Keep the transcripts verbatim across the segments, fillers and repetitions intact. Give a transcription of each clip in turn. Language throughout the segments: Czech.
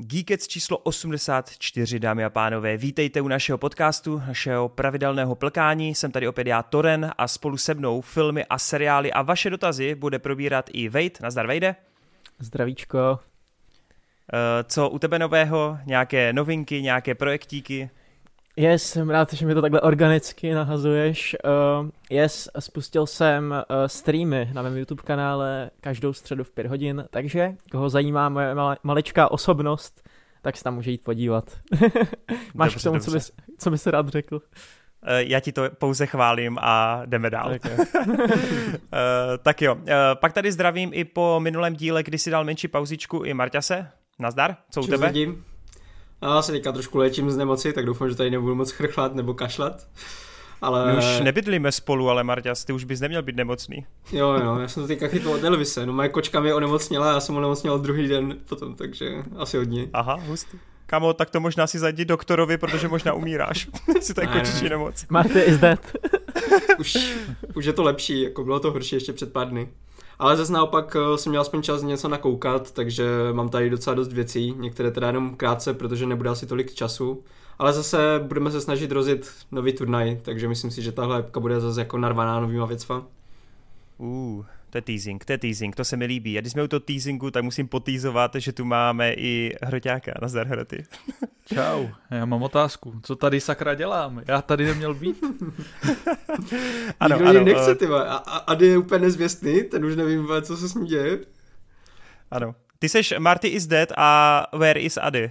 Geekec číslo osmdesát čtyři, dámy a pánové. Vítejte u našeho podcastu, našeho pravidelného plkání. Jsem tady opět já, Toren, a spolu se mnou filmy a seriály a vaše dotazy bude probírat i Vejt. Nazdar, Vejde. Zdravíčko. Co u tebe nového? Nějaké novinky, nějaké projektíky? Yes, jsem rád, že mi to takhle organicky nahazuješ. Uh, yes, spustil jsem uh, streamy na mém YouTube kanále každou středu v pět hodin, takže koho zajímá moje male, malečká osobnost, tak se tam může jít podívat. Máš dobře, k tomu, dobře. co bys, co bys rád řekl? Uh, já ti to pouze chválím a jdeme dál. Okay. uh, tak jo, uh, pak tady zdravím i po minulém díle, kdy si dal menší pauzičku, i Marťase. Nazdar, co u tebe? Vidím. Já se teďka trošku léčím z nemoci, tak doufám, že tady nebudu moc chrchlat nebo kašlat. Ale... My už nebydlíme spolu, ale Marťas, ty už bys neměl být nemocný. Jo, jo, já jsem to teďka chytl od Elvise. No, moje kočka mě onemocněla, já jsem onemocněl druhý den potom, takže asi hodně. Aha, hustý. Kamo, tak to možná si zajdi doktorovi, protože možná umíráš. Si to je kočičí nemoc. Marty is dead. už, už je to lepší, jako bylo to horší ještě před pár dny. Ale zase naopak jsem měl aspoň čas něco nakoukat, takže mám tady docela dost věcí, některé teda jenom krátce, protože nebude asi tolik času. Ale zase budeme se snažit rozjet nový turnaj, takže myslím si, že tahle epka bude zase jako narvaná novýma věcma. Uh, to je teasing, to je teasing, to se mi líbí. A když jsme u toho teasingu, tak musím potýzovat, že tu máme i Hroťáka. Nazdar, Hroty. Čau, já mám otázku. Co tady sakra dělám? Já tady neměl být. ano, Nikdo ano, nechce, ty a, a Ady je úplně nezvěstný, ten už nevím, co se s ním děje. Ano. Ty seš Marty is dead a where is Ady?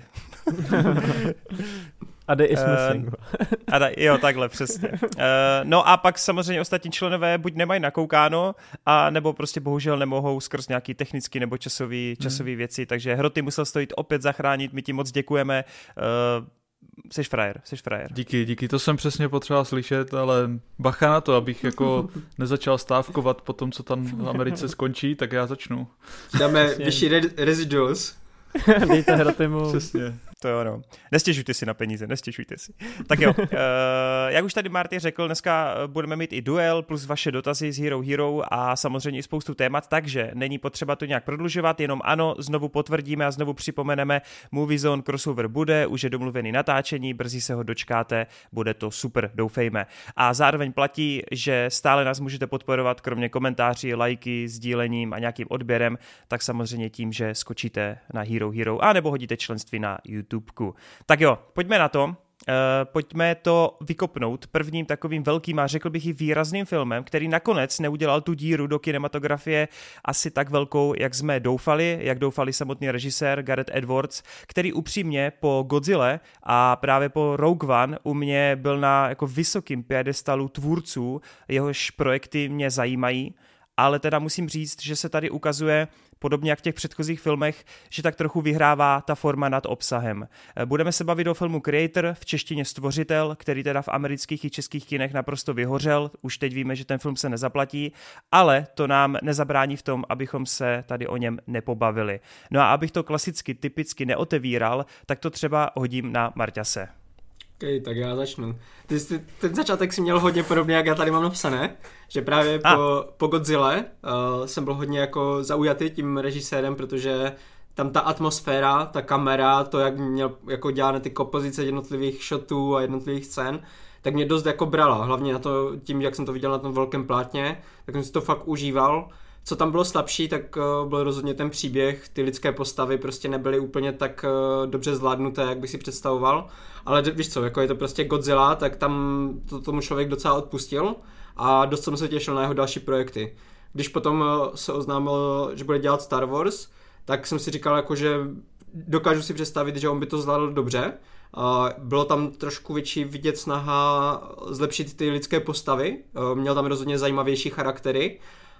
Ady is missing. Uh, Ada, jo, takhle, přesně. Uh, no a pak samozřejmě ostatní členové buď nemají nakoukáno, a nebo prostě bohužel nemohou skrz nějaký technický nebo časový, časový hmm. věci, takže Hroty musel stojit opět zachránit, my ti moc děkujeme. Uh, Seš frajer, seš frajer. Díky, díky, to jsem přesně potřeboval slyšet, ale bacha na to, abych jako nezačal stávkovat po tom, co tam v Americe skončí, tak já začnu. Dáme vyšší re- residuals. Dejte Hrotymu. Přesně. To jo, no. Nestěžujte si na peníze, nestěžujte si. Tak jo, uh, jak už tady Marty řekl, dneska budeme mít i duel plus vaše dotazy z Hero Hero a samozřejmě i spoustu témat, takže není potřeba to nějak prodlužovat, jenom ano, znovu potvrdíme a znovu připomeneme, Movie Zone crossover bude, už je domluvený natáčení, brzy se ho dočkáte, bude to super, doufejme. A zároveň platí, že stále nás můžete podporovat, kromě komentáří, lajky, sdílením a nějakým odběrem, tak samozřejmě tím, že skočíte na Hero Hero a nebo hodíte členství na YouTube. Tak jo, pojďme na to. Uh, pojďme to vykopnout prvním takovým velkým a řekl bych i výrazným filmem, který nakonec neudělal tu díru do kinematografie asi tak velkou, jak jsme doufali, jak doufali samotný režisér Gareth Edwards, který upřímně po Godzilla a právě po Rogue One u mě byl na jako vysokým piedestalu tvůrců, jehož projekty mě zajímají, ale teda musím říct, že se tady ukazuje podobně jak v těch předchozích filmech, že tak trochu vyhrává ta forma nad obsahem. Budeme se bavit o filmu Creator, v češtině Stvořitel, který teda v amerických i českých kinech naprosto vyhořel. Už teď víme, že ten film se nezaplatí, ale to nám nezabrání v tom, abychom se tady o něm nepobavili. No a abych to klasicky, typicky neotevíral, tak to třeba hodím na Marťase. Okay, tak já začnu. Ty, ty, ten začátek si měl hodně podobně, jak já tady mám napsané, že právě ah. po, po Godzilla uh, jsem byl hodně jako zaujatý tím režisérem, protože tam ta atmosféra, ta kamera, to, jak měl jako dělané ty kompozice jednotlivých shotů a jednotlivých scén, tak mě dost jako brala, hlavně na to, tím, jak jsem to viděl na tom velkém plátně, tak jsem si to fakt užíval. Co tam bylo slabší, tak uh, byl rozhodně ten příběh, ty lidské postavy prostě nebyly úplně tak uh, dobře zvládnuté, jak bych si představoval, ale víš co, jako je to prostě Godzilla, tak tam to tomu člověk docela odpustil a dost jsem se těšil na jeho další projekty. Když potom uh, se oznámil, že bude dělat Star Wars, tak jsem si říkal, jako, že dokážu si představit, že on by to zvládl dobře. Uh, bylo tam trošku větší vidět snaha zlepšit ty lidské postavy, uh, měl tam rozhodně zajímavější charaktery,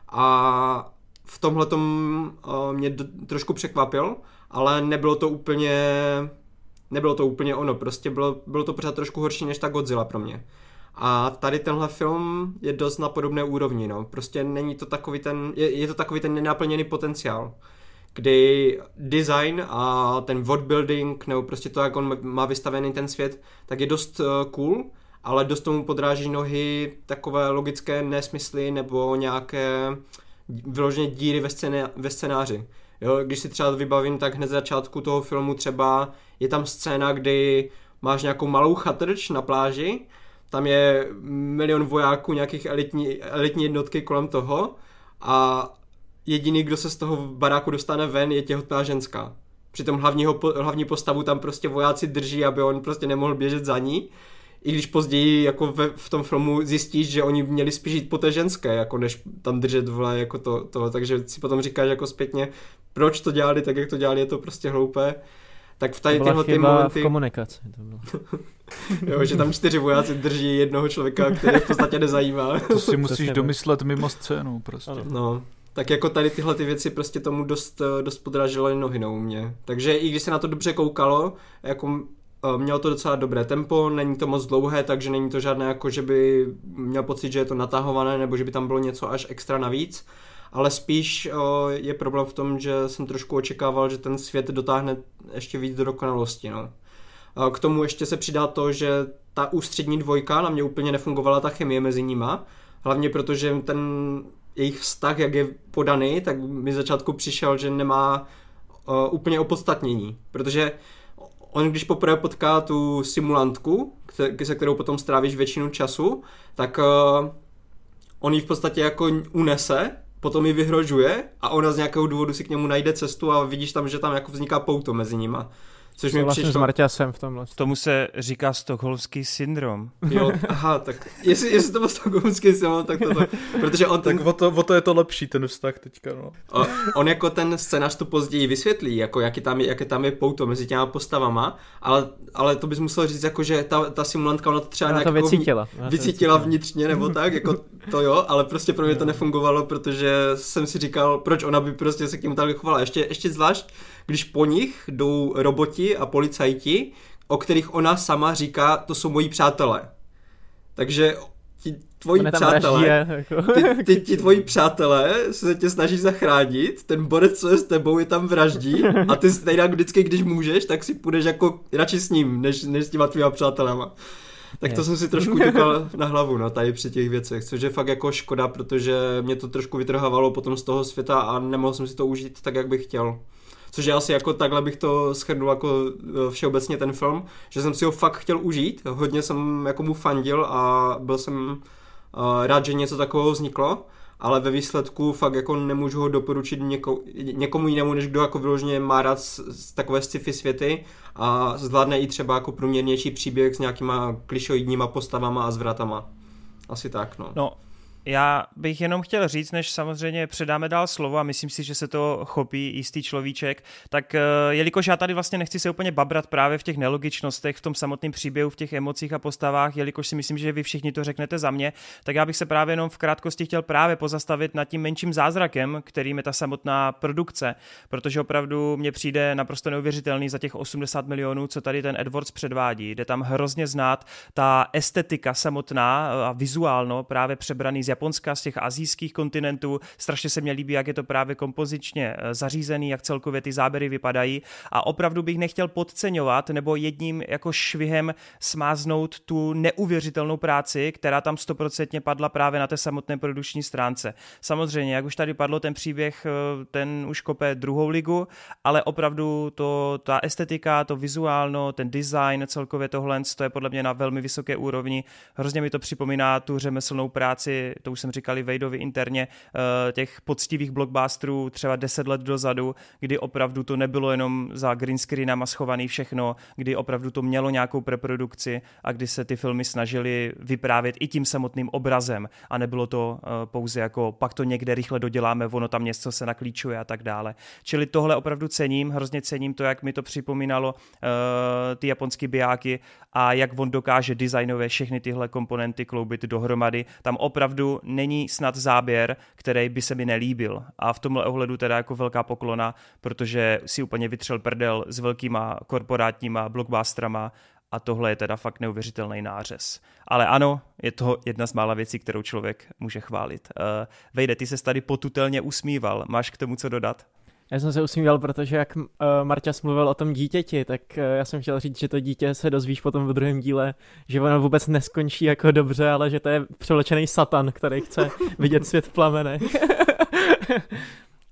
a v tomhletom uh, mě d- trošku překvapil, ale nebylo to úplně nebylo to úplně ono, prostě bylo, bylo to pořád trošku horší než ta Godzilla pro mě. A tady tenhle film je dost na podobné úrovni, no. Prostě není to takový ten, je, je to takový ten nenaplněný potenciál, kdy design a ten world building, nebo prostě to, jak on má vystavený ten svět, tak je dost uh, cool, ale dost tomu podráží nohy takové logické nesmysly nebo nějaké vyloženě díry ve, scéně, ve scénáři. Jo, když si třeba vybavím, tak hned z začátku toho filmu třeba je tam scéna, kdy máš nějakou malou chatrč na pláži, tam je milion vojáků, nějakých elitní, elitní jednotky kolem toho a jediný, kdo se z toho baráku dostane ven, je těhotná ženská. Přitom hlavního, hlavní postavu tam prostě vojáci drží, aby on prostě nemohl běžet za ní. I když později jako ve, v tom filmu zjistíš, že oni měli spíš jít po té ženské, jako než tam držet vole jako to, to, takže si potom říkáš jako zpětně, proč to dělali tak, jak to dělali, je to prostě hloupé. Tak v tady tyhle ty momenty... v komunikaci to bylo. Jo, že tam čtyři vojáci drží jednoho člověka, který v podstatě nezajímá. To si musíš domyslet mimo scénu prostě. No, tak jako tady tyhle ty věci prostě tomu dost, dost podrážely nohy na mě. Takže i když se na to dobře koukalo, jako mělo to docela dobré tempo, není to moc dlouhé, takže není to žádné jako, že by měl pocit, že je to natahované, nebo že by tam bylo něco až extra navíc. Ale spíš o, je problém v tom, že jsem trošku očekával, že ten svět dotáhne ještě víc do dokonalosti. No. A k tomu ještě se přidá to, že ta ústřední dvojka, na mě úplně nefungovala ta chemie mezi nima. Hlavně protože ten jejich vztah, jak je podaný, tak mi začátku přišel, že nemá o, úplně opodstatnění. Protože on, když poprvé potká tu simulantku, se kterou potom strávíš většinu času, tak o, on ji v podstatě jako unese, potom ji vyhrožuje a ona z nějakého důvodu si k němu najde cestu a vidíš tam, že tam jako vzniká pouto mezi nima. Což mi vlastně přišlo... s Marťasem v tomhle. Tomu se říká stockholmský syndrom. Jo, aha, tak jestli, jestli to byl stockholmský syndrom, tak to protože on ten... Tak o to, o to je to lepší, ten vztah teďka, no. O, on jako ten scénář to později vysvětlí, jako jaký tam je, jaké tam je pouto mezi těma postavama, ale, ale to bys musel říct, jako, že ta, ta simulantka, ona to třeba ona nějak to vycítila. Jako vycítila vnitřně, nebo tak, jako to jo, ale prostě pro mě to nefungovalo, protože jsem si říkal, proč ona by prostě se k němu tak chovala. Ještě, ještě zvlášť, když po nich jdou roboti a policajti, o kterých ona sama říká, to jsou moji přátelé. Takže ti tvoji přátelé, jako. ty, ty, ti tvoji přátelé se tě snaží zachránit, ten borec, co je s tebou, je tam vraždí a ty stejně vždycky, když můžeš, tak si půjdeš jako radši s ním, než, než s těma tvýma přátelema. Tak to je. Jsem si trošku ťukal na hlavu, no, tady při těch věcech, což je fakt jako škoda, protože mě to trošku vytrhávalo potom z toho světa a nemohl jsem si to užít tak, jak bych chtěl. Což je asi jako takhle bych to shrnul jako všeobecně ten film, že jsem si ho fakt chtěl užít, hodně jsem jako mu fandil a byl jsem uh, rád, že něco takového vzniklo, ale ve výsledku fakt jako nemůžu ho doporučit něko, někomu jinému, než kdo jako vyloženě má rád z, z takové sci-fi světy a zvládne i třeba jako průměrnější příběh s nějakýma klišoidníma postavama a zvratama. Asi tak, no. No. Já bych jenom chtěl říct, než samozřejmě předáme dál slovo a myslím si, že se to chopí jistý človíček, tak jelikož já tady vlastně nechci se úplně babrat právě v těch nelogičnostech, v tom samotném příběhu, v těch emocích a postavách, jelikož si myslím, že vy všichni to řeknete za mě, tak já bych se právě jenom v krátkosti chtěl právě pozastavit nad tím menším zázrakem, kterým je ta samotná produkce, protože opravdu mně přijde naprosto neuvěřitelný za těch osmdesát milionů, co tady ten Edwards předvádí. Jde tam hrozně znát ta estetika samotná a vizuálno právě přebraný z Japonska, z těch asijských kontinentů. Strašně se mně líbí, jak je to právě kompozičně zařízený, jak celkově ty záběry vypadají a opravdu bych nechtěl podceňovat nebo jedním jako švihem smáznout tu neuvěřitelnou práci, která tam stoprocentně padla právě na té samotné produkční stránce. Samozřejmě, jak už tady padlo, ten příběh, ten už kope druhou ligu, ale opravdu to, ta estetika, to vizuálno, ten design, celkově tohle, to je podle mě na velmi vysoké úrovni. Hrozně mi to připomíná tu řemeslnou práci, to už jsem říkali Wadeovi interně, těch poctivých blockbusterů třeba deset let dozadu, kdy opravdu to nebylo jenom za green screenama schovaný všechno, kdy opravdu to mělo nějakou preprodukci a kdy se ty filmy snažili vyprávět i tím samotným obrazem a nebylo to pouze jako pak to někde rychle doděláme, ono tam něco se naklíčuje a tak dále. Čili tohle opravdu cením, hrozně cením to, jak mi to připomínalo uh, ty japonský bijáky a jak on dokáže designově všechny tyhle komponenty kloubit dohromady. Tam opravdu není snad záběr, který by se mi nelíbil. A v tomhle ohledu teda jako velká poklona, protože si úplně vytřel prdel s velkýma korporátníma blockbusterama a tohle je teda fakt neuvěřitelný nářez. Ale ano, je to jedna z mála věcí, kterou člověk může chválit. Uh, Vejde, ty ses tady potutelně usmíval. Máš k tomu co dodat? Já jsem se usmíval, protože jak uh, Marťas mluvil o tom dítěti, tak uh, já jsem chtěl říct, že to dítě se dozvíš potom v druhém díle, že ono vůbec neskončí jako dobře, ale že to je převlečený satan, který chce vidět svět v plamenech.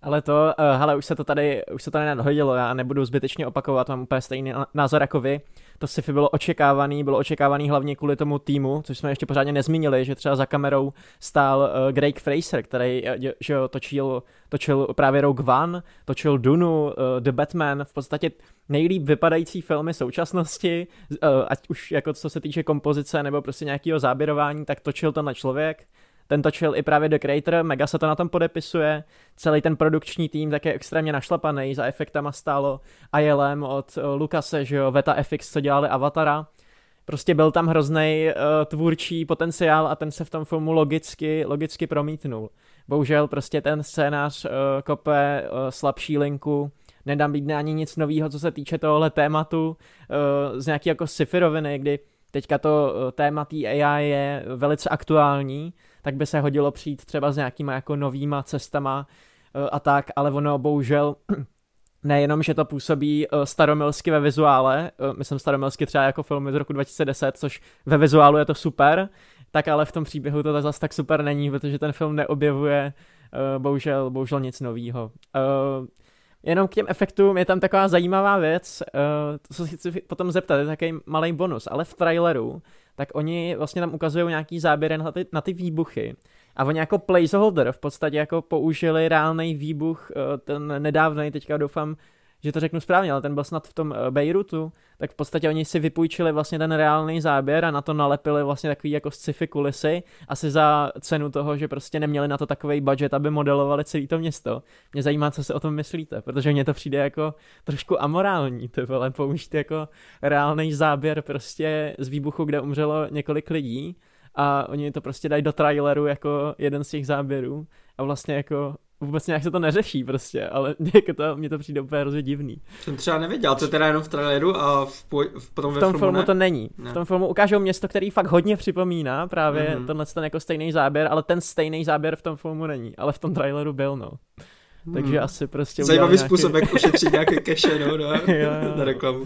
Ale to, uh, hele, už se to tady, už se to nenadhodilo, já nebudu zbytečně opakovat, mám úplně stejný názor jako vy. To sci-fi bylo očekávaný, bylo očekávaný hlavně kvůli tomu týmu, což jsme ještě pořádně nezmínili, že třeba za kamerou stál uh, Greig Fraser, který uh, že jo, točil, točil právě Rogue One, točil Dunu, uh, The Batman, v podstatě nejlíp vypadající filmy současnosti, uh, ať už jako co se týče kompozice nebo prostě nějakého záběrování, tak točil tenhle člověk. Ten točil i právě The Creator, mega se to na tom podepisuje, celý ten produkční tým tak je extrémně našlapaný, za efektama stálo I L M od uh, Lucase, že jo, Veta F X, co dělali Avatara. Prostě byl tam hroznej uh, tvůrčí potenciál a ten se v tom filmu logicky, logicky promítnul. Bohužel prostě ten scénář uh, kope uh, slabší linku, nedám být ani nic nového, co se týče tohohle tématu uh, z nějaký jako sci-fi roviny, kdy teďka to uh, téma té A I je velice aktuální, tak by se hodilo přijít třeba s nějakýma jako novýma cestama uh, a tak, ale ono bohužel nejenom, že to působí uh, staromilsky ve vizuále, uh, myslím staromilsky třeba jako filmy z roku dva tisíce deset, což ve vizuálu je to super, tak ale v tom příběhu to zase tak super není, protože ten film neobjevuje uh, bohužel, bohužel nic novýho. Uh, Jenom k těm efektům je tam taková zajímavá věc, uh, to se chci potom zeptat, je takový malý bonus, ale v traileru, tak oni vlastně tam ukazují nějaký záběry na ty, na ty výbuchy a oni jako placeholder v podstatě jako použili reálný výbuch, uh, ten nedávnej, teďka doufám, že to řeknu správně, ale ten byl snad v tom uh, Bejrutu, tak v podstatě oni si vypůjčili vlastně ten reálný záběr a na to nalepili vlastně takový jako sci-fi kulisy, asi za cenu toho, že prostě neměli na to takovej budget, aby modelovali celé to město. Mě zajímá, co si o tom myslíte, protože mně to přijde jako trošku amorální, ty vole, použít jako reálný záběr prostě z výbuchu, kde umřelo několik lidí a oni to prostě dají do traileru jako jeden z těch záběrů a vlastně jako vůbec nějak se to neřeší prostě, ale to, mně to přijde úplně hrozně divný. Jsem třeba nevěděl, to je teda jenom v traileru a v, v, potom v ve tom filmu filmu ne? to není. Ne. V tom filmu ukážou město, který fakt hodně připomíná právě mm-hmm. tenhle ten jako stejný záběr, ale ten stejný záběr v tom filmu není, ale v tom traileru byl, no. Hmm. Takže asi prostě zajímavý nějaký... způsob, jak ušetřit nějaké cache, no, na, jo, jo. na reklamu.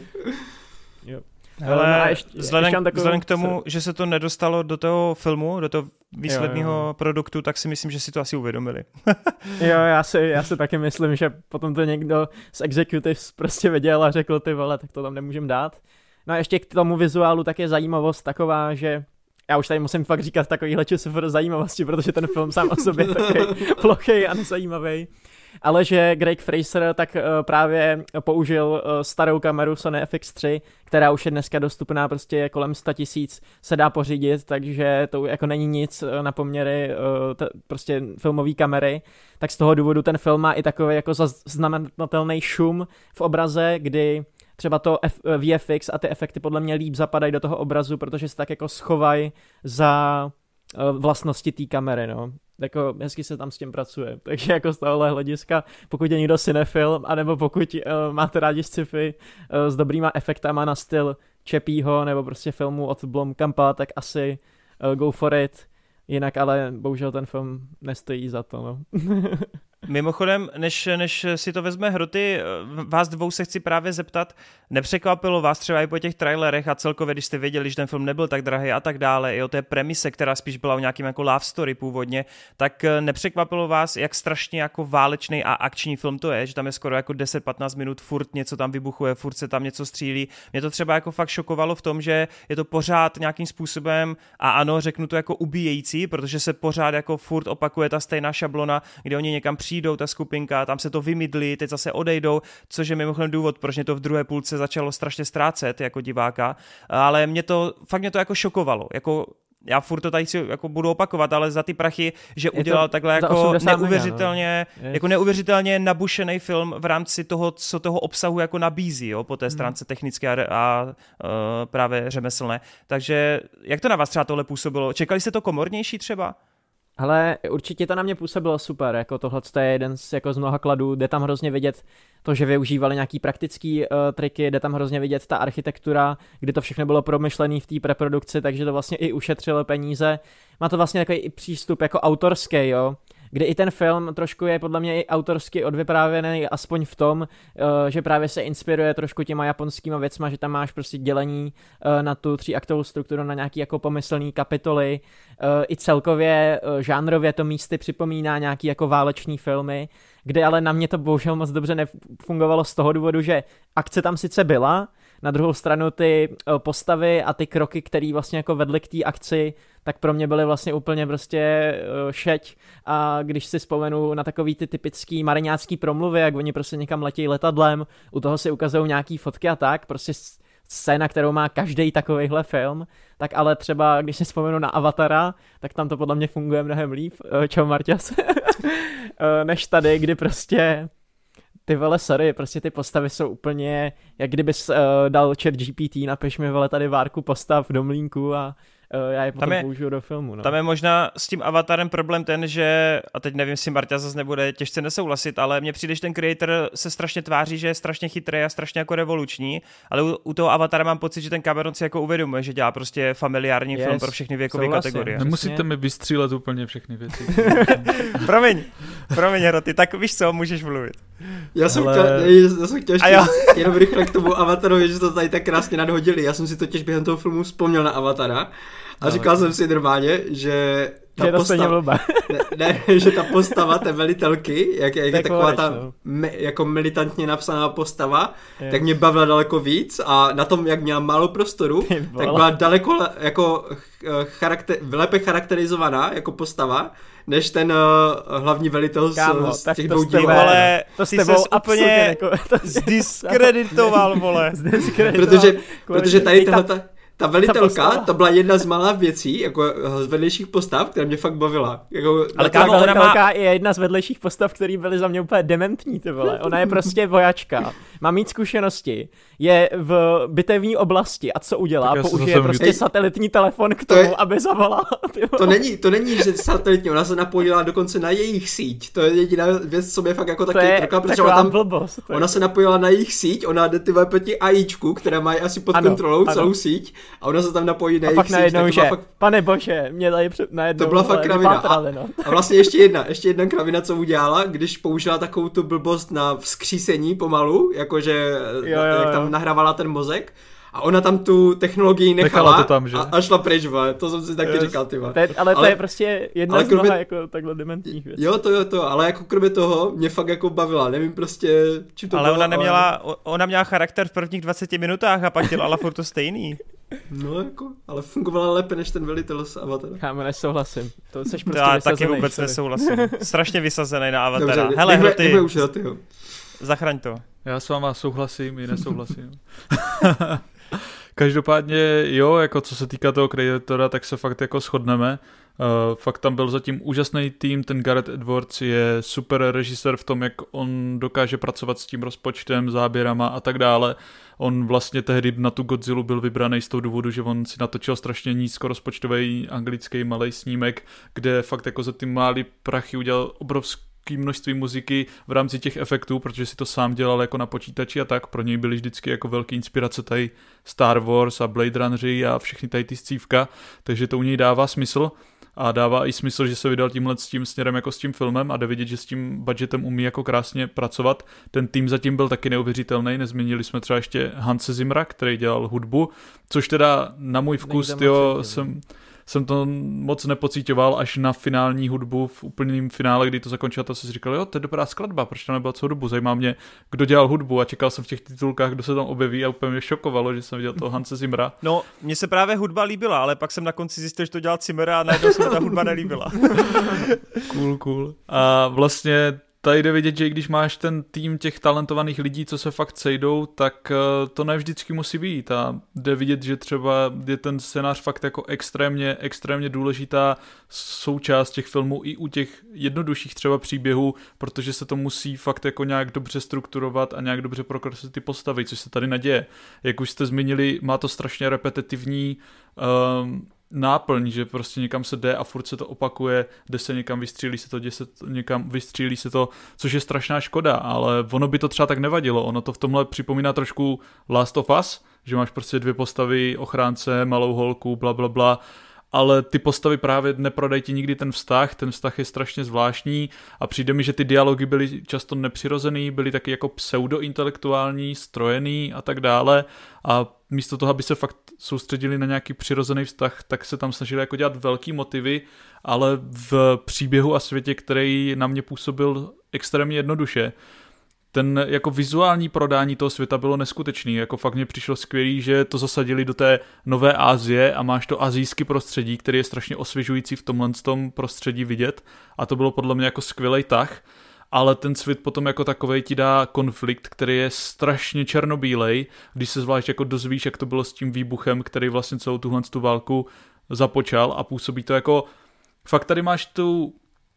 Jo. Ale no ještě, vzhledem, ještě takovou... vzhledem k tomu, že se to nedostalo do toho filmu, do toho výsledného produktu, tak si myslím, že si to asi uvědomili. jo, já si, já si taky myslím, že potom to někdo z executives prostě věděl a řekl, ty vole, tak to tam nemůžem dát. No a ještě k tomu vizuálu tak je zajímavost taková, že já už tady musím fakt říkat takovýhle časové zajímavosti, protože ten film sám o sobě je takový plochej a nezajímavý. Ale že Greig Fraser tak uh, právě použil uh, starou kameru Sony F X tři, která už je dneska dostupná prostě kolem sto tisíc, se dá pořídit, takže to jako není nic uh, na poměry uh, t- prostě filmové kamery. Tak z toho důvodu ten film má i takový jako zaznamenatelný šum v obraze, kdy třeba to F- V F X a ty efekty podle mě líp zapadají do toho obrazu, protože se tak jako schovají za uh, vlastnosti té kamery, no. Jako hezky se tam s tím pracuje. Takže jako z tohohle hlediska, pokud je někdo cinefil, anebo pokud uh, máte rádi sci-fi uh, s dobrýma efektama na styl Čepího, nebo prostě filmu od Blomkampa, tak asi uh, go for it. Jinak ale bohužel ten film nestojí za to, no. Mimochodem, než, než si to vezme Hroty, vás dvou se chci právě zeptat, nepřekvapilo vás třeba i po těch trailerech a celkově, když jste věděli, že ten film nebyl tak drahý a tak dále, i o té premise, která spíš byla o nějakým jako love story původně, tak nepřekvapilo vás, jak strašně jako válečný a akční film to je, že tam je skoro jako deset patnáct minut, furt něco tam vybuchuje, furt se tam něco střílí. Mě to třeba jako fakt šokovalo v tom, že je to pořád nějakým způsobem, a ano, řeknu to jako ubíjející, protože se pořád jako furt opakuje ta stejná šablona, kde oni někam přijdou, ta skupinka, tam se to vymydlí, teď zase odejdou, což je mimochodem důvod, proč mě to v druhé půlce začalo strašně ztrácet jako diváka, ale mě to, fakt mě to jako šokovalo, jako já furt to tady si jako budu opakovat, ale za ty prachy, že udělal takhle jako neuvěřitelně, no. jako neuvěřitelně nabušený film v rámci toho, co toho obsahu jako nabízí, jo, po té stránce hmm. technické a, a uh, právě řemeslné. Takže jak to na vás třeba tohle působilo? Čekali jste to komornější třeba? Ale určitě to na mě působilo super, jako tohle je jeden z, jako z mnoha kladů, jde tam hrozně vidět to, že využívali nějaký praktický uh, triky, jde tam hrozně vidět ta architektura, kdy to všechno bylo promyšlené v té preprodukci, takže to vlastně i ušetřilo peníze. Má to vlastně takový i přístup jako autorský, jo, kdy i ten film trošku je podle mě i autorsky odvyprávěný, aspoň v tom, že právě se inspiruje trošku těma japonskýma věcma, že tam máš prostě dělení na tu tříaktovou strukturu na nějaký jako pomyslný kapitoly, i celkově žánrově to místy připomíná nějaký jako váleční filmy, kde ale na mě to bohužel moc dobře nefungovalo z toho důvodu, že akce tam sice byla, na druhou stranu ty postavy a ty kroky, které vlastně jako vedly k té akci, tak pro mě byly vlastně úplně prostě šeť. A když si vzpomenu na takový ty typický mariňácký promluvy, jak oni prostě někam letějí letadlem, u toho si ukazují nějaký fotky a tak, prostě scéna, kterou má každý takovejhle film, tak ale třeba, když si vzpomenu na Avatara, tak tam to podle mě funguje mnohem líp, čau Marťas, než tady, kdy prostě ty vole, sorry, prostě ty postavy jsou úplně, jak kdybys uh, dal chat G P T, napiš mi vole tady várku postav do mlínku a uh, já je potom je, použiju do filmu. No. Tam je možná s tím Avatarem problém ten, že, a teď nevím, jestli Marta zase nebude těžce nesouhlasit, ale mně přijde, že ten creator se strašně tváří, že je strašně chytrý a strašně jako revoluční, ale u, u toho Avatara mám pocit, že ten Cameron si jako uvědomuje, že dělá prostě familiární yes, film pro všechny věkové kategorie. Nemusíte mi vystřílet úplně všechny věci. promiň, promiň Hroty, tak víš co, můžeš mluvit. Já jsem, ale... chtěl, já jsem chtěl ještě jenom rychle k tomu Avatarovi, že to tady tak krásně nadhodili. Já jsem si totiž během toho filmu vzpomněl na Avatara a no, říkal jsem si normálně, že ta že postava, ne, ne, že ta postava té velitelky, jak, jak je taková ta no. me, jako militantně napsaná postava, yes. tak mě bavila daleko víc a na tom, jak měla málo prostoru, tak byla daleko jako charakter, lépe charakterizovaná jako postava, než ten uh, hlavní velitel z, Kámo, z těch to dvou dílů. Vole, to s ty tebou ses úplně zdiskreditoval, vole. Protože, protože tady tahle ta velitelka, ta, to byla jedna z malá věcí, jako z vedlejších postav, která mě fakt bavila. Jako, ale kámo, ona má... je jedna z vedlejších postav, které byly za mě úplně dementní, ty vole. Ona je prostě vojačka, má mít zkušenosti, je v bitevní oblasti a co udělá? Použije prostě satelitní telefon k tomu, to je... aby zavolala. To není, to není, že satelitní, ona se napojila dokonce na jejich síť. To je jediná věc, co mě fakt jako taky trocha, protože ona tam, blbost, ona se napojila na jejich síť, ona jde ty vole proti AIčku, která má asi pod ano, kontrolou ano. celou síť. A ona se tam napojí na a jejich pak najednou, že fakt... pane bože, mě tady před... najednou... To byla fakt kravina. A, no. a vlastně ještě jedna, ještě jedna kravina, co udělala, když použila takovou tu blbost na vzkřísení pomalu, jakože jo, jo, jak tam jo. nahrávala ten mozek. A ona tam tu technologii nechala, nechala to tam, že? A, a šla pryč, vole. To jsem si taky yes. říkal, ty vole. Ale to ale, je prostě jedna z mnoha jako takhle dementních věcí. Jo, to jo, to, ale jako kromě toho mě fakt jako bavila, nevím prostě, čím to ale bylo. Ona neměla, ale... ona měla charakter v prvních dvaceti minutách a pak dělala furt to stejný. No jako, ale fungovala lépe než ten velitel z Avatara. Já mu nesouhlasím. To seš prostě já vysazený. Taky vůbec sorry. nesouhlasím. Strašně vysazený na Avatara. Dobře, hele, nechme, Hroty, nechme už Hroty, jo. Zachraň to. Já s váma souhlasím i nesouhlasím. Každopádně jo, jako co se týká toho kreatora, tak se fakt jako shodneme. Uh, fakt tam byl zatím úžasný tým, ten Gareth Edwards je super režisér v tom, jak on dokáže pracovat s tím rozpočtem, záběrama a tak dále. On vlastně tehdy na tu Godzillu byl vybraný z toho důvodu, že on si natočil strašně nízkorozpočtový anglický malej snímek, kde fakt jako za ty malý prachy udělal obrovský množství muziky v rámci těch efektů, protože si to sám dělal jako na počítači a tak, pro něj byly vždycky jako velký inspirace tady Star Wars a Blade Runneri a všechny tady ty scívka, takže to u něj dává smysl a dává i smysl, že se vydal tímhle s tím směrem jako s tím filmem a jde vidět, že s tím budgetem umí jako krásně pracovat. Ten tým zatím byl taky neuvěřitelný, nezměnili jsme třeba ještě Hanse Zimmera, který dělal hudbu, což teda na můj vkus, tyjo, jsem... jsem to moc nepocítoval až na finální hudbu v úplném finále, kdy to zakončilo, to si říkal, jo, to je dobrá skladba, proč tam nebyla celou dobu, zajímá mě, kdo dělal hudbu a čekal jsem v těch titulkách, kdo se tam objeví a úplně mě šokovalo, že jsem viděl toho Hanse Zimmera. No, mně se právě hudba líbila, ale pak jsem na konci zjistil, že to dělal Zimmer a najednou se mi ta hudba nelíbila. Cool, cool. A vlastně tady jde vidět, že i když máš ten tým těch talentovaných lidí, co se fakt sejdou, tak to ne vždycky musí být a jde vidět, že třeba je ten scénář fakt jako extrémně, extrémně důležitá součást těch filmů i u těch jednodušších třeba příběhů, protože se to musí fakt jako nějak dobře strukturovat a nějak dobře prokreslit ty postavy, což se tady neděje. Jak už jste zmínili, má to strašně repetitivní um, náplň, že prostě někam se jde a furt se to opakuje, jde se někam, vystřílí se to, jde se někam, vystřílí se to, což je strašná škoda, ale ono by to třeba tak nevadilo, ono to v tomhle připomíná trošku Last of Us, že máš prostě dvě postavy, ochránce, malou holku, bla bla bla ale ty postavy právě neprodají ti nikdy ten vztah, ten vztah je strašně zvláštní a přijde mi, že ty dialogy byly často nepřirozený, byly taky jako pseudointelektuální, strojený a tak dále a místo toho, aby se fakt soustředili na nějaký přirozený vztah, tak se tam snažili jako dělat velký motivy, ale v příběhu a světě, který na mě působil extrémně jednoduše. Ten jako vizuální prodání toho světa bylo neskutečný, jako fakt mě přišlo skvělý, že to zasadili do té nové Asie a máš to asijský prostředí, který je strašně osvěžující v tomhle tom prostředí vidět a to bylo podle mě jako skvělej tah, ale ten svět potom jako takovej ti dá konflikt, který je strašně černobílej, když se zvlášť jako dozvíš, jak to bylo s tím výbuchem, který vlastně celou tuhle tu válku započal a působí to jako, fakt tady máš tu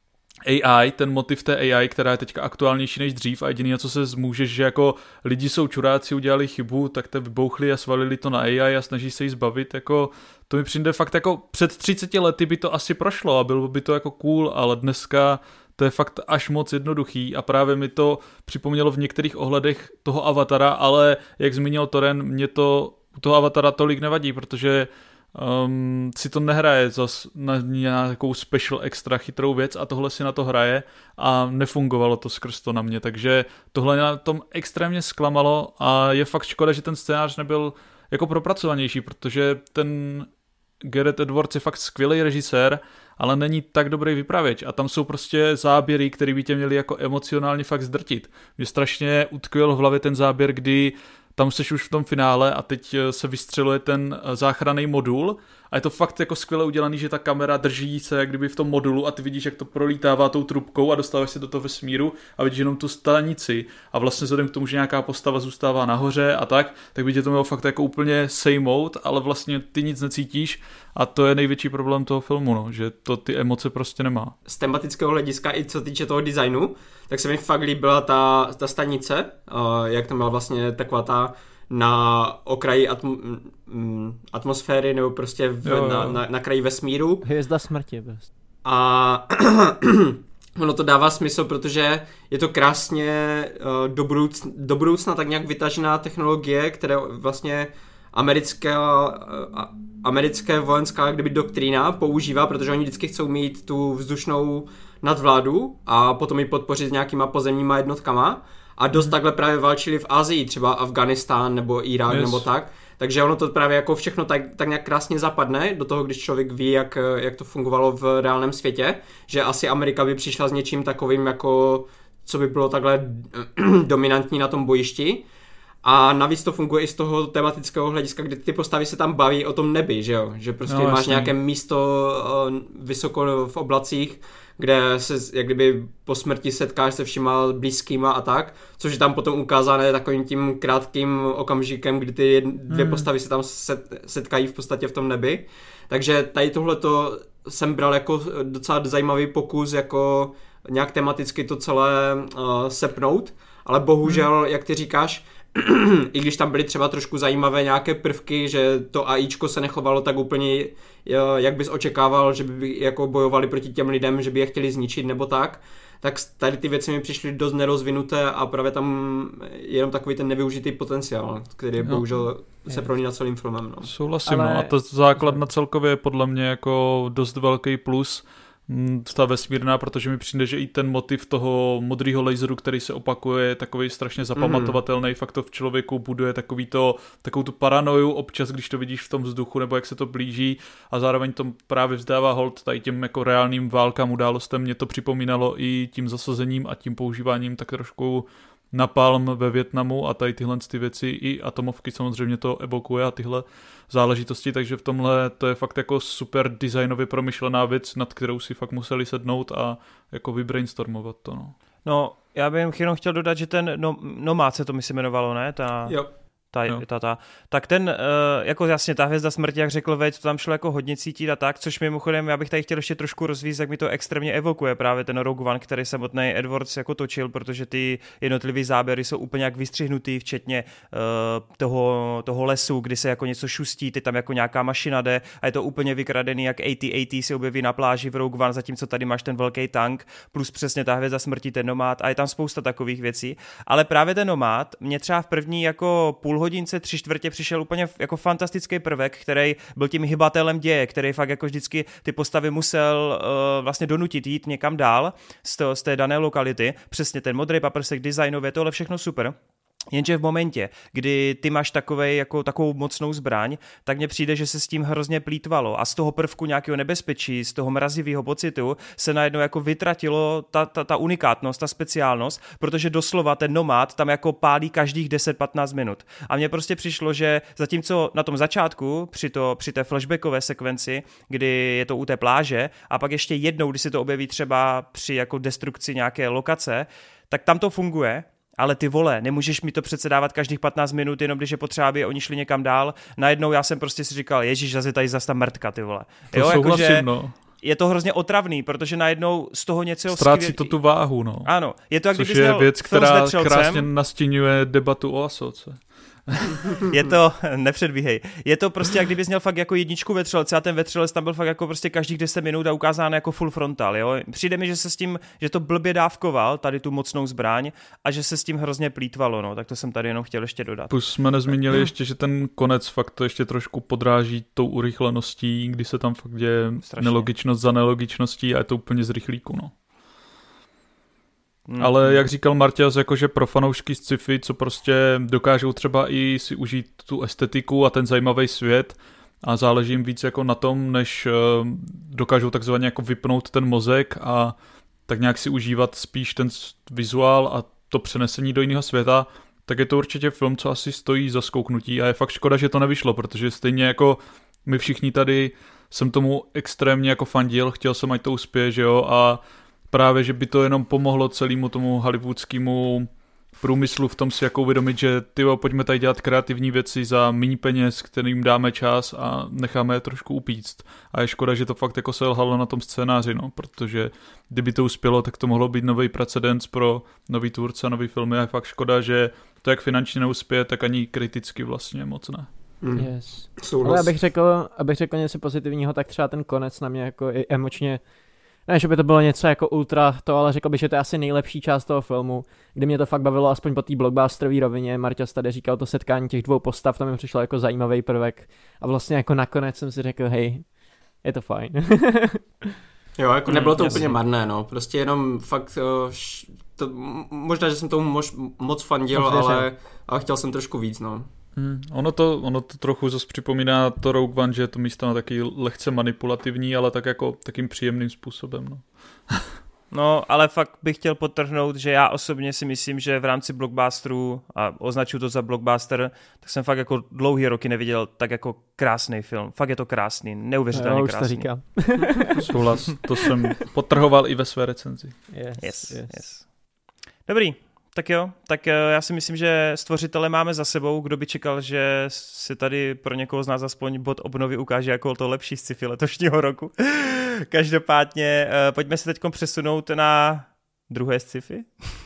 A I, ten motiv té A I, která je teďka aktuálnější než dřív a jediný, na co se zmůžeš, že jako lidi jsou čuráci, udělali chybu, tak te vybouchli a svalili to na A I a snaží se jí zbavit, jako to mi přijde fakt jako před třiceti lety by to asi prošlo a bylo by to jako cool, ale dneska to je fakt až moc jednoduchý a právě mi to připomnělo v některých ohledech toho Avatara, ale jak zmínil Toren, mě to u toho Avatara tolik nevadí, protože Um, si to nehraje zas na nějakou special extra chytrou věc a tohle si na to hraje a nefungovalo to skrz to na mě, takže tohle na tom extrémně zklamalo a je fakt škoda, že ten scénář nebyl jako propracovanější, protože ten Gareth Edwards je fakt skvělý režisér, ale není tak dobrý vypravěč a tam jsou prostě záběry, které by tě měly jako emocionálně fakt zdrtit. Mě strašně utkvěl v hlavě ten záběr, kdy tam seš už v tom finále a teď se vystřeluje ten záchranný modul a je to fakt jako skvěle udělaný, že ta kamera drží se jak kdyby v tom modulu a ty vidíš, jak to prolítává tou trubkou a dostáváš se do toho vesmíru a vidíš jenom tu stanici a vlastně vzhledem k tomu, že nějaká postava zůstává nahoře a tak, tak by tě to mělo fakt jako úplně sejmout, ale vlastně ty nic necítíš a to je největší problém toho filmu, no, že to ty emoce prostě nemá. Z tematického hlediska i co týče toho designu, tak se mi fakt líbila ta, ta stanice, uh, jak tam byla vlastně taková ta na okraji atm- m, atmosféry nebo prostě v, jo, jo. Na, na, na kraji vesmíru. Hvězda smrti. Best. A ono to dává smysl, protože je to krásně uh, do, budoucna, do budoucna tak nějak vytažená technologie, které vlastně americká, uh, americké vojenská kdyby doktrína používá, protože oni vždycky chcou mít tu vzdušnou nadvládu a potom ji podpořit nějakýma pozemníma jednotkama. A dost takhle právě válčili v Asii, třeba Afghánistán nebo Irák yes. nebo tak. Takže ono to právě jako všechno tak, tak nějak krásně zapadne do toho, když člověk ví, jak, jak to fungovalo v reálném světě. Že asi Amerika by přišla s něčím takovým, jako co by bylo takhle dominantní na tom bojišti. A navíc to funguje i z toho tematického hlediska, kdy ty postavy se tam baví o tom nebi, že jo? Že prostě no, máš jasný. Nějaké místo uh, vysoko v oblacích, kde se jak kdyby po smrti setkáš se všima blízkýma a tak, což je tam potom ukázané takovým tím krátkým okamžikem, kdy ty dvě hmm. postavy se tam set, setkají v podstatě v tom nebi. Takže tady tohleto jsem bral jako docela zajímavý pokus, jako nějak tematicky to celé uh, sepnout, ale bohužel, hmm. jak ty říkáš, i když tam byly třeba trošku zajímavé nějaké prvky, že to AIčko se nechovalo tak úplně, jak bys očekával, že by jako bojovali proti těm lidem, že by je chtěli zničit nebo tak, tak tady ty věci mi přišly dost nerozvinuté a právě tam je jenom takový ten nevyužitý potenciál, který no. bohužel se prolíná celým filmem. No. Souhlasím, ale... no, a to základna celkově je podle mě jako dost velký plus, ta vesmírná, protože mi přijde, že i ten motiv toho modrého laseru, který se opakuje, je takový strašně zapamatovatelný, mm. fakt to v člověku buduje takový to, takovou tu paranoju občas, když to vidíš v tom vzduchu, nebo jak se to blíží a zároveň to právě vzdává hold tady těm jako reálným válkám, událostem. Mě to připomínalo i tím zasazením a tím používáním tak trošku napalm ve Vietnamu a tady tyhle ty věci i atomovky samozřejmě to evokuje a tyhle záležitosti, takže v tomhle to je fakt jako super designově promyšlená věc, nad kterou si fakt museli sednout a jako vybrainstormovat to, no. No, já bych jenom chtěl dodat, že ten no, Nomád se to mi se jmenovalo, ne? Ta... Jo. Ta, ta, ta. Tak ten, uh, jako jasně, ta hvězda smrti, jak řekl Veď, to tam šlo jako hodně cítit a tak, což mimochodem, já bych tady chtěl ještě trošku rozvíjet, jak mi to extrémně evokuje právě ten Rogue One, který samotný Edwards jako točil, protože ty jednotlivý záběry jsou úplně jak vystřihnutý, včetně uh, toho, toho lesu, kdy se jako něco šustí, ty tam jako nějaká mašina jde a je to úplně vykradený, jak A T A T se objeví na pláži v Rogue One, zatímco tady máš ten velký tank, plus přesně ta hvězda smrti, ten Nomád a je tam spousta takových věcí, ale právě ten Nomád mě třeba v první jako půl půl hodince, tři čtvrtě přišel úplně jako fantastický prvek, který byl tím hybatelem děje, který fakt jako vždycky ty postavy musel uh, vlastně donutit jít někam dál z, to, z té dané lokality. Přesně ten modrý paprsek, designově, tohle všechno super. Jenže v momentě, kdy ty máš takovej, jako takovou mocnou zbraň, tak mně přijde, že se s tím hrozně plýtvalo a z toho prvku nějakého nebezpečí, z toho mrazivého pocitu se najednou jako vytratilo ta, ta, ta unikátnost, ta speciálnost, protože doslova ten nomád tam jako pálí každých deset patnáct minut. A mně prostě přišlo, že zatímco na tom začátku, při, to, při té flashbackové sekvenci, kdy je to u té pláže a pak ještě jednou, když se to objeví třeba při jako destrukci nějaké lokace, tak tam to funguje. Ale ty vole, nemůžeš mi to přece dávat každých patnáct minut, jenom když je potřeba, aby oni šli někam dál. Najednou já jsem prostě si říkal, ježiš, zase tady zase ta mrtka, ty vole. To jo, souhlasím, jako, no. Je to hrozně otravný, protože najednou z toho něco... Ztrácí skvěl... to tu váhu, no. Ano, je to, jak což kdybys měl je věc, která krásně nastínuje debatu o Ahsoce. Je to, nepředbíhej, je to prostě, jak kdybys měl fakt jako jedničku vetřelce a ten vetřelec tam byl fakt jako prostě každých deset minut a ukázán jako full frontal, jo. Přijde mi, že se s tím, že to blbě dávkoval, tady tu mocnou zbraň a že se s tím hrozně plýtvalo, no, tak to jsem tady jenom chtěl ještě dodat. Plus jsme nezmínili ještě, že ten konec fakt to ještě trošku podráží tou urychleností, kdy se tam fakt děje Strašně. nelogičnost za nelogičností a je to úplně z rychlíku, no. Hmm. Ale jak říkal Marťas, jakože pro fanoušky z sci-fi, co prostě dokážou třeba i si užít tu estetiku a ten zajímavý svět a záleží jim víc jako na tom, než uh, dokážou takzvaně jako vypnout ten mozek a tak nějak si užívat spíš ten vizuál a to přenesení do jiného světa, tak je to určitě film, co asi stojí za zkouknutí a je fakt škoda, že to nevyšlo, protože stejně jako my všichni tady jsem tomu extrémně jako fandil, chtěl jsem, ať to uspěje, že jo, a právě, že by to jenom pomohlo celému tomu hollywoodskému průmyslu v tom si jako uvědomit, že tyjo, pojďme tady dělat kreativní věci za méně peněz, kterým dáme čas a necháme je trošku upíct. A je škoda, že to fakt jako selhalo na tom scénáři, no, protože kdyby to uspělo, tak to mohlo být nový precedens pro nový tvůrce a nový filmy a je fakt škoda, že to jak finančně neuspěje, tak ani kriticky vlastně moc ne. Mm. Yes. Ale abych řekl, abych řekl něco pozitivního, tak třeba ten konec na mě jako i emočně, ne, že by to bylo něco jako ultra to, ale řekl bych, že to je asi nejlepší část toho filmu, kdy mě to fakt bavilo aspoň po té blockbusterové rovině. Marťas tady říkal to setkání těch dvou postav, tam mi přišlo jako zajímavý prvek a vlastně jako nakonec jsem si řekl, hej, je to fajn. Jo, jako nebylo to mm, úplně marné, no, prostě jenom fakt, to, možná, že jsem tomu mož, moc fandil, ale, ale chtěl jsem trošku víc, no. Hmm, ono, to, ono to trochu zase připomíná to Rogue One, že je to místo na taky lehce manipulativní, ale tak jako takým příjemným způsobem. No. No, ale fakt bych chtěl podtrhnout, že já osobně si myslím, že v rámci blockbusterů, a označuju to za blockbuster, tak jsem fakt jako dlouhý roky neviděl tak jako krásný film. Fakt je to krásný, neuvěřitelně krásný. Já už to říkám. Souhlas, to jsem podtrhoval i ve své recenzi. Yes, yes, yes. yes. Dobrý. Tak jo, tak já si myslím, že stvořitele máme za sebou. Kdo by čekal, že si tady pro někoho z nás aspoň bod obnovy ukáže jako to lepší sci-fi letošního roku. Každopádně pojďme se teď přesunout na druhé sci-fi.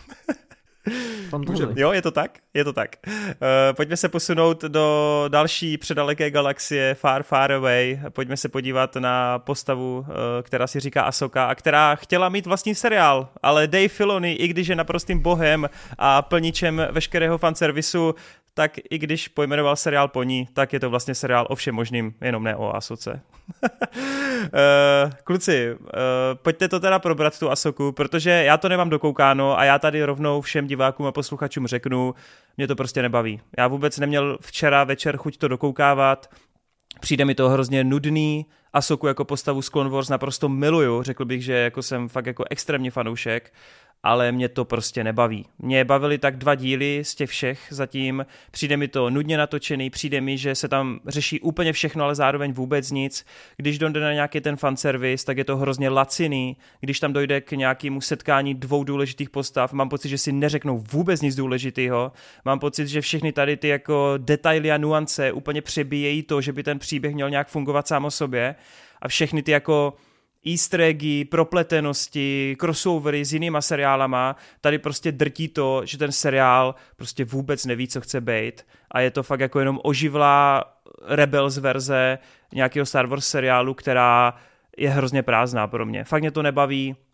Jo, je to tak? Je to tak. Uh, pojďme se posunout do další předaleké galaxie Far, Far Away. Pojďme se podívat na postavu, uh, která si říká Ahsoka a která chtěla mít vlastní seriál, ale Dave Filoni, i když je naprostým bohem a plničem veškerého fanservisu, tak i když pojmenoval seriál po ní, tak je to vlastně seriál o všem možným, jenom ne o Ahsoce. uh, kluci, uh, pojďte to teda probrat tu Ahsoku, protože já to nemám dokoukáno a já tady rovnou všem divákům a posluchačům řeknu, mě to prostě nebaví. Já vůbec neměl včera večer chuť to dokoukávat, přijde mi to hrozně nudný, Ahsoku jako postavu z Clone Wars naprosto miluju, řekl bych, že jako jsem fakt jako extrémně fanoušek, ale mě to prostě nebaví. Mě bavily tak dva díly z těch všech zatím, přijde mi to nudně natočený, přijde mi, že se tam řeší úplně všechno, ale zároveň vůbec nic. Když dojde na nějaký ten fanservice, tak je to hrozně laciný. Když tam dojde k nějakému setkání dvou důležitých postav, mám pocit, že si neřeknou vůbec nic důležitého. Mám pocit, že všechny tady ty jako detaily a nuance úplně přebíjejí to, že by ten příběh měl nějak fungovat sám o sobě. A všechny ty jako easter eggy, propletenosti, crossovery s jinýma seriálama, tady prostě drtí to, že ten seriál prostě vůbec neví, co chce být a je to fakt jako jenom oživlá Rebels verze nějakého Star Wars seriálu, která je hrozně prázdná pro mě. Fakt mě to nebaví,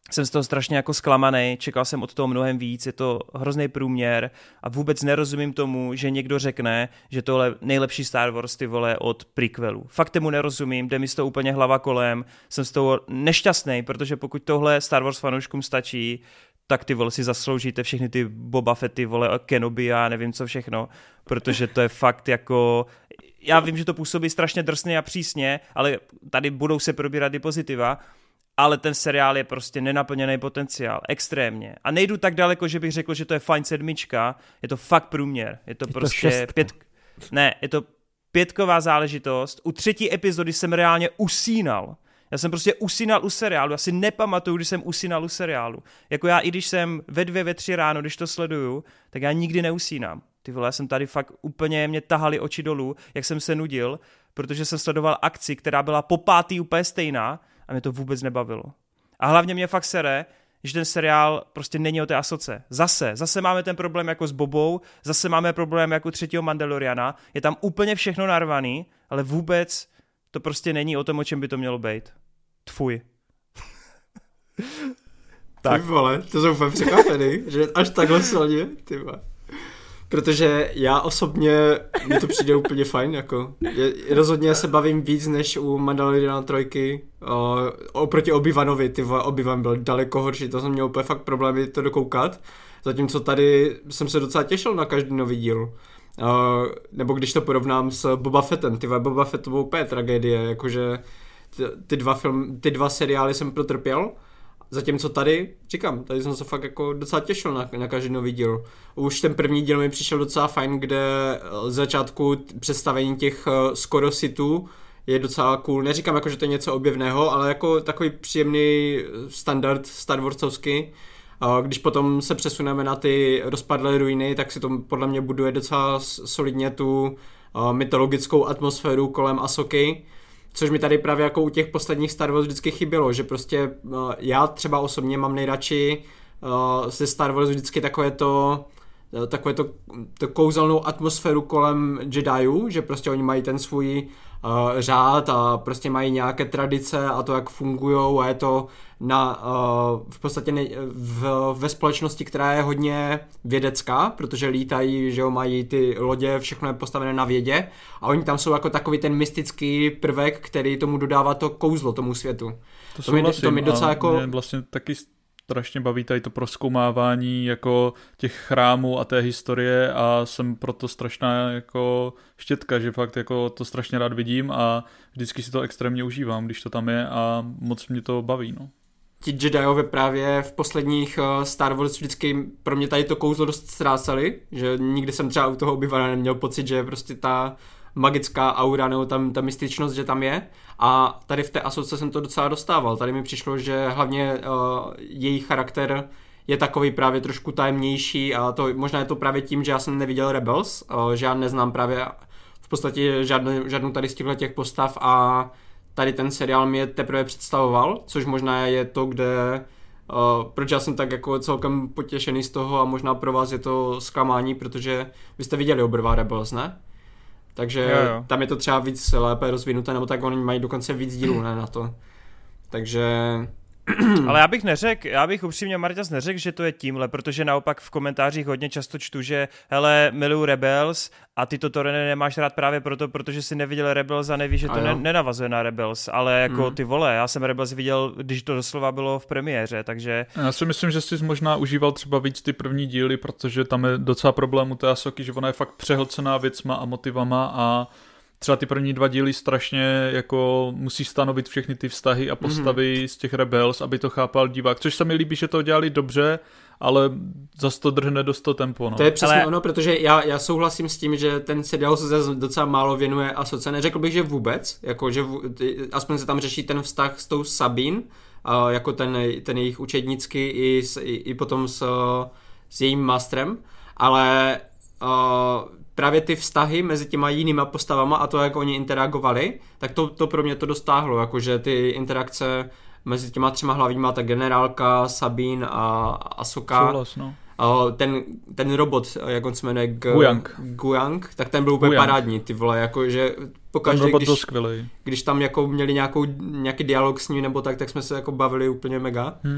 jsem z toho strašně jako zklamaný, čekal jsem od toho mnohem víc, je to hrozný průměr a vůbec nerozumím tomu, že někdo řekne, že tohle nejlepší Star Wars, ty vole, od prequelu. Fakt tomu nerozumím, jde mi z toho úplně hlava kolem, jsem z toho nešťastný, protože pokud tohle Star Wars fanouškům stačí, tak ty vole si zasloužíte všechny ty Boba Fetty, vole, Kenobi a nevím co všechno, protože to je fakt jako... Já vím, že to působí strašně drsně a přísně, ale tady budou se probírat i pozitiva, ale ten seriál je prostě nenaplněný potenciál, extrémně. A nejdu tak daleko, že bych řekl, že to je fajn sedmička, je to fakt průměr. Je to je prostě to pět... Ne, je to pětková záležitost. U třetí epizody jsem reálně usínal. Já jsem prostě usínal u seriálu, já si nepamatuju, když jsem usínal u seriálu. Jako já, i když jsem ve dvě, ve tři ráno, když to sleduju, tak já nikdy neusínám. Ty vole, já jsem tady fakt úplně, mě tahali oči dolů, jak jsem se nudil, protože jsem sledoval akci, která byla po pátý úplně stejná a mě to vůbec nebavilo. A hlavně mě fakt sere, že ten seriál prostě není o té Asoce. Zase, zase máme ten problém jako s Bobou, zase máme problém jako třetího Mandaloriana, je tam úplně všechno narvaný, ale vůbec to prostě není o tom, o čem by to mělo být. Tfuj. Tak. Ty vole, to jsou úplně překvapený, že až takhle silně, ty vole. Protože já osobně, mi to přijde úplně fajn, jako, je, rozhodně se bavím víc než u Mandaloriana trojky, uh, oproti Obi-Wanovi, ty vole, Obi-Wan byl daleko horší, to jsem měl úplně fakt problémy to dokoukat, zatímco tady jsem se docela těšil na každý nový díl. Uh, nebo když to porovnám s Boba Fettem, ty vole, Boba Fett to bylo úplně tragédie, jakože ty, ty, dva film, ty dva seriály jsem protrpěl, zatímco tady, říkám, tady jsem se fakt jako docela těšil na, na každý nový díl. Už ten první díl mi přišel docela fajn, kde z začátku představení těch skoro sitů je docela cool. Neříkám jako, že to je něco objevného, ale jako takový příjemný standard Star Warsovský. Když potom se přesuneme na ty rozpadlé ruiny, tak si to podle mě buduje docela solidně tu mytologickou atmosféru kolem Asoky. Což mi tady právě jako u těch posledních Star Wars vždycky chybělo, že prostě uh, já třeba osobně mám nejradši uh, ze Star Wars vždycky takové to, uh, takové to, to kouzelnou atmosféru kolem Jediů, že prostě oni mají ten svůj uh, řád a prostě mají nějaké tradice a to, jak fungujou a je to na, uh, v podstatě ne, v, ve společnosti, která je hodně vědecká, protože lítají, že jo, mají ty lodě, všechno je postavené na vědě a oni tam jsou jako takový ten mystický prvek, který tomu dodává to kouzlo tomu světu. To, to, mi, to mi docela jako... Mě vlastně taky strašně baví tady to prozkoumávání jako těch chrámů a té historie a jsem proto strašná jako štětka, že fakt jako to strašně rád vidím a vždycky si to extrémně užívám, když to tam je a moc mě to baví, no. Ti Jediové právě v posledních uh, Star Wars vždycky pro mě tady to kouzlo dost ztráceli, že nikdy jsem třeba u toho Obi-Wana neměl pocit, že prostě ta magická aura nebo tam ta mystičnost, že tam je a tady v té Asoce jsem to docela dostával. Tady mi přišlo, že hlavně uh, její charakter je takový právě trošku tajemnější a to možná je to právě tím, že já jsem neviděl Rebels, uh, že já neznám právě v podstatě žádnou, žádnou tady z těchto těch postav a tady ten seriál mě teprve představoval, což možná je to, kde uh, proč já jsem tak jako celkem potěšený z toho a možná pro vás je to zklamání, protože vy jste viděli oba dva Rebels, ne? Takže jo, jo. Tam je to třeba víc lépe rozvinuté, nebo tak oni mají dokonce víc dílů, ne, na to. Takže... Ale já bych neřekl, já bych upřímně Marťas neřekl, že to je tímhle, protože naopak v komentářích hodně často čtu, že hele, miluju Rebels a ty to Torene nemáš rád právě proto, protože jsi neviděl Rebels a nevíš, že to ne, nenavazuje na Rebels, ale jako mm. ty vole, já jsem Rebels viděl, když to doslova bylo v premiéře, takže... Já si myslím, že jsi možná užíval třeba víc ty první díly, protože tam je docela problém u té Asoky, že ona je fakt přehlcená věcma a motivama a třeba ty první dva díly strašně jako musí stanovit všechny ty vztahy a postavy mm-hmm. z těch Rebels, aby to chápal divák, což se mi líbí, že to dělali dobře, ale zas to drhne dost to tempo. No. To je přesně ale... ono, protože já, já souhlasím s tím, že ten seriál se docela málo věnuje Asoce. Neřekl bych, že vůbec, jako že v, aspoň se tam řeší ten vztah s tou Sabine, a jako ten, ten jejich učednický i, s, i, i potom s, s jejím mastrem, ale uh, právě ty vztahy mezi těma jinýma postavama a to, jak oni interagovali, tak to, to pro mě to dostáhlo, jakože ty interakce mezi těma třema hlavníma, ta generálka, Sabine a Ahsoka. Souhlas, no. Ten, ten robot, jak on se jmenuje, G- Guyang. Guyang, tak ten byl úplně Guyang. parádní, ty vole, jakože pokaždé, když, když tam jako měli nějakou, nějaký dialog s ním nebo tak, tak jsme se jako bavili úplně mega. Hmm.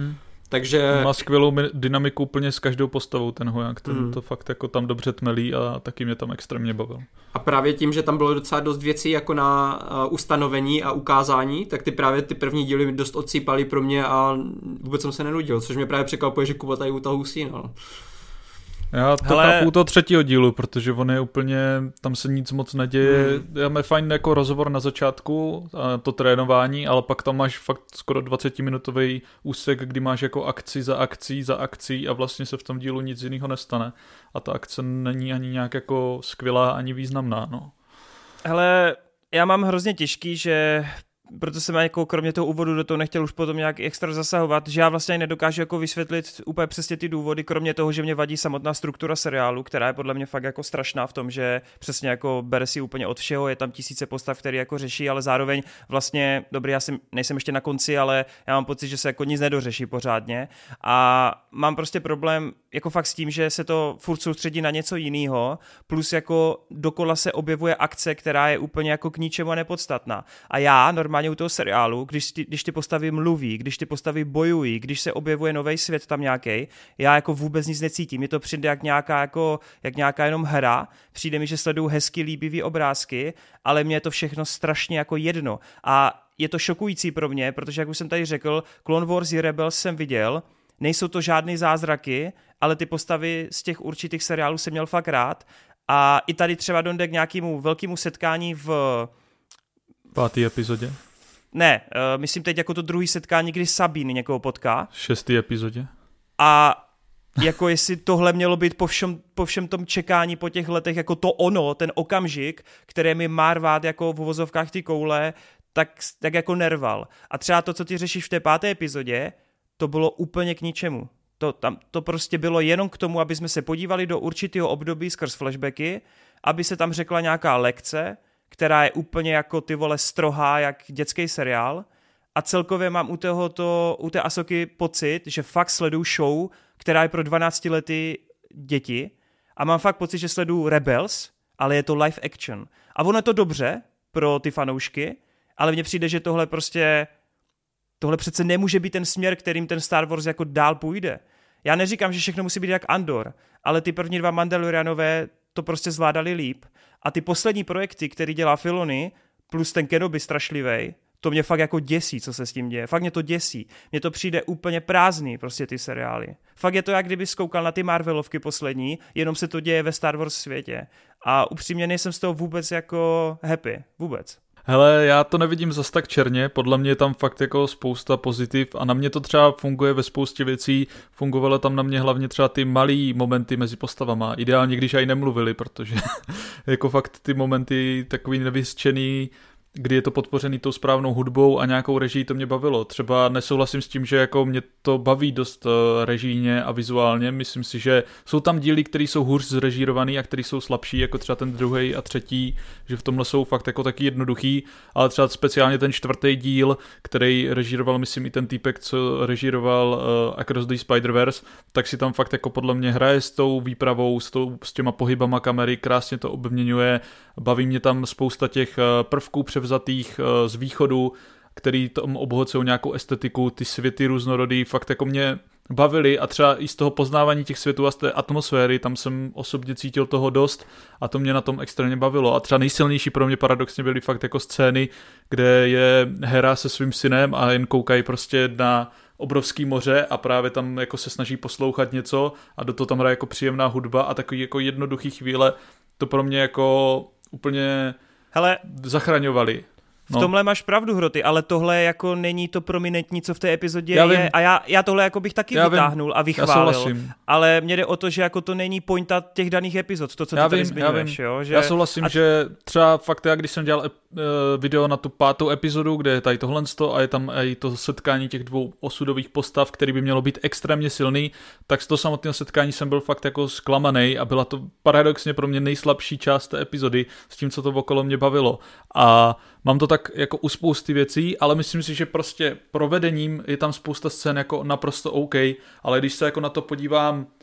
Takže... Má skvělou dynamiku úplně s každou postavou ten Hojang, ten mm. to fakt jako tam dobře tmelí a taky mě tam extrémně bavil. A právě tím, že tam bylo docela dost věcí jako na uh, ustanovení a ukázání, tak ty právě ty první díly dost odsýpaly pro mě a vůbec jsem se nenudil, což mě právě překvapuje, že Kuba tady u toho usínal. Já to Hele... chápu toho třetího dílu, protože on je úplně, tam se nic moc neděje. Hmm. Máme fajn jako rozhovor na začátku, to trénování, ale pak tam máš fakt skoro dvacetiminutový úsek, kdy máš jako akci za akcí za akcí a vlastně se v tom dílu nic jiného nestane. A ta akce není ani nějak jako skvělá, ani významná, no. Hele, já mám hrozně těžký, že... proto jsem jako kromě toho úvodu do toho nechtěl už potom nějak extra zasahovat, že já vlastně nedokážu jako vysvětlit úplně přesně ty důvody, kromě toho, že mě vadí samotná struktura seriálu, která je podle mě fakt jako strašná v tom, že přesně jako bere si úplně od všeho, je tam tisíce postav, které jako řeší, ale zároveň vlastně, dobrý, já jsem, nejsem ještě na konci, ale já mám pocit, že se jako nic nedořeší pořádně a mám prostě problém jako fakt s tím, že se to furt soustředí na něco jiného, plus jako dokola se objevuje akce, která je úplně jako k ničemu nepodstatná. A já normálně u toho seriálu, když ty, když ty postavy mluví, když ty postavy bojují, když se objevuje nový svět tam nějaký, já jako vůbec nic necítím. Mně to přijde jak nějaká, jako, jak nějaká jenom hra, přijde mi, že sleduju hezky líbivý obrázky, ale mně je to všechno strašně jako jedno. A je to šokující pro mě, protože jak už jsem tady řekl, Clone Wars i Rebels jsem viděl, nejsou to žádný zázraky, ale ty postavy z těch určitých seriálů jsem měl fakt rád. A i tady třeba dojde k nějakému velkému setkání v pátý epizodě. Ne, uh, myslím teď jako to druhý setkání, kdy Sabine někoho potká. Šestý epizodě. A jako jestli tohle mělo být po všem, po všem tom čekání po těch letech, jako to ono, ten okamžik, který mi má rvát jako v uvozovkách ty koule, tak, tak jako nerval. A třeba to, co ty řešíš v té páté epizodě, to bylo úplně k ničemu. To, tam, to prostě bylo jenom k tomu, aby jsme se podívali do určitého období skrz flashbacky, aby se tam řekla nějaká lekce, která je úplně jako ty vole strohá, jak dětský seriál. A celkově mám u, tohoto, u té Asoky pocit, že fakt sleduju show, která je pro dvanáctiletý děti. A mám fakt pocit, že sleduju Rebels, ale je to live action. A ono je to dobře pro ty fanoušky, ale mně přijde, že tohle prostě... Tohle přece nemůže být ten směr, kterým ten Star Wars jako dál půjde. Já neříkám, že všechno musí být jak Andor, ale ty první dva Mandalorianové to prostě zvládali líp. A ty poslední projekty, který dělá Filoni, plus ten Kenobi strašlivej, to mě fakt jako děsí, co se s tím děje. Fakt mě to děsí. Mně to přijde úplně prázdný, prostě ty seriály. Fakt je to, jak kdyby zkoukal na ty Marvelovky poslední, jenom se to děje ve Star Wars světě. A upřímně nejsem z toho vůbec jako happy. Vůbec. Hele, já to nevidím zas tak černě, podle mě je tam fakt jako spousta pozitiv a na mě to třeba funguje ve spoustě věcí, fungovalo tam na mě hlavně třeba ty malý momenty mezi postavama, ideálně když aj nemluvili, protože jako fakt ty momenty takový nevyřčený, kdy je to podpořený tou správnou hudbou a nějakou režií, to mě bavilo. Třeba nesouhlasím s tím, že jako mě to baví dost režijně a vizuálně. Myslím si, že jsou tam díly, které jsou hůř zrežírovaný a které jsou slabší, jako třeba ten druhý a třetí, že v tomhle jsou fakt jako taky jednoduchý, ale třeba speciálně ten čtvrtý díl, který režíroval, myslím, i ten týpek, co režíroval uh, Across the Spider-Verse, tak si tam fakt jako podle mě hraje s tou výpravou, s, tou, s těma pohybama kamery, krásně to obměňuje, baví mě tam spousta těch prvků převzatých z východu, který tam obohacují nějakou estetiku, ty světy různorodý, fakt jako mě bavili a třeba i z toho poznávání těch světů a z té atmosféry, tam jsem osobně cítil toho dost a to mě na tom extrémně bavilo. A třeba nejsilnější pro mě paradoxně byly fakt jako scény, kde je Hera se svým synem a jen koukají prostě na obrovský moře a právě tam jako se snaží poslouchat něco a do toho tam hraje jako příjemná hudba a takový jako jednoduchý chvíle, to pro mě jako úplně Hele, zachraňovali. V no. tomhle máš pravdu, Hroty, ale tohle jako není to prominentní, co v té epizodě já je. Vím. A já, já tohle jako bych taky já vytáhnul vím. a vychválil. Ale mně jde o to, že jako to není pointa těch daných epizod, to, co já ty tady vím, zmiňuješ. Já, jo? Že... já souhlasím, a... že třeba fakt já, když jsem dělal ep, uh, video na tu pátou epizodu, kde je tady tohle a je tam i to setkání těch dvou osudových postav, který by mělo být extrémně silný, tak z toho samotného setkání jsem byl fakt jako zklamaný a byla to paradoxně pro mě nejslabší část té epizody s tím, co to okolo mě bavilo. A mám to tak jako u spousty věcí, ale myslím si, že prostě provedením je tam spousta scén jako naprosto OK, ale když se jako na to podívám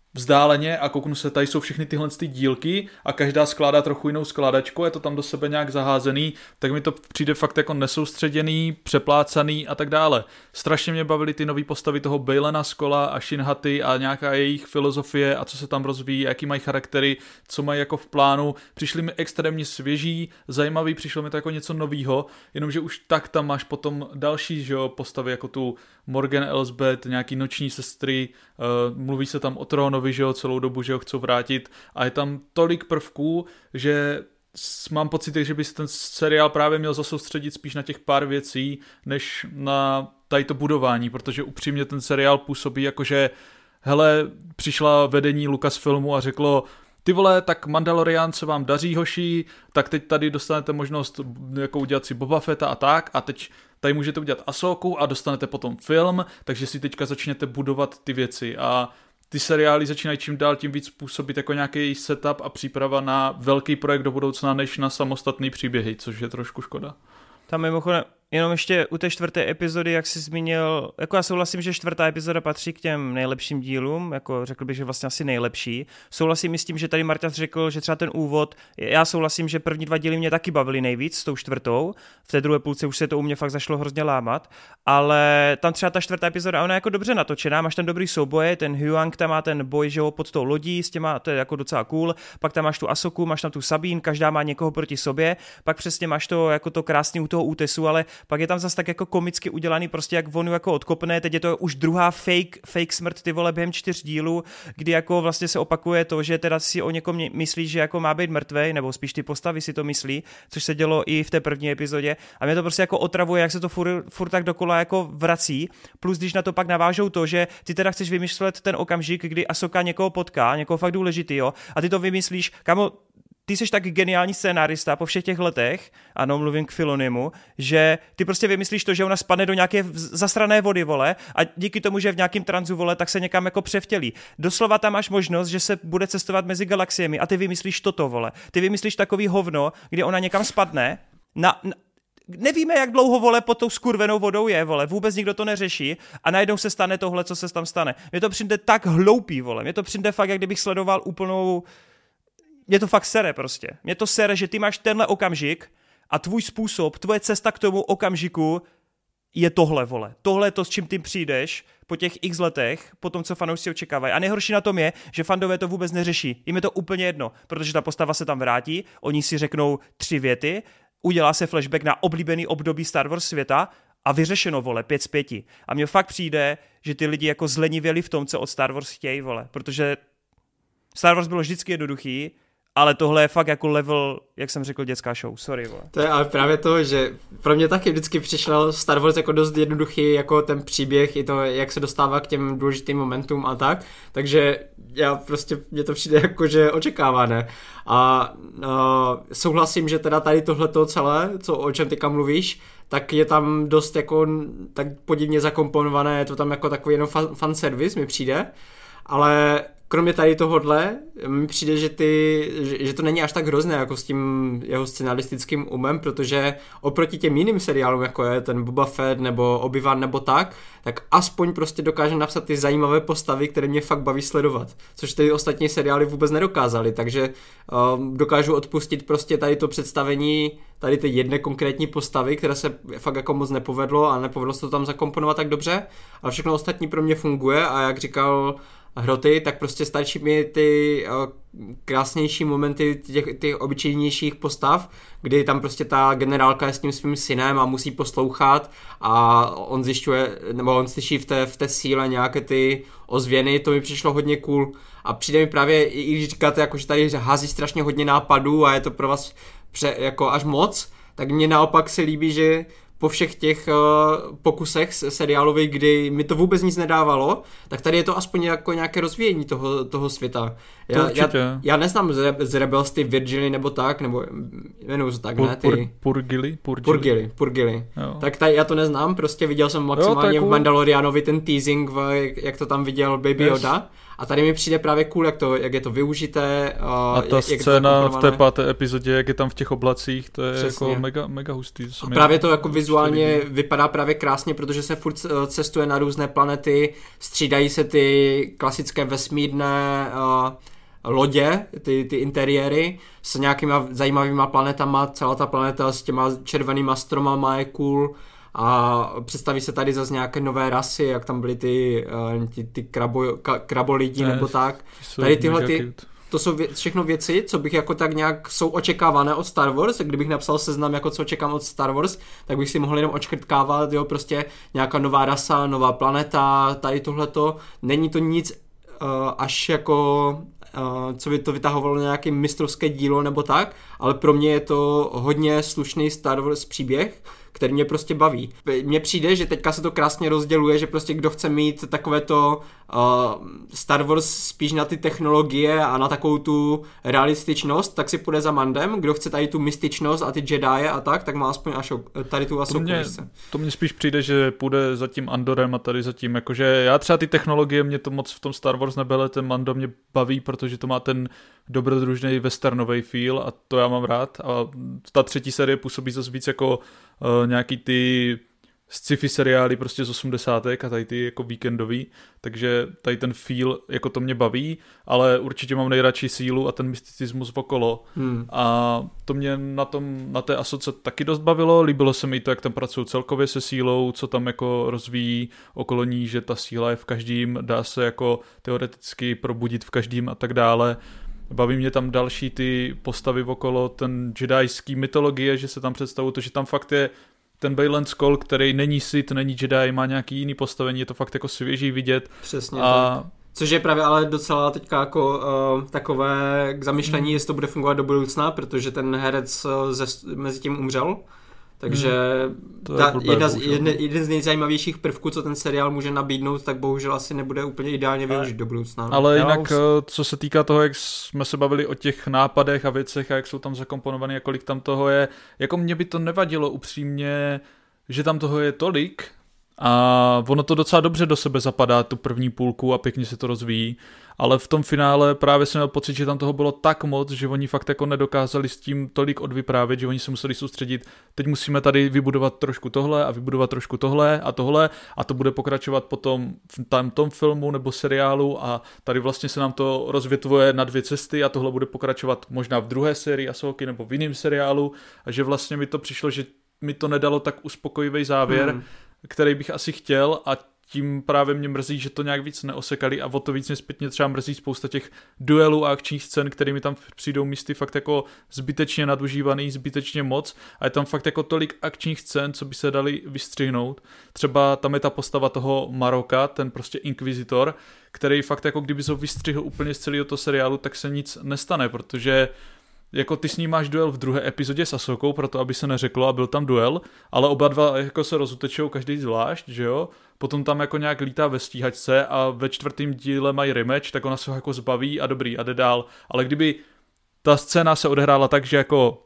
vzdáleně a kouknu se, tady jsou všechny tyhle ty dílky a každá skládá trochu jinou skládačku, je to tam do sebe nějak zaházený, tak mi to přijde fakt jako nesoustředěný, přeplácaný a tak dále. Strašně mě bavily ty nový postavy toho Balena Skola a Shinhaty a nějaká jejich filozofie a co se tam rozvíjí, jaký mají charaktery, co mají jako v plánu. Přišli mi extrémně svěží, zajímavý, přišlo mi to jako něco novýho, jenomže už tak tam máš potom další, že jo, postavy jako tu Morgan Elsbeth, nějaký noční sestry, uh, mluví se tam o Trónovi, že jo, celou dobu, že ho chcou vrátit a je tam tolik prvků, že mám pocit, že by se ten seriál právě měl zasoustředit spíš na těch pár věcí, než na tady to budování, protože upřímně ten seriál působí jako, že hele, přišla vedení Lucasfilmu a řeklo, ty vole, tak Mandalorian se vám daří, hoši, tak teď tady dostanete možnost jako udělat si Boba Fetta a tak a teď tady můžete udělat Ahsoku a dostanete potom film, takže si teďka začněte budovat ty věci a ty seriály začínají čím dál tím víc působit jako nějaký setup a příprava na velký projekt do budoucna, než na samostatný příběhy, což je trošku škoda. Tam mimochodem, jenom ještě u té čtvrté epizody, jak jsi zmínil, jako já souhlasím, že čtvrtá epizoda patří k těm nejlepším dílům, jako řekl bych, že vlastně asi nejlepší. Souhlasím i s tím, že tady Marťas řekl, že třeba ten úvod, já souhlasím, že první dva díly mě taky bavily nejvíc s tou čtvrtou, v té druhé půlce už se to u mě fakt zašlo hrozně lámat, ale tam třeba ta čtvrtá epizoda, ona je jako dobře natočená, máš ten dobrý souboje, ten Huyang tam má ten boj, že jo, pod tou lodí, s těma, to je jako docela cool, pak tam máš tu Ahsoku, máš tam tu Sabine, každá má někoho proti sobě, pak přesně máš to jako to krásný u toho útesu, ale pak je tam zase tak jako komicky udělaný, prostě jak onu jako odkopne, teď je to už druhá fake, fake smrt ty vole během čtyř dílů, kdy jako vlastně se opakuje to, že teda si o někom myslí, že jako má být mrtvej, nebo spíš ty postavy si to myslí, což se dělo i v té první epizodě a mě to prostě jako otravuje, jak se to furt, furt tak dokola jako vrací, plus když na to pak navážou to, že ty teda chceš vymyslet ten okamžik, kdy Ahsoka někoho potká, někoho fakt důležitýho a ty to vymyslíš, kamo, ty jsi tak geniální scénárista po všech těch letech, ano, mluvím k Filonimu, že ty prostě vymyslíš to, že ona spadne do nějaké zasrané vody, vole, a díky tomu, že je v nějakém tranzu, vole, tak se někam jako převtělí. Doslova tam máš možnost, že se bude cestovat mezi galaxiemi a ty vymyslíš toto, vole. Ty vymyslíš takový hovno, kdy ona někam spadne, na, na nevíme, jak dlouho, vole, pod tou skurvenou vodou je, vole, vůbec nikdo to neřeší a najednou se stane tohle, co se tam stane. Mně to přijde tak hloupý, vole, mně to přijde fakt, jak kdybych sledoval úplnou. Mě to fakt sere prostě. Mě to sere, že ty máš tenhle okamžik a tvůj způsob, tvoje cesta k tomu okamžiku je tohle, vole. Tohle je to, s čím ty přijdeš po těch x letech, po tom, co fanoušci očekávají. A nejhorší na tom je, že fandové to vůbec neřeší. Jim je to úplně jedno, protože ta postava se tam vrátí, oni si řeknou tři věty, udělá se flashback na oblíbený období Star Wars světa a vyřešeno, vole, pět z pěti. A mně fakt přijde, že ty lidi jako zlenivěli v tom, co od Star Wars chtějí, vole, protože Star Wars bylo vždycky jednoduchý, ale tohle je fakt jako level, jak jsem řekl, dětská show, sorry, vole. To je ale právě to, že pro mě taky vždycky přišel Star Wars jako dost jednoduchý, jako ten příběh, i to, jak se dostává k těm důležitým momentům a tak, takže já prostě, mně to přijde jako, že očekávané. A, a souhlasím, že teda tady tohleto celé, co, o čem teďka mluvíš, tak je tam dost jako tak podivně zakomponované, je to tam jako takový jenom fan, fanservice mi přijde, ale kromě tady tohodle mi přijde, že, ty, že, že to není až tak hrozné jako s tím jeho scenaristickým umem, protože oproti těm jiným seriálům, jako je ten Boba Fett nebo Obi-Wan nebo tak, tak aspoň prostě dokáže napsat ty zajímavé postavy, které mě fakt baví sledovat, což ty ostatní seriály vůbec nedokázali, takže um, dokážu odpustit prostě tady to představení tady ty jedné konkrétní postavy, které se fakt jako moc nepovedlo a nepovedlo se to tam zakomponovat tak dobře, ale všechno ostatní pro mě funguje a jak říkal Hroty, tak prostě stačí mi ty uh, krásnější momenty těch, těch obyčejnějších postav, kdy tam prostě ta generálka je s tím svým synem a musí poslouchat a on zjišťuje, nebo on slyší v té, v té síle nějaké ty ozvěny, to mi přišlo hodně cool a přijde mi právě, i když říkáte, jako, že tady hází strašně hodně nápadů a je to pro vás pře, jako až moc, tak mně naopak se líbí, že po všech těch uh, pokusech seriálových, kdy mi to vůbec nic nedávalo, tak tady je to aspoň jako nějaké rozvíjení toho, toho světa. Já, já, já neznám z, z Rebels ty Virgily nebo tak, nebo jmenuji se tak, pur, ne? Ty... Pur, purgily? Purgily. Purgily, Purgily. Tak tady já to neznám, prostě viděl jsem maximálně jo, v Mandalorianovi ten teasing, v, jak to tam viděl Baby yes. Yoda. A tady mi přijde právě cool, jak, to, jak je to využité. Uh, a ta jak, scéna jak v té páté epizodě, jak je tam v těch oblacích, to je přesně. Jako mega, mega hustý. To a právě to jako vizu, vizuálně vypadá právě krásně, protože se furt cestuje na různé planety, střídají se ty klasické vesmírné uh, lodě, ty, ty interiéry s nějakýma zajímavýma planetama, celá ta planeta s těma červenýma stromama je cool a představí se tady zase nějaké nové rasy, jak tam byly ty, uh, ty, ty krabo, ka, krabolidi ne, nebo tak. Tady tyhle ty, to jsou vě, všechno věci, co bych jako tak nějak jsou očekávané od Star Wars, kdybych napsal seznam jako co čekám od Star Wars, tak bych si mohl jenom očkrtkávat, jo, prostě nějaká nová rasa, nová planeta, tady tohleto, není to nic uh, až jako Uh, co by to vytahovalo na nějaké mistrovské dílo nebo tak, ale pro mě je to hodně slušný Star Wars příběh, který mě prostě baví. Mně přijde, že teďka se to krásně rozděluje, že prostě kdo chce mít takovéto uh, Star Wars spíš na ty technologie a na takovou tu realističnost, tak si půjde za Mandem. Kdo chce tady tu mystičnost a ty Jedi a tak, tak má aspoň až tady tu Asoku. To mně spíš přijde, že půjde za tím Andorem a tady za tím, jakože já třeba ty technologie, mě to moc v tom Star Wars nebylo, ten Mando mě baví, protože to má ten dobrodružný westernový feel a to já mám rád a ta třetí série působí zase víc jako uh, nějaký ty sci-fi seriály prostě z osmdesátek a tady ty jako víkendový, takže tady ten feel jako to mě baví, ale určitě mám nejradši sílu a ten mysticismus okolo hmm. a to mě na tom, na té Asoce taky dost bavilo, líbilo se mi to, jak tam pracují celkově se sílou, co tam jako rozvíjí okolo ní, že ta síla je v každým, dá se jako teoreticky probudit v každým a tak dále. Baví mě tam další ty postavy okolo, ten jedajský mytologie, že se tam představují to, že tam fakt je ten Baylan Skoll, který není Sith, není Jedi, má nějaký jiný postavení, je to fakt jako svěží vidět. Přesně a... tak. Což je právě ale docela teďka jako uh, takové k zamyšlení, hmm. jestli to bude fungovat do budoucna, protože ten herec uh, ze, mezi tím umřel. Takže hmm. ta, blbé, jedna z, jedne, jeden z nejzajímavějších prvků, co ten seriál může nabídnout, tak bohužel asi nebude úplně ideálně využít do budoucna. Ale jinak, už... co se týká toho, jak jsme se bavili o těch nápadech a věcech a jak jsou tam zakomponované a kolik tam toho je, jako mě by to nevadilo upřímně, že tam toho je tolik a ono to docela dobře do sebe zapadá, tu první půlku a pěkně se to rozvíjí, ale v tom finále právě jsem měl pocit, že tam toho bylo tak moc, že oni fakt jako nedokázali s tím tolik odvyprávět, že oni se museli soustředit, teď musíme tady vybudovat trošku tohle a vybudovat trošku tohle a tohle a to bude pokračovat potom v tam tom filmu nebo seriálu a tady vlastně se nám to rozvětvuje na dvě cesty a tohle bude pokračovat možná v druhé sérii Ahsoky nebo v jiném seriálu a že vlastně mi to přišlo, že mi to nedalo tak uspokojivý závěr, hmm. který bych asi chtěl a tím právě mě mrzí, že to nějak víc neosekali a o to víc mě zpětně třeba mrzí spousta těch duelů a akčních scén, kterými tam přijdou místy fakt jako zbytečně nadužívaný, zbytečně moc a je tam fakt jako tolik akčních scén, co by se dali vystřihnout. Třeba tam je ta postava toho Maroka, ten prostě inkvizitor, který fakt jako kdyby se ho vystřihl úplně z celého toho seriálu, tak se nic nestane, protože jako ty s ním máš duel v druhé epizodě s Ahsokou, proto aby se neřeklo a byl tam duel, ale oba dva jako se rozutečou každý zvlášť, že jo? Potom tam jako nějak lítá ve stíhačce a ve čtvrtém díle mají rematch, tak ona se ho jako zbaví a dobrý a jde dál. Ale kdyby ta scéna se odehrála tak, že jako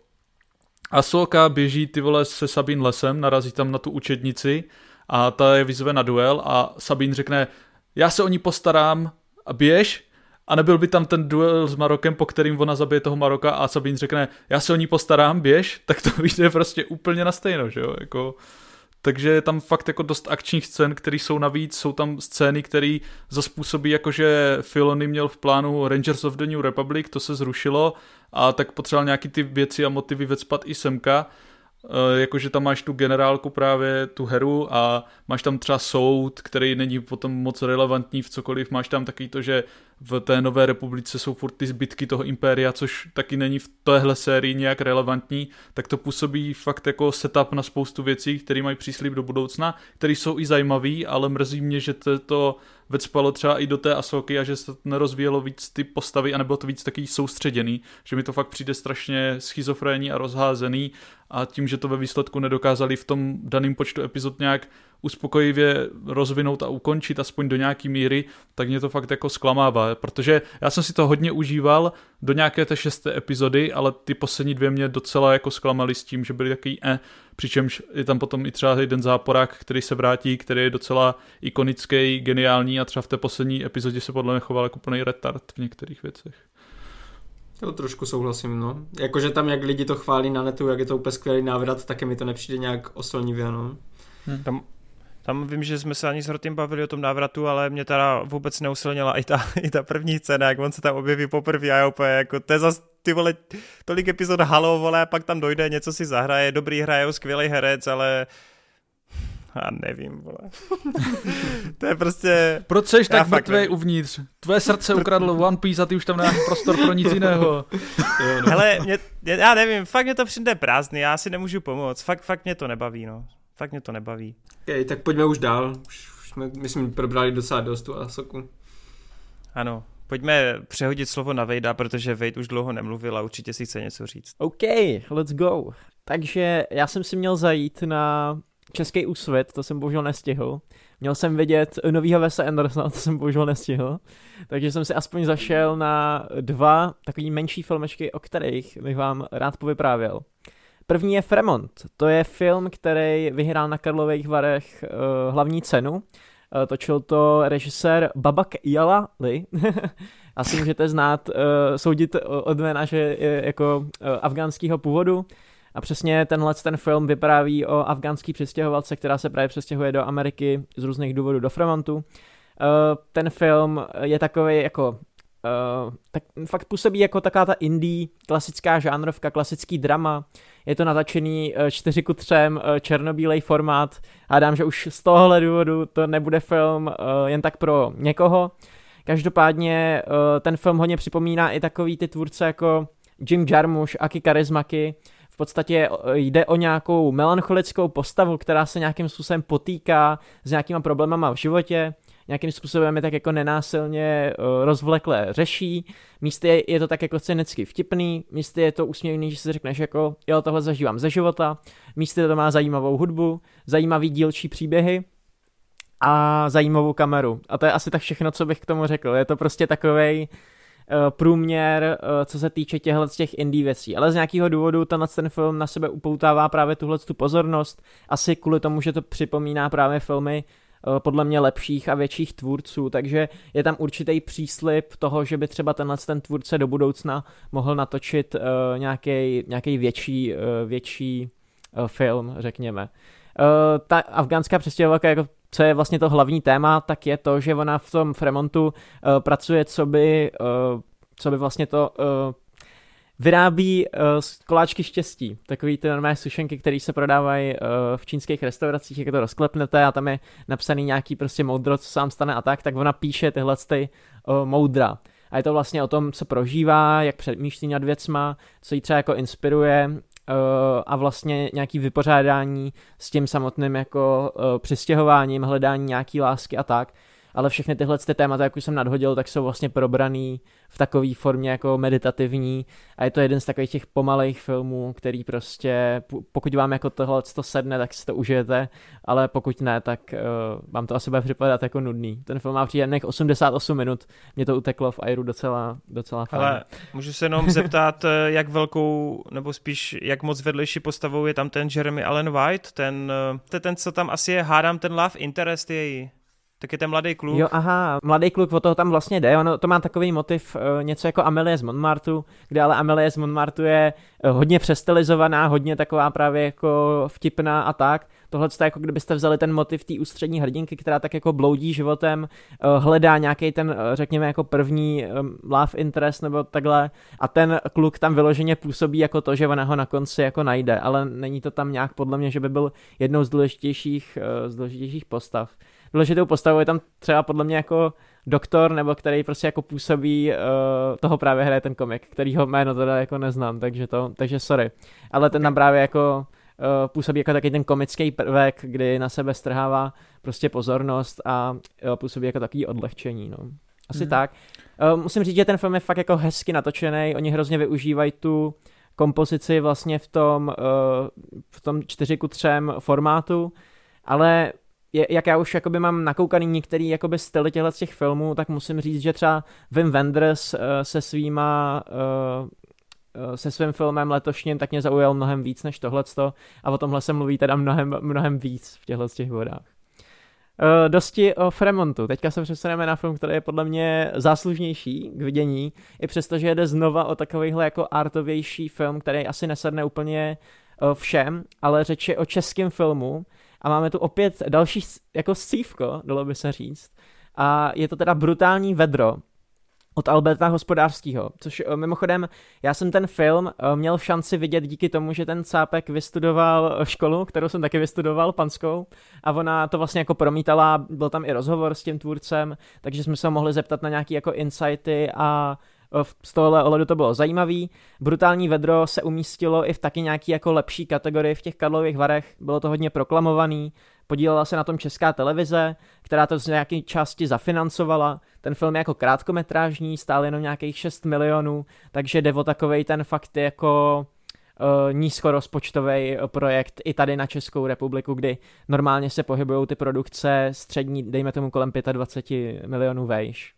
Ahsoka běží ty vole se Sabine lesem, narazí tam na tu učednici a ta je vyzve na duel a Sabine řekne, já se o ní postarám a běž, a nebyl by tam ten duel s Marokem, po kterým ona zabije toho Maroka a Sabine řekne, já se o ní postarám, běž, tak to vyjde prostě úplně na stejno, že jo, jako... Takže je tam fakt jako dost akčních scén, které jsou navíc, jsou tam scény, které zaspůsobí, jakože Filoni měl v plánu Rangers of the New Republic, to se zrušilo a tak potřeboval nějaký ty věci a motivy vecpat i semka, e, jakože tam máš tu generálku právě, tu Heru a máš tam třeba soud, který není potom moc relevantní v cokoliv, máš tam taky to, že v té Nové republice jsou furt ty zbytky toho impéria, což taky není v téhle sérii nějak relevantní, tak to působí fakt jako setup na spoustu věcí, které mají příslib do budoucna, které jsou i zajímavý, ale mrzí mě, že to, to vecpalo třeba i do té Ahsoky a že se to nerozvíjelo víc ty postavy a nebylo to víc taky soustředěný, že mi to fakt přijde strašně schizofrénní a rozházený a tím, že to ve výsledku nedokázali v tom daném počtu epizod nějak uspokojivě rozvinout a ukončit aspoň do nějaký míry, tak mě to fakt jako zklamává, protože já jsem si to hodně užíval do nějaké té šesté epizody, ale ty poslední dvě mě docela jako zklamaly s tím, že byly takový eh, přičemž je tam potom i třeba jeden záporák, který se vrátí, který je docela ikonický, geniální a třeba v té poslední epizodě se podle mě choval jako plný retard v některých věcech. To trošku souhlasím, no. Jakože tam, jak lidi to chválí na netu, jak je to úplně skvělý návrat, taky mi to nepřijde nějak oslnivě, no. Hmm. Tam, tam vím, že jsme se ani s Hrotým bavili o tom návratu, ale mě teda vůbec neusilnila i ta, i ta první scéna, jak on se tam objeví poprvé a já úplně jako, to je zas, ty vole, tolik epizod Halo, vole, a pak tam dojde, něco si zahraje, dobrý hraje, skvělý herec, ale já nevím, vole. To je prostě... Proč seš tak mrtvej uvnitř? Tvoje srdce ukradl One Piece a ty už tam nemáš prostor pro nic jiného. Hele, mě, já nevím, fakt mě to přijde prázdný, já si nemůžu pomoct, fakt, fakt mě to nebaví, no. Fakt mě to nebaví. Okay, tak pojďme už dál, už, už jsme, myslím, probrali docela dost tu Asoku. Ano, pojďme přehodit slovo na Vejda, protože Vejd už dlouho nemluvil a určitě si chce něco říct. OK, let's go. Takže já jsem si měl zajít na Český úsvit, to jsem bohužel nestihl. Měl jsem vidět novýho Wesa Andersona, to jsem bohužel nestihl. Takže jsem si aspoň zašel na dva takový menší filmečky, o kterých bych vám rád povyprávěl. První je Fremont. To je film, který vyhrál na Karlových Varech uh, hlavní cenu. Uh, točil to režisér Babak Jalali. Asi můžete znát, uh, soudit od jména, že je jako uh, afgánského původu. A přesně tenhle ten film vypráví o afgánský přistěhovalce, která se právě přestěhuje do Ameriky z různých důvodů do Fremontu. Uh, ten film je takový jako uh, tak fakt působí jako taková ta indie, klasická žánrovka, klasický drama. Je to natačený čtyři ku třem, černobílej formát. Hádám, že už z tohohle důvodu to nebude film uh, jen tak pro někoho. Každopádně uh, ten film hodně připomíná i takový ty tvůrce jako Jim Jarmusch, Aki Kaurismäki. V podstatě jde o nějakou melancholickou postavu, která se nějakým způsobem potýká s nějakýma problémama v životě, nějakým způsobem je tak jako nenásilně uh, rozvleklé řeší, místy je, je to tak jako cynicky vtipný, místy je to úsměvný, že si řekneš jako jo, tohle zažívám ze života, místy to má zajímavou hudbu, zajímavý dílčí příběhy a zajímavou kameru. A to je asi tak všechno, co bych k tomu řekl. Je to prostě takovej průměr, co se týče těchto z těch indie věcí. Ale z nějakého důvodu tenhle ten film na sebe upoutává právě tuhle tu pozornost. Asi kvůli tomu, že to připomíná právě filmy podle mě lepších a větších tvůrců, takže je tam určitý příslib toho, že by třeba tenhle ten tvůrce do budoucna mohl natočit nějaký, nějaký větší, větší film, řekněme. Ta afgánská přistěhovalka, jako co je vlastně to hlavní téma, tak je to, že ona v tom Fremontu uh, pracuje, co by, uh, co by vlastně to uh, vyrábí uh, koláčky štěstí. Takový ty normální sušenky, které se prodávají uh, v čínských restauracích, jak to rozklepnete a tam je napsaný nějaký prostě moudro, co se vám stane a tak, tak ona píše tyhle ty uh, moudra. A je to vlastně o tom, co prožívá, jak přemýšlí nad věcma, co jí třeba jako inspiruje, Uh, a vlastně nějaký vypořádání s tím samotným jako uh, přistěhováním, hledání nějaký lásky a tak, ale všechny tyhle ty témata, jak už jsem nadhodil, tak jsou vlastně probraný v takové formě jako meditativní a je to jeden z takových těch pomalejch filmů, který prostě, pokud vám jako tohle to sedne, tak si to užijete, ale pokud ne, tak uh, vám to asi bude připadat jako nudný. Ten film má příjemných osmdesát osm minut, mě to uteklo v Airu docela, docela fajn. Ale můžu se jenom zeptat, jak velkou, nebo spíš jak moc vedlejší postavou je tam ten Jeremy Allen White, ten, ten, ten co tam asi je, hádám ten love interest její. Tak je ten mladý kluk. Jo, aha, mladý kluk, o toho tam vlastně jde, ono to má takový motiv, uh, něco jako Amelie z Montmartu, kde ale Amelie z Montmartu je uh, hodně přestylizovaná, hodně taková právě jako vtipná a tak. Tohle je jako kdybyste vzali ten motiv té ústřední hrdinky, která tak jako bloudí životem, uh, hledá nějaký ten, uh, řekněme, jako první um, love interest nebo takhle a ten kluk tam vyloženě působí jako to, že ona ho na konci jako najde, ale není to tam nějak podle mě, že by byl jednou z důležitějších, uh, z důležitějších postav. Důležitou postavou je tam třeba podle mě jako doktor, nebo který prostě jako působí, uh, toho právě hraje ten komik, kterýho jméno teda jako neznám, takže to, takže sorry. Ale ten tam právě jako uh, působí jako taky ten komický prvek, kdy na sebe strhává prostě pozornost a uh, působí jako takový odlehčení, no. Asi mm. tak. Uh, musím říct, že ten film je fakt jako hezky natočený, oni hrozně využívají tu kompozici vlastně v tom, uh, v tom čtyři ku třem formátu, ale je, jak já už jakoby mám nakoukaný některý jakoby styly těchto těch filmů, tak musím říct, že třeba Wim Wenders uh, se svýma uh, uh, se svým filmem letošním tak mě zaujal mnohem víc než tohleto a o tomhle se mluví teda mnohem, mnohem víc v těchto těch vodách. Uh, dosti o Fremontu. Teďka se přesuneme na film, který je podle mě záslužnější k vidění, i přesto, že jde znova o takovýhle jako artovější film, který asi nesedne úplně uh, všem, ale řeč je o českém filmu a máme tu opět další jako scívko, dalo by se říct. A je to teda Brutální vedro od Alberta Hospodářského, což mimochodem, já jsem ten film měl šanci vidět díky tomu, že ten cápek vystudoval školu, kterou jsem taky vystudoval, panskou, a ona to vlastně jako promítala, byl tam i rozhovor s tím tvůrcem, takže jsme se mohli zeptat na nějaké jako insighty a z tohohle ohledu to bylo zajímavý. Brutální vedro se umístilo i v taky nějaký jako lepší kategorii v těch Karlových Varech, bylo to hodně proklamovaný, podílela se na tom Česká televize, která to z nějaké části zafinancovala. Ten film je jako krátkometrážní, stál jenom nějakých šest milionů, takže jde o takovej ten fakt jako uh, nízkorozpočtový projekt i tady na Českou republiku, kdy normálně se pohybují ty produkce střední, dejme tomu kolem dvacet pět milionů vejš.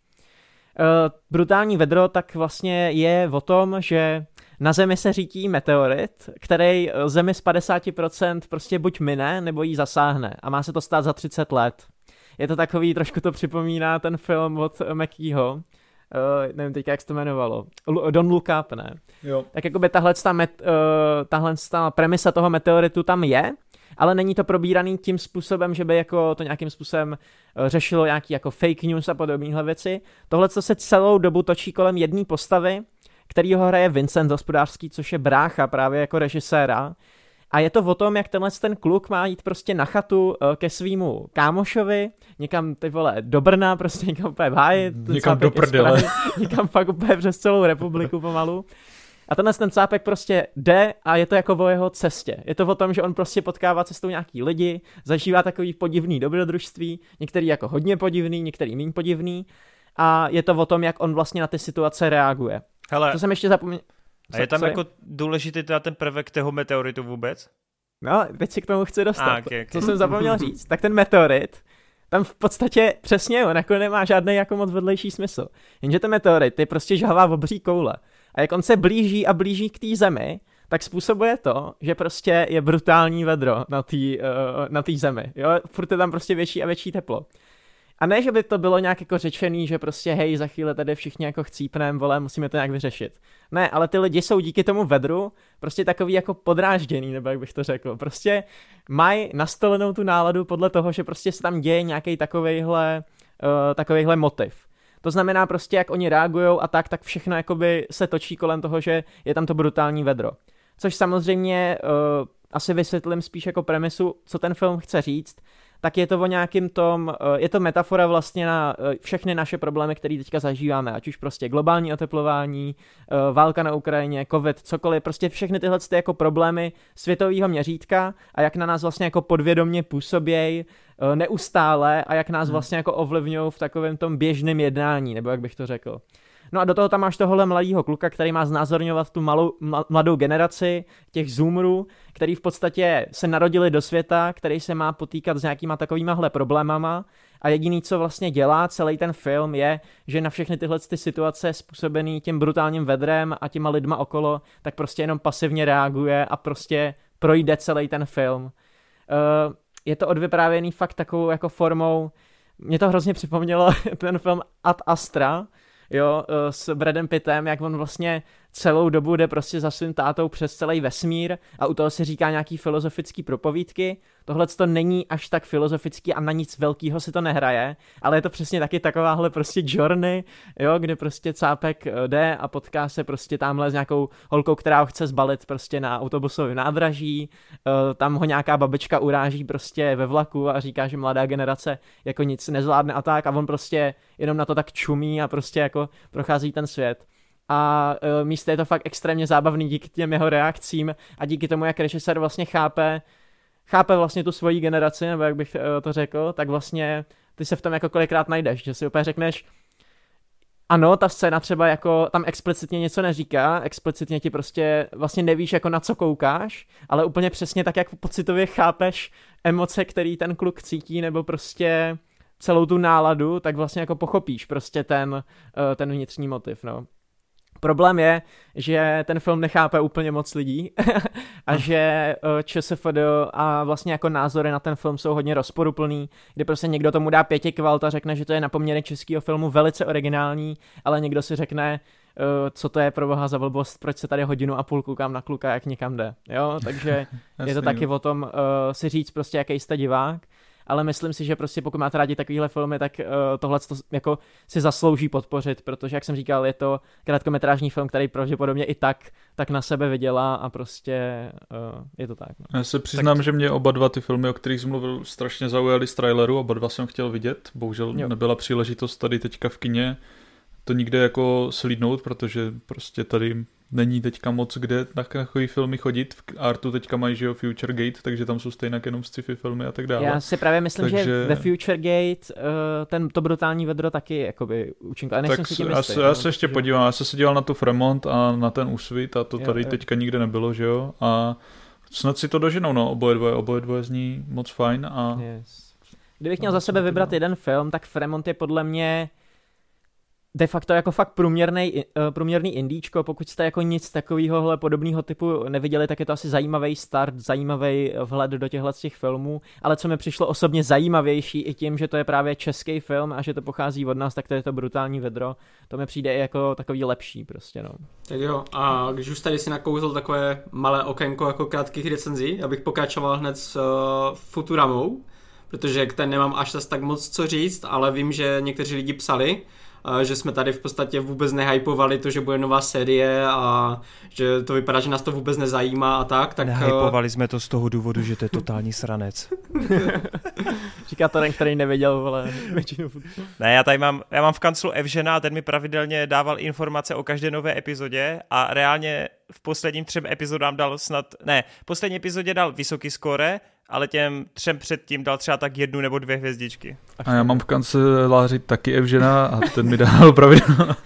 Uh, Brutální vedro tak vlastně je o tom, že na Zemi se řítí meteorit, který Zemi z padesát procent prostě buď mine, nebo jí zasáhne a má se to stát za třicet let. Je to takový, trošku to připomíná ten film od Mackeyho, uh, nevím teďka, jak se to jmenovalo, L- Don't Look Up, ne? Jo. Tak jakoby tahle, met, uh, tahle premisa toho meteoritu tam je, ale není to probíraný tím způsobem, že by jako to nějakým způsobem řešilo nějaký jako fake news a podobnéhle věci. Tohle se celou dobu točí kolem jedné postavy, který ho hraje Vincent Hospodářský, což je brácha právě jako režiséra. A je to o tom, jak tenhle ten kluk má jít prostě na chatu ke svýmu kámošovi, někam ty vole do Brna, prostě někam úplně v háji. Někam do prdele. Někam pak úplně přes celou republiku pomalu. A tenhle ten cápek prostě jde a je to jako o jeho cestě. Je to o tom, že on prostě potkává cestou nějaký lidi, zažívá takový podivný dobrodružství, některý jako hodně podivný, některý méně podivný. A je to o tom, jak on vlastně na ty situace reaguje. Hele, to jsem ještě zapomněl. A je tam Sorry? jako důležitý teda ten prvek toho meteoritu vůbec? No, teď si k tomu chci dostat. Ah, okay, okay. Co jsem zapomněl říct, tak ten meteorit, tam v podstatě přesně on jako nemá žádný jako moc vedlejší smysl. Jenže ten meteorit je prostě žhavá obří koule. A jak on se blíží a blíží k té Zemi, tak způsobuje to, že prostě je brutální vedro na té uh, na té Zemi. Jo? Furt je tam prostě větší a větší teplo. A ne, že by to bylo nějak jako řečený, že prostě hej, za chvíli tady všichni jako chcípnem, vole, musíme to nějak vyřešit. Ne, ale ty lidi jsou díky tomu vedru prostě takový jako podrážděný, nebo jak bych to řekl. Prostě mají nastolenou tu náladu podle toho, že prostě se tam děje nějaký takovejhle, uh, takovejhle motiv. To znamená prostě, jak oni reagujou a tak, tak všechno jakoby se točí kolem toho, že je tam to brutální vedro. Což samozřejmě uh, asi vysvětlím spíš jako premisu, co ten film chce říct, tak je to o nějakým tom, je to metafora vlastně na všechny naše problémy, které teďka zažíváme, ať už prostě globální oteplování, válka na Ukrajině, covid, cokoliv, prostě všechny tyhle ty jako problémy světového měřítka a jak na nás vlastně jako podvědomě působějí neustále a jak nás vlastně jako ovlivňují v takovém tom běžném jednání, nebo jak bych to řekl. No a do toho tam máš tohohle mladýho kluka, který má znázorňovat tu malou, mladou generaci těch zoomerů, který v podstatě se narodili do světa, který se má potýkat s nějakýma takovýmahle problémama a jediný, co vlastně dělá celý ten film je, že na všechny tyhle ty situace způsobený tím brutálním vedrem a těma lidma okolo, tak prostě jenom pasivně reaguje a prostě projde celý ten film. Uh, je to odvyprávěný fakt takovou jako formou, mě to hrozně připomnělo ten film Ad Astra, jo, s Bradem Pittem, jak on vlastně celou dobu jde prostě za svým tátou přes celý vesmír a u toho si říká nějaký filozofický propovídky. Tohle to není až tak filozofický a na nic velkýho si to nehraje, ale je to přesně taky takováhle prostě journey, jo, kde prostě cápek jde a potká se prostě tamhle s nějakou holkou, která ho chce zbalit prostě na autobusovém nádraží, tam ho nějaká babička uráží prostě ve vlaku a říká, že mladá generace jako nic nezvládne a tak a on prostě jenom na to tak čumí a prostě jako prochází ten svět. A uh, místo je to fakt extrémně zábavný díky těm jeho reakcím a díky tomu, jak režisér vlastně chápe, chápe vlastně tu svoji generaci, nebo jak bych uh, to řekl, tak vlastně ty se v tom jako kolikrát najdeš, že si opět řekneš, ano, ta scéna třeba jako tam explicitně něco neříká, explicitně ti prostě vlastně nevíš jako na co koukáš, ale úplně přesně tak, jak pocitově chápeš emoce, který ten kluk cítí, nebo prostě celou tu náladu, tak vlastně jako pochopíš prostě ten, uh, ten vnitřní motiv, no. Problém je, že ten film nechápe úplně moc lidí a že ČSFD a vlastně jako názory na ten film jsou hodně rozporuplný, kdy prostě někdo tomu dá pěti kvalt a řekne, že to je na poměry českého filmu velice originální, ale někdo si řekne, co to je pro boha za blbost, proč se tady hodinu a půl koukám na kluka, jak někam jde, jo, takže je to taky o tom uh, si říct prostě, jaký jste divák, ale myslím si, že prostě pokud máte rádi takovýhle filmy, tak uh, tohle jako si zaslouží podpořit, protože jak jsem říkal, je to krátkometrážní film, který pravděpodobně i tak, tak na sebe vydělá a prostě uh, je to tak. No. Já se přiznám, tak... že mě oba dva ty filmy, o kterých jsem mluvil, strašně zaujaly z traileru, oba dva jsem chtěl vidět, bohužel jo. nebyla příležitost tady teďka v kině to nikde jako slídnout, protože prostě tady není teďka moc kde na takový filmy chodit. V Artu teďka mají, že jo, Future Gate, takže tam jsou stejně jenom sci-fi filmy a tak dále. Já si právě myslím, takže... že ve Future Gate uh, ten, to brutální vedro taky jakoby účinkuje. Tak si tím já, jistý, se, já se ještě podívám, já jsem se díval na tu Fremont a na ten Úsvit a to tady jo, jo. teďka nikde nebylo, že jo, a snad si to doženou, no, oboje dvoje, oboje dvoje zní moc fajn a... Yes. Kdybych měl za sebe vybrat jeden film, tak Fremont je podle mě de facto jako fakt průměrný, uh, průměrný indíčko, pokud jste jako nic takového podobného typu neviděli, tak je to asi zajímavý start, zajímavý vhled do těchto těch filmů, ale co mi přišlo osobně zajímavější i tím, že to je právě český film a že to pochází od nás, tak to je to brutální vedro, to mi přijde i jako takový lepší prostě, no. Tak jo, a když už tady si nakouzl takové malé okénko jako krátkých recenzí, abych pokračoval hned s uh, Futuramou, protože k té nemám až tak moc co říct, ale vím, že někteří lidi psali, že jsme tady v podstatě vůbec nehypovali to, že bude nová série a že to vypadá, že nás to vůbec nezajímá a tak. tak Nehypovali jsme to z toho důvodu, že to je totální sranec. Říká to ten, který nevěděl, ale většinu. Ne, já tady mám, já mám v kanclu Evžena a ten mi pravidelně dával informace o každé nové epizodě a reálně v posledním třem epizodám dal snad, ne, v poslední epizodě dal vysoký skóre, ale těm třem předtím dal třeba tak jednu nebo dvě hvězdičky. A já mám v kanceláři taky Evžena a ten mi dal pravidelně.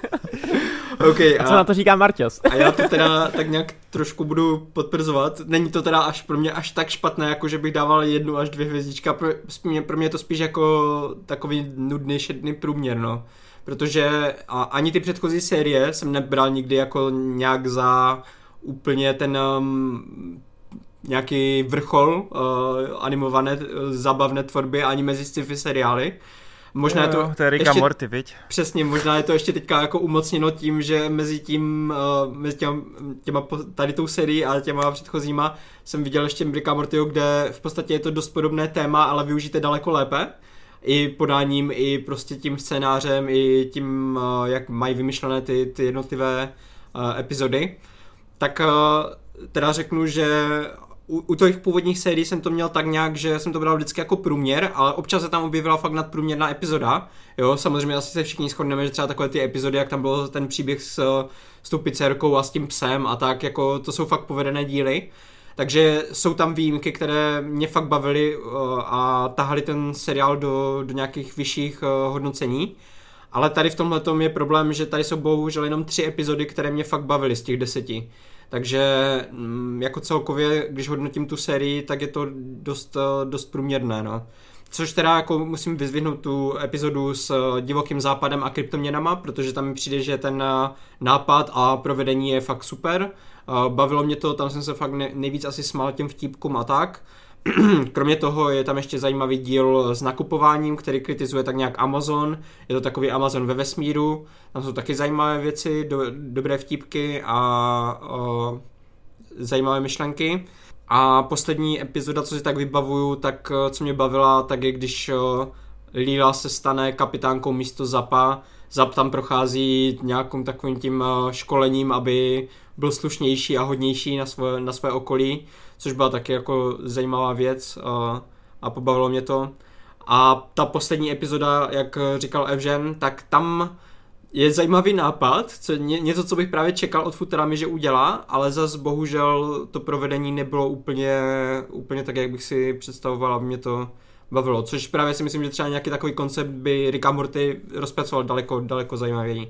Okay, a, a co na to říká Marťas? A já to teda tak nějak trošku budu potvrzovat. Není to teda až pro mě až tak špatné, jako že bych dával jednu až dvě hvězdička. Pro mě, pro mě je to spíš jako takový nudný šedný průměr, no. Protože a ani ty předchozí série jsem nebral nikdy jako nějak za úplně ten um, nějaký vrchol uh, animované uh, zábavné tvorby ani mezi sci-fi seriály. Možná jo, je to, to je Rick a Morty, viď? Přesně, možná je to ještě teďka jako umocněno tím, že mezi tím, uh, mezi těma, těma tady tou sérií a těma předchozíma jsem viděl ještě Rick a Mortyho, kde v podstatě je to dost podobné téma, ale využijte daleko lépe. I podáním, i prostě tím scénářem, i tím, uh, jak mají vymyšlené ty, ty jednotlivé uh, epizody. Tak uh, teda řeknu, že U, u těch původních sérií jsem to měl tak nějak, že jsem to bral vždycky jako průměr, ale občas se tam objevila fakt nadprůměrná epizoda. Jo, samozřejmě asi se všichni shodneme, že třeba takové ty epizody, jak tam byl ten příběh s, s tou pizzerkou a s tím psem a tak, jako to jsou fakt povedené díly. Takže jsou tam výjimky, které mě fakt bavily a tahali ten seriál do, do nějakých vyšších hodnocení. Ale tady v tomhletom je problém, že tady jsou bohužel jenom tři epizody, které mě fakt bavily z těch deseti. Takže jako celkově, když hodnotím tu sérii, tak je to dost, dost průměrné, no. Což teda jako musím vyzvihnout tu epizodu s Divokým západem a kryptoměnama, protože tam mi přijde, že ten nápad a provedení je fakt super. Bavilo mě to, tam jsem se fakt nejvíc asi smál těm vtípkům a tak. Kromě toho je tam ještě zajímavý díl s nakupováním, který kritizuje tak nějak Amazon. Je to takový Amazon ve vesmíru. Tam jsou taky zajímavé věci, do, dobré vtípky a o, zajímavé myšlenky. A poslední epizoda, co si tak vybavuju, tak co mě bavila, tak je když o, Lila se stane kapitánkou místo Zappa. Zap tam prochází nějakým takovým tím školením, aby byl slušnější a hodnější na své, na své okolí, což byla taky jako zajímavá věc a, a pobavilo mě to. A ta poslední epizoda, jak říkal Evžen, tak tam je zajímavý nápad, co, ně, něco, co bych právě čekal od Futuramy, že udělá, ale zas bohužel to provedení nebylo úplně, úplně tak, jak bych si představoval, aby mě to bavilo, což právě si myslím, že třeba nějaký takový koncept by Rick a Morty rozpracoval daleko, daleko zajímavěji.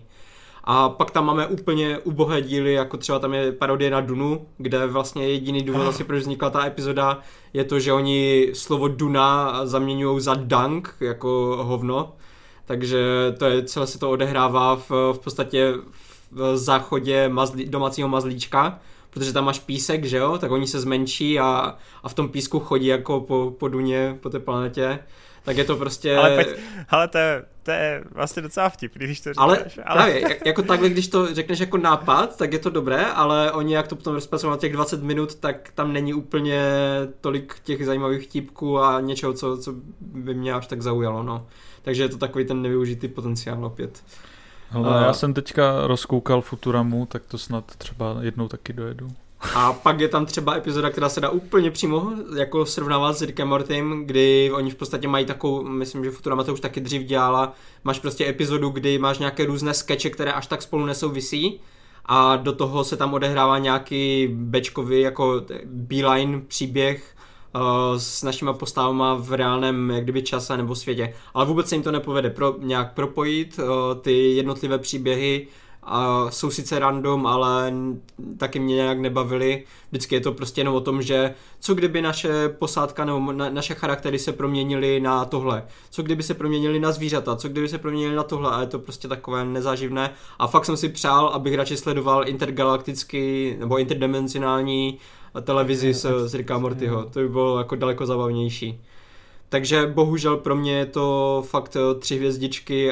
A pak tam máme úplně ubohé díly, jako třeba tam je parodie na Dunu, kde vlastně jediný důvod asi, proč vznikla ta epizoda, je to, že oni slovo Duna zaměňují za Dunk, jako hovno. Takže to je, celé se to odehrává v, v podstatě v záchodě mazlí, domácího mazlíčka, protože tam máš písek, že jo, tak oni se zmenší a, a v tom písku chodí jako po, po duně, po té planetě. Tak je to prostě... Ale, peď, ale to, je, to je vlastně docela vtipný, když to říkáš. Ale, ale právě, jako takhle, když to řekneš jako nápad, tak je to dobré, ale oni jak to potom rozpracují na těch dvacet minut, tak tam není úplně tolik těch zajímavých vtipků a něčeho, co, co by mě až tak zaujalo, no. Takže je to takový ten nevyužitý potenciál opět. Ale uh, já jsem teďka rozkoukal Futuramu, tak to snad třeba jednou taky dojedu. A pak je tam třeba epizoda, která se dá úplně přímo jako srovnávat s Rickem Mortym, kdy oni v podstatě mají takovou, myslím, že Futurama to už taky dřív dělala, máš prostě epizodu, kdy máš nějaké různé skeče, které až tak spolu nesouvisí a do toho se tam odehrává nějaký bečkový jako beeline příběh uh, s našima postavama v reálném jak kdyby čase nebo světě. Ale vůbec se jim to nepovede pro, nějak propojit uh, ty jednotlivé příběhy. A jsou sice random, ale taky mě nějak nebavili. Vždycky je to prostě jenom o tom, že co kdyby naše posádka nebo na, naše charaktery se proměnily na tohle. Co kdyby se proměnily na zvířata, co kdyby se proměnily na tohle. A je to prostě takové nezáživné. A fakt jsem si přál, abych radši sledoval intergalaktický nebo interdimenzionální televizi s, s Ricka Mortyho. To by bylo jako daleko zabavnější. Takže bohužel pro mě je to fakt tři hvězdičky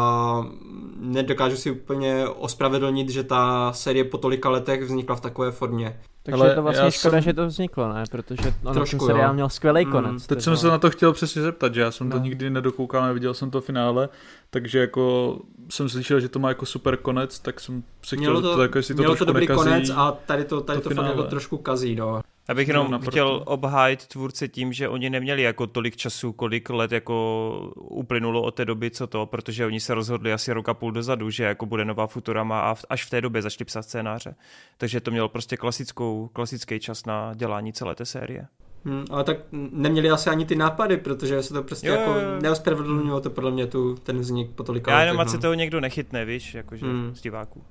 a nedokážu si úplně ospravedlnit, že ta série po tolika letech vznikla v takové formě. Takže ale je to vlastně škoda, jsem... že to vzniklo, ne? Protože ono ten seriál měl skvělý konec. Mm, teď jsem se na to chtěl přesně zeptat, že já jsem no. to nikdy nedokoukal, neviděl jsem to finále, takže jako jsem slyšel, že to má jako super konec, tak jsem se chtěl mělo to, zeptat, jako jestli to mělo trošku to dobrý nekazí konec a tady to, tady to, to fakt jako trošku kazí, no. Abych jenom no, chtěl obhájit tvůrce tím, že oni neměli jako tolik času, kolik let jako uplynulo od té doby, co to, protože oni se rozhodli asi rok a půl dozadu, že jako bude nová Futurama a až v té době začali psát scénáře. Takže to mělo prostě klasickou, klasický čas na dělání celé té série. Hmm, ale tak neměli asi ani ty nápady, protože se to prostě jo, jako neospravedlnilo to podle mě tu, ten vznik po tolika letech. Já jenom, ať se toho někdo nechytne, víš, jakože hmm. z diváků.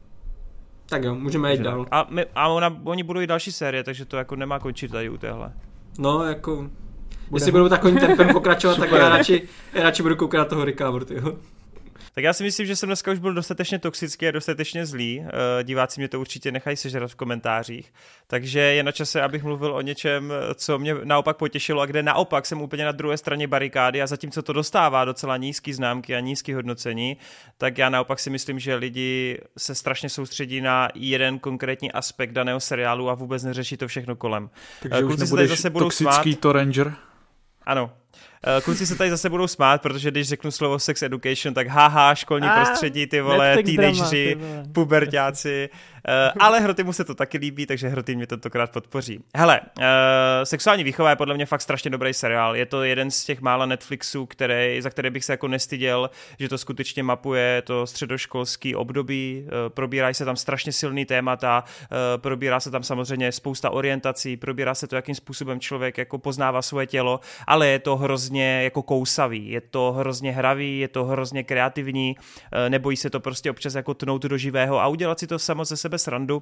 Tak jo, můžeme jít dál. A, my, a ona, oni budou i další série, takže to jako nemá končit tady u téhle. No, jako... Budeme. Jestli budou takovým tempem pokračovat, tak já radši, já radši budu koukat na toho Ricka Mortyho. Tak já si myslím, že jsem dneska už byl dostatečně toxický a dostatečně zlý. Diváci mě to určitě nechají sežrat v komentářích. Takže je na čase, abych mluvil o něčem, co mě naopak potěšilo a kde naopak jsem úplně na druhé straně barikády a zatímco to dostává docela nízký známky a nízký hodnocení, tak já naopak si myslím, že lidi se strašně soustředí na jeden konkrétní aspekt daného seriálu a vůbec neřeší to všechno kolem. Takže Kluci už nebudeš zase toxický to Ranger? Ano. Kluci se tady zase budou smát, protože když řeknu slovo sex education, tak haha, školní ah, prostředí, ty vole, teenageři, puberťáci, uh, ale Hrotýmu se to taky líbí, takže Hrotý mě tentokrát podpoří. Hele, uh, Sexuální výchova je podle mě fakt strašně dobrý seriál, je to jeden z těch mála Netflixů, který, za který bych se jako nestyděl, že to skutečně mapuje to středoškolský období, uh, probírají se tam strašně silný témata, uh, probírá se tam samozřejmě spousta orientací, probírá se to, jakým způsobem člověk jako poznává svoje tělo, ale je to hrozně jako kousavý, je to hrozně hravý, je to hrozně kreativní, nebojí se to prostě občas jako tnout do živého a udělat si to samo ze sebe srandu.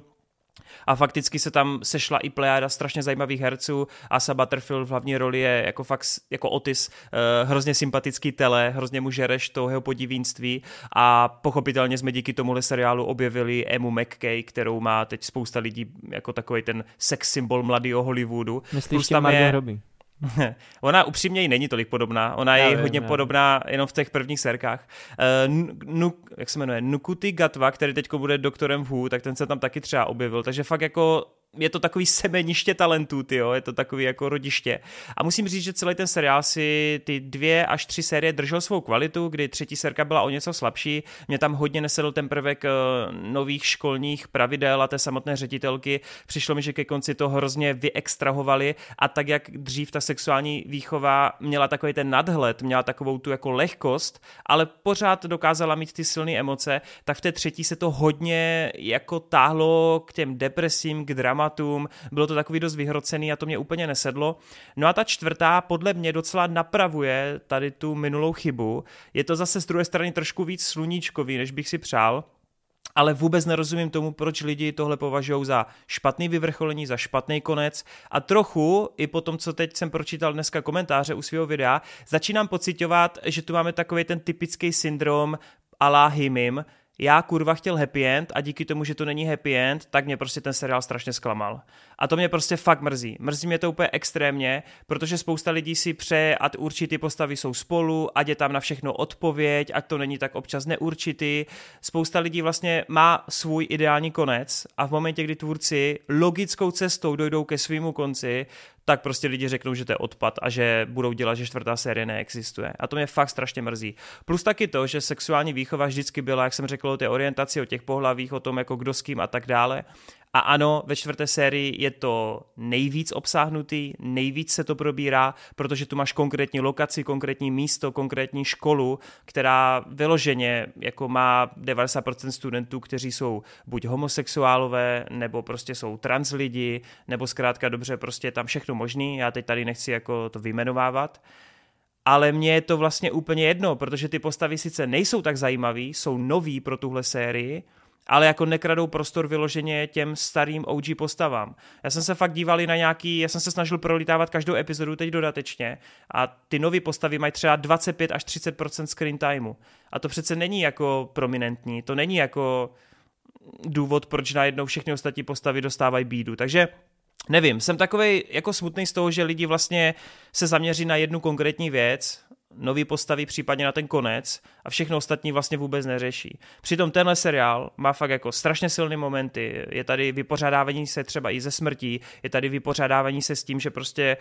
A fakticky se tam sešla i plejáda strašně zajímavých herců. Asa Butterfield v hlavní roli je jako fakt jako Otis, uh, hrozně sympatický tele, hrozně mu žereš toho jeho podivínství a pochopitelně jsme díky tomuhle seriálu objevili Emu McKay, kterou má teď spousta lidí jako takový ten sex symbol mladého Hollywoodu. Myslíš tím Margot Robbie? Ona upřímně jí není tolik podobná, ona je hodně já. podobná jenom v těch prvních serkách. Uh, nu, jak se jmenuje? Ncuti Gatwa, který teďko bude doktorem Who, tak ten se tam taky třeba objevil, takže fakt jako je to takový semeniště talentů, tyjo, je to takový jako rodiště. A musím říct, že celý ten seriál si ty dvě až tři série držel svou kvalitu, kdy třetí serka byla o něco slabší. Mě tam hodně nesedl ten prvek nových školních pravidel a té samotné ředitelky. Přišlo mi, že ke konci to hrozně vyextrahovali a tak, jak dřív ta sexuální výchova měla takový ten nadhled, měla takovou tu jako lehkost, ale pořád dokázala mít ty silné emoce, tak v té třetí se to hodně jako táhlo k těm depresím, k dramatům, bylo to takový dost vyhrocený a to mě úplně nesedlo. No a ta čtvrtá podle mě docela napravuje tady tu minulou chybu. Je to zase z druhé strany trošku víc sluníčkový, než bych si přál, ale vůbec nerozumím tomu, proč lidi tohle považují za špatný vyvrcholení, za špatný konec a trochu, i po tom, co teď jsem pročítal dneska komentáře u svého videa, začínám pociťovat, že tu máme takový ten typický syndrom a la Himim, já kurva chtěl happy end a díky tomu, že to není happy end, tak mě prostě ten seriál strašně zklamal. A to mě prostě fakt mrzí. Mrzí mě to úplně extrémně, protože spousta lidí si přeje, ať určitý postavy jsou spolu, ať je tam na všechno odpověď, ať to není tak občas neurčitý. Spousta lidí vlastně má svůj ideální konec a v momentě, kdy tvůrci logickou cestou dojdou ke svému konci, tak prostě lidi řeknou, že to je odpad a že budou dělat, že čtvrtá série neexistuje. A to mě fakt strašně mrzí. Plus taky to, že sexuální výchova vždycky byla, jak jsem řekl, o té orientaci, o těch pohlavích, o tom, jako kdo s kým a tak dále. A ano, ve čtvrté sérii je to nejvíc obsáhnutý, nejvíc se to probírá, protože tu máš konkrétní lokaci, konkrétní místo, konkrétní školu, která vyloženě jako má devadesát procent studentů, kteří jsou buď homosexuálové, nebo prostě jsou trans lidi, nebo zkrátka dobře, prostě je tam všechno možný. Já teď tady nechci jako to vyjmenovávat. Ale mně je to vlastně úplně jedno, protože ty postavy sice nejsou tak zajímavý, jsou noví pro tuhle sérii, ale jako nekradou prostor vyloženě těm starým O G postavám. Já jsem se fakt díval i na nějaký, já jsem se snažil prolítávat každou epizodu teď dodatečně a ty nový postavy mají třeba dvacet pět až třicet procent screen timeu. A to přece není jako prominentní, to není jako důvod, proč najednou všechny ostatní postavy dostávají bídu. Takže nevím, jsem takovej jako smutný z toho, že lidi vlastně se zaměří na jednu konkrétní věc, nový postavy případně na ten konec a všechno ostatní vlastně vůbec neřeší. Přitom tenhle seriál má fakt jako strašně silné momenty, je tady vypořádávání se třeba i ze smrtí, je tady vypořádávání se s tím, že prostě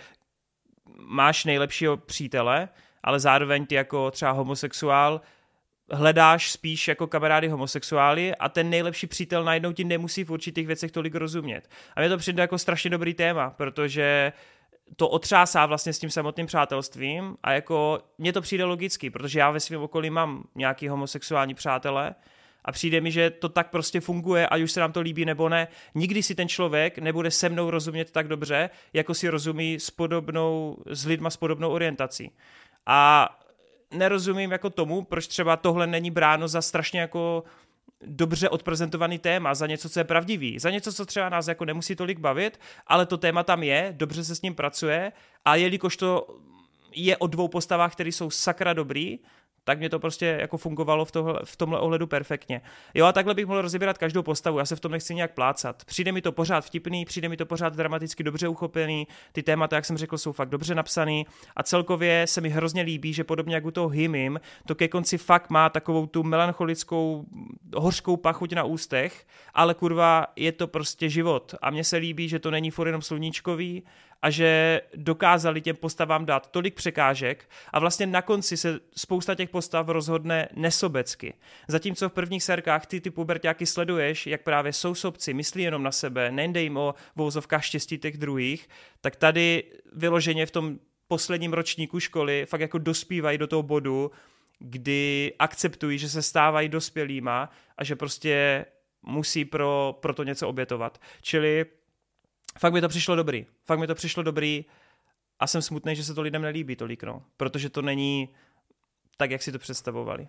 máš nejlepšího přítele, ale zároveň ty jako třeba homosexuál hledáš spíš jako kamarády homosexuály a ten nejlepší přítel najednou ti nemusí v určitých věcech tolik rozumět. A mě to přijde jako strašně dobrý téma, protože to otřásá vlastně s tím samotným přátelstvím a jako mně to přijde logicky, protože já ve svém okolí mám nějaký homosexuální přátele a přijde mi, že to tak prostě funguje, ať už se nám to líbí nebo ne. Nikdy si ten člověk nebude se mnou rozumět tak dobře, jako si rozumí s podobnou, s lidma s podobnou orientací. A nerozumím jako tomu, proč třeba tohle není bráno za strašně jako dobře odprezentovaný téma, za něco, co je pravdivý, za něco, co třeba nás jako nemusí tolik bavit, ale to téma tam je, dobře se s ním pracuje a jelikož to je o dvou postavách, které jsou sakra dobrý, tak mě to prostě jako fungovalo v, tohle, v tomhle ohledu perfektně. Jo a takhle bych mohl rozebírat každou postavu, já se v tom nechci nějak plácat. Přijde mi to pořád vtipný, přijde mi to pořád dramaticky dobře uchopený, ty témata, jak jsem řekl, jsou fakt dobře napsaný a celkově se mi hrozně líbí, že podobně jak u toho Hymim, to ke konci fakt má takovou tu melancholickou, hořkou pachuť na ústech, ale kurva, je to prostě život a mně se líbí, že to není furt jenom sluníčkový, a že dokázali těm postavám dát tolik překážek a vlastně na konci se spousta těch postav rozhodne nesobecky. Zatímco v prvních sérkách ty ty puberťáky sleduješ, jak právě jsou sobci, myslí jenom na sebe, nejde jim o vouzovkách štěstí těch druhých, tak tady vyloženě v tom posledním ročníku školy fakt jako dospívají do toho bodu, kdy akceptují, že se stávají dospělýma a že prostě musí pro, pro to něco obětovat. Čili fakt mi to přišlo dobrý. Fakt mi to přišlo dobrý a jsem smutný, že se to lidem nelíbí tolik, no. Protože to není tak, jak si to představovali.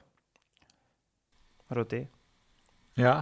Roty? Já?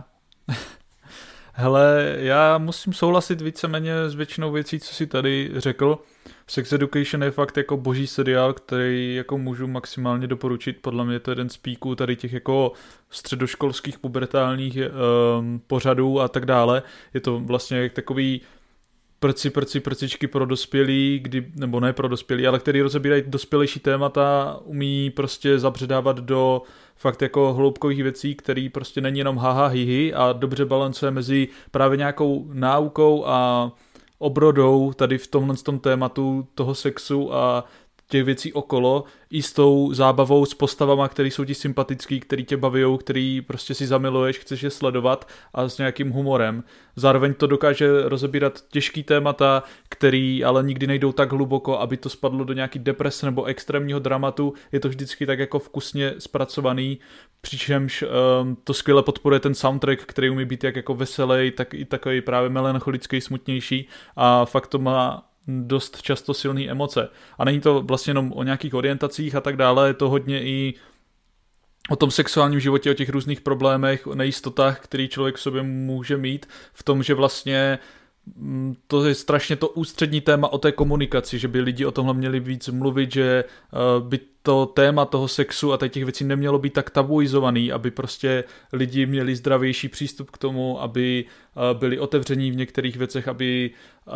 Hele, já musím souhlasit víceméně s většinou věcí, co si tady řekl. Sex Education je fakt jako boží seriál, který jako můžu maximálně doporučit. Podle mě je to jeden z píků tady těch jako středoškolských pubertálních um, pořadů a tak dále. Je to vlastně takový prci, prci, prcičky pro dospělí, kdy, nebo ne pro dospělí, ale který rozebírají dospělejší témata, umí prostě zabředávat do fakt jako hloubkových věcí, který prostě není jenom haha hihi a dobře balancuje mezi právě nějakou náukou a obrodou tady v tomhle tom tématu toho sexu a těch věcí okolo i s tou zábavou s postavama, který jsou ti sympatický, který tě bavijou, který prostě si zamiluješ, chceš je sledovat a s nějakým humorem. Zároveň to dokáže rozebírat těžký témata, který ale nikdy nejdou tak hluboko, aby to spadlo do nějaký deprese nebo extrémního dramatu. Je to vždycky tak jako vkusně zpracovaný, přičemž um, to skvěle podporuje ten soundtrack, který umí být jak jako veselý, tak i takový právě melancholický, smutnější a fakt to má dost často silné emoce. A není to vlastně jenom o nějakých orientacích a tak dále, je to hodně i o tom sexuálním životě, o těch různých problémech, o nejistotách, který člověk v sobě může mít, v tom, že vlastně to je strašně to ústřední téma o té komunikaci, že by lidi o tomhle měli víc mluvit, že by to téma toho sexu a těch věcí nemělo být tak tabuizovaný, aby prostě lidi měli zdravější přístup k tomu, aby byli otevření v některých věcech, aby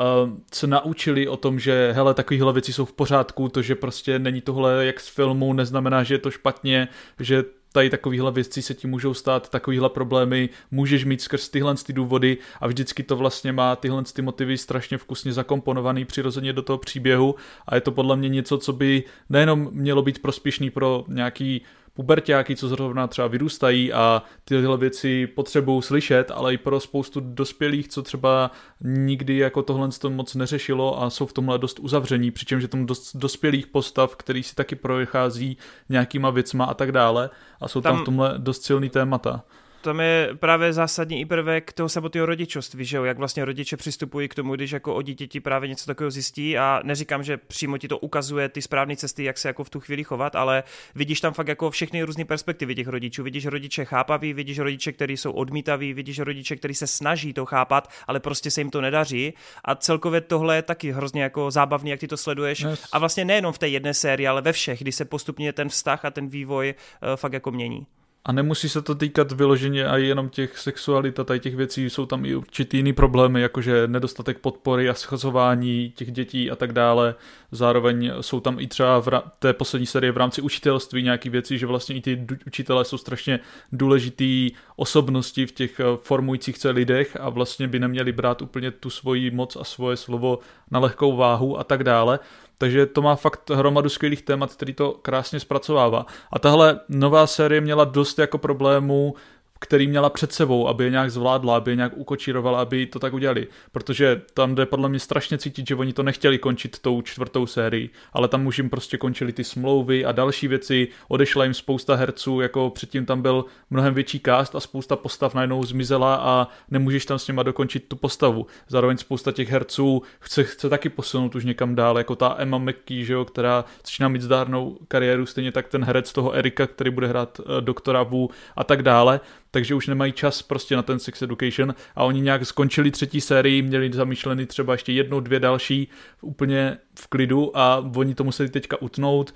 se naučili o tom, že hele, takovéhle věci jsou v pořádku, to, že prostě není tohle jak z filmu, neznamená, že je to špatně, že tady takovýhle věci se ti můžou stát, takovýhle problémy můžeš mít skrz tyhle ty důvody a vždycky to vlastně má tyhle ty motivy strašně vkusně zakomponovaný přirozeně do toho příběhu a je to podle mě něco, co by nejenom mělo být prospěšný pro nějaký puberťáky, co zrovna třeba vyrůstají a tyhle věci potřebují slyšet, ale i pro spoustu dospělých, co třeba nikdy jako tohle to moc neřešilo a jsou v tomhle dost uzavření, přičemž je tam dost dospělých postav, který si taky prochází nějakýma věcma a tak dále a jsou tam, tam v tomhle dost silný témata. Tam je právě zásadní i prvek toho samotného rodičovství, že jo, jak vlastně rodiče přistupují k tomu, když jako o dítěti právě něco takového zjistí a neříkám, že přímo ti to ukazuje ty správné cesty, jak se jako v tu chvíli chovat, ale vidíš tam fakt jako všechny různé perspektivy těch rodičů, vidíš rodiče chápaví, vidíš rodiče, kteří jsou odmítaví, vidíš rodiče, kteří se snaží to chápat, ale prostě se jim to nedaří a celkově tohle je taky hrozně jako zábavný, jak ty to sleduješ yes. A vlastně nejenom v té jedné sérii, ale ve všech, kdy se postupně ten vztah a ten vývoj uh, fakt jako mění. A nemusí se to týkat vyloženě a jenom těch sexualit a tady těch věcí, jsou tam i určitý jiný problémy, jakože nedostatek podpory a schazování těch dětí a tak dále. Zároveň jsou tam i třeba v ra- té poslední série v rámci učitelství nějaké věci, že vlastně i ty d- učitelé jsou strašně důležitý osobnosti v těch formujících se lidech a vlastně by neměli brát úplně tu svoji moc a svoje slovo na lehkou váhu a tak dále. Takže to má fakt hromadu skvělých témat, který to krásně zpracovává. A tahle nová série měla dost jako problémů, který měla před sebou, aby je nějak zvládla, aby je nějak ukočírovala, aby to tak udělali. Protože tam jde podle mě strašně cítit, že oni to nechtěli končit tou čtvrtou sérií, ale tam už jim prostě končily ty smlouvy a další věci, odešla jim spousta herců, jako předtím tam byl mnohem větší cast a spousta postav najednou zmizela a nemůžeš tam s nima dokončit tu postavu. Zároveň spousta těch herců chce, chce taky posunout už někam dál, jako ta Emma McKee, že jo, která začíná mít zdárnou kariéru, stejně tak ten herec toho Erika, který bude hrát uh, doktora Wu a tak dále. Takže už nemají čas prostě na ten Sex Education a oni nějak skončili třetí sérii, měli zamýšleny třeba ještě jednou, dvě další úplně v klidu a oni to museli teďka utnout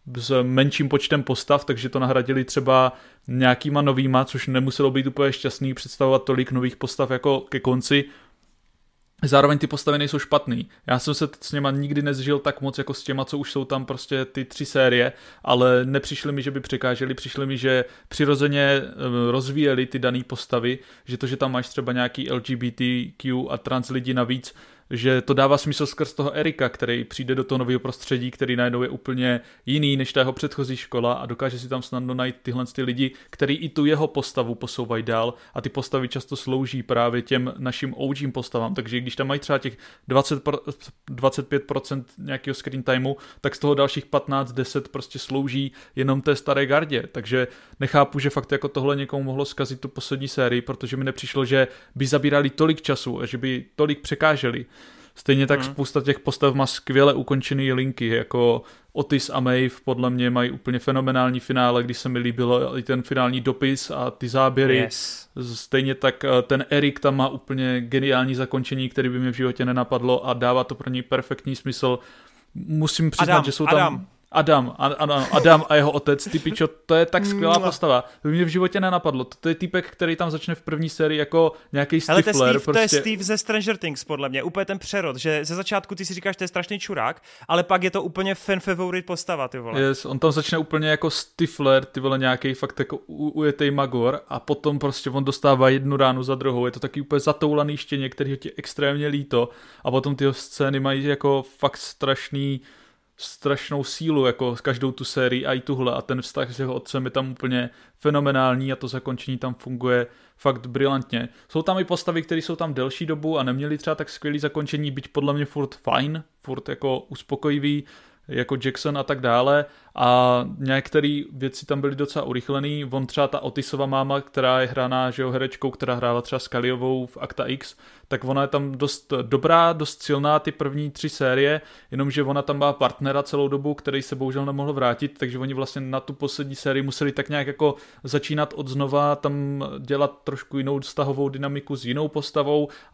s menším počtem postav, takže to nahradili třeba nějakýma novýma, což nemuselo být úplně šťastný představovat tolik nových postav jako ke konci. Zároveň ty postavy nejsou špatný. Já jsem se s něma nikdy nezžil tak moc jako s těma, co už jsou tam prostě ty tři série, ale nepřišli mi, že by překáželi, přišli mi, že přirozeně rozvíjeli ty dané postavy, že to, že tam máš třeba nějaký L G B T Q a trans lidi navíc, že to dává smysl skrz toho Erika, který přijde do toho nového prostředí, který najednou je úplně jiný než ta jeho předchozí škola a dokáže si tam snadno najít tyhle ty lidi, který i tu jeho postavu posouvají dál a ty postavy často slouží právě těm našim O G postavám, takže když tam mají třeba těch dvacet, dvacet pět procent nějakého screen timeu, tak z toho dalších patnáct deset prostě slouží jenom té staré gardě, takže nechápu, že fakt jako tohle někomu mohlo zkazit tu poslední sérii, protože mi nepřišlo, že by zabírali tolik času a že by tolik překáželi. Stejně tak hmm. spousta těch postav má skvěle ukončený linky, jako Otis a Maeve podle mě mají úplně fenomenální finále, když se mi líbilo i ten finální dopis a ty záběry. Yes. Stejně tak ten Erik tam má úplně geniální zakončení, který by mi v životě nenapadlo a dává to pro něj perfektní smysl. Musím přiznat, Adam, že jsou Adam. tam... Adam, ano, Adam a jeho otec, ty pičo, to je tak skvělá postava. To by mě v životě nenapadlo. To je týpek, který tam začne v první sérii jako nějaký Stifler. Ale to je, Steve, prostě... to je Steve ze Stranger Things, podle mě. Úplně ten přerod, že ze začátku ty si říkáš, že to je strašný čurák, ale pak je to úplně fan favorite postava, ty vole. Yes, on tam začne úplně jako Stifler, ty vole, nějaký fakt jako ujetej magor a potom prostě on dostává jednu ránu za druhou. Je to taky úplně zatoulaný štěně, který ti extrémně líto a potom ty scény mají jako fakt strašný strašnou sílu jako každou tu sérii a i tuhle a ten vztah s jeho otcem je tam úplně fenomenální a to zakončení tam funguje fakt brilantně. Jsou tam i postavy, které jsou tam delší dobu a neměly třeba tak skvělý zakončení, byť podle mě furt fajn, furt jako uspokojivý, jako Jackson a tak dále a některé věci tam byly docela urychlený. On třeba ta Otisova máma, která je hraná, že jo, herečkou, která hrála třeba Scullyovou v Akta X, tak ona je tam dost dobrá, dost silná ty první tři série, jenomže ona tam má partnera celou dobu, který se bohužel nemohl vrátit, takže oni vlastně na tu poslední sérii museli tak nějak jako začínat od znova, tam dělat trošku jinou vztahovou dynamiku s jinou postavou a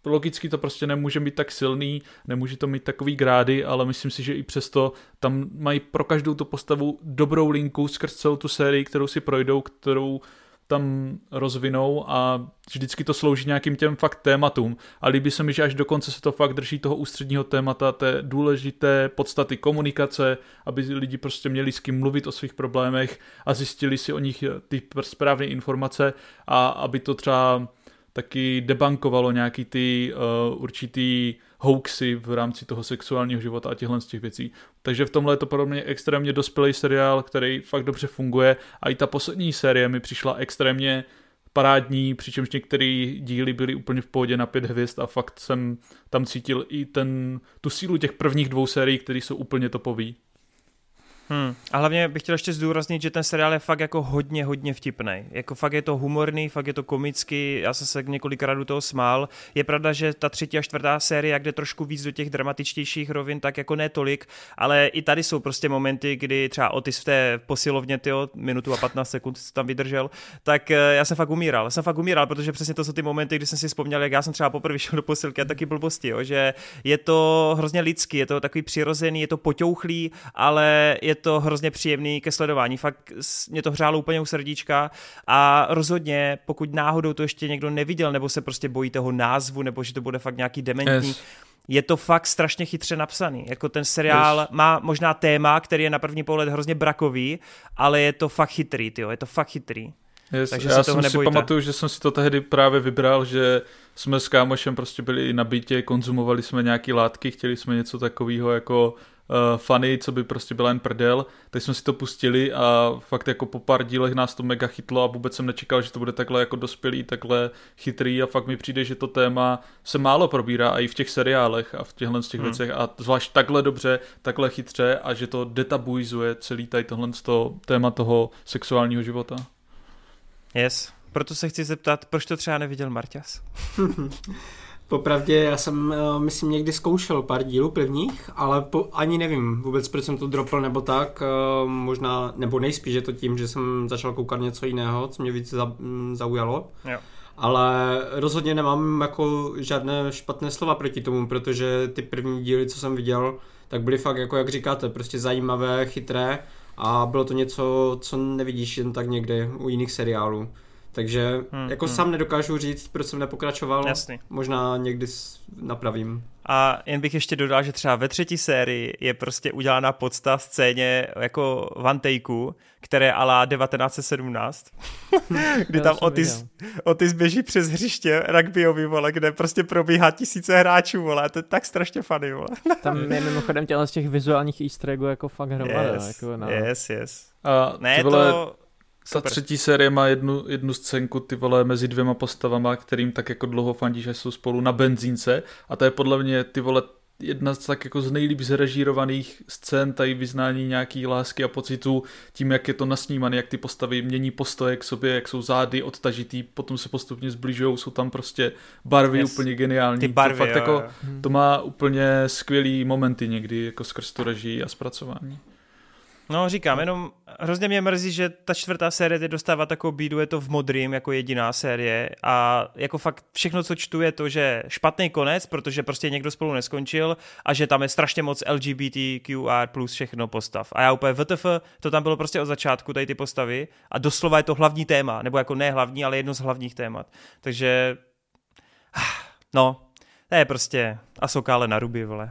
logicky to prostě nemůže být tak silný, nemůže to mít takový grády, ale myslím si, že i přesto tam mají pro každou tu postavu dobrou linku skrz celou tu sérii, kterou si projdou, kterou tam rozvinou a vždycky to slouží nějakým těm fakt tématům. A líbí se mi, že až do konce se to fakt drží toho ústředního témata, té důležité podstaty komunikace, aby lidi prostě měli s kým mluvit o svých problémech a zjistili si o nich ty správné informace a aby to třeba taky debankovalo nějaký ty uh, určitý hoaxy v rámci toho sexuálního života a těchhle z těch věcí. Takže v tomhle je to pro mě extrémně dospělý seriál, který fakt dobře funguje a i ta poslední série mi přišla extrémně parádní, přičemž některé díly byly úplně v pohodě na pět hvězd a fakt jsem tam cítil i ten, tu sílu těch prvních dvou sérií, které jsou úplně topový. Hmm. A hlavně bych chtěl ještě zdůraznit, že ten seriál je fakt jako hodně, hodně vtipnej. Jako fakt je to humorný, fakt je to komický, já jsem se několikrát do toho smál. Je pravda, že ta třetí a čtvrtá série, jak jde trošku víc do těch dramatičtějších rovin, tak jako ne tolik, ale i tady jsou prostě momenty, kdy třeba Otis v té posilovně, tyjo, minutu a patnáct sekund tam vydržel, tak já jsem fakt umíral. Já jsem fakt umíral, protože přesně to jsou ty momenty, kdy jsem si vzpomněl, jak já jsem třeba poprvé šel do posilky a taky blbosti, jo, že je to hrozně lidský, je to takový přirozený, je to poťouchlý, ale je to hrozně příjemný ke sledování. Fakt mě to hřálo úplně u srdíčka a rozhodně, pokud náhodou to ještě někdo neviděl, nebo se prostě bojí toho názvu, nebo že to bude fakt nějaký dementní, yes. Je to fakt strašně chytře napsaný. Jako ten seriál yes. má možná téma, který je na první pohled hrozně brakový, ale je to fakt chytrý, tyjo, je to fakt chytrý. Yes, Takže já se toho jsem nebojte. si pamatuju, že jsem si to tehdy právě vybral, že jsme s kámošem prostě byli na bytě, konzumovali jsme nějaký látky, chtěli jsme něco takového jako uh, funny, co by prostě byla jen prdel, tak jsme si to pustili a fakt jako po pár dílech nás to mega chytlo a vůbec jsem nečekal, že to bude takhle jako dospělý, takhle chytrý a fakt mi přijde, že to téma se málo probírá a i v těch seriálech a v těchhle z těch hmm. věcech a zvlášť takhle dobře, takhle chytře a že to detabuizuje celý tady tohle téma toho sexuálního života. Yes. Proto se chci zeptat, proč to třeba neviděl Marťas? Popravdě já jsem, myslím, někdy zkoušel pár dílů prvních, ale po, ani nevím vůbec, proč jsem to dropl nebo tak, možná, nebo nejspíš je to tím, že jsem začal koukat něco jiného, co mě víc za, zaujalo. Jo. Ale rozhodně nemám jako žádné špatné slova proti tomu, protože ty první díly, co jsem viděl, tak byly fakt, jako jak říkáte, prostě zajímavé, chytré a bylo to něco, co nevidíš jen tak někde u jiných seriálů. Takže hmm, jako hmm. sám nedokážu říct, proč jsem nepokračoval. Jasný. Možná někdy napravím. A jen bych ještě dodal, že třeba ve třetí sérii je prostě udělána podsta scéně jako one takeu, které je ala devatenáct set sedmnáct, kdy tam Otis, Otis běží přes hřiště rugbyový, vole, kde prostě probíhá tisíce hráčů, vole, to je tak strašně funny, vole. Tam je mimochodem těhle z těch vizuálních easter eggů jako fakt hromada. Yes, jako na... yes, yes. A ne, vole... to... Ta Super. Třetí série má jednu, jednu scénku, ty vole, mezi dvěma postavama, kterým tak jako dlouho fandíš, že jsou spolu na benzínce a to je podle mě, ty vole, jedna z tak jako z nejlíp zrežírovaných scén, tady vyznání nějaký lásky a pocitů, tím, jak je to nasnímané, jak ty postavy mění postoje k sobě, jak jsou zády odtažitý, potom se postupně zbližujou, jsou tam prostě barvy yes. úplně geniální. Ty barvy, to fakt jo, jako, jo. to má úplně skvělý momenty někdy, jako skrz tu režii a zpracování. No říkám, jenom hrozně mě mrzí, že ta čtvrtá série teď dostává takovou bídu, je to v modrým jako jediná série a jako fakt všechno, co čtu, je to, že špatný konec, protože prostě někdo spolu neskončil a že tam je strašně moc L G B T Q R plus všechno postav. A já úplně W T F, to tam bylo prostě od začátku, tady ty postavy a doslova je to hlavní téma, nebo jako ne hlavní, ale jedno z hlavních témat. Takže, no... To je prostě Asokále na ruby, vole.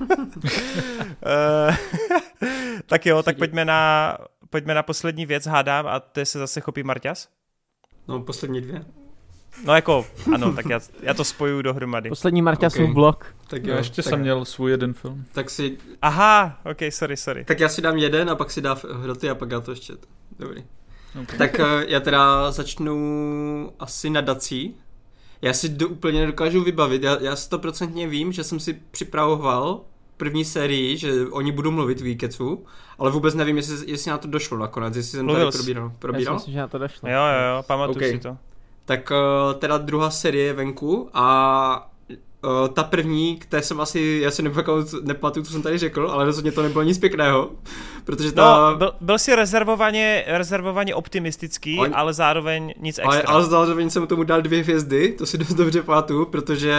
Tak jo, tak pojďme na, pojďme na poslední věc, hádám, a to se zase chopí Marťas? No, poslední dvě. No jako, ano, tak já, já to spojuju dohromady. Poslední Marťasův okay. blok. Tak jo, já ještě tak... jsem měl svůj jeden film. Tak si... Aha, ok, sorry, sorry. Tak já si dám jeden a pak si dá hroty a pak já to ještě... Dobrý. Okay. Tak já teda začnu asi nadací. Já si do, úplně nedokážu vybavit, já, já stoprocentně vím, že jsem si připravoval první sérii, že oni budou mluvit v Geeketsu, ale vůbec nevím, jestli, jestli na to došlo nakonec, jestli jsem Mluvil tady probíral. probíral? Já si myslím, že na to došlo. Jo, jo, jo, pamatuju okay. si to. Tak uh, teda druhá série je venku a uh, ta první, které jsem asi, já si nepamatuju, co jsem tady řekl, ale rozhodně to nebylo nic pěkného, protože ta... No, byl, byl si rezervovaně, rezervovaně optimistický, On... ale zároveň nic extra. Ale, ale zároveň jsem tomu dal dvě hvězdy, to si dost dobře pamatuju, protože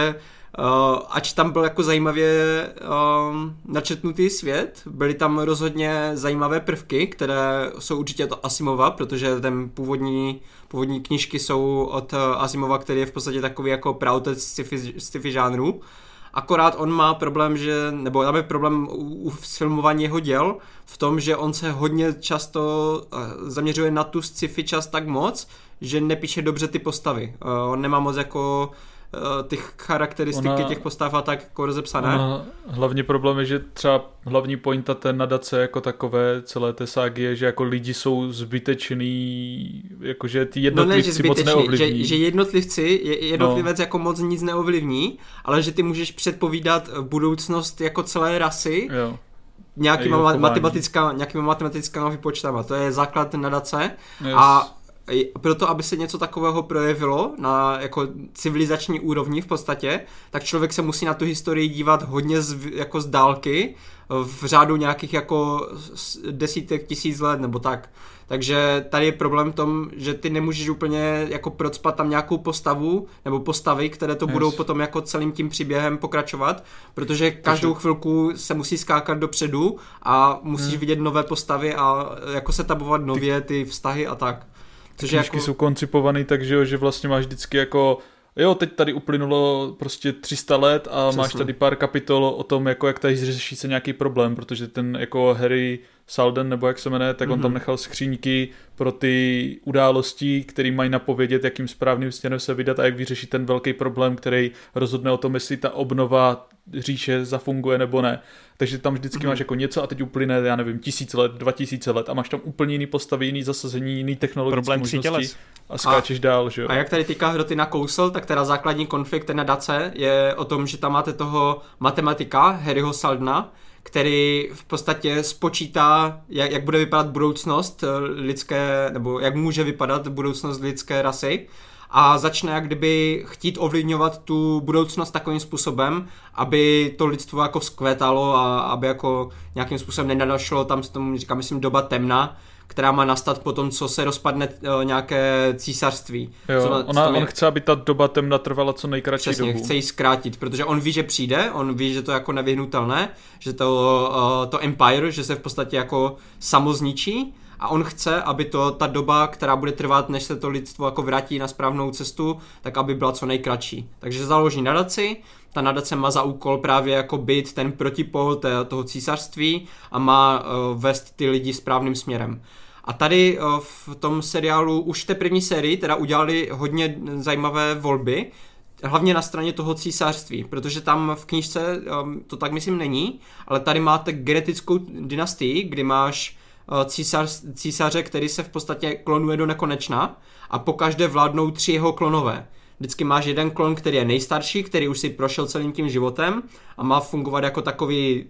ač tam byl jako zajímavě um, načetnutý svět, byly tam rozhodně zajímavé prvky, které jsou určitě to Asimova, protože ten původní, původní knížky jsou od Asimova, který je v podstatě takový jako praotec sci-fi, sci-fi žánru. Akorát on má problém, že, nebo tam je problém u, u filmování jeho děl v tom, že on se hodně často zaměřuje na tu sci-fi část tak moc, že nepíše dobře ty postavy. On nemá moc jako ty charakteristiky ona, těch postav a tak jako rozepsané. Ona, hlavní problém je, že třeba hlavní pointa té nadace jako takové celé té ságy je, že jako lidi jsou zbytečný, jakože ty jednotlivci no ne, moc neovlivní. Že, že jednotlivci, jednotlivec no. jako moc nic neovlivní, ale že ty můžeš předpovídat budoucnost jako celé rasy jo. nějakýma matematická, nějakýma matematickými výpočtama. To je základ nadace yes. a proto, aby se něco takového projevilo na jako civilizační úrovni v podstatě, tak člověk se musí na tu historii dívat hodně z, jako z dálky, v řádu nějakých jako desítek tisíc let nebo tak. Takže tady je problém v tom, že ty nemůžeš úplně jako procpat tam nějakou postavu nebo postavy, které to yes. budou potom jako celým tím příběhem pokračovat, protože každou chvilku se musí skákat dopředu a musíš hmm. vidět nové postavy a jako se tabovat nově ty vztahy a tak. Knížky jako... jsou koncipovaný tak, že, jo, že vlastně máš vždycky jako jo, teď tady uplynulo prostě tři sta let a Přesně. máš tady pár kapitol o tom, jako jak tady řeší se nějaký problém, protože ten jako Harry Salden, nebo jak se jmenuje, tak mm-hmm. on tam nechal skříňky pro ty události, které mají napovědět, jakým správným směrem se vydat a jak vyřešit ten velký problém, který rozhodne o tom, jestli ta obnova říše zafunguje nebo ne. Takže tam vždycky mm-hmm. máš jako něco a teď uplyne, já nevím, tisíc let, dva tisíce let a máš tam úplně jiný postavy, jiný zasazení, jiný technologické možnosti a skáčeš a, dál, že jo. A jak tady týká hroty nakousl, tak teda základní konflikt té nadace je o tom, že tam máte toho matematika Harryho Saldena, který v podstatě spočítá, jak, jak bude vypadat budoucnost lidské, nebo jak může vypadat budoucnost lidské rasy a začne jak kdyby chtít ovlivňovat tu budoucnost takovým způsobem, aby to lidstvo jako vzkvétalo a aby jako nějakým způsobem nenadašlo, tam se tomu říká, myslím, doba temna, která má nastat po tom, co se rozpadne uh, nějaké císařství. Jo, co, ona, co on je... chce, aby ta doba temna trvala co nejkratší Přesně, dobu. chce ji zkrátit, protože on ví, že přijde, on ví, že to je jako nevyhnutelné, že to, uh, to Empire, že se v podstatě jako samozničí a on chce, aby to ta doba, která bude trvat, než se to lidstvo jako vrátí na správnou cestu, tak aby byla co nejkratší. Takže založí nadaci, ta nadace má za úkol právě jako být ten protipol té, toho císařství a má uh, vést ty lidi správným směrem. A tady uh, v tom seriálu už v té první sérii teda udělali hodně zajímavé volby, hlavně na straně toho císařství, protože tam v knížce um, to tak myslím není, ale tady máte genetickou dynastii, kdy máš uh, císař, císaře, který se v podstatě klonuje do nekonečna a pokaždé vládnou tři jeho klonové. Vždycky máš jeden klon, který je nejstarší, který už si prošel celým tím životem a má fungovat jako takový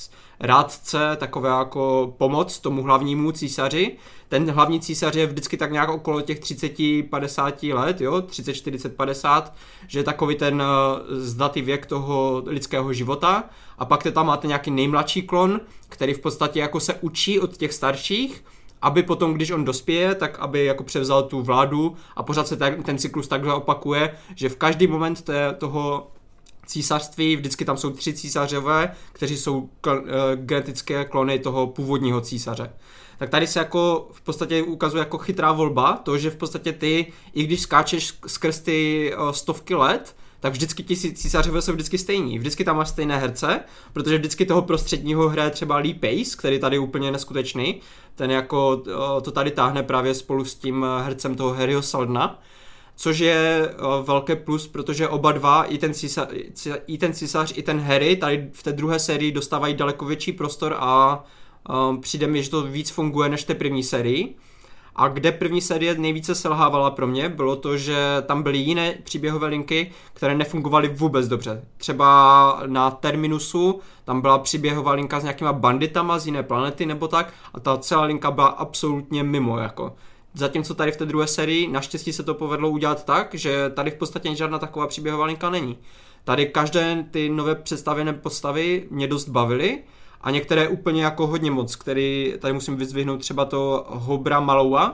rádce, takové jako pomoc tomu hlavnímu císaři. Ten hlavní císař je vždycky tak nějak okolo těch třicet padesát let, jo, třicet, čtyřicet, padesát, že je takový ten zdatý věk toho lidského života. A pak tam máte nějaký nejmladší klon, který v podstatě jako se učí od těch starších, aby potom, když on dospěje, tak aby jako převzal tu vládu a pořád se ten, ten cyklus takhle opakuje, že v každý moment té, toho císařství, vždycky tam jsou tři císařové, kteří jsou kl- genetické klony toho původního císaře. Tak tady se jako v podstatě ukazuje jako chytrá volba, to, že v podstatě ty, i když skáčeš skrz ty stovky let, tak vždycky ti císařové jsou vždycky stejní. Vždycky tam máš stejné herce, protože vždycky toho prostředního hraje třeba Lee Pace, který tady je úplně neskutečný. Ten jako to tady táhne právě spolu s tím hercem toho Harryho Saldena, což je velké plus, protože oba dva, i ten, císař, i ten císař, i ten Harry, tady v té druhé sérii dostávají daleko větší prostor a um, přijde mi, že to víc funguje než té první sérii. A kde první série nejvíce selhávala pro mě, bylo to, že tam byly jiné příběhové linky, které nefungovaly vůbec dobře. Třeba na Terminusu tam byla příběhová linka s nějakýma banditama z jiné planety nebo tak a ta celá linka byla absolutně mimo, jako. Zatímco tady v té druhé sérii naštěstí se to povedlo udělat tak, že tady v podstatě žádná taková příběhová linka není. Tady každé ty nové představené postavy mě dost bavily a některé úplně jako hodně moc, který tady musím vyzvihnout třeba to Hobra Maloua,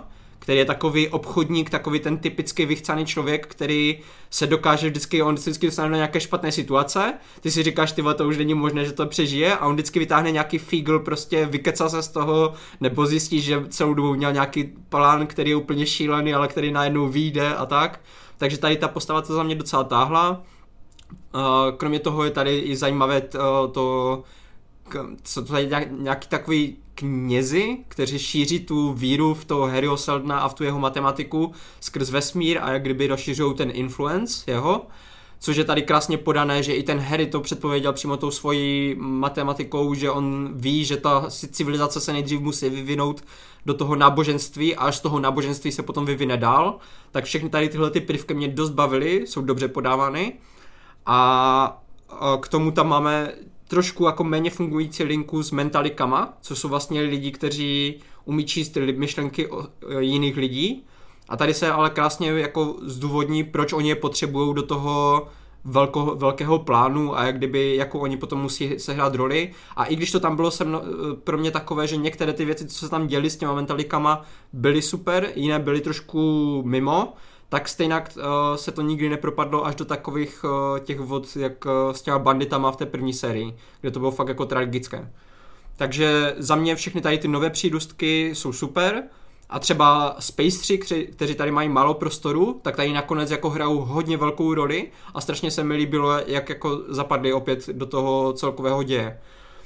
který je takový obchodník, takový ten typický vychcaný člověk, který se dokáže vždycky, on vždycky dostane do nějaké špatné situace, ty si říkáš, ty to už není možné, že to přežije a on vždycky vytáhne nějaký fígl, prostě vykecal se z toho, nebo zjistí, že celou dobu měl nějaký plán, který je úplně šílený, ale který najednou vyjde a tak. Takže tady ta postava to za mě docela táhla. Kromě toho je tady i zajímavé to, co to tady nějaký takový knězi, kteří šíří tu víru v toho Harryho Seldona a v tu jeho matematiku skrz vesmír a jak kdyby rozšiřují ten influence jeho, což je tady krásně podané, že i ten Harry to předpověděl přímo tou svojí matematikou, že on ví, že ta civilizace se nejdřív musí vyvinout do toho náboženství a až z toho náboženství se potom vyvine dál, tak všechny tady tyhle ty prvky mě dost bavily, jsou dobře podávány a k tomu tam máme trošku jako méně fungující linku s mentalikama, co jsou vlastně lidi, kteří umí číst myšlenky jiných lidí. A tady se ale krásně jako zdůvodní, proč oni je potřebují do toho velko, velkého plánu a jak kdyby, jako oni potom musí sehrát roli. A i když to tam bylo se mno, pro mě takové, že některé ty věci, co se tam děly s těma mentalikama, byly super, jiné byly trošku mimo, tak stejně uh, se to nikdy nepropadlo až do takových uh, těch vod, jak uh, s těma banditama v té první sérii, kde to bylo fakt jako tragické. Takže za mě všechny tady ty nové přírůstky jsou super a třeba Spaceri, kteří tady mají málo prostoru, tak tady nakonec jako hrajou hodně velkou roli a strašně se mi líbilo, jak jako zapadli opět do toho celkového děje.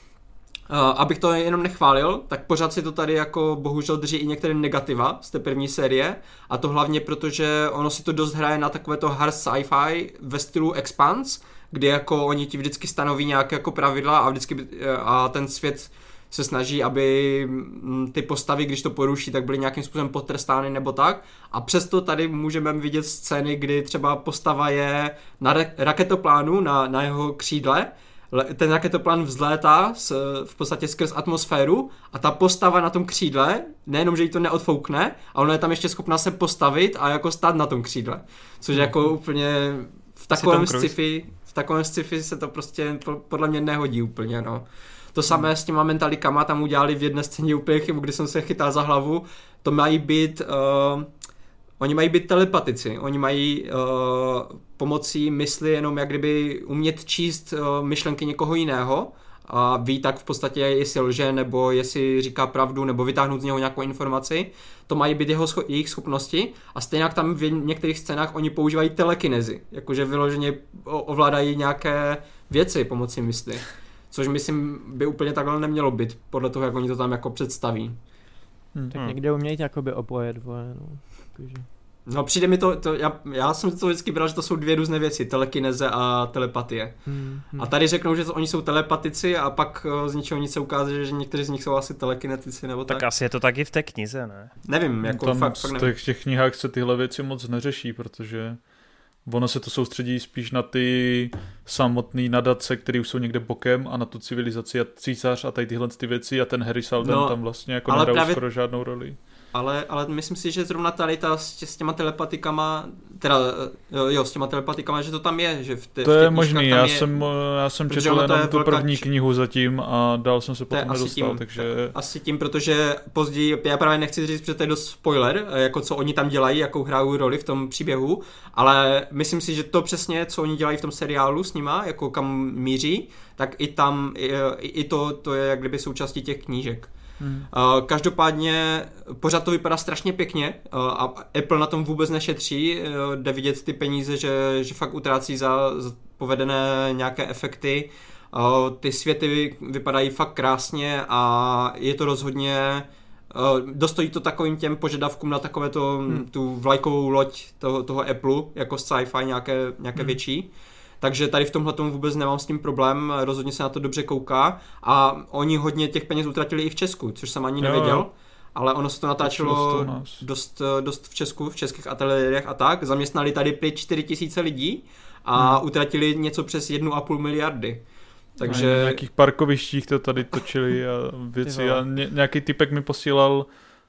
Uh, abych to jenom nechválil, tak pořád si to tady jako bohužel drží i některé negativa z té první série a to hlavně proto, že ono si to dost hraje na takovéto hard sci-fi ve stylu Expanse, kdy jako oni ti vždycky stanoví nějaké jako pravidla a vždycky a ten svět se snaží, aby ty postavy, když to poruší, tak byly nějakým způsobem potrestány nebo tak. A přesto tady můžeme vidět scény, kdy třeba postava je na raketoplánu, na, na jeho křídle, ten raketoplán vzlétá s, v podstatě skrz atmosféru a ta postava na tom křídle, nejenom, že jí to neodfoukne, ale ona je tam ještě schopná se postavit a jako stát na tom křídle. Což je jako úplně v takovém sci-fi, v takovém sci-fi se to prostě podle mě nehodí úplně, no. To samé s těma mentalikama tam udělali v jedné scéně úplně chybu, kdy jsem se chytal za hlavu. To mají být... Uh, Oni mají být telepatici, oni mají uh, pomocí mysli jenom jak kdyby umět číst uh, myšlenky někoho jiného a ví tak v podstatě, jestli lže, nebo jestli říká pravdu, nebo vytáhnout z něho nějakou informaci. To mají být jeho scho- jejich schopnosti a stejně jak tam v některých scénách oni používají telekinezi, jakože vyloženě ovládají nějaké věci pomocí mysli, což myslím by úplně takhle nemělo být, podle toho, jak oni to tam jako představí. Hmm. Tak někde umějí jakoby oboje dvoje, no. Takže... No přijde mi to, to já, já jsem to vždycky bral, že to jsou dvě různé věci, telekineze a telepatie. Hmm, hmm. A tady řeknou, že to, oni jsou telepatici a pak z ničeho nic se ukáže, že někteří z nich jsou asi telekinetici nebo tak. Tak asi je to taky v té knize, ne? Nevím, jako tam fakt, fakt nevím. V těch knihách se tyhle věci moc neřeší, protože ono se to soustředí spíš na ty samotné nadace, které už jsou někde bokem a na tu civilizaci a císař a tady tyhle ty věci a ten Harry Seldon no, tam vlastně jako nehrál právě... skoro žádnou roli. Ale, ale myslím si, že zrovna tady ta s, tě, s těma telepatikama, teda jo, s těma telepatikama, že to tam je. Že v te, to v je možný, já, je, jsem, já jsem četl jenom tu první č... knihu zatím a dál jsem se potom nedostal, tím, takže... Asi tím, protože později, já právě nechci říct, že to je dost spoiler, jako co oni tam dělají, jakou hrajou roli v tom příběhu, ale myslím si, že to přesně, co oni dělají v tom seriálu s nima, jako kam míří, tak i tam, i, i to, to je jak kdyby součástí těch knížek. Hmm. Uh, každopádně pořád to vypadá strašně pěkně uh, a Apple na tom vůbec nešetří, uh, jde vidět ty peníze, že, že fakt utrácí za, za povedené nějaké efekty, uh, ty světy vypadají fakt krásně a je to rozhodně uh, dostojí to takovým těm požadavkům na takovéto hmm. tu vlajkovou loď toho, toho Apple jako sci-fi nějaké, nějaké hmm. větší. Takže tady v tomhle tomu vůbec nemám s tím problém, rozhodně se na to dobře kouká a oni hodně těch peněz utratili i v Česku, což jsem ani nevěděl, jo, jo. Ale ono se to natáčelo dost, dost v Česku, v českých ateliérech a tak, zaměstnali tady pět čtyři tisíce lidí a hmm. utratili něco přes jednu a půl miliardy. Takže... Na nějakých parkovištích to tady točili a věci a ně, nějaký typek mi posílal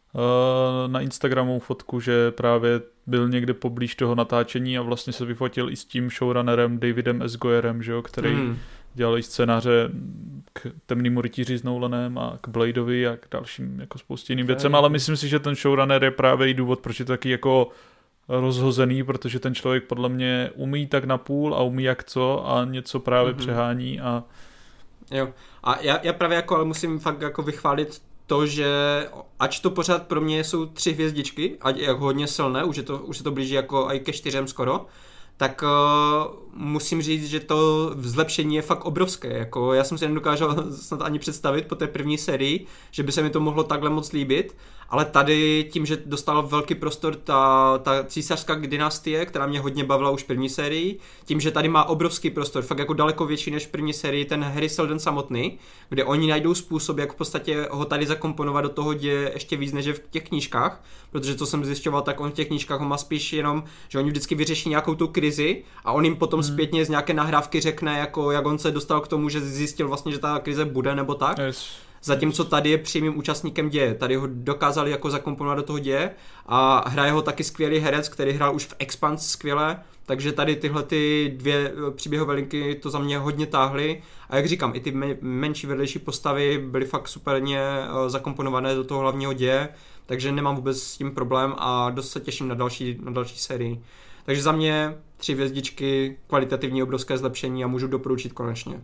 na Instagramu fotku, že právě byl někde poblíž toho natáčení a vlastně se vyfotil i s tím showrunnerem Davidem S. Goyerem, že jo, který mm. dělali scénáře k Temnému rytíři s Nolanem a k Bladeovi a k dalším jako spoustě jiným věcem, ale myslím si, že ten showrunner je právě i důvod, proč je to taky jako rozhozený, protože ten člověk podle mě umí tak na půl a umí jak co a něco právě mm-hmm. přehání a jo. A já, já právě jako ale musím fakt jako vychválit to, že ač to pořád pro mě jsou tři hvězdičky, ať jako hodně silné, už, je to, už se to blíží jako i ke čtyřem skoro, tak uh, musím říct, že to zlepšení je fakt obrovské. Jako, já jsem si nedokázal snad ani představit po té první sérii, že by se mi to mohlo takhle moc líbit, ale tady tím, že dostala velký prostor ta, ta císařská dynastie, která mě hodně bavila už v první sérii, tím, že tady má obrovský prostor, fakt jako daleko větší než v první sérii ten Harry Seldon samotný, kde oni najdou způsob, jak v podstatě ho tady zakomponovat do toho děje ještě víc než v těch knížkách, protože co jsem zjišťoval, tak on v těch knížkách ho má spíš jenom, že oni vždycky vyřeší nějakou tu krizi a on jim potom hmm. zpětně z nějaké nahrávky řekne, jako jak on se dostal k tomu, že zjistil vlastně, že ta krize bude nebo tak. Yes. Zatímco tady je přímým účastníkem děje. Tady ho dokázali jako zakomponovat do toho děje a hraje ho taky skvělý herec, který hrál už v Expanse skvěle, takže tady tyhle ty dvě příběhové linky to za mě hodně táhly a jak říkám, i ty menší vedlejší postavy byly fakt superně zakomponované do toho hlavního děje, takže nemám vůbec s tím problém a dost se těším na další, na další sérii. Takže za mě tři hvězdičky, kvalitativní obrovské zlepšení a můžu doporučit konečně.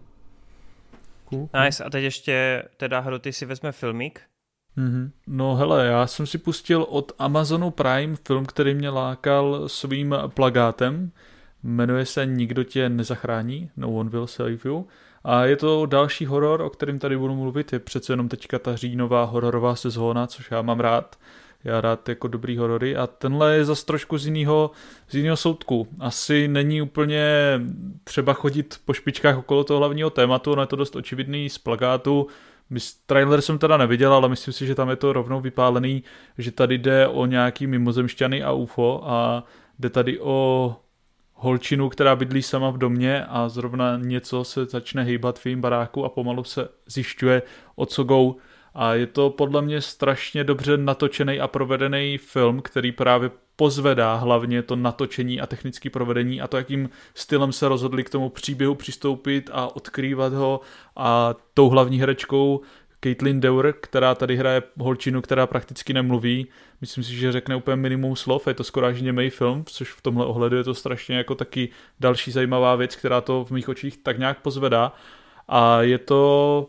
Nice, a teď ještě teda Hro, ty si vezme filmík? Mm-hmm. No hele, já jsem si pustil od Amazonu Prime film, který mě lákal svým plakátem. Jmenuje se Nikdo tě nezachrání, No One Will Save You. A je to další horor, o kterém tady budu mluvit. Je přece jenom teďka ta říjnová hororová sezóna, což já mám rád. Já rád jako dobrý horory a tenhle je zase trošku z jiného, z jiného soudku. Asi není úplně třeba chodit po špičkách okolo toho hlavního tématu, ono je to dost očividný z plakátu. Trailer jsem teda neviděl, ale myslím si, že tam je to rovnou vypálený, že tady jde o nějaký mimozemšťany a U F O a jde tady o holčinu, která bydlí sama v domě a zrovna něco se začne hýbat v jejím baráku a pomalu se zjišťuje, o co go. A je to podle mě strašně dobře natočený a provedený film, který právě pozvedá hlavně to natočení a technické provedení a to, jakým stylem se rozhodli k tomu příběhu přistoupit a odkrývat ho a tou hlavní herečkou Caitlin Dever, která tady hraje holčinu, která prakticky nemluví. Myslím si, že řekne úplně minimum slov, je to skoro až němej film, což v tomhle ohledu je to strašně jako taky další zajímavá věc, která to v mých očích tak nějak pozvedá. A je to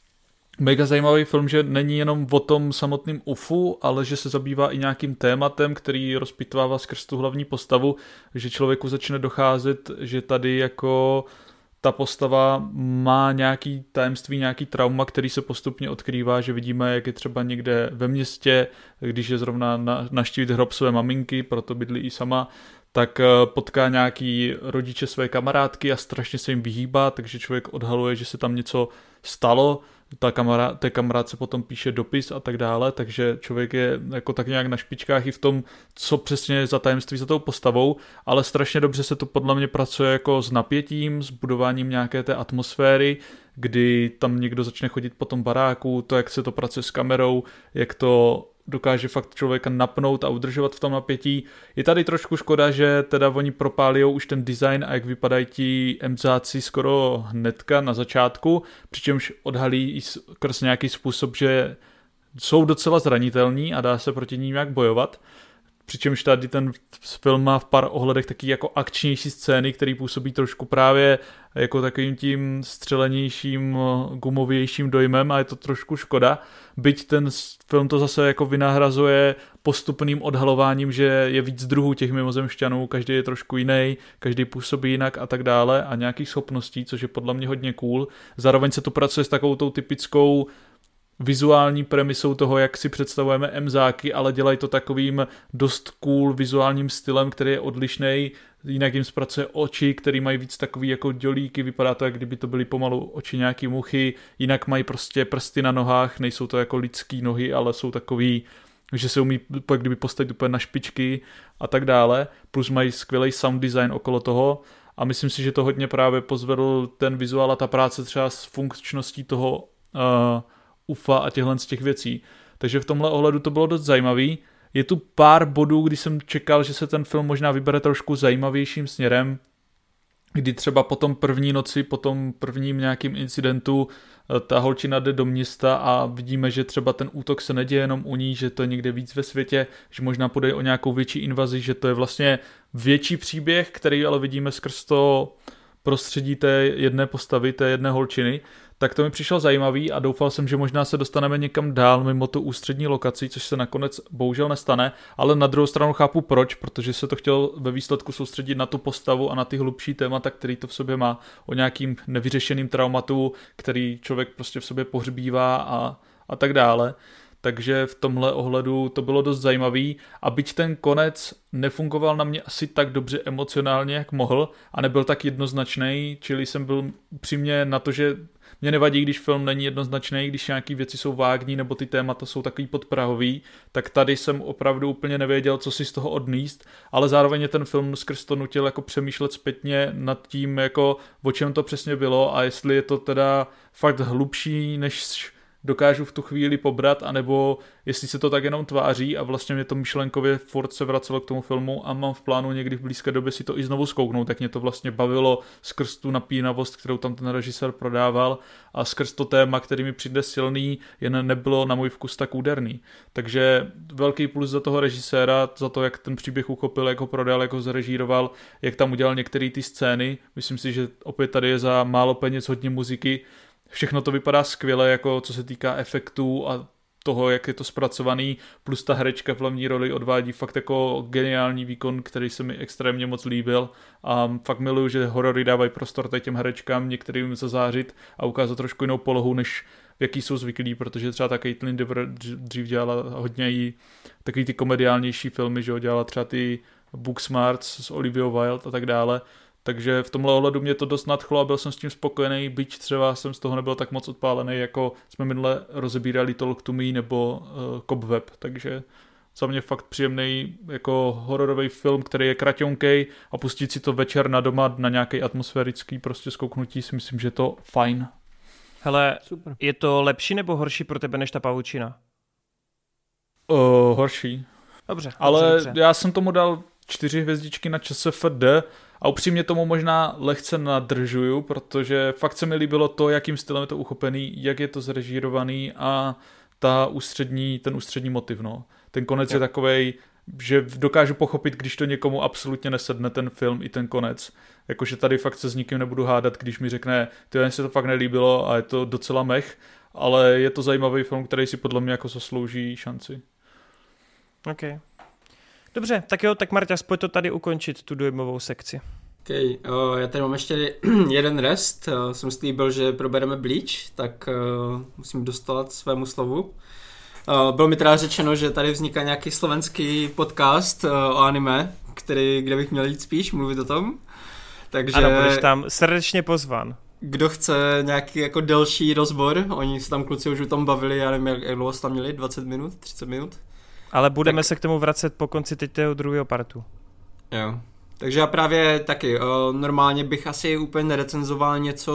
mega zajímavý film, že není jenom o tom samotným U F U, ale že se zabývá i nějakým tématem, který rozpitvává skrz tu hlavní postavu, že člověku začne docházet, že tady jako ta postava má nějaký tajemství, nějaký trauma, který se postupně odkrývá, že vidíme, jak je třeba někde ve městě, když je zrovna na, naštívit hrob své maminky, proto bydlí i sama, tak potká nějaký rodiče své kamarádky a strašně se jim vyhýbá, takže člověk odhaluje, že se tam něco stalo, ta kamarád, té kamarádce potom píše dopis a tak dále, takže člověk je jako tak nějak na špičkách i v tom, co přesně je za tajemství za tou postavou, ale strašně dobře se to podle mě pracuje jako s napětím, s budováním nějaké té atmosféry, kdy tam někdo začne chodit po tom baráku, to, jak se to pracuje s kamerou, jak to dokáže fakt člověka napnout a udržovat v tom napětí. Je tady trošku škoda, že teda oni propálijou už ten design a jak vypadají ti emzáci skoro hnedka na začátku, přičemž odhalí i skrz nějaký způsob, že jsou docela zranitelní a dá se proti ním nějak bojovat. Přičemž tady ten film má v pár ohledech taky jako akčnější scény, který působí trošku právě jako takovým tím střelenějším, gumovějším dojmem a je to trošku škoda. Byť ten film to zase jako vynahrazuje postupným odhalováním, že je víc druhů těch mimozemšťanů, každý je trošku jiný, každý působí jinak a tak dále a nějakých schopností, což je podle mě hodně cool. Zároveň se to pracuje s takovou tou typickou vizuální premisou toho, jak si představujeme emzáky, ale dělají to takovým dost cool vizuálním stylem, který je odlišnej. Jinak jim zpracuje oči, který mají víc takový jako dělíky, vypadá to, jak kdyby to byly pomalu oči nějaký muchy, jinak mají prostě prsty na nohách, nejsou to jako lidský nohy, ale jsou takový, že se umí jak kdyby postavit úplně na špičky a tak dále, plus mají skvělý sound design okolo toho a myslím si, že to hodně právě pozvedl ten vizuál a ta práce třeba s funkčností toho uh, U F A a těchhle z těch věcí. Takže v tomhle ohledu to bylo dost zajímavý. Je tu pár bodů, kdy jsem čekal, že se ten film možná vybere trošku zajímavějším směrem. kdy třeba po tom první noci, po tom prvním nějakým incidentu ta holčina jde do města a vidíme, že třeba ten útok se neděje jenom u ní, že to je někde víc ve světě, že možná půjde o nějakou větší invazi, že to je vlastně větší příběh, který ale vidíme skrz to prostředí té jedné postavy, té jedné holčiny, tak to mi přišlo zajímavý a doufal jsem, že možná se dostaneme někam dál mimo tu ústřední lokaci, což se nakonec bohužel nestane, ale na druhou stranu chápu proč, protože se to chtělo ve výsledku soustředit na tu postavu a na ty hlubší témata, který to v sobě má, o nějakým nevyřešeným traumatu, který člověk prostě v sobě pohřbívá a, a tak dále. Takže v tomhle ohledu to bylo dost zajímavý a byť ten konec nefungoval na mě asi tak dobře emocionálně, jak mohl a nebyl tak jednoznačný, čili jsem byl upřímně na to, že mě nevadí, když film není jednoznačný, když nějaký věci jsou vágní nebo ty témata jsou takový podprahový, tak tady jsem opravdu úplně nevěděl, co si z toho odníst, ale zároveň ten film skrz to nutil jako přemýšlet zpětně nad tím, jako o čem to přesně bylo a jestli je to teda fakt hlubší, než dokážu v tu chvíli pobrat, anebo jestli se to tak jenom tváří a vlastně mě to myšlenkově furt se vracelo k tomu filmu a mám v plánu někdy v blízké době si to i znovu zkouknout, tak mě to vlastně bavilo skrz tu napínavost, kterou tam ten režisér prodával a skrz to téma, který mi přijde silný, jen nebylo na můj vkus tak úderný. Takže velký plus za toho režiséra, za to, jak ten příběh uchopil, jak ho prodal, jak ho zarežíroval, jak tam udělal některé ty scény. Myslím si, že opět tady je za málo peněz hodně muziky. Všechno to vypadá skvěle, jako co se týká efektů a toho, jak je to zpracovaný, plus ta herečka v hlavní roli odvádí fakt jako geniální výkon, který se mi extrémně moc líbil a fakt miluju, že horory dávají prostor tady těm herečkám, některým zazářit a ukázat trošku jinou polohu, než v jaký jsou zvyklí, protože třeba ta Caitlin Dever dřív dělala hodně jí takový ty komediálnější filmy, že ho dělala třeba ty Booksmart s Olivia Wilde a tak dále. Takže v tomhle ohledu mě to dost nadchlo a byl jsem s tím spokojený, byť třeba jsem z toho nebyl tak moc odpálený, jako jsme minule rozebírali Talk to Me nebo uh, Cobweb, takže za mě fakt příjemný jako hororový film, který je kraťonkej a pustit si to večer na doma na nějaký atmosférický prostě zkouknutí si myslím, že je to fajn. Hele, super. Je to lepší nebo horší pro tebe než ta pavučina? Uh, horší. Dobře. Ale dobře, dobře. Já jsem tomu dal čtyři hvězdičky na ČSFD a upřímně tomu možná lehce nadržuju, protože fakt se mi líbilo to, jakým stylem je to uchopený, jak je to zrežírovaný a ta ústřední, ten ústřední motiv. No. Ten konec je, je takovej, že dokážu pochopit, když to někomu absolutně nesedne ten film i ten konec. Jakože tady fakt se s nikým nebudu hádat, když mi řekne, tyhle se to fakt nelíbilo a je to docela mech, ale je to zajímavý film, který si podle mě jako zaslouží šanci. OK. Dobře, tak jo, tak Marťa, pojď to tady ukončit, tu dojmovou sekci. OK, uh, já tady mám ještě jeden rest, uh, jsem slíbil, že probereme Bleach, tak uh, musím dostat svému slovu. Uh, bylo mi teda řečeno, že tady vzniká nějaký slovenský podcast uh, o anime, který, kde bych měl jít spíš mluvit o tom. Takže ano, budeš tam srdečně pozvan. Kdo chce nějaký jako delší rozbor, oni se tam kluci už o tom bavili, já nevím, jak, jak dlouho se tam měli, dvacet minut, třicet minut. Ale budeme tak se k tomu vracet po konci teď toho druhého partu. Jo. Takže já právě taky, uh, normálně bych asi úplně nerecenzoval něco,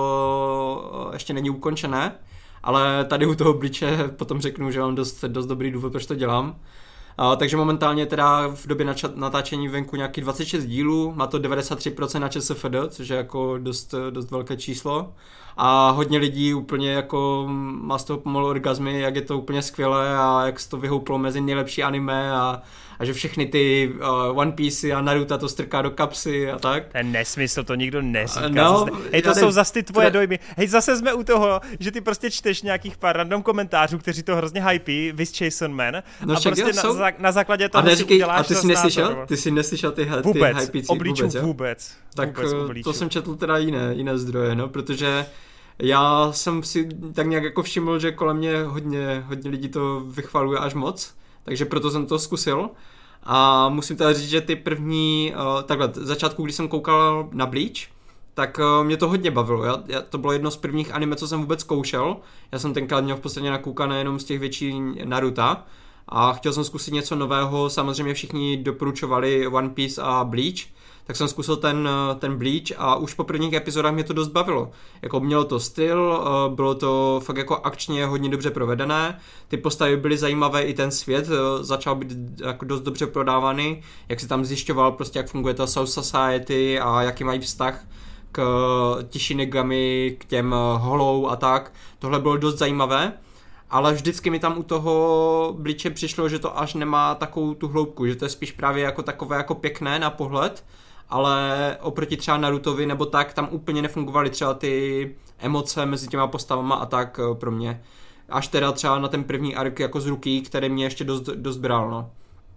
co ještě není ukončené, ale tady u toho Bleache potom řeknu, že mám dost, dost dobrý důvod, proč to dělám. Uh, takže momentálně teda v době načat, natáčení venku nějaký dvacet šest dílů, má to devadesát tři procent na ČSFD, což je jako dost, dost velké číslo. A hodně lidí úplně jako má z toho pomalu orgazmy, jak je to úplně skvělé a jak se to vyhouplo mezi nejlepší anime a, a že všechny ty uh, One Piece a Naruto to strká do kapsy a tak. Ten nesmysl, to nikdo neříká. No, Hej, to jsou zase ty tvoje dojmy. Hej, zase jsme u toho, že ty prostě čteš nějakých pár random komentářů, kteří to hrozně hypí, vis Jason Man, no, a prostě na, za, na základě toho neříkej, si uděláš. A ty jsi neslyšel? Ty jsi neslyšel ty, ty vůbec, hypící? Obličů vůbec, vůbec. Tak vůbec to jsem četl teda jiné, jiné zdroje, no, protože já jsem si tak nějak jako všiml, že kolem mě hodně, hodně lidí to vychvaluje až moc, takže proto jsem to zkusil. A musím teda říct, že ty první, uh, takhle, začátku, když jsem koukal na Bleach, tak uh, mě to hodně bavilo. Já, já, to bylo jedno z prvních anime, co jsem vůbec zkoušel. Já jsem tenkrát měl v podstatě nakoukané jenom z těch větší Naruta. a chtěl jsem zkusit něco nového, samozřejmě všichni doporučovali One Piece a Bleach, tak jsem zkusil ten, ten Bleach a už po prvních epizodách mě to dost bavilo. Jako mělo to styl, bylo to fakt jako akčně hodně dobře provedené, ty postavy byly zajímavé, i ten svět začal být jako dost dobře prodávaný, jak si tam zjišťoval prostě, jak funguje ta Soul Society a jaký mají vztah k ti Shinigami, k těm Hollow a tak. Tohle bylo dost zajímavé, ale vždycky mi tam u toho Bleache přišlo, že to až nemá takovou tu hloubku, že to je spíš právě jako takové jako pěkné na pohled, ale oproti třeba Narutovi nebo tak, tam úplně nefungovaly třeba ty emoce mezi těma postavama a tak pro mě. Až teda třeba na ten první ark jako z ruky, který mě ještě dost, dost bral, no.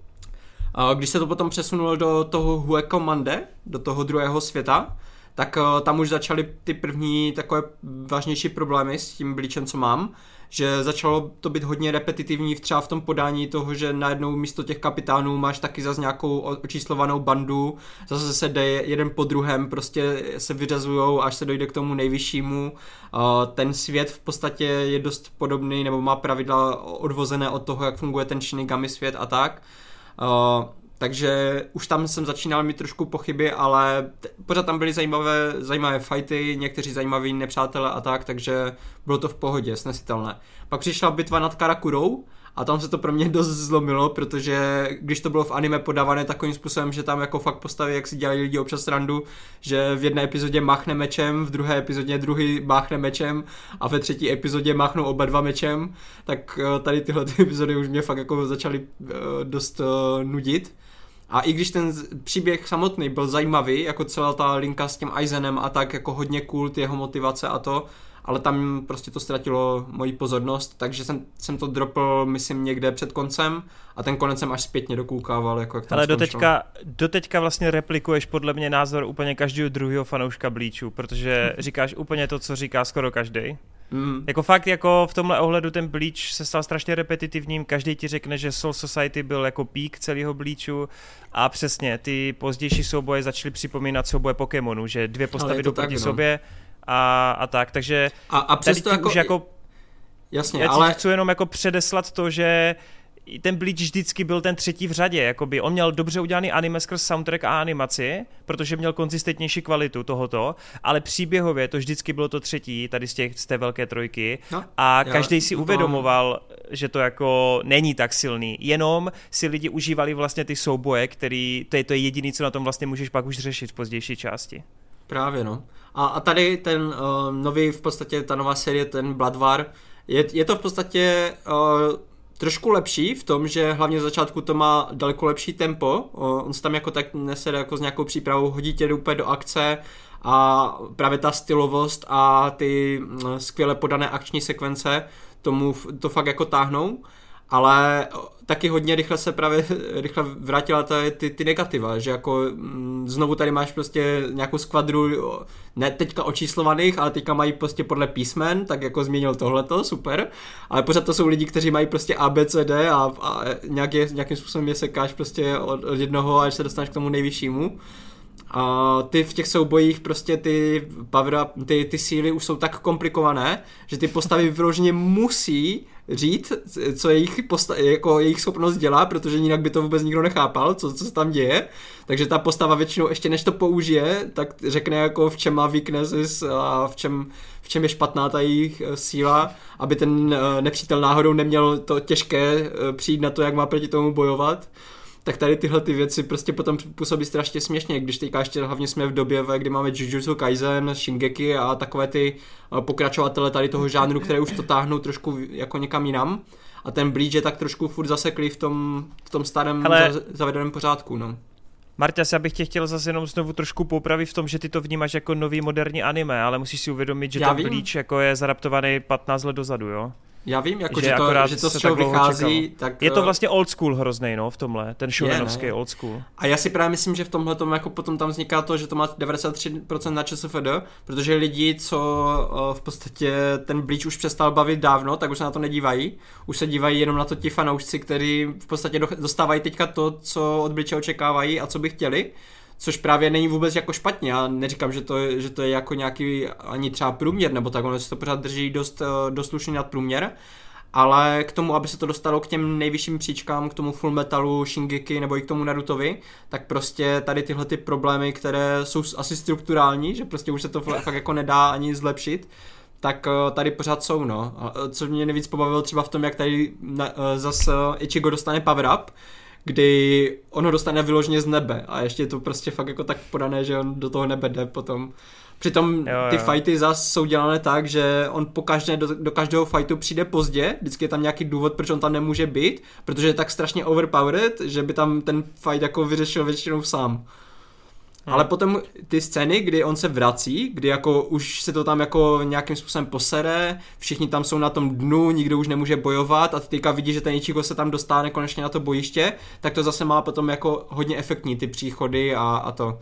A když se to potom přesunulo do toho Hueco-Mande, do toho druhého světa, tak tam už začaly ty první takové vážnější problémy s tím Bleachem, co mám, že začalo to být hodně repetitivní třeba v tom podání toho, že najednou místo těch kapitánů máš taky zase nějakou očíslovanou bandu, zase se jde jeden po druhém, prostě se vyřazujou, až se dojde k tomu nejvyššímu. Ten svět v podstatě je dost podobný, nebo má pravidla odvozené od toho, jak funguje ten Shinigami svět a tak. Takže už tam jsem začínal mít trošku pochyby, ale t- pořád tam byly zajímavé, zajímavé fighty, někteří zajímaví nepřátelé a tak, takže bylo to v pohodě, snesitelné. Pak přišla bitva nad Karakurou a tam se to pro mě dost zlomilo, protože když to bylo v anime podávané takovým způsobem, že tam jako fakt postavy, jak si dělají lidi občas srandu, že v jedné epizodě máchne mečem, v druhé epizodě druhý máchne mečem a ve třetí epizodě máchnou oba dva mečem, tak tady tyhle ty epizody už mě fakt jako začaly uh, dost uh, nudit. A i když ten příběh samotný byl zajímavý, jako celá ta linka s tím Aizenem a tak, jako hodně cool, jeho motivace a to, ale tam prostě to ztratilo moji pozornost, takže jsem, jsem to dropl, myslím, někde před koncem a ten konec jsem až zpětně dokoukával, jako jak tam ale doteďka, doteďka vlastně replikuješ podle mě názor úplně každého druhého fanouška Bleachu, protože říkáš úplně to, co říká skoro každý. Mm. Jako fakt, jako v tomhle ohledu ten Bleach se stal strašně repetitivním, každý ti řekne, že Soul Society byl jako pík celého Bleachu a přesně, ty pozdější souboje začaly připomínat souboje Pokémonu, že dvě postavy jdou proti no. sobě a, a tak, takže a, a přesto jako, jako jasně, já ale chci jenom jako předeslat to, že ten Bleach vždycky byl ten třetí v řadě, jakoby on měl dobře udělaný anime skrz soundtrack a animaci, protože měl konzistentnější kvalitu tohoto, ale příběhově to vždycky bylo to třetí, tady z, těch, z té velké trojky no, a každý si uvědomoval, že to jako není tak silný, jenom si lidi užívali vlastně ty souboje, který, to je to jediné, co na tom vlastně můžeš pak už řešit v pozdější části. Právě no. A, a tady ten uh, nový, v podstatě ta nová série, ten Blood War, je, je to v podstatě uh, trošku lepší v tom, že hlavně z začátku to má daleko lepší tempo, on se tam jako tak nese jako s nějakou přípravou, hodí tě úplně do akce a právě ta stylovost a ty skvěle podané akční sekvence tomu to fakt jako táhnou, ale taky hodně rychle se právě rychle vrátila ty, ty, ty negativa, že jako znovu tady máš prostě nějakou skvadru ne teďka očíslovaných, ale teďka mají prostě podle písmen, tak jako změnil tohleto, super, ale pořád to jsou lidi, kteří mají prostě A, B, C, D a, a nějaký, nějakým způsobem je sekáš prostě od, od jednoho, až se dostaneš k tomu nejvyššímu. A ty v těch soubojích prostě ty power, ty, ty síly už jsou tak komplikované, že ty postavy vyloženě musí říct, co jejich, posta- jako jejich schopnost dělá, protože jinak by to vůbec nikdo nechápal, co, co se tam děje. Takže ta postava většinou ještě než to použije, tak řekne jako v čem má weaknesses a v čem, v čem je špatná ta jejich síla, aby ten nepřítel náhodou neměl to těžké přijít na to, jak má proti tomu bojovat. Tak tady tyhle ty věci prostě potom působí strašně směšně, když teďka ještě hlavně jsme v době, kdy máme Jujutsu Kaisen, Shingeki a takové ty pokračovatele tady toho žánru, které už to táhnou trošku jako někam jinam. A ten Bleach je tak trošku furt zaseklý v tom, v tom starém Ale... zavedeném pořádku, no. Marťas, já bych tě chtěl zase jenom znovu trošku popravit v tom, že ty to vnímáš jako nový moderní anime, ale musíš si uvědomit, že já ten vím. Bleach jako je zadaptovaný patnáct let dozadu, jo? Já vím, jako, že, že, to, že to z čeho vychází. Tak, je to vlastně old school hroznej, no, v tomhle, ten shonenovský old school. A já si právě myslím, že v tomhle tom jako potom tam vzniká to, že to má devadesát tři procent na ČSFD, protože lidi, co v podstatě ten Bleach už přestal bavit dávno, tak už se na to nedívají. Už se dívají jenom na to ti fanoušci, kteří v podstatě dostávají teďka to, co od Bleache očekávají a co by chtěli. Což právě není vůbec jako špatně, já neříkám, že to, že to je jako nějaký ani třeba průměr, nebo tak, ono se to pořád drží dost, dost slušný nadprůměr, ale k tomu, aby se to dostalo k těm nejvyšším příčkám, k tomu Full Metalu, Shingeki nebo i k tomu Narutovi, tak prostě tady tyhle ty problémy, které jsou asi strukturální, že prostě už se to fakt jako nedá ani zlepšit, tak tady pořád jsou, no. Co mě nejvíc pobavilo třeba v tom, jak tady zase Ichigo dostane power up, kdy on ho dostane vyloženě z nebe a ještě je to prostě fakt jako tak podané, že on do toho nebe jde potom. Přitom jo, jo. ty fighty zas jsou dělané tak, že on po každé, do, do každého fightu přijde pozdě, vždycky je tam nějaký důvod, proč on tam nemůže být, protože je tak strašně overpowered, že by tam ten fight jako vyřešil většinou sám. Hmm. Ale potom ty scény, kdy on se vrací, kdy jako už se to tam jako nějakým způsobem posere, všichni tam jsou na tom dnu, nikdo už nemůže bojovat a ty teďka vidí, že ten Ichigo se tam dostane konečně na to bojiště, tak to zase má potom jako hodně efektní ty příchody a, a to.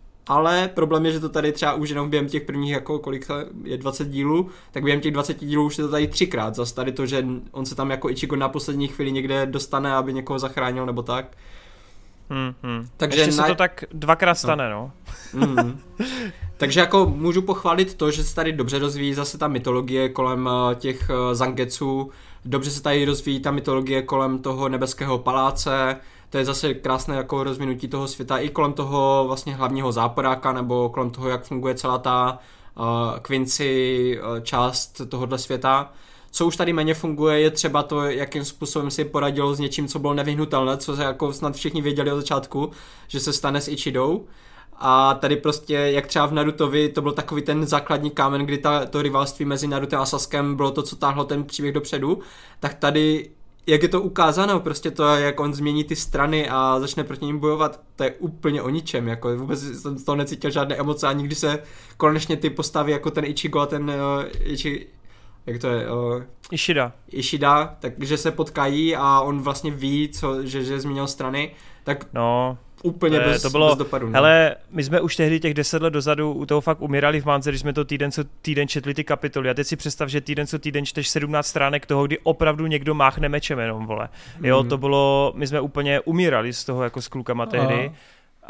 Ale problém je, že to tady třeba už jenom během těch prvních, jako kolik je dvacet dílů, tak během těch dvacet dílů už je to tady třikrát. Zase tady to, že on se tam jako Ichigo na poslední chvíli někde dostane, aby někoho zachránil nebo tak. Hmm, hmm. Takže ještě na... se to tak dvakrát stane, no. no. Mm. Takže jako můžu pochválit to, že se tady dobře rozvíjí zase ta mytologie kolem těch Zangetsu, dobře se tady rozvíjí ta mytologie kolem toho nebeského paláce, to je zase krásné jako rozvinutí toho světa i kolem toho vlastně hlavního záporáka nebo kolem toho, jak funguje celá ta uh, Quincy uh, část tohohle světa. Co už tady méně funguje, je třeba to, jakým způsobem si poradilo s něčím, co bylo nevyhnutelné, co se jako snad všichni věděli od začátku, že se stane s Ichidou. A tady prostě, jak třeba v Narutovi, to byl takový ten základní kámen, kdy ta, to rivalství mezi Narutem a Saskem bylo to, co táhlo ten příběh dopředu, tak tady, jak je to ukázáno, prostě to, jak on změní ty strany a začne proti ním bojovat, to je úplně o ničem, jako vůbec jsem z toho necítil žádné emoce, ani když se konečně ty postavy, jako ten Ichigo a ten uh, Ichi, jak to je? Uh, Ishida. Ishida, takže se potkají a on vlastně ví, co, že, že změnil strany, tak no, úplně to, bez, to bylo, bez dopadu. Ne? Hele, my jsme už tehdy těch deset let dozadu u toho fakt umírali v manze, když jsme to týden co týden četli ty kapitoly. A teď si představ, že týden co týden čteš sedmnáct stránek toho, kdy opravdu někdo máchne mečem jenom, vole. Jo, mm. to bylo, my jsme úplně umírali z toho jako s klukama tehdy. Aha.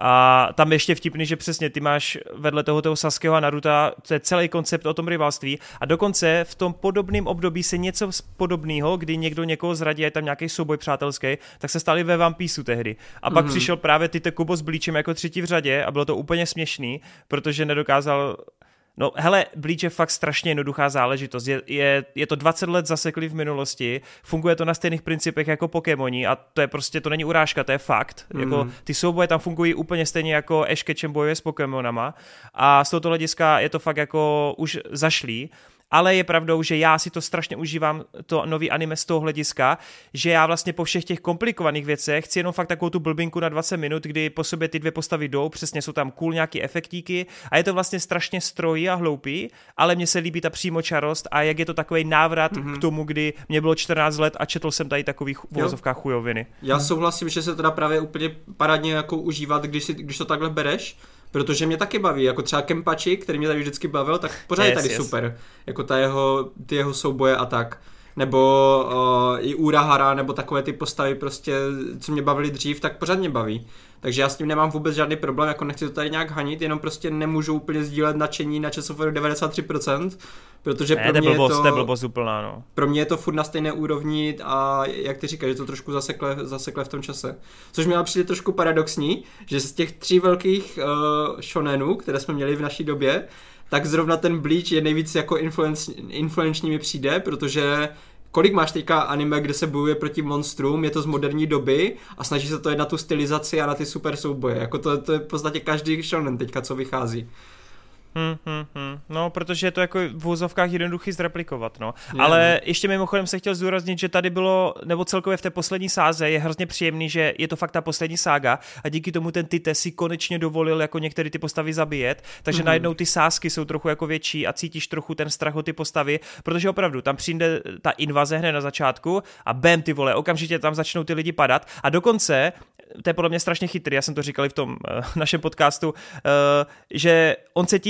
A tam ještě vtipný, že přesně ty máš vedle toho toho Sasukeho a Naruta, to je celý koncept o tom rivalství a dokonce v tom podobném období se něco podobného, kdy někdo někoho zradí, je tam nějaký souboj přátelský, tak se stali ve One Pieceu tehdy. A pak mm-hmm. přišel právě Tite Kubo s Bleachem jako třetí v řadě a bylo to úplně směšný, protože nedokázal... No hele, Bleach je fakt strašně jednoduchá záležitost, je, je, je to dvacet let zaseklý v minulosti, funguje to na stejných principech jako Pokémoni a to je prostě, to není urážka, to je fakt, mm. jako ty souboje tam fungují úplně stejně jako Ash Ketchum bojuje s Pokémonama a z tohoto hlediska je to fakt jako už zašlý. Ale je pravdou, že já si to strašně užívám, to nový anime z toho hlediska, že já vlastně po všech těch komplikovaných věcech chci jenom fakt takovou tu blbinku na dvacet minut, kdy po sobě ty dvě postavy jdou, přesně jsou tam cool nějaký efektíky a je to vlastně strašně strojí a hloupý, ale mně se líbí ta přímočarost a jak je to takový návrat mm-hmm. k tomu, kdy mě bylo čtrnáct let a četl jsem tady takových v uvozovkách chujoviny. Já souhlasím, že se teda právě úplně parádně jako užívat, když, si, když to takhle bereš, protože mě taky baví, jako třeba Kenpachi, který mě tady vždycky bavil, tak pořád yes, je tady yes. super, jako ta jeho, ty jeho souboje a tak, nebo uh, i Urahara, nebo takové ty postavy prostě, co mě bavily dřív, tak pořád mě baví, takže já s tím nemám vůbec žádný problém, jako nechci to tady nějak hanit, jenom prostě nemůžu úplně sdílet nadšení na časoforu devadesát tři procent, protože ne, pro mě blbost, je to, to je blbost úplná, no. Pro mě je to furt na stejné úrovni a jak ty říkáš, že to trošku zasekle, zasekle v tom čase. Což mi ale přijde trošku paradoxní, že z těch tří velkých uh, shonenů, které jsme měli v naší době, tak zrovna ten Bleach je nejvíc jako influence, influenční mi přijde, protože kolik máš teďka anime, kde se bojuje proti monstrům, je to z moderní doby a snaží se to jet na tu stylizaci a na ty super souboje. Jako to, to je v podstatě každý shonen teďka, co vychází. Hmm, hmm, hmm. No, protože je to jako v vozovkách jednoduchý zreplikovat, no. Je, ale no. ještě mimochodem se chtěl zdůraznit, že tady bylo, nebo celkově v té poslední sáze je hrozně příjemný, že je to fakt ta poslední sága a díky tomu ten Tite si konečně dovolil jako některé ty postavy zabíjet, takže mm-hmm. najednou ty sázky jsou trochu jako větší a cítíš trochu ten strach o ty postavy, protože opravdu tam přijde ta invaze hned na začátku a bam, ty vole, okamžitě tam začnou ty lidi padat a dokonce to je podle mě strašně chytrý, já jsem to říkal i v tom uh, našem podcastu, uh, že on se ti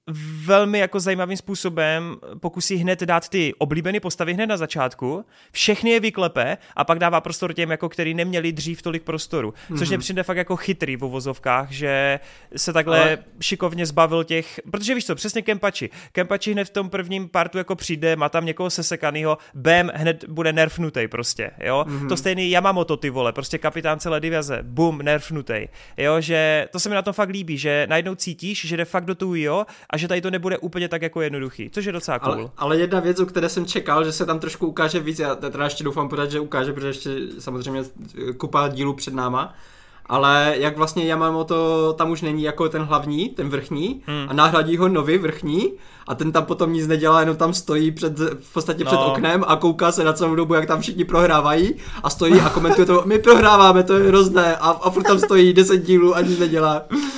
velmi jako zajímavým způsobem pokusí hned dát ty oblíbené postavy hned na začátku, všechny je vyklepe a pak dává prostor těm, jako který neměli dřív tolik prostoru. Což mm-hmm. mě přijde fakt jako chytrý v uvozovkách, že se takhle Ale... šikovně zbavil těch, protože víš co, přesně Kempachi. Kempachi hned v tom prvním partu jako přijde, má tam někoho sesekanýho, bam, hned bude nerfnutej prostě, jo. Mm-hmm. To stejný Yamamoto, ty vole, prostě kapitán celé divize, bum, nerfnutej, jo, že to se mi na tom fakt líbí, že najednou cítíš, že jde fakt do tu jo, a že tady to nebude úplně tak jako jednoduchý, což je docela cool. Ale, ale jedna věc, o které jsem čekal, že se tam trošku ukáže víc, já teda ještě doufám podat, že ukáže, protože ještě samozřejmě kupa dílů před náma, ale jak vlastně Yamamoto tam už není jako ten hlavní, ten vrchní hmm. a nahradí ho nový vrchní a ten tam potom nic nedělá, jenom tam stojí před, v podstatě no. před oknem a kouká se na celou dobu, jak tam všichni prohrávají a stojí a komentuje to, my prohráváme, to je hrozné a, a furt tam stojí deset dílů a nic nedělá.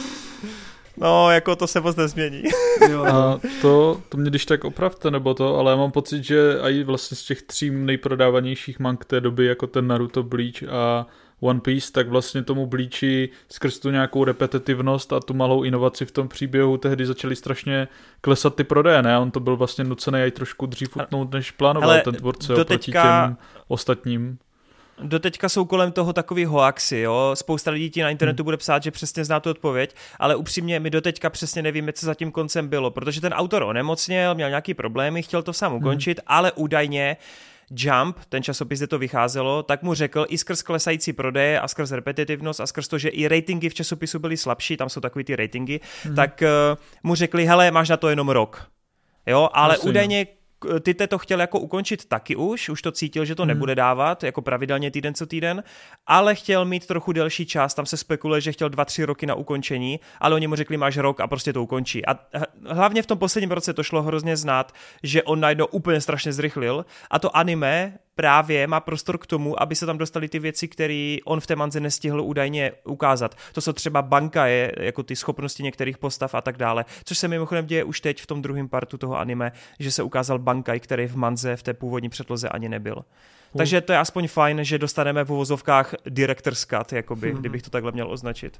No, jako to se moc nezmění. A to, to mě když tak opravte, nebo to, ale já mám pocit, že i vlastně z těch tří nejprodávanějších mang té doby, jako ten Naruto, Bleach a One Piece, tak vlastně tomu Bleachi skrz tu nějakou repetitivnost a tu malou inovaci v tom příběhu tehdy začaly strašně klesat ty prodeje, ne? On to byl vlastně nucený i trošku dřív utnout, než plánoval hele, ten tvůrce oproti teďka... těm ostatním. Doteďka jsou kolem toho takový hoaxy, jo, spousta lidí ti na internetu bude psát, že přesně zná tu odpověď, ale upřímně my doteďka přesně nevíme, co za tím koncem bylo, protože ten autor onemocněl, měl nějaký problémy, chtěl to sám ukončit, hmm. ale údajně Jump, ten časopis, kde to vycházelo, tak mu řekl i skrz klesající prodeje a skrz repetitivnost a skrz to, že i ratingy v časopisu byly slabší, tam jsou takový ty ratingy, hmm. tak uh, mu řekli, hele, máš na to jenom rok, jo, ale Myslím. údajně Tite to chtěl jako ukončit taky už, už to cítil, že to hmm. nebude dávat, jako pravidelně týden co týden, ale chtěl mít trochu delší čas, tam se spekuluje, že chtěl dva, tři roky na ukončení, ale oni mu řekli, máš rok a prostě to ukončí. A hlavně v tom posledním roce to šlo hrozně znát, že on najednou úplně strašně zrychlil a to anime právě má prostor k tomu, aby se tam dostaly ty věci, které on v té manze nestihl údajně ukázat. To jsou třeba bankaje, jako ty schopnosti některých postav a tak dále, což se mimochodem děje už teď v tom druhém partu toho anime, že se ukázal bankaj, který v manze v té původní předloze ani nebyl. Hmm. Takže to je aspoň fajn, že dostaneme v uvozovkách director's cut, jakoby, hmm. kdybych to takhle měl označit.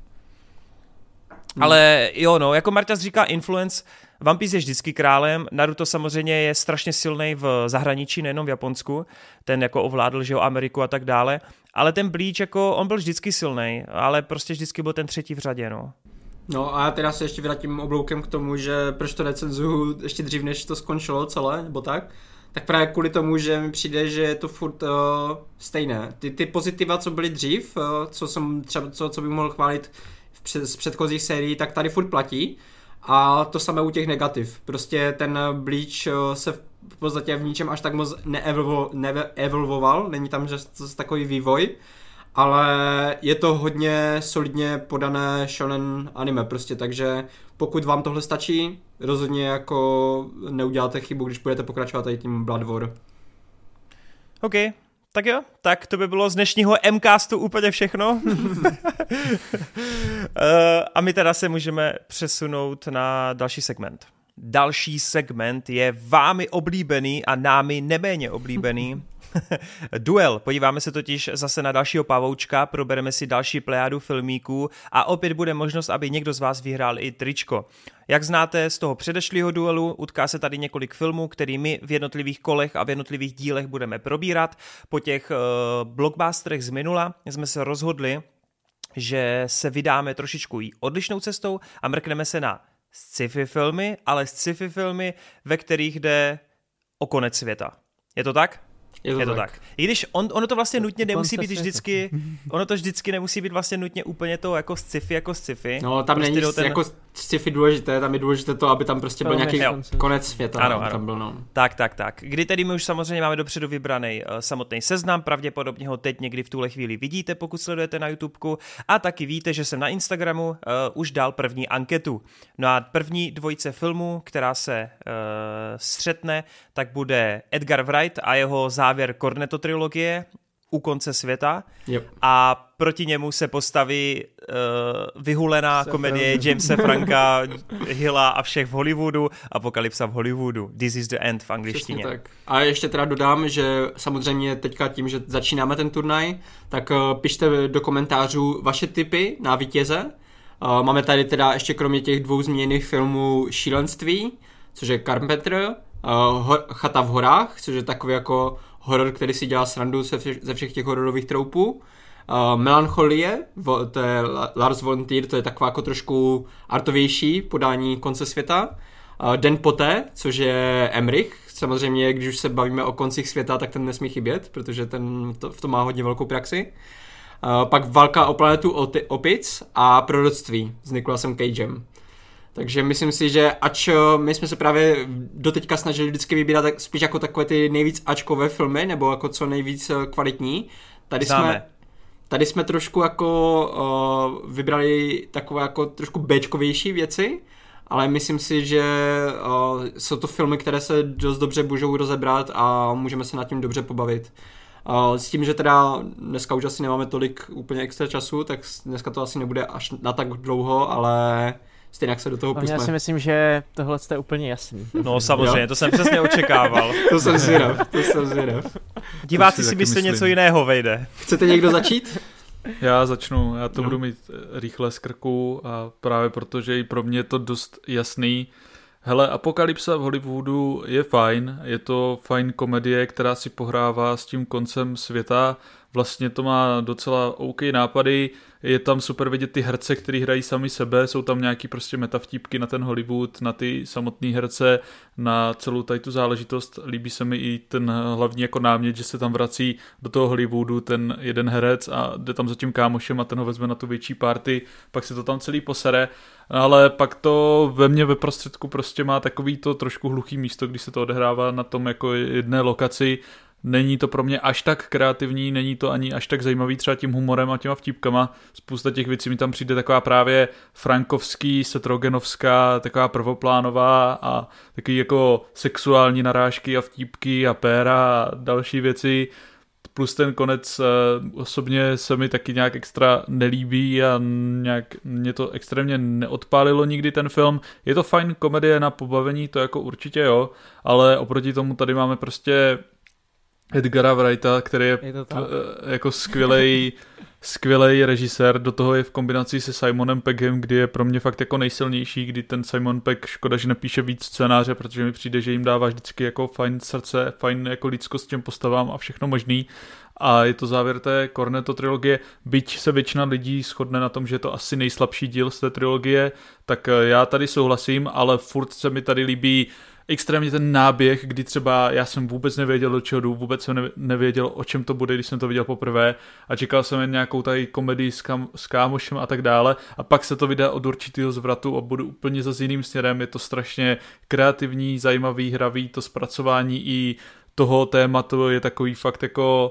Hmm. Ale jo, no, jako Marťas říká influence, One Piece je vždycky králem, Naruto samozřejmě je strašně silný v zahraničí, nejenom v Japonsku, ten jako ovládl, že jo, Ameriku a tak dále, ale ten Bleach jako, on byl vždycky silný, ale prostě vždycky byl ten třetí v řadě, no. No a já teda se ještě vrátím obloukem k tomu, že proč to recenzuju ještě dřív, než to skončilo celé, nebo tak, tak právě kvůli tomu, že mi přijde, že je to furt uh, stejné. Ty, ty pozitiva, co byly dřív, uh, co jsem třeba, co, co bych mohl chválit v před, z předchozích sérií, tak tady furt platí. A to samé u těch negativ. Prostě ten Bleach se v podstatě v ničem až tak moc neevolvoval, není tam že takový vývoj, ale je to hodně solidně podané shonen anime prostě, takže pokud vám tohle stačí, rozhodně jako neuděláte chybu, když budete pokračovat tady tím Blood War. OK. Tak jo, tak to by bylo z dnešního Mcastu úplně všechno. A my teda se můžeme přesunout na další segment. Další segment je vámi oblíbený a námi neméně oblíbený duel. Podíváme se totiž zase na dalšího pavoučka, probereme si další plejádu filmíků a opět bude možnost, aby někdo z vás vyhrál i tričko. Jak znáte z toho předešlého duelu, utká se tady několik filmů, který my v jednotlivých kolech a v jednotlivých dílech budeme probírat. Po těch uh, blockbusterech z minula jsme se rozhodli, že se vydáme trošičku odlišnou cestou a mrkneme se na sci-fi filmy, ale sci-fi filmy, ve kterých jde o konec světa. Je to tak? Je to, je to tak. tak. I když on, ono to vlastně nutně nemusí být vždycky, ono to vždycky nemusí být vlastně nutně úplně to jako sci-fi, jako sci-fi. No tam prostě není ten... jako sci-fi důležité, tam je důležité to, aby tam prostě byl to nějaký jo. konec světa. Ano, ano. Tam byl, no. Tak, tak, tak. Kdy tedy my už samozřejmě máme dopředu vybraný uh, samotný seznam, pravděpodobně ho teď někdy v tuhle chvíli vidíte, pokud sledujete na YouTubeku a taky víte, že jsem na Instagramu uh, už dal první anketu. No a první dvojice filmů, která se uh, střetne, tak bude Edgar Wright a jeho závěr Cornetto trilogie U konce světa yep. a proti němu se postaví uh, vyhulená se komedie Jamesa Franka, Hilla a všech v Hollywoodu, Apokalypsa v Hollywoodu, This is the End v angličtině. Tak. A ještě teda dodám, že samozřejmě teďka tím, že začínáme ten turnaj, tak uh, pište do komentářů vaše tipy na vítěze Uh, máme tady teda ještě kromě těch dvou zmíněných filmů Šílenství, což je Carpenter, uh, hor, Chata v horách, což je takový jako horor, který si dělá srandu ze všech, ze všech těch hororových troupů. Uh, Melancholie, vo, to je Lars von Trier, to je taková jako trošku artovější podání konce světa. Uh, Den poté, což je Emmerich. Samozřejmě, když už se bavíme o koncích světa, tak ten nesmí chybět, protože ten to, v tom má hodně velkou praxi. Uh, pak Válka o planetu opic a Proroctví s Nicolasem Cagem. Takže myslím si, že ač my jsme se právě doteďka snažili vždycky vybírat tak, spíš jako takové ty nejvíc ačkové filmy, nebo jako co nejvíc kvalitní. Tady Známe. jsme tady jsme trošku jako uh, vybrali takové jako trošku béčkovější věci, ale myslím si, že uh, jsou to filmy, které se dost dobře můžou rozebrat a můžeme se nad tím dobře pobavit. Uh, s tím, že teda dneska už asi nemáme tolik úplně extra času, tak dneska to asi nebude až na tak dlouho, ale stejně se do toho pustíme. Já si myslím, že tohle je úplně jasný. No samozřejmě, jo? To jsem přesně očekával. To jsem zvědav, to jsem zvědav. Diváci si myslí něco jiného, Vejde. Chcete někdo začít? Já začnu, já to no. budu mít rychle z krku a právě protože i pro mě je to dost jasný. Hele, Apokalypsa v Hollywoodu je fajn, je to fajn komedie, která si pohrává s tím koncem světa, vlastně to má docela OK nápady, je tam super vidět ty herce, kteří hrají sami sebe, jsou tam nějaký prostě metavtípky na ten Hollywood, na ty samotné herce, na celou tady tu záležitost, líbí se mi i ten hlavní jako námět, že se tam vrací do toho Hollywoodu ten jeden herec a jde tam za tím kámošem a ten ho vezme na tu větší party, pak se to tam celý posere, ale pak to ve mně ve prostředku prostě má takový to trošku hluchý místo, když se to odehrává na tom jako jedné lokaci. Není to pro mě až tak kreativní, není to ani až tak zajímavý třeba tím humorem a těma vtípkama. Spousta těch věcí mi tam přijde taková právě frankovský, setrogenovská, taková prvoplánová a takový jako sexuální narážky a vtípky a péra a další věci. Plus ten konec osobně se mi taky nějak extra nelíbí a nějak mě to extrémně neodpálilo nikdy ten film. Je to fajn komedie na pobavení, to jako určitě jo, ale oproti tomu tady máme prostě Edgara Wrighta, který je, je jako skvělej, skvělej režisér, do toho je v kombinaci se Simonem Peggem, kdy je pro mě fakt jako nejsilnější, kdy ten Simon Pegg škoda, že nepíše víc scénáře, protože mi přijde, že jim dává vždycky jako fajn srdce, fajn jako lidskost těm postavám a všechno možný. A je to závěr té Cornetto trilogie, byť se většina lidí shodne na tom, že je to asi nejslabší díl z té trilogie, tak já tady souhlasím, ale furt se mi tady líbí extrémně ten náběh, kdy třeba já jsem vůbec nevěděl, do čeho jdu, vůbec jsem nevěděl, o čem to bude, když jsem to viděl poprvé a čekal jsem jen nějakou tady komedii s, kam, s kámošem a tak dále a pak se to vydá od určitého zvratu a budu úplně za jiným směrem, je to strašně kreativní, zajímavý, hravý, to zpracování i toho tématu je takový fakt jako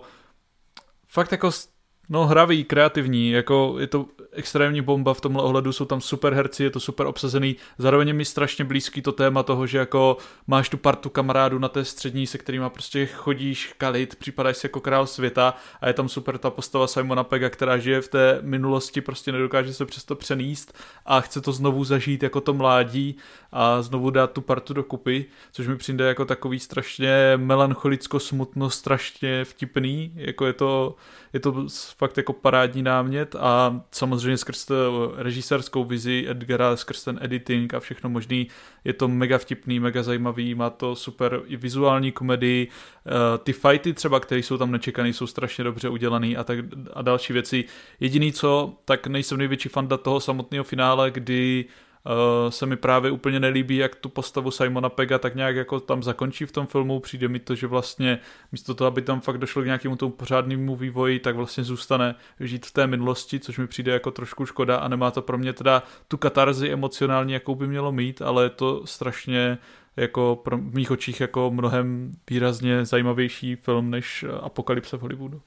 fakt jako no hravý, kreativní, jako je to extrémní bomba v tomhle ohledu, jsou tam super herci, je to super obsazený, zároveň je mi strašně blízký to téma toho, že jako máš tu partu kamarádů na té střední, se kterýma prostě chodíš kalit, připadáš si jako král světa a je tam super ta postava Simona Pegga, která žije v té minulosti, prostě nedokáže se přes to přenést a chce to znovu zažít jako to mládí a znovu dát tu partu dokupy, což mi přijde jako takový strašně melancholicko smutno, strašně vtipný, jako je to, je to fakt jako parádní námět a samozřejmě skrz režisérskou vizi Edgara, skrz ten editing a všechno možný, je to mega vtipný, mega zajímavý, má to super i vizuální komedii, ty fighty třeba, které jsou tam nečekaný, jsou strašně dobře udělaný a, tak, a další věci. Jediný co, tak nejsem největší fanda toho samotného finále, kdy Uh, se mi právě úplně nelíbí, jak tu postavu Simona Pegga tak nějak jako tam zakončí v tom filmu, přijde mi to, že vlastně místo toho, aby tam fakt došlo k nějakému tomu pořádnému vývoji, tak vlastně zůstane žít v té minulosti, což mi přijde jako trošku škoda a nemá to pro mě teda tu katarzi emocionální, jakou by mělo mít, ale je to strašně jako pro, v mých očích jako mnohem výrazně zajímavější film než Apokalypsa v Hollywoodu.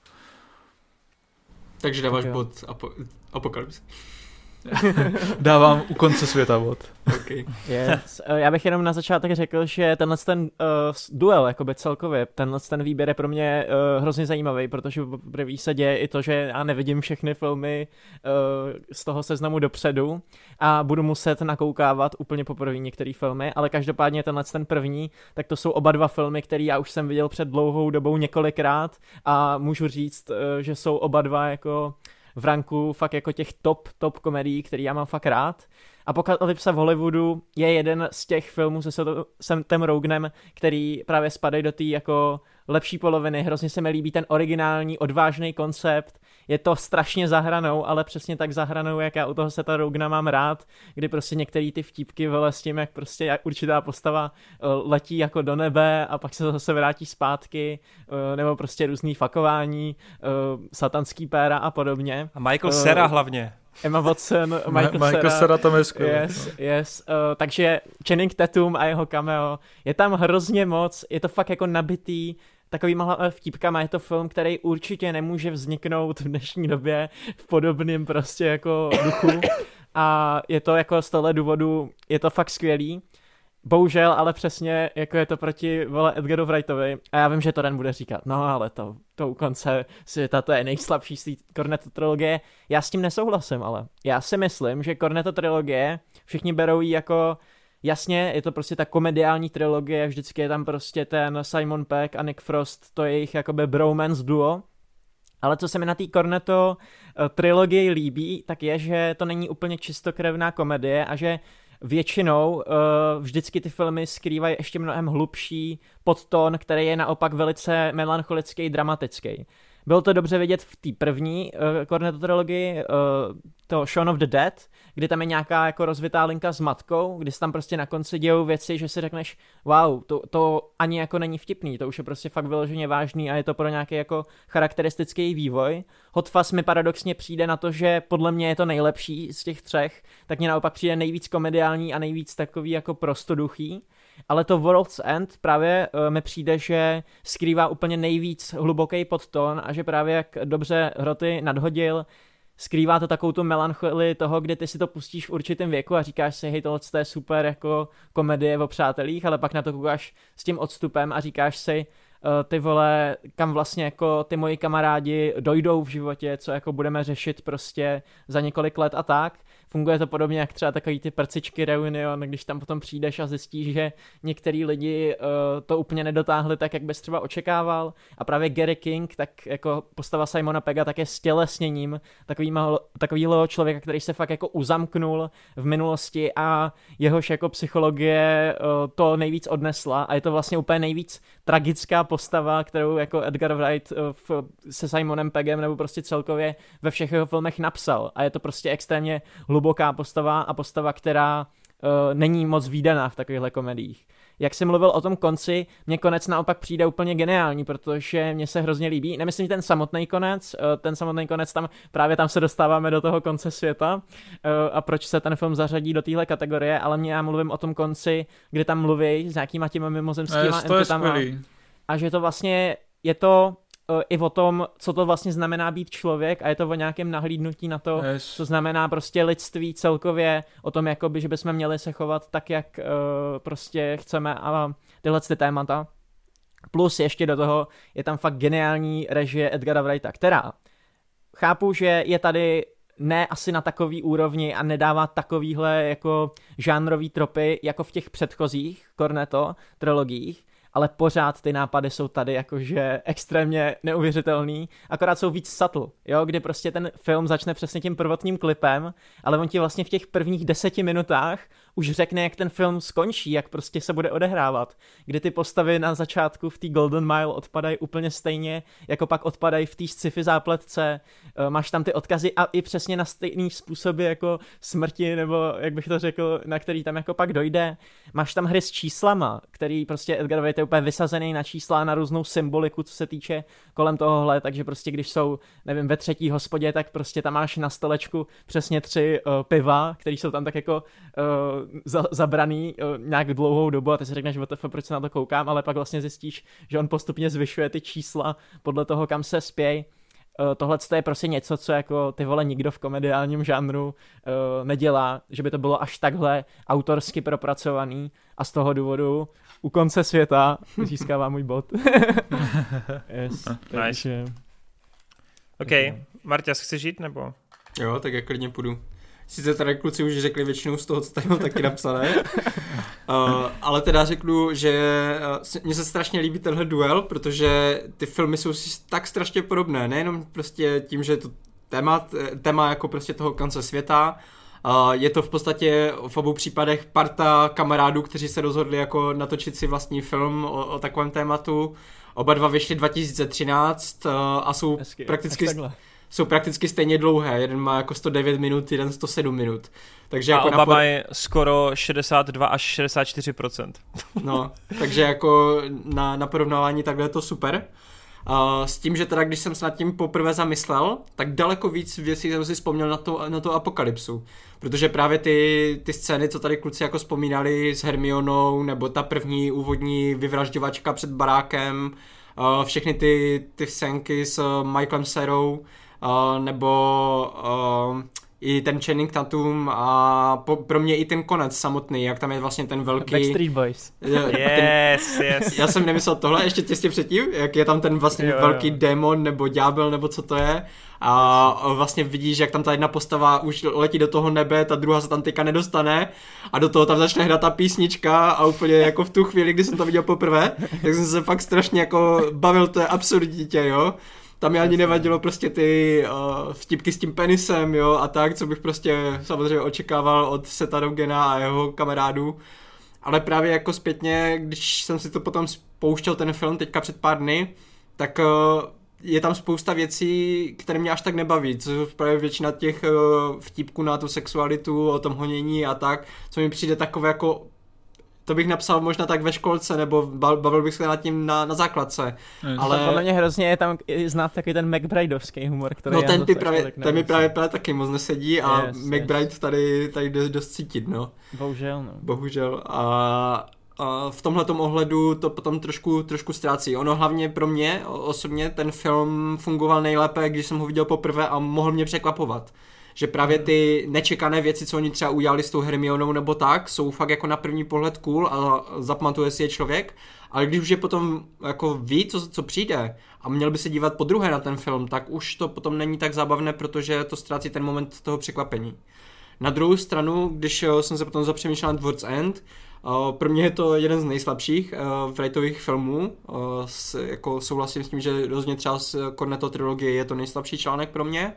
Takže dáváš bod apo- Apokalypse. Dávám u konce světa bod. Okay. Yes. Já bych jenom na začátek řekl, že tenhle ten uh, duel jakoby celkově, tenhle ten výběr je pro mě uh, hrozně zajímavý, protože poprvé se děje i to, že já nevidím všechny filmy uh, z toho seznamu dopředu a budu muset nakoukávat úplně poprvé některé filmy, ale každopádně tenhle ten první, tak to jsou oba dva filmy, které já už jsem viděl před dlouhou dobou několikrát a můžu říct, uh, že jsou oba dva jako v ranku fakt jako těch top, top komedií, který já mám fakt rád. Apokalypsa v Hollywoodu je jeden z těch filmů se Sethem Rogenem, který právě spadají do té jako lepší poloviny. Hrozně se mi líbí ten originální, odvážný koncept. Je to strašně za hranou, ale přesně tak za hranou, jak já u toho Setha Rogena mám rád, kdy prostě některé ty vtípky vele s tím, jak prostě jak určitá postava letí jako do nebe a pak se zase vrátí zpátky, nebo prostě různý fakování, satanský péra a podobně. A Michael Cera hlavně. Emma Watson, Michael, Ma- Michael Cera tam je skvělý. Yes, yes. Uh, takže Channing Tatum a jeho cameo, je tam hrozně moc, je to fakt jako nabitý takovýma vtípkama, je to film, který určitě nemůže vzniknout v dnešní době v podobném prostě jako duchu a je to jako z tohle důvodu, je to fakt skvělý. Bohužel, ale přesně jako je to proti vole Edgaru Wrightovi a já vím, že to den bude říkat, no ale to, to u konce světa to je nejslabší z té Cornetto trilogie. Já s tím nesouhlasím, ale já si myslím, že Cornetto trilogie, všichni berou ji jako, jasně, je to prostě ta komediální trilogie, vždycky je tam prostě ten Simon Pegg a Nick Frost, to je jejich jakoby bromance duo, ale co se mi na té Cornetto trilogii líbí, tak je, že to není úplně čistokrevná komedie a že většinou uh, vždycky ty filmy skrývají ještě mnohem hlubší podtón, který je naopak velice melancholický, dramatický. Bylo to dobře vidět v té první uh, Cornetto trilogii, uh, to Shaun of the Dead, kdy tam je nějaká jako rozvitá linka s matkou, kdy se tam prostě na konci dějou věci, že si řekneš, wow, to, to ani jako není vtipný, to už je prostě fakt vyloženě vážný a je to pro nějaký jako charakteristický vývoj. Hot Fuzz mi paradoxně přijde na to, že podle mě je to nejlepší z těch třech, tak mě naopak přijde nejvíc komediální a nejvíc takový jako prostoduchý. Ale to World's End právě uh, mi přijde, že skrývá úplně nejvíc hluboký podtón a že právě jak dobře Hroty nadhodil, skrývá to takovou tu melancholii toho, kdy ty si to pustíš v určitém věku a říkáš si, hej, tohle je super jako komedie o přátelích, ale pak na to koukáš s tím odstupem a říkáš si, uh, ty vole, kam vlastně jako ty moji kamarádi dojdou v životě, co jako budeme řešit prostě za několik let a tak. Funguje to podobně jak třeba takový ty prcičky reunion, když tam potom přijdeš a zjistíš, že některý lidi uh, to úplně nedotáhli tak, jak bys třeba očekával. A právě Gary King, tak jako postava Simona Pegga, tak je stělesněním takovýhle člověka, který se fakt jako uzamknul v minulosti a jehož jako psychologie uh, to nejvíc odnesla a je to vlastně úplně nejvíc tragická postava, kterou jako Edgar Wright uh, v, se Simonem Peggem nebo prostě celkově ve všech jeho filmech napsal. A je to prostě extrémně hluboká postava a postava, která uh, není moc vídaná v takovýchhle komediích. Jak jsem mluvil o tom konci, mně konec naopak přijde úplně geniální, protože mně se hrozně líbí. Nemyslím ten samotný konec, uh, ten samotný konec tam, právě tam se dostáváme do toho konce světa uh, a proč se ten film zařadí do téhle kategorie, ale mě já mluvím o tom konci, kde tam mluví s nějakýma těma mimozemskýma entitama. A že to vlastně je to i o tom, co to vlastně znamená být člověk a je to o nějakém nahlídnutí na to, yes. co znamená prostě lidství celkově, o tom jakoby, že bychom měli se chovat tak, jak uh, prostě chceme a tyhle ty témata. Plus ještě do toho je tam fakt geniální režie Edgara Wrighta, která chápu, že je tady ne asi na takový úrovni a nedává takovýhle jako žánrový tropy jako v těch předchozích Cornetto trilogiích, ale pořád ty nápady jsou tady jakože extrémně neuvěřitelný, akorát jsou víc subtle, jo, kdy prostě ten film začne přesně tím prvotním klipem, ale on ti vlastně v těch prvních deseti minutách už řekne, jak ten film skončí, jak prostě se bude odehrávat, kdy ty postavy na začátku v té Golden Mile odpadají úplně stejně, jako pak odpadají v té sci-fi zápletce, máš tam ty odkazy a i přesně na stejný způsoby jako smrti, nebo jak bych to řekl, na který tam jako pak dojde, máš tam hry s číslama, který prostě Edgar Wright je úplně vysazený na čísla, na různou symboliku, co se týče kolem tohohle, takže prostě když jsou, nevím, ve třetí hospodě, tak prostě tam máš na stolečku přesně tři uh, piva, který jsou tam tak jako uh, za, zabraný uh, nějak dlouhou dobu a ty si řekneš, W T F, proč se na to koukám, ale pak vlastně zjistíš, že on postupně zvyšuje ty čísla podle toho, kam se spěj. Uh, tohle je prostě něco, co jako ty vole nikdo v komediálním žánru uh, nedělá, že by to bylo až takhle autorsky propracovaný a z toho důvodu u konce světa získává můj bod. Yes, nice. OK, Marťas, chceš žít nebo? Jo, tak já klidně půjdu. Sice tady kluci už řekli většinou z toho, co tady mám taky napsané, uh, ale teda řeknu, že uh, mně se strašně líbí tenhle duel, protože ty filmy jsou si tak strašně podobné, nejenom prostě tím, že je to téma, téma jako prostě toho konce světa. Uh, je to v podstatě v obou případech parta kamarádů, kteří se rozhodli jako natočit si vlastní film o, o takovém tématu. Oba dva vyšly dva tisíce třináct uh, a jsou Hezky, prakticky, jsou prakticky stejně dlouhé. Jeden má jako sto devět minut, jeden sto sedm minut. Takže a jako oba napor... mají skoro šedesát dva až šedesát čtyři procent. No, takže jako na, na porovnávání takhle je to super. Uh, s tím, že teda když jsem se nad tím poprvé zamyslel, tak daleko víc věcí jsem si vzpomněl na tu, na tu apokalypsu. Protože právě ty, ty scény, co tady kluci jako vzpomínali s Hermionou, nebo ta první úvodní vyvražďovačka před barákem, uh, všechny ty, ty scénky s Michaelem Serou, uh, nebo uh, i ten Channing Tatum a po, pro mě i ten konec samotný, jak tam je vlastně ten velký... Backstreet Boys. Yes, yes. Já jsem nemyslel tohle ještě těsně předtím, jak je tam ten vlastně jo, velký jo. démon nebo ďábel nebo co to je a vlastně vidíš, jak tam ta jedna postava už letí do toho nebe, ta druhá se tam teďka nedostane a do toho tam začne hrát ta písnička a úplně jako v tu chvíli, kdy jsem to viděl poprvé, tak jsem se fakt strašně jako bavil, to je absurdní dítě, jo. Tam mi ani nevadilo prostě ty uh, vtipky s tím penisem, jo, a tak, co bych prostě samozřejmě očekával od Setha Rogena a jeho kamarádů. Ale právě jako zpětně, když jsem si to potom pouštěl ten film teďka před pár dny, tak uh, je tam spousta věcí, které mě až tak nebaví, co právě většina těch uh, vtipků na tu sexualitu, o tom honění a tak, co mi přijde takové jako... To bych napsal možná tak ve školce, nebo bavil bych se nad tím na, na základce. Mm. Ale podle mě hrozně je tam znát taky ten McBrideovský humor, který no, já ten, zase právě, ten mi právě, právě taky moc nesedí a yes, McBride yes. tady, tady jde dost cítit, no. Bohužel, no. Bohužel. A, a v tomhletom ohledu to potom trošku, trošku ztrácí. Ono hlavně pro mě osobně ten film fungoval nejlépe, když jsem ho viděl poprvé a mohl mě překvapovat. Že právě ty nečekané věci, co oni třeba udělali s tou Hermionou nebo tak, jsou fakt jako na první pohled cool a zapamatuje si je člověk, ale když už je potom jako ví, co, co přijde a měl by se dívat po druhé na ten film, tak už to potom není tak zábavné, protože to ztrácí ten moment toho překvapení. Na druhou stranu, když jsem se potom zapřemýšlel nad World's End, pro mě je to jeden z nejslabších Wrightových filmů, jako souhlasím s tím, že rozhodně třeba z Cornetto trilogie je to nejslabší článek pro mě,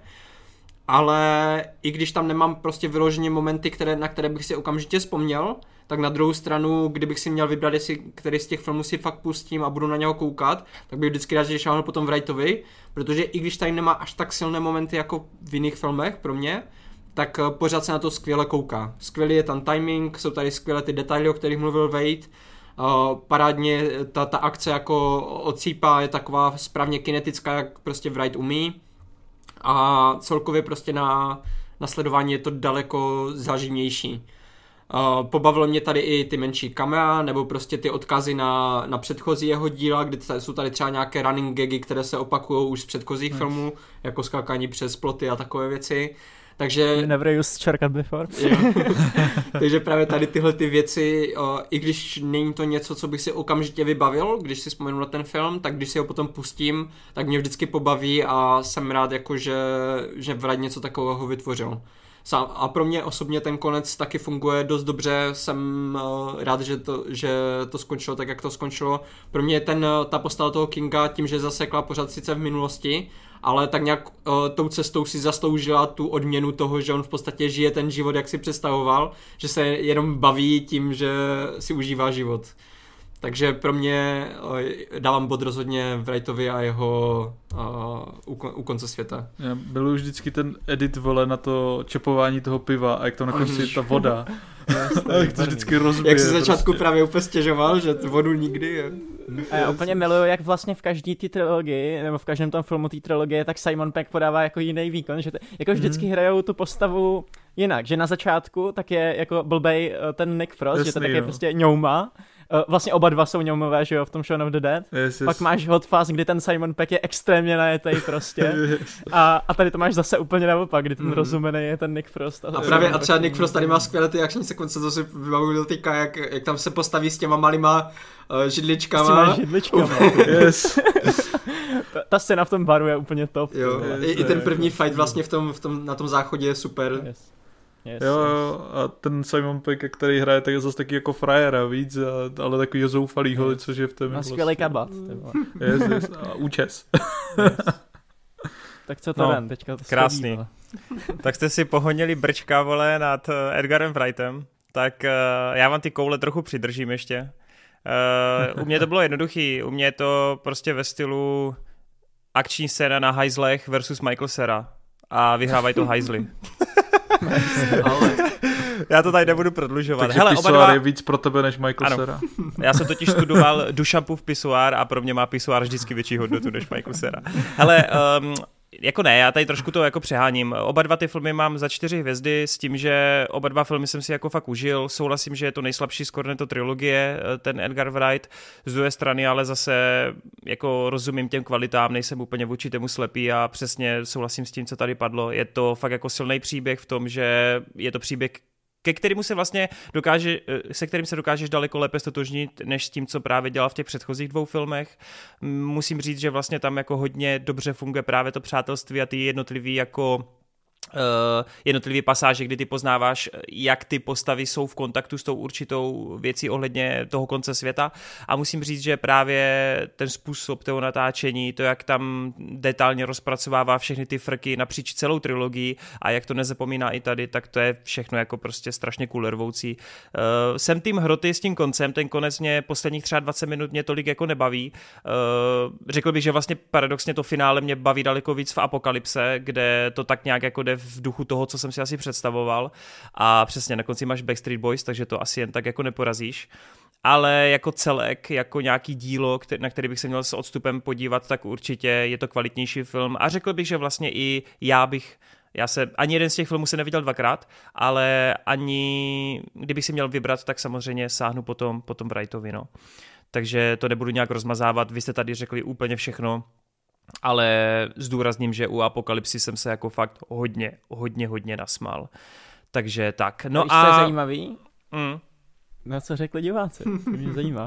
ale i když tam nemám prostě vyloženě momenty, které, na které bych si okamžitě vzpomněl, tak na druhou stranu, kdybych si měl vybrat, jestli který z těch filmů si fakt pustím a budu na něho koukat, tak bych vždycky rád šáhnul potom Wrightovi, protože i když tady nemá až tak silné momenty jako v jiných filmech pro mě, tak pořád se na to skvěle kouká. Skvělý je tam timing, jsou tady skvělé ty detaily, o kterých mluvil Wade, Uh, parádně ta, ta akce jako odsýpá je taková správně kinetická, jak prostě Wright umí. A celkově prostě na, na sledování je to daleko záživnější. Uh, pobavilo mě tady i ty menší kamera, nebo prostě ty odkazy na, na předchozí jeho díla, kde tady, jsou tady třeba nějaké running gagy, které se opakují už z předchozích nice. filmů, jako skákání přes ploty a takové věci. Takže... Never used shortcut before. Takže právě tady tyhle ty věci, uh, i když není to něco, co bych si okamžitě vybavil, když si vzpomenu na ten film, tak když si ho potom pustím, tak mě vždycky pobaví a jsem rád, jako že, že Wright něco takového vytvořil. A pro mě osobně ten konec taky funguje dost dobře, jsem uh, rád, že to, že to skončilo tak, jak to skončilo. Pro mě ten, ta postava toho Kinga tím, že zasekla pořád sice v minulosti, ale tak nějak uh, tou cestou si zasloužila tu odměnu toho, že on v podstatě žije ten život, jak si představoval, že se jenom baví tím, že si užívá život. Takže pro mě uh, dávám bod rozhodně Wrightovi a jeho uh, u, u konce světa. Já byl už vždycky ten edit, vole, na to čepování toho piva a jak tam na konci ta voda. Jak to vždycky rozbije. Jak si začátku prostě. právě úplně stěžoval, že vodu nikdy je. A já úplně miluju, jak vlastně v každý té trilogii, nebo v každém tom filmu té trilogie, tak Simon Pegg podává jako jiný výkon, že t- jako vždycky mm. hrajou tu postavu jinak, že na začátku tak je jako blbej ten Nick Frost, Jasný, že to tak je no. prostě ňouma. Vlastně oba dva jsou ňoumové, že jo, v tom Shaun of the Dead. Yes, yes. Pak máš Hot Fuzz, kdy ten Simon Pegg je extrémně najetej prostě. yes. a, a tady to máš zase úplně naopak, kdy ten mm. rozumený je ten Nick Frost. A, a právě a třeba Nick Frost tady má skvělé ty akční sekvence, to si vybavuju dotýka, jak, jak tam se postaví s těma malýma uh, židličkama. S těma židličkama. yes. ta, ta scéna v tom baru je úplně top. Jo, yes, I, i ten první fight vlastně v tom, v tom, na tom záchodě je super. Yes. Yes, jo, jo, a ten Simon Pegg, který hraje, tak je zase taky jako frajera víc, a, ale takový zoufalýho, yes. což je v té Má skvělý kabát. Yes, yes, a účes. Yes. Tak co to No, den, teďka to krásný. schodí, Tak jste si pohonili brčka, vole, nad Edgarem Wrightem, tak uh, já vám ty koule trochu přidržím ještě. Uh, u mě to bylo jednoduchý, u mě je to prostě ve stylu akční scéna na hajzlech versus Michael Cera a vyhrávají to hajzly. Ale... Já to tady nebudu prodlužovat. Takže Hele, pisuár dva... je víc pro tebe než Michael Cera. Já jsem totiž studoval Duchampův pisuár a pro mě má pisuár vždycky větší hodnotu než Michael Cera. Hele, um, jako ne, já tady trošku to jako přeháním. Oba dva ty filmy mám za čtyři hvězdy s tím, že oba dva filmy jsem si jako fakt užil. Souhlasím, že je to nejslabší z Cornetto trilogie, ten Edgar Wright. Z druhé strany ale zase jako rozumím těm kvalitám, nejsem úplně vůči tomu slepý a přesně souhlasím s tím, co tady padlo. Je to fakt jako silný příběh v tom, že je to příběh, ke kterému se vlastně dokáže, se kterým se dokážeš daleko lépe stotožnit, než s tím, co právě dělal v těch předchozích dvou filmech. Musím říct, že vlastně tam jako hodně dobře funguje právě to přátelství a ty jednotlivý jako Uh, jednotlivé pasáže, kdy ty poznáváš, jak ty postavy jsou v kontaktu s tou určitou věcí ohledně toho konce světa a musím říct, že právě ten způsob toho natáčení, to jak tam detailně rozpracovává všechny ty frky napříč celou trilogii a jak to nezapomíná i tady, tak to je všechno jako prostě strašně kulervoucí. Uh, jsem tým hroty s tím koncem, ten konec mě posledních třeba dvacet minut mě tolik jako nebaví. Uh, řekl bych, že vlastně paradoxně to finále mě baví daleko víc v Apokalypse, kde to tak nějak jako jde v duchu toho, co jsem si asi představoval a přesně na konci máš Backstreet Boys, takže to asi jen tak jako neporazíš. Ale jako celek, jako nějaký dílo, na který bych se měl s odstupem podívat, tak určitě je to kvalitnější film a řekl bych, že vlastně i já bych Já se ani jeden z těch filmů se neviděl dvakrát, ale ani kdybych si měl vybrat, tak samozřejmě sáhnu potom, potom Wrightovi, no. Takže to nebudu nějak rozmazávat, vy jste tady řekli úplně všechno, ale zdůrazním, že u Apokalypsy jsem se jako fakt hodně, hodně, hodně nasmál. Takže tak. No Víš, a... co je zajímavý? Mm. No co řekli diváci, to mě zajímá.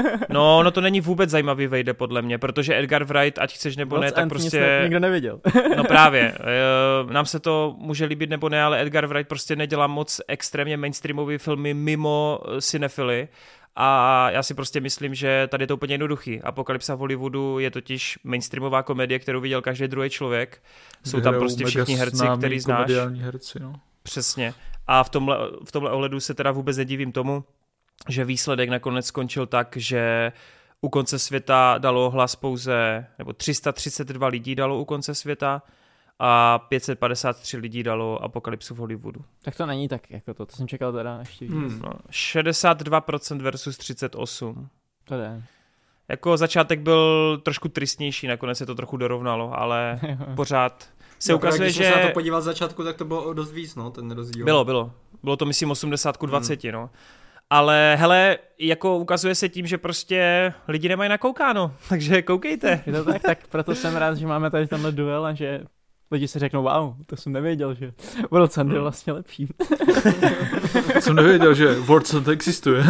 No, no to není vůbec zajímavý, Vejde, podle mě, protože Edgar Wright, ať chceš nebo Moc ne, tak Anthony prostě... Jsme nikdo neviděl. No právě, nám se to může líbit nebo ne, ale Edgar Wright prostě nedělá moc extrémně mainstreamové filmy mimo cinefily. A já si prostě myslím, že tady je to úplně jednoduchý. Apokalypsa v Hollywoodu je totiž mainstreamová komedie, kterou viděl každý druhý člověk. Jsou tam prostě všichni herci, který znáš. Herci, no. Přesně. A v tomhle, v tomhle ohledu se teda vůbec nedivím tomu, že výsledek nakonec skončil tak, že u konce světa dalo hlas pouze, nebo tři sta třicet dva lidí dalo u konce světa a pět set padesát tři lidí dalo Apokalypsu v Hollywoodu. Tak to není tak jako to, to jsem čekal teda ještě víc. Hmm. No, šedesát dva procent versus třicet osm. To jde. Jako začátek byl trošku tristnější, nakonec se to trochu dorovnalo, ale pořád se no, ukazuje, když že... Když se na to podíval z začátku, tak to bylo dost víc, no, ten rozdíl. Bylo, bylo. Bylo to, myslím, osmdesát ku dvaceti, hmm. no. Ale hele, jako ukazuje se tím, že prostě lidi nemají nakoukáno, takže koukejte. Je to tak, tak proto jsem rád, že máme tady tenhle duel a že lidi si řeknou, wow, to jsem nevěděl, že World Sun je vlastně lepší. Jsem nevěděl, že World Sun existuje.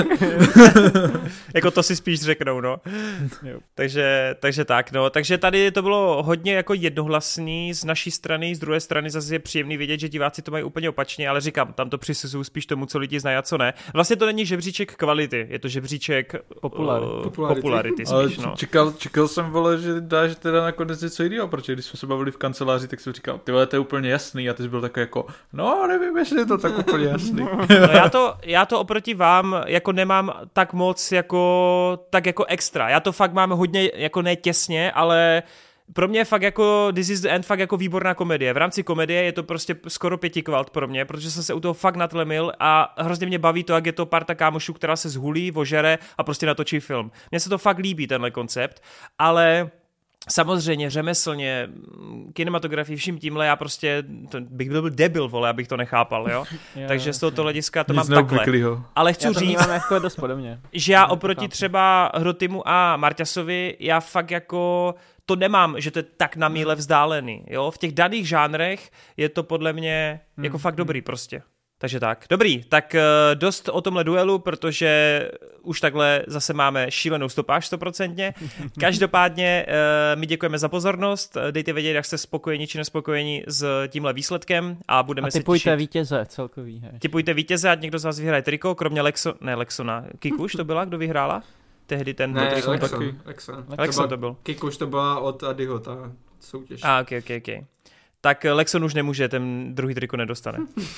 Jako to si spíš řeknou, no. takže, takže tak, no. Takže tady to bylo hodně jako jednohlasný z naší strany, z druhé strany zase je příjemný vidět, že diváci to mají úplně opačně, ale říkám, tam to přisuzují spíš tomu, co lidi znají a co ne. Vlastně to není žebříček kvality, je to žebříček Popular. uh, popularity. popularity spíš, ale no. čekal, čekal jsem, vole, že dáš teda nakonec něco jiného, protože když jsme se bavili v kanceláři, tak jsem říkal, ty vole, to je úplně jasný a ty jsi byl takový jako, no nevím, jestli je to tak úplně jasný. No já to, já to oproti vám jako nemám tak moc jako, tak jako extra. Já to fakt mám hodně jako ne těsně, ale pro mě je fakt jako This is the End fakt jako výborná komedie. V rámci komedie je to prostě skoro pěti kvalt pro mě, protože jsem se u toho fakt natlemil a hrozně mě baví to, jak je to parta kámošů, která se zhulí, ožere a prostě natočí film. Mně se to fakt líbí, tenhle koncept, ale... Samozřejmě, řemeslně, kinematografii, vším tímhle, já prostě to bych byl debil, vole, abych to nechápal, jo. jo Takže z tohoto hlediska to Nic mám takhle. Ale chci já to říct, jako dost podobně. že já oproti třeba Hrotimu a Marťasovi, já fakt jako to nemám, že to je tak na míle vzdálený, jo. V těch daných žánrech je to podle mě jako fakt dobrý prostě. Takže tak, dobrý, tak dost o tomhle duelu, protože už takhle zase máme šílenou stopáž stoprocentně. Každopádně my děkujeme za pozornost, dejte vědět, jak jste spokojeni či nespokojeni s tímhle výsledkem a budeme a se těšit. tipujte vítěze celkový. Hej. Tipujte vítěze, ať někdo z vás vyhraje triko, kromě Lexo, ne Lexona, Kikuš to byla, kdo vyhrála? Tehdy ten ne, triko Lexon, taky. Lexon. Lexon to byl. Kikuš to byla od Adyho, ta soutěž. A, ah, ok, ok, ok. tak Lexon už nemůže, ten druhý triko nedostane.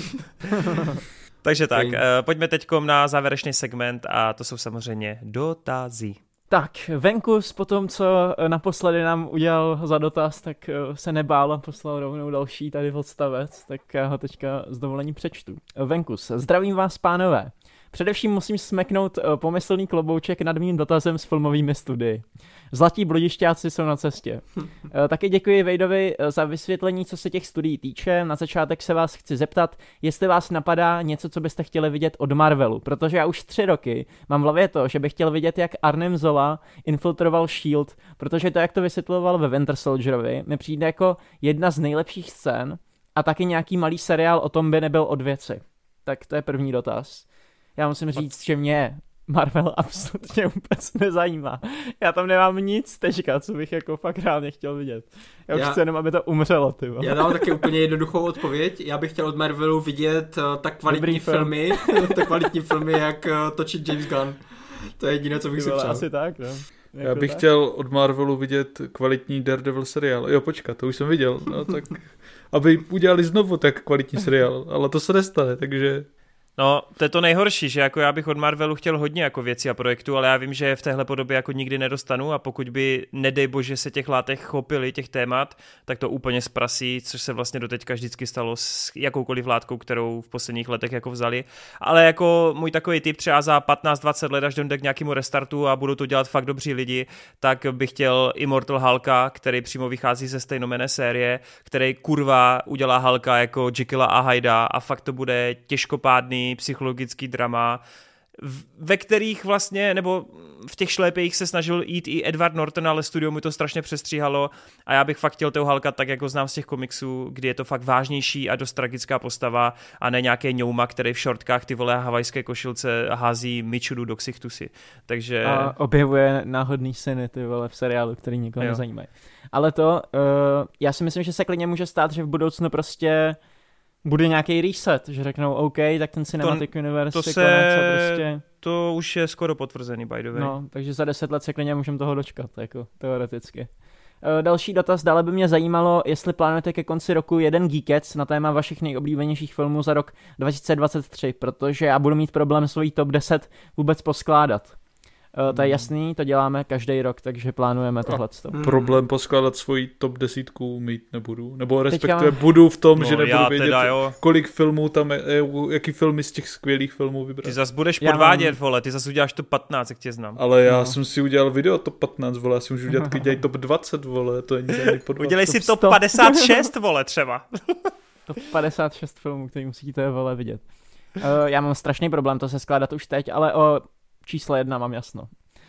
Takže tak, uh, pojďme teďkom na závěrečný segment a to jsou samozřejmě dotazy. Tak, Venkus po tom, co naposledy nám udělal za dotaz, tak se nebál a poslal rovnou další tady odstavec, tak já ho teďka s dovolením přečtu. Venkus, zdravím vás, pánové. Především musím smeknout pomyslný klobouček nad mým dotazem s filmovými studii. Zlatí bludišťáci jsou na cestě. Taky děkuji Vejdovi za vysvětlení, co se těch studií týče. Na začátek se vás chci zeptat, jestli vás napadá něco, co byste chtěli vidět od Marvelu, protože já už tři roky mám v hlavě to, že bych chtěl vidět, jak Arnim Zola infiltroval S H I E L D, protože to, jak to vysvětloval ve Winter Soldierovi, mi přijde jako jedna z nejlepších scén a taky nějaký malý seriál o tom by nebyl od věci. Tak to je první dotaz. Já musím říct, že mě Marvel absolutně vůbec nezajímá. Já tam nemám nic teďka, co bych jako fakt reálně chtěl vidět. Já už já, chci jenom, aby to umřelo, ty vole. Já dám taky úplně jednoduchou odpověď. Já bych chtěl od Marvelu vidět uh, tak kvalitní filmy, tak kvalitní filmy, jak uh, točit James Gunn. To je jediné, co bych si přál. Asi tak, no. Jako já bych tak? chtěl od Marvelu vidět kvalitní Daredevil seriál. Jo, počkat, to už jsem viděl. No, tak aby udělali znovu tak kvalitní seriál, ale to se nestane, takže... No, to je to nejhorší, že jako já bych od Marvelu chtěl hodně jako věcí a projektů, ale já vím, že v téhle podobě jako nikdy nedostanu a pokud by, nedej bože, se těch látek chopili, těch témat, tak to úplně zprasí, což se vlastně doteďka vždycky stalo s jakoukoliv látkou, kterou v posledních letech jako vzali. Ale jako můj takový typ třeba za patnáct dvacet let, až dojde k nějakému restartu a budou to dělat fakt dobří lidi, tak bych chtěl Immortal Hulka, který přímo vychází ze stejnomenné série, který kurva udělá Hulka jako Jekylla a Hyda a fakt to bude těžkopádný psychologický drama, ve kterých vlastně, nebo v těch šlépejích se snažil jít i Edward Norton, ale studio mu to strašně přestříhalo a já bych fakt chtěl toho Hulka tak, jako znám z těch komiksů, kdy je to fakt vážnější a dost tragická postava a ne nějaký ňouma, který v šortkách ty vole havajské košilce hází Michudu do ksichtusy. Takže... A objevuje náhodný syny, ty vole, v seriálu, který nikoho jo. nezajímají. Ale to, uh, já si myslím, že se klidně může stát, že v budoucnu prostě bude nějaký reset, že řeknou OK, tak ten Cinematic to, Universe to je se, konec a prostě... To už je skoro potvrzený, by the way. No, takže za deset let se klidně můžeme toho dočkat, jako teoreticky. Další dotaz, dále by mě zajímalo, jestli plánujete ke konci roku jeden Geekec na téma vašich nejoblíbenějších filmů za rok dva tisíce dvacet tři, protože já budu mít problém svůj top deset vůbec poskládat. Uh, to je jasný, to děláme každý rok, takže plánujeme tohleto. Hmm. Problém poskládat svoji top desítku mít nebudu. Nebo respektive Teďka... budu v tom, no, že nebudu vědět, teda, kolik filmů tam je, jaký filmy z těch skvělých filmů vybrat. Ty zas budeš podvádět, mám... vole, ty zas uděláš top patnáct, jak tě znám. Ale já no. jsem si udělal video top patnáct, vole, já si můžu udělat klidně top dvacet, vole, to není žádný podvádět. Udělej si top padesát šest, vole, třeba. Top padesát šest filmů, který musíte, vole, vidět. Uh, já mám strašný problém to se skládat už teď, ale o čísle jedna mám jasno.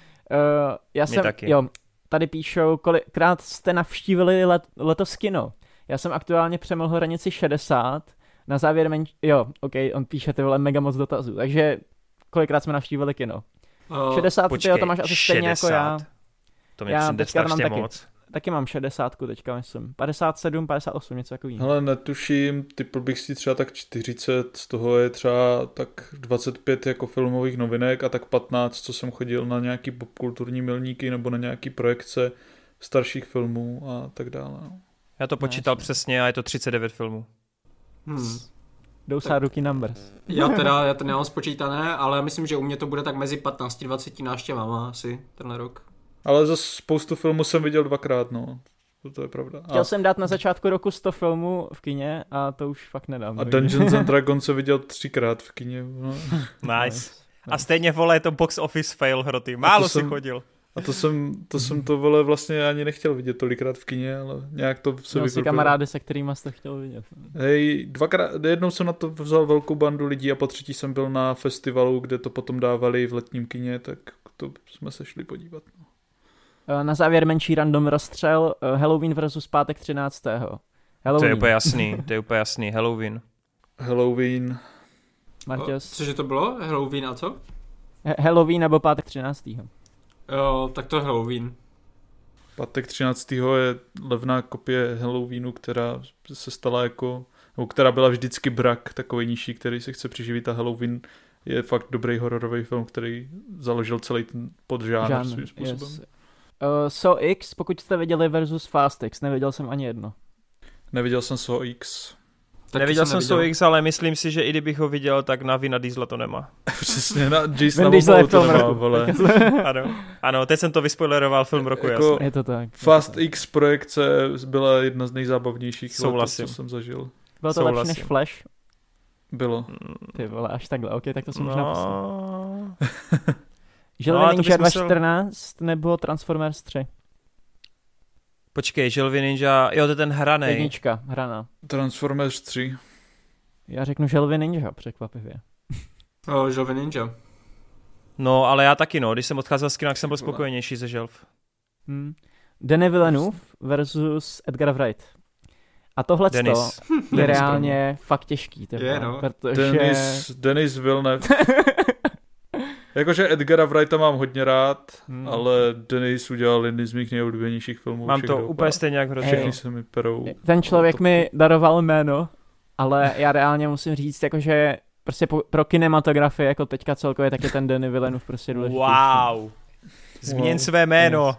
Uh, já jsem, taky. jo, tady píšou, kolikrát jste navštívili let, letos kino. Já jsem aktuálně přemohl hranici šedesát, na závěr menší, jo, ok, on píše ty vole mega moc dotazů, takže kolikrát jsme navštívili kino. Uh, šedesát, počkej, tyjo, to máš asi stejně jako já. To mě přijde strašně moc. Taky, taky mám šedesátku teďka, myslím. padesát sedm, padesát osm, něco takového. Ale netuším, typl bych si třeba tak čtyřicet, z toho je třeba tak dvacet pět jako filmových novinek a tak patnáct, co jsem chodil na nějaký popkulturní milníky nebo na nějaký projekce starších filmů a tak dále. Já to počítal ne, přesně a je to třicet devět filmů. Hmm. Those are rookie numbers. Já teda, já to nemám spočítané, ale myslím, že u mě to bude tak mezi patnáct dvacet návštěvama asi tenhle rok. Ale za spoustu filmů jsem viděl dvakrát, no. To, to je pravda. Chtěl a... jsem dát na začátku roku sto filmů v kině a to už fakt nedám. A Dungeons and Dragons se viděl třikrát v kině. No. Nice. A stejně, vole, je to box office fail, hroty. Málo si jsem... chodil. A to jsem, to jsem to, vole, vlastně ani nechtěl vidět tolikrát v kině, ale nějak to se vyklopilo. Měl si kamarády, se kterýma jste chtěl vidět. Hej, dvakrát, jednou jsem na to vzal velkou bandu lidí a po třetí jsem byl na festivalu, kde to potom dávali v letním kině, tak to jsme se šli podívat. No. Na závěr menší random rozstřel, Halloween versus pátek třináctého Halloween. To je úplně jasný, to je úplně jasný, Halloween. Halloween. Martěs. Cože to bylo? Halloween a co? Halloween nebo pátek třináctého Jo, tak to je Halloween. Pátek třináctého je levná kopie Halloweenu, která se stala jako, nebo která byla vždycky brak, takový nižší, který se chce přiživit, a Halloween je fakt dobrý hororový film, který založil celý ten podžánr svým způsobem. Yes. Uh, So X, pokud jste viděli versus Fast X, neviděl jsem ani jedno. Neviděl jsem Saw X. Tak neviděl jsem Saw X, ale myslím si, že i kdybych ho viděl, tak na Vina Diesla to nemá. Přesně, na Jasona Momoa to nemá, vole. Ano, ano, teď jsem to vyspoileroval, film roku, jako jasně. Je to tak. Fast X projekce byla jedna z nejzábavnějších, Souhlasím. co jsem zažil. Bylo to Souhlasím. lepší než Flash? Bylo. Ty vole, až takhle, ok, tak to jsem možná No, poslal. Želvy No, to Ninja bys musel- dvacet čtrnáct nebo Transformers tři? počkej, Želvy Ninja, jo, to je ten hranej. Jednička, hraná. Transformers tři. Já řeknu Želvy Ninja, překvapivě. O, Želvy Ninja. No, ale já taky, no, když jsem odcházel z kina, tak jsem byl spokojenější ze Želv. Hmm. Denis Villeneuve versus Edgar Wright. A tohle Denis. je reálně fakt těžký, tyhle, Je, no. protože... Denis, Denis Villeneuve. Jakože Edgara Wrighta mám hodně rád, Hmm. ale Denis udělal jedny z mých nejoblíbenějších filmů. Mám všech to dob. úplně stejně jak v roce. Všechny se mi perou. Ten člověk To- mi daroval jméno, ale já reálně musím říct, jakože prostě po, pro kinematografii jako teďka celkově, tak je ten Denis Villeneuve prostě důležitý. Wow. Změň Wow. své jméno.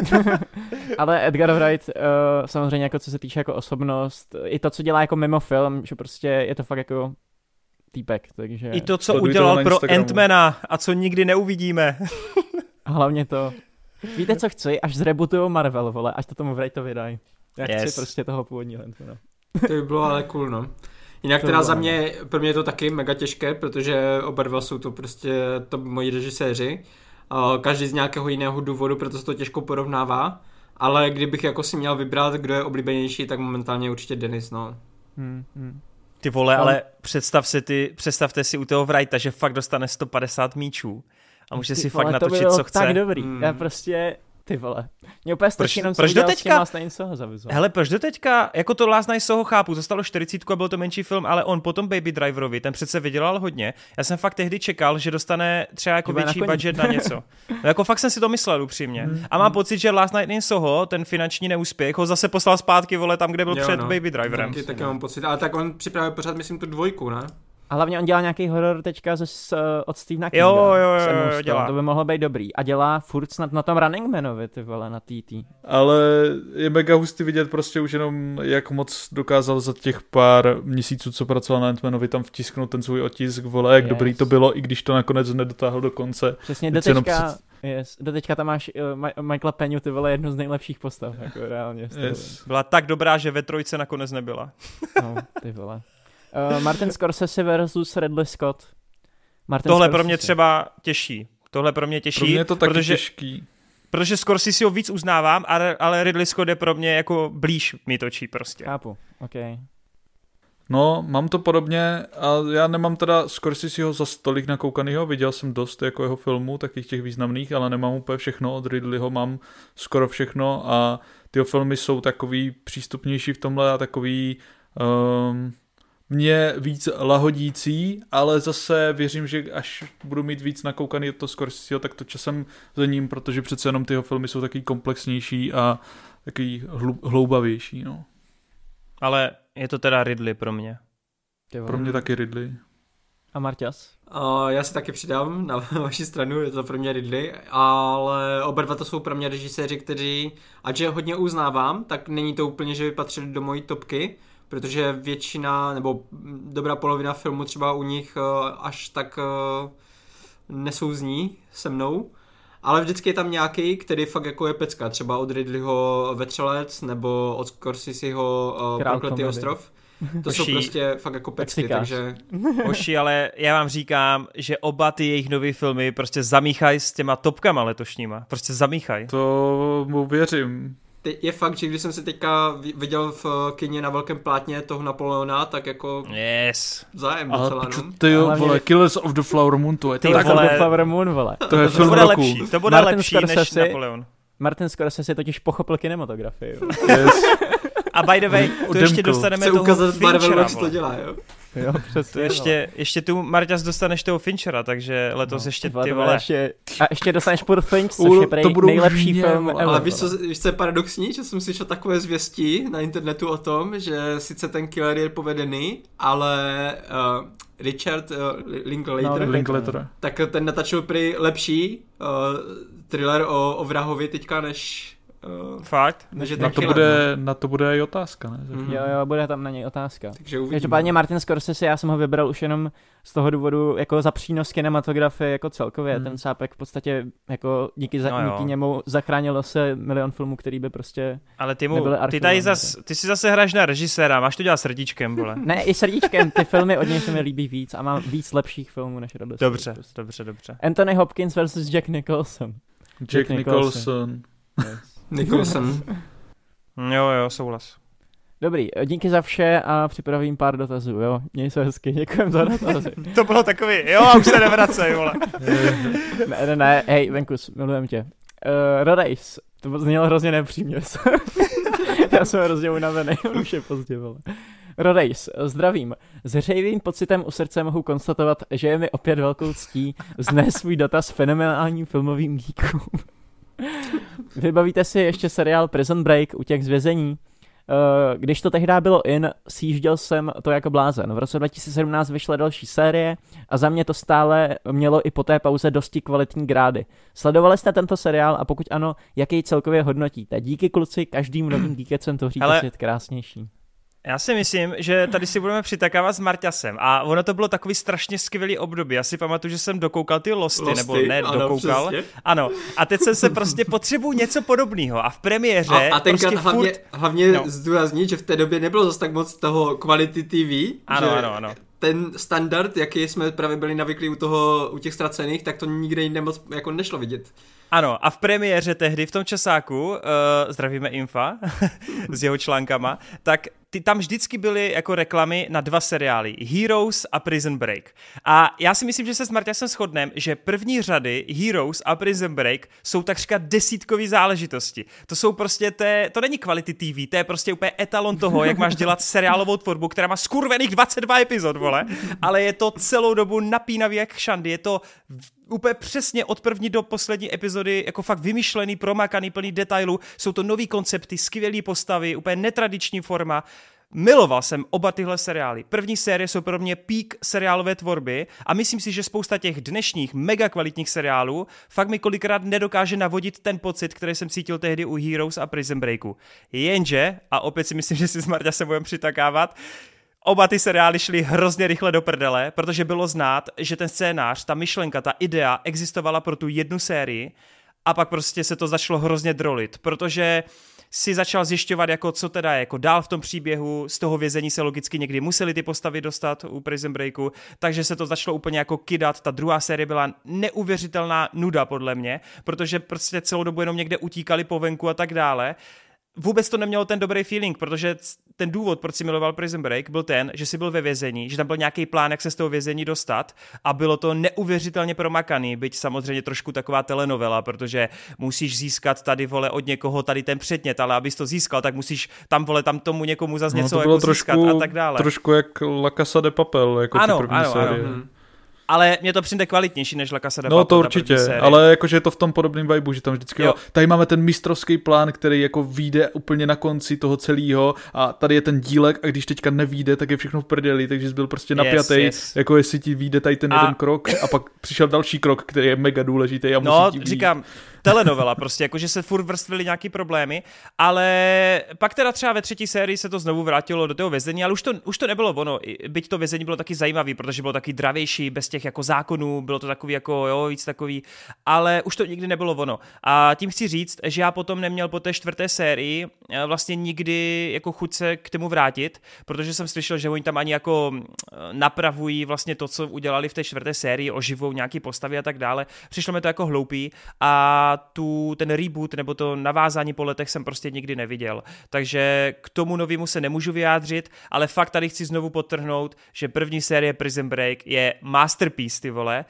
Ale Edgar Wright, uh, samozřejmě jako co se týče jako osobnost, i to, co dělá jako mimo film, že prostě je to fakt jako týpek, takže... I to, co Sledujte ho udělal na pro Instagramu. Ant-Mana a co nikdy neuvidíme. A hlavně to... Víte, co chci? Až zrebutujou Marvel, vole, až to tomu Wrightovi dají. Já Yes. chci prostě toho původního Ant-Mana. To by bylo ale cool, no. Jinak To teda bylo, za no. mě, pro mě je to taky mega těžké, protože oba dva jsou to prostě to moji režiséři. Uh, Každý z nějakého jiného důvodu, proto se to těžko porovnává. Ale kdybych jako si měl vybrat, kdo je oblíbenější, tak momentálně určitě Denis, no. Hmm, hmm. Ty vole, No. ale představ si ty, představte si u toho Wrighta, že fakt dostane sto padesát míčů a může Ty si vole, fakt to by natočit, bylo co chce. tak dobrý. Hmm. Já prostě... Ty vole. Mě úplně Proč- stačí jenom, co proč udělal doteďka- s těma Steinsoho za vizuál. Hele, proč do teďka, jako to Last Night Soho chápu, zostalo čtyřicítku a byl to menší film, ale on potom Baby Driverovi, ten přece vydělal hodně. Já jsem fakt tehdy čekal, že dostane třeba jako Že bude na větší koni. budget na něco. No, jako fakt jsem si to myslel upřímně. A mám pocit, že Last Night in Soho, ten finanční neúspěch, ho zase poslal zpátky, vole, tam, kde byl Jo, před no. Baby Driverem. Taky, taky mám pocit. Ale tak on připravuje pořád, myslím, tu dvojku, ne? A hlavně on dělá nějaký horor teďka ze, s, uh, od Stevena Kinga. Jo, jo, jo, s Emma jo, Stone. dělá. To by mohlo být dobrý. A dělá furt snad na tom Running Manovi, ty vole, na T T. Ale je mega hustý vidět prostě už jenom, jak moc dokázal za těch pár měsíců, co pracoval na Ant-Manovi, tam vtisknout ten svůj otisk, vole, jak Yes. dobrý to bylo, i když to nakonec nedotáhl do konce. Přesně, Teď se jenom doteďka, před- yes, doteďka tam máš uh, Ma- Michaela Pennu, ty vole, jednu z nejlepších postav, jako reálně. z toho. Yes. Byla tak dobrá, že ve trojce nakonec nebyla. No, ty vole. Uh, Martin Scorsese versus Ridley Scott. Martin Tohle Scorsese. pro mě třeba těžší. Tohle pro mě těžší, Pro mě je to taky protože, těžký. protože Scorsese ho víc uznávám, ale, ale Ridley Scott je pro mě jako blíž mi točí prostě. Chápu, ok. No, mám to podobně a já nemám teda Scorseseho za stolik nakoukanýho, viděl jsem dost jako jeho filmů, takých těch významných, ale nemám úplně všechno, od Ridleyho mám skoro všechno a ty jeho filmy jsou takový přístupnější v tomhle a takový um, mě víc lahodící, ale zase věřím, že až budu mít víc nakoukaný od toho Scorseseho, tak to časem za ním, protože přece jenom ty jeho filmy jsou takový komplexnější a takový hlub, hloubavější, no. Ale je to teda Ridley pro mě. Ty vole. Pro mě taky Ridley. A Marťas? Uh, já se taky přidám na vaši stranu, je to pro mě Ridley, ale oba dva to jsou pro mě režiséři, kteří, ať je hodně uznávám, tak není to úplně, že by patřili do mojí topky, protože většina, nebo dobrá polovina filmu třeba u nich uh, až tak uh, nesouzní se mnou, ale vždycky je tam nějaký, který fakt jako je pecka, třeba od Ridleyho Vetřelec, nebo od Scorseseho uh, Král Prokletý komedy. ostrov. To jsou Oší. prostě fakt jako pecky, Mexikář. takže... Hoši, ale já vám říkám, že oba ty jejich nové filmy prostě zamíchají s těma topkama letošníma. Prostě zamíchají. To mu věřím. Te- Je fakt, že když jsem si teďka vi- viděl v kině na velkém plátně toho Napoleona, tak jako Yes. zájem Ale docela, poču, no. ty jo, Hlavně- vole, Killers of the Flower Moon, to je Ty Ty tak, vole. vole, Flower Moon, vole. to je To film bude roku. lepší, to bude Martin lepší než Scorsese- Napoleon. Martin Scorsese totiž pochopil kinematografii. jo. Yes. A by the way, to Odemkl. ještě dostaneme Chce toho ukázat Marvelu, Finchera, jak se to vole. dělá, jo. Jo, přesně. To ještě, ještě tu, Marťas, dostaneš toho Finchera, takže letos No, ještě vole, ty to vole. bude Ještě, a ještě dostaneš Poor Things, U, což je to prej budou nejlepší žně, film vole. ever. Ale víš, vole. co, víš, co je paradoxní? Že jsem slyšel takové zvěstí na internetu o tom, že sice ten killer je povedený, ale uh, Richard uh, Linklater, No, Linklater. tak ten natočil prý lepší uh, thriller o, o vrahovi teďka než Uh, Fakt? Na to, bude, na to bude i otázka, ne? Mm. Jo, jo, bude tam na něj otázka. Takže uvidíme. Každopádně Martin Scorsese, já jsem ho vybral už jenom z toho důvodu, jako za přínos kinematografie jako celkově. Mm. Ten sápek v podstatě jako díky, za, no díky němu zachránilo se milion filmů, který by prostě ale ty, mu, ty, tady zas, ty si zase hraješ na režiséra, máš to dělat srdíčkem, vole. Ne, i srdíčkem, ty filmy od něj se mi líbí víc a mám víc lepších filmů než Radost. Dobře, prostě. dobře, dobře. Anthony Hopkins versus Jack Nicholson. Jack, Jack Nicholson. Yes. Nicholson. Jo, jo, souhlas. Dobrý, díky za vše a připravím pár dotazů, jo. Měj se hezky, děkujem za dotazy. To bylo takový, jo, a už se nevracej, vole. ne, ne, ne, hej, Venkus, milujem tě. Uh, Rodejs, to znělo hrozně nepřímě. Já jsem hrozně unavený, už je pozdě, vole. Rodejs, zdravím. S hřejivým pocitem u srdce mohu konstatovat, že je mi opět velkou ctí vznést svůj dotaz fenomenálním filmovým geekům. Vybavíte si ještě seriál Prison Break, Útěk z vězení? Když to tehdy bylo in, sjížděl jsem to jako blázen. V roce dva tisíce sedmnáct vyšla další série a za mě to stále mělo i po té pauze dosti kvalitní grády. Sledovali jste tento seriál a pokud ano, jaký celkově hodnotíte? Díky kluci, každým novým geekecem tvoří to svět krásnější. Já si myslím, že tady si budeme přitakávat s Marťasem a ono to bylo takový strašně skvělý období. Já si pamatuju, že jsem dokoukal ty Losty, Losty nebo ne, ano, dokoukal. Přesně. Ano, a teď jsem se prostě potřebuju něco podobného a v premiéře a, a tenkrát prostě hlavně, furt... hlavně no. zdůraznit, že v té době nebylo zase tak moc toho quality T V, ano, že ano, ano. ten standard, jaký jsme právě byli navyklí u toho, u těch ztracených, tak to nikde jinde moc jako nešlo vidět. Ano, a v premiéře tehdy v tom časáku, uh, zdravíme Infa s jeho článkama, tak ty tam vždycky byly jako reklamy na dva seriály, Heroes a Prison Break. A já si myslím, že se s Marťasem shodneme, že první řady Heroes a Prison Break jsou takřka desítkový záležitosti. To jsou prostě, té, to není kvality T V, to je prostě úplně etalon toho, jak máš dělat seriálovou tvorbu, která má skurvených dvacet dva epizod, vole, ale je to celou dobu napínavý jak šandy, je to úplně přesně od první do poslední epizody jako fakt vymyšlený, promakaný, plný detailů, jsou to nový koncepty, skvělý postavy, úplně netradiční forma. Miloval jsem oba tyhle seriály. První série jsou pro mě peak seriálové tvorby a myslím si, že spousta těch dnešních mega kvalitních seriálů fakt mi kolikrát nedokáže navodit ten pocit, který jsem cítil tehdy u Heroes a Prison Breaku. Jenže, a opět si myslím, že si s Marťasem budeme přitakávat, oba ty seriály šly hrozně rychle do prdele, protože bylo znát, že ten scénář, ta myšlenka, ta idea existovala pro tu jednu sérii a pak prostě se to začalo hrozně drolit, protože si začal zjišťovat, jako co teda je jako dál v tom příběhu, z toho vězení se logicky někdy museli ty postavy dostat u Prison Breaku, takže se to začalo úplně jako kydat, ta druhá série byla neuvěřitelná nuda podle mě, protože prostě celou dobu jenom někde utíkali po venku a tak dále. Vůbec to nemělo ten dobrý feeling, protože ten důvod, proč si miloval Prison Break, byl ten, že jsi byl ve vězení, že tam byl nějaký plán, jak se z toho vězení dostat a bylo to neuvěřitelně promakaný, byť samozřejmě trošku taková telenovela, protože musíš získat tady, vole, od někoho tady ten předmět, ale abys to získal, tak musíš tam, vole, tam tomu někomu zase něco no, jako trošku, získat a tak dále. Trošku jak La Casa de Papel, jako ano, ty první ano, série. Ano. Ale mě to přijde kvalitnější než La Casa de No Papel, to určitě, ale jakože je to v tom podobném vibu, že tam vždycky, jo. Tady máme ten mistrovský plán, který jako vyjde úplně na konci toho celého a tady je ten dílek a když teďka nevyjde, tak je všechno v prdeli, takže jsi byl prostě napjatý, yes, yes. jako jestli ti vyjde tady ten a... jeden krok a pak přišel další krok, který je mega důležitý a musí no, ti vyjít. říkám, telenovela prostě, jakože se furt vrstvily nějaký problémy, ale pak teda třeba ve třetí sérii se to znovu vrátilo do toho vězení, ale už to, už to nebylo ono, byť to vězení bylo taky zajímavý, protože bylo taky dravější, bez těch jako zákonů, bylo to takový jako, jo, víc takový, ale už to nikdy nebylo ono. A tím chci říct, že já potom neměl po té čtvrté sérii vlastně nikdy jako chuť se k tomu vrátit, protože jsem slyšel, že oni tam ani jako napravují vlastně to, co udělali v té čtvrté sérii, oživou nějaký postavy a tak dále. Přišlo mi to jako hloupý a tu, ten reboot nebo to navázání po letech jsem prostě nikdy neviděl. Takže k tomu novému se nemůžu vyjádřit, ale fakt tady chci znovu podtrhnout, že první série Prison Break je masterpiece, ty vole.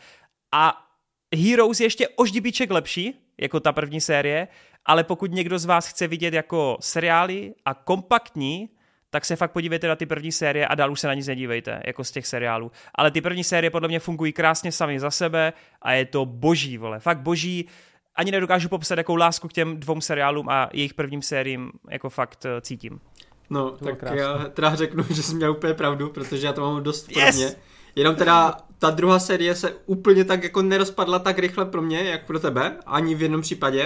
A Heroes je ještě o ždibíček lepší, jako ta první série, ale pokud někdo z vás chce vidět jako seriály a kompaktní, tak se fakt podívejte na ty první série a dál už se na nic nedívejte, jako z těch seriálů. Ale ty první série podle mě fungují krásně sami za sebe a je to boží, vole, fakt boží. Ani nedokážu popsat, jakou lásku k těm dvou seriálům a jejich prvním sériím jako fakt cítím. No, to tak já teda řeknu, že jsi měl úplně pravdu, protože já to mám dost yes! podobně. Jenom teda ta druhá série se úplně tak jako nerozpadla tak rychle pro mě, jak pro tebe, ani v jednom případě.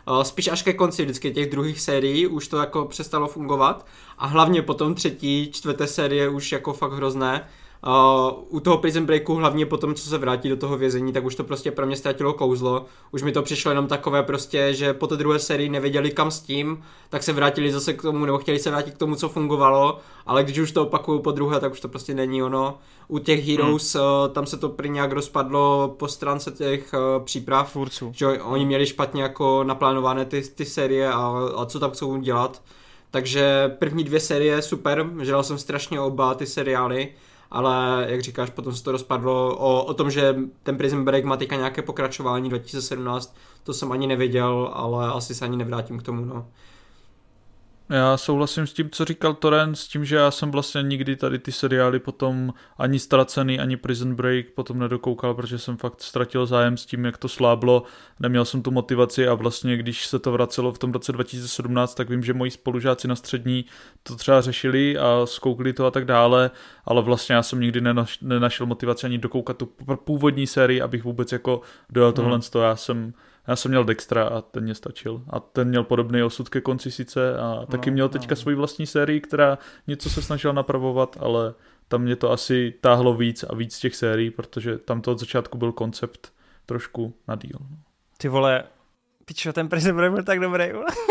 Spíš až ke konci vždycky těch druhých sérií už to jako přestalo fungovat a hlavně potom třetí, čtvrté série už jako fakt hrozné. Uh, u toho Prison Breaku hlavně potom, co se vrátí do toho vězení, tak už to prostě pro mě ztratilo kouzlo. Už mi to přišlo jenom takové prostě, že po té druhé sérii nevěděli kam s tím, tak se vrátili zase k tomu, nebo chtěli se vrátit k tomu, co fungovalo, ale když už to opakuju po druhé, tak už to prostě není ono. U těch Heroes, hmm. uh, tam se to prý nějak rozpadlo po stránce těch uh, příprav, Tvůrců. Že oni měli špatně jako naplánované ty, ty série a, a co tam chcou dělat. Takže první dvě série super, žral jsem strašně oba ty seriály. Ale jak říkáš, potom se to rozpadlo o, o tom, že ten Prison Break má teďka nějaké pokračování dva tisíce sedmnáct, to jsem ani nevěděl, ale asi se ani nevrátím k tomu, no. Já souhlasím s tím, co říkal Toren, s tím, že já jsem vlastně nikdy tady ty seriály potom ani Ztracený, ani Prison Break potom nedokoukal, protože jsem fakt ztratil zájem s tím, jak to sláblo, neměl jsem tu motivaci a vlastně, když se to vracelo v tom roce dva tisíce sedmnáct, tak vím, že moji spolužáci na střední to třeba řešili a zkoukli to a tak dále, ale vlastně já jsem nikdy nenaš, nenašel motivaci ani dokoukat tu původní sérii, abych vůbec jako dojel tohle z toho. Já jsem Já jsem měl Dextra a ten mě stačil. A ten měl podobný osud ke konci sice a taky no, měl teďka no. svoji vlastní sérii, která něco se snažila napravovat, ale tam mě to asi táhlo víc a víc těch sérií, protože tam to od začátku byl koncept trošku na díl. Ty vole, pičo, ten Prison Break byl tak dobrý.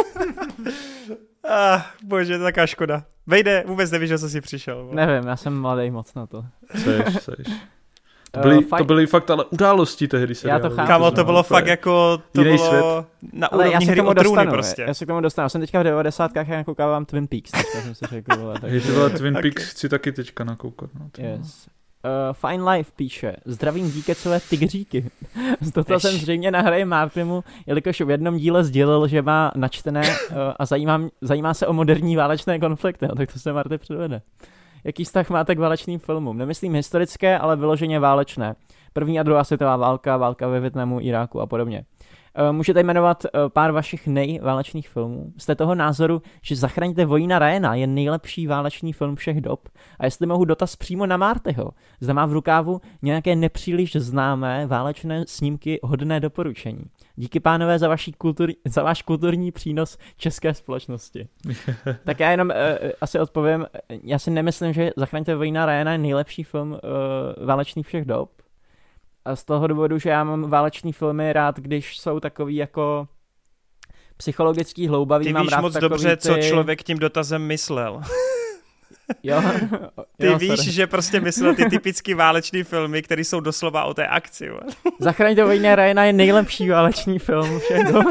ah, bože, to je taká škoda. Vejde, vůbec nevíš, že jsi si přišel. Vole. Nevím, já jsem mladý moc na to. Seš, seš. To byly, uh, to byly fakt ale události tehdy seriálu. Já to chápu. Kámo, to bylo fakt jako, to jiný bylo svět. Na ale já úrovni se hry k tomu o trůny dostanu, prostě. Já se k tomu dostanu. Já jsem teďka v devadesátkách a nakoukávám Twin Peaks. Teďka jsem si řekl, vole, tak... Ježi, vole, Twin Peaks okay. Chci taky teďka nakoukat. No, yes. Uh, Fine Life píše, zdravím díkecové tygříky. Z toho jsem zřejmě nahraje Martimu, jelikož v jednom díle sdělil, že má načtené uh, a zajímá, zajímá se o moderní válečné konflikty. No, tak to se Marty předvede. Jaký vztah máte k válečným filmům? Nemyslím historické, ale vyloženě válečné. První a druhá světová válka, válka ve Vietnamu, Iráku a podobně. Můžete jmenovat pár vašich nejválečných filmů? Jste toho názoru, že Zachraňte vojína Ryana je nejlepší válečný film všech dob? A jestli mohu dotaz přímo na Martyho, zda má v rukávu nějaké nepříliš známé válečné snímky hodné doporučení. Díky pánové za, vaší kultur, za váš kulturní přínos české společnosti. Tak já jenom uh, asi odpovím, já si nemyslím, že Zachraňte vojína Ryana je nejlepší film uh, válečný všech dob. A z toho důvodu, že já mám váleční filmy rád, když jsou takový jako psychologický hloubavý. Ty mám víš rád moc dobře, ty... co člověk tím dotazem myslel. Jo, Ty jo, víš, sorry. že prostě myslel ty typický váleční filmy, které jsou doslova o té akci. Zachraňte vojína Ryana je nejlepší váleční film všech dob.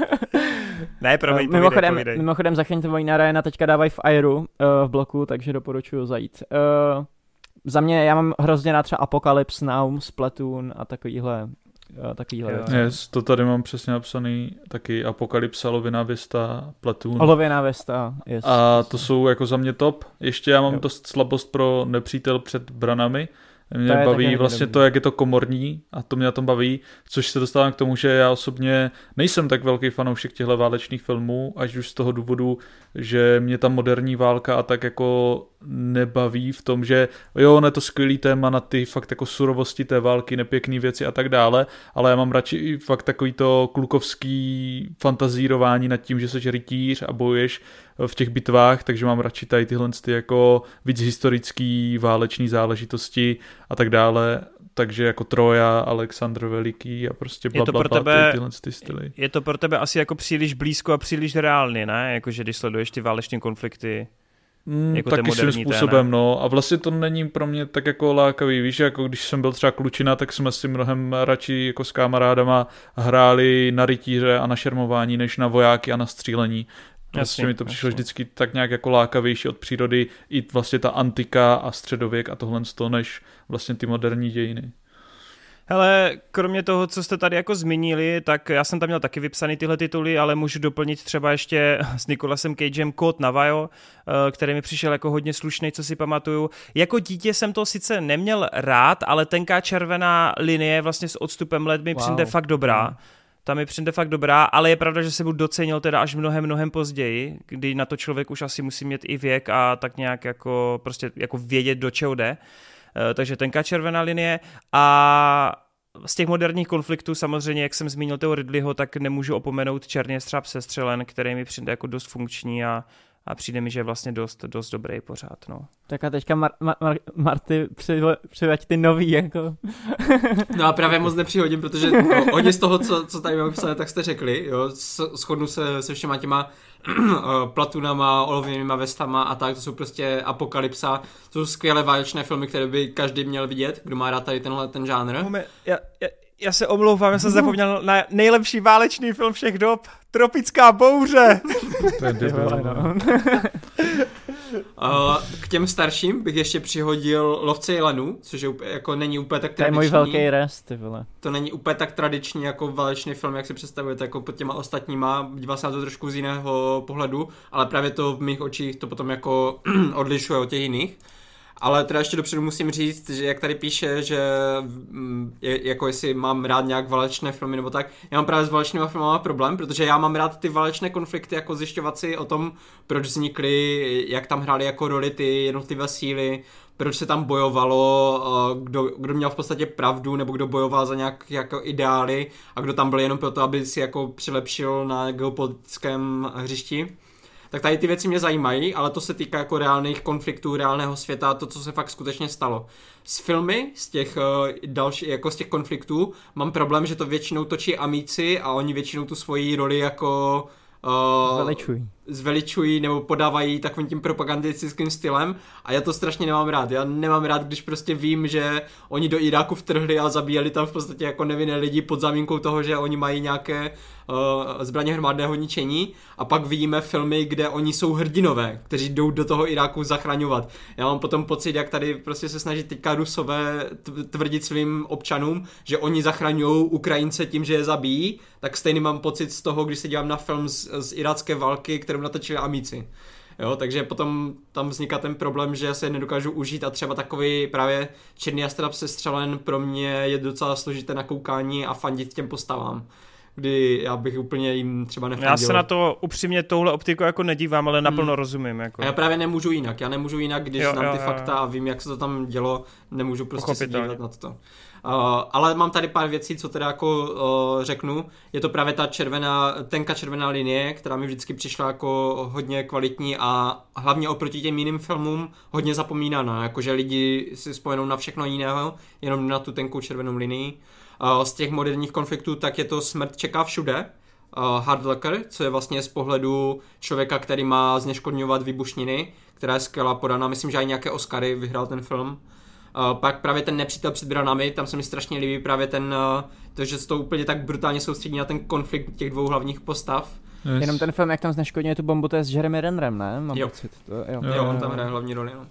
Ne, promiň, mimochodem, povídej, povídej. mimochodem Zachraňte vojína Ryana teďka dávají v Airu uh, v bloku, takže doporučuji zajít. Uh, Za mě, já mám hrozně rád třeba Apocalypse Now, Splatoon a takovýhle, takovýhle věci. Yes, to tady mám přesně napsaný, taky Apokalypsa, Olověná věsta, Platoon. Olověná věsta, yes. A to jsou jako za mě top. Ještě já mám jo. dost slabost pro Nepřítel před branami. Mě baví vlastně dobrý. To, jak je to komorní a to mě na tom baví, což se dostávám k tomu, že já osobně nejsem tak velký fanoušek těchto válečných filmů, až už z toho důvodu, že mě ta moderní válka a tak jako nebaví v tom, že jo, ono je to skvělý téma na ty fakt jako surovosti té války, nepěkný věci a tak dále, ale já mám radši fakt takový to klukovský fantazírování nad tím, že seš rytíř a bojuješ v těch bitvách, takže mám radši tady tyhle ty jako víc historický válečný záležitosti a tak dále, takže jako Troja, Alexandr Veliký a prostě bla, bla, bla, ty, tyhle ty styly. Je to pro tebe asi jako příliš blízko a příliš reálný, ne? Jakože když sleduješ ty váleční konflikty. Mm, jako taky svým způsobem, té, no. A vlastně to není pro mě tak jako lákavý. Víš, jako když jsem byl třeba klučina, tak jsme si mnohem radši jako s kamarádama hráli na rytíře a na šermování, než na vojáky a na střílení. Prostě mi to přišlo jasný. Vždycky tak nějak jako lákavější od přírody i vlastně ta antika a středověk a tohle z toho, než vlastně ty moderní dějiny. Hele, kromě toho, co jste tady jako zmínili, tak já jsem tam měl taky vypsaný tyhle tituly, ale můžu doplnit třeba ještě s Nicolasem Cagem Kód Navajo, který mi přišel jako hodně slušný, co si pamatuju. Jako dítě jsem to sice neměl rád, ale tenká červená linie vlastně s odstupem let mi wow. přijde fakt dobrá. Ta mi přijde fakt dobrá, ale je pravda, že jsem mu docenil teda až mnohem, mnohem později, kdy na to člověk už asi musí mít i věk a tak nějak jako prostě jako vědět, do čeho jde. Takže tenká červená linie a z těch moderních konfliktů samozřejmě, jak jsem zmínil toho Ridleyho, tak nemůžu opomenout Černý střáp sestřelen, který mi přijde jako dost funkční a A přijde mi, že je vlastně dost, dost dobrý pořád, no. Tak a teďka Mar- Mar- Mar- Marty přiveď ty nový, jako. No a právě moc nepřihodím, protože no, hodně z toho, co, co tady máme psané, tak jste řekli, jo, shodnu se se všema těma platunama, olověnýma vestama a tak, to jsou prostě Apokalypsa, to jsou skvělé válečné filmy, které by každý měl vidět, kdo má rád tady tenhle ten žánr. Já, já, já se omlouvám, já jsem zapomněl na nejlepší válečný film všech dob, Tropická bouře. K těm starším bych ještě přihodil Lovce jelenů, což je úplně, jako není úplně tak tradiční. To je můj velký rest, ty vole. To není úplně tak tradiční jako válečný film, jak si představujete, jako pod těma ostatníma. Díval se na to trošku z jiného pohledu, ale právě to v mých očích to potom jako odlišuje od těch jiných. Ale teda ještě dopředu musím říct, že jak tady píše, že je, jako jestli mám rád nějak válečné filmy nebo tak, já mám právě s válečnými filmama problém, protože já mám rád ty válečné konflikty, jako zjišťovat si o tom, proč vznikly, jak tam hrály jako roli ty jednotlivé síly, proč se tam bojovalo, kdo, kdo měl v podstatě pravdu, nebo kdo bojoval za nějaké jako ideály a kdo tam byl jenom proto, aby si jako přilepšil na geopolitickém hřišti. Tak tady ty věci mě zajímají, ale to se týká jako reálných konfliktů, reálného světa, to, co se fakt skutečně stalo. S filmy, z těch uh, další, jako z těch konfliktů, mám problém, že to většinou točí amíci a oni většinou tu svoji roli jako uh, zveličují. zveličují nebo podávají takovým tím propagandistickým stylem a já to strašně nemám rád. Já nemám rád, když prostě vím, že oni do Iráku vtrhli a zabíjeli tam v podstatě jako nevinné lidi pod záminkou toho, že oni mají nějaké uh, zbraně hromadného ničení a pak vidíme filmy, kde oni jsou hrdinové, kteří jdou do toho Iráku zachraňovat. Já mám potom pocit, jak tady prostě se snaží teďka Rusové tvrdit svým občanům, že oni zachraňují Ukrajince tím, že je zabijí, tak stejný mám pocit z toho, když se dívám na film z, z irácké války, kterou natočili amíci. Jo, takže potom tam vzniká ten problém, že se nedokážu užít a třeba takový právě Černý stráp sestřelen pro mě je docela složité na koukání a fandit těm postavám, kdy já bych úplně jim třeba nefandil. Já se na to upřímně touhle optikou jako nedívám, ale naplno hmm. rozumím. Jako. A já právě nemůžu jinak, já nemůžu jinak, když jo, znám jo, ty jo. fakta a vím, jak se to tam dělo, nemůžu prostě se dívat na to. Uh, ale mám tady pár věcí, co teda jako uh, řeknu. Je to právě ta červená, tenká červená linie, která mi vždycky přišla jako hodně kvalitní a hlavně oproti těm jiným filmům hodně zapomínaná, jakože lidi si spojenou na všechno jiného, jenom na tu tenkou červenou linii. Uh, z těch moderních konfliktů tak je to Smrt čeká všude, uh, Hard Locker, co je vlastně z pohledu člověka, který má zneškodňovat výbušniny, která je skvělá podaná, myslím, že i nějaké Oscary vyhrál ten film. Uh, pak právě ten Nepřítel před branami, tam se mi strašně líbí právě ten, uh, to, že se to úplně tak brutálně soustředí na ten konflikt těch dvou hlavních postav. Yes. Jenom ten film, jak tam zneškodňuje tu bombu, to je s Jeremy Rennerem, ne? Mám jo. pocit. To, jo. Jo, jo, on tam hraje hlavní roli. No.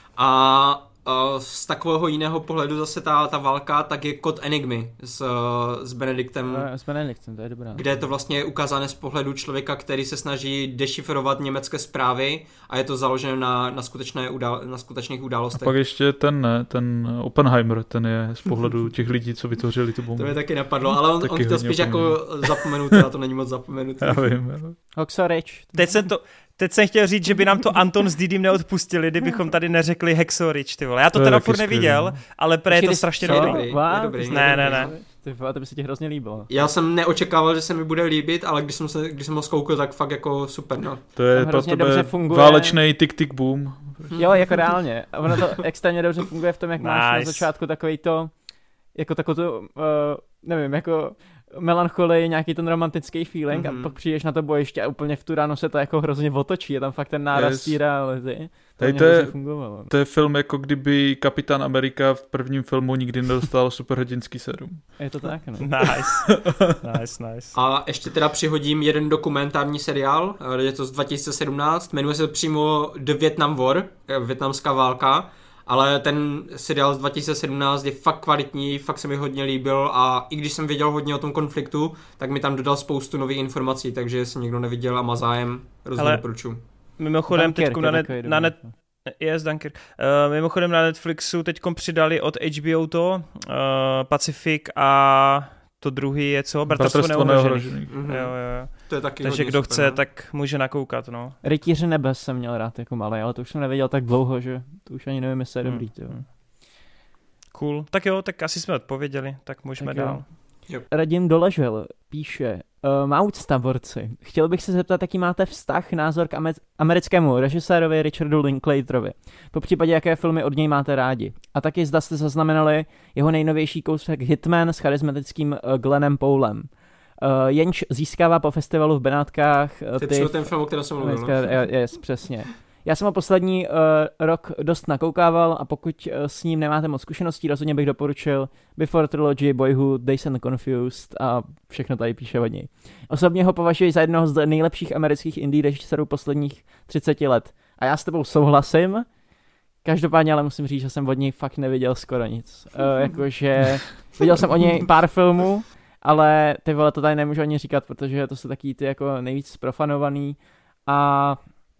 A uh, z takového jiného pohledu zase ta, ta válka, tak je Kód Enigmy s, uh, s Benediktem. No, s Benediktem, to je dobrá. Kde je to vlastně ukázané z pohledu člověka, který se snaží dešifrovat německé zprávy a je to založeno na, na, skutečné udál, na skutečných událostech. A pak ještě ten, ne, ten Oppenheimer, ten je z pohledu těch lidí, co vytvořili tu bombu. To mě taky napadlo, ale on, taky on to spíš jako zapomenutý, a to není moc zapomenutý. Já vím, jo. Hoxorich. Teď jsem to... Teď jsem chtěl říct, že by nám to Anton s Didym neodpustili, kdybychom tady neřekli Hexorich, ty vole. Já to, to teda furt neviděl, ale pre je to strašně dobrý. dobrý. Wow, dobrý. Ne, ne, ne. Ty vole, to by se ti hrozně líbilo. Já jsem neočekával, že se mi bude líbit, ale když jsem, se, když jsem ho zkoukl, tak fakt jako super, no. To je pro tebe válečnej tik-tik boom. Jo, jako reálně. A ono to extrémně dobře funguje v tom, jak máš nice. Na začátku takový to, jako takovou to, uh, nevím, jako melancholii, nějaký ten romantický feeling mm-hmm. a pak přijdeš na to bojiště a úplně v tu ráno se to jako hrozně otočí, je tam fakt ten náraz yes. té reality. To, to, je, to je film, jako kdyby Kapitán Amerika v prvním filmu nikdy nedostal superhrdinský sérum. Je to tak, no. Nice. nice, nice. A ještě teda přihodím jeden dokumentární seriál, je to z dva tisíce sedmnáct, jmenuje se přímo The Vietnam War, vietnamská válka. Ale ten seriál z dva tisíce sedmnáct je fakt kvalitní, fakt se mi hodně líbil a i když jsem věděl hodně o tom konfliktu, tak mi tam dodal spoustu nových informací, takže jestli někdo neviděl a má zájem, rozhodně doporučuji. Mimochodem teď na, net, na net... Yes, Dunkirk. Uh, mimochodem na Netflixu teďkom přidali od H B O to uh, Pacific a to druhý je co? Bratrstvo neohrožených. Mm-hmm. Jo, jo. To je taky Takže kdo super, chce, ne? tak může nakoukat, no. Rytíře nebes jsem měl rád jako malý, ale to už jsem neviděl tak dlouho, že to už ani nevím, jestli je dobrý. Hmm. Cool. Tak jo, tak asi jsme odpověděli, tak můžeme tak dál. Jo. Radim Doležel píše, uh, má úcta, borci. Chtěl bych se zeptat, jaký máte vztah, názor k ame- americkému režisérovi Richardu Linklaterovi. Po případě, jaké filmy od něj máte rádi. A taky zda jste zaznamenali jeho nejnovější kousek Hitman s charismatickým uh, Glennem Powellem. Uh, jenž získává po festivalu v Benátkách uh, ty... ty ten film, o kterém jsem mluvil. No? Yes, přesně. Já jsem ho poslední uh, rok dost nakoukával a pokud uh, s ním nemáte moc zkušeností, rozhodně bych doporučil Before Trilogy, Boyhood, Dazed and Confused a všechno tady píše od něj. Osobně ho považuji za jednoho z nejlepších amerických indie režisérů posledních třiceti let. A já s tebou souhlasím, každopádně ale musím říct, že jsem od něj fakt neviděl skoro nic. Uh, jakože viděl jsem o něj pár filmů, ale ty vole to tady nemůžu ani říkat, protože to jsou taky ty jako nejvíc profanovaný a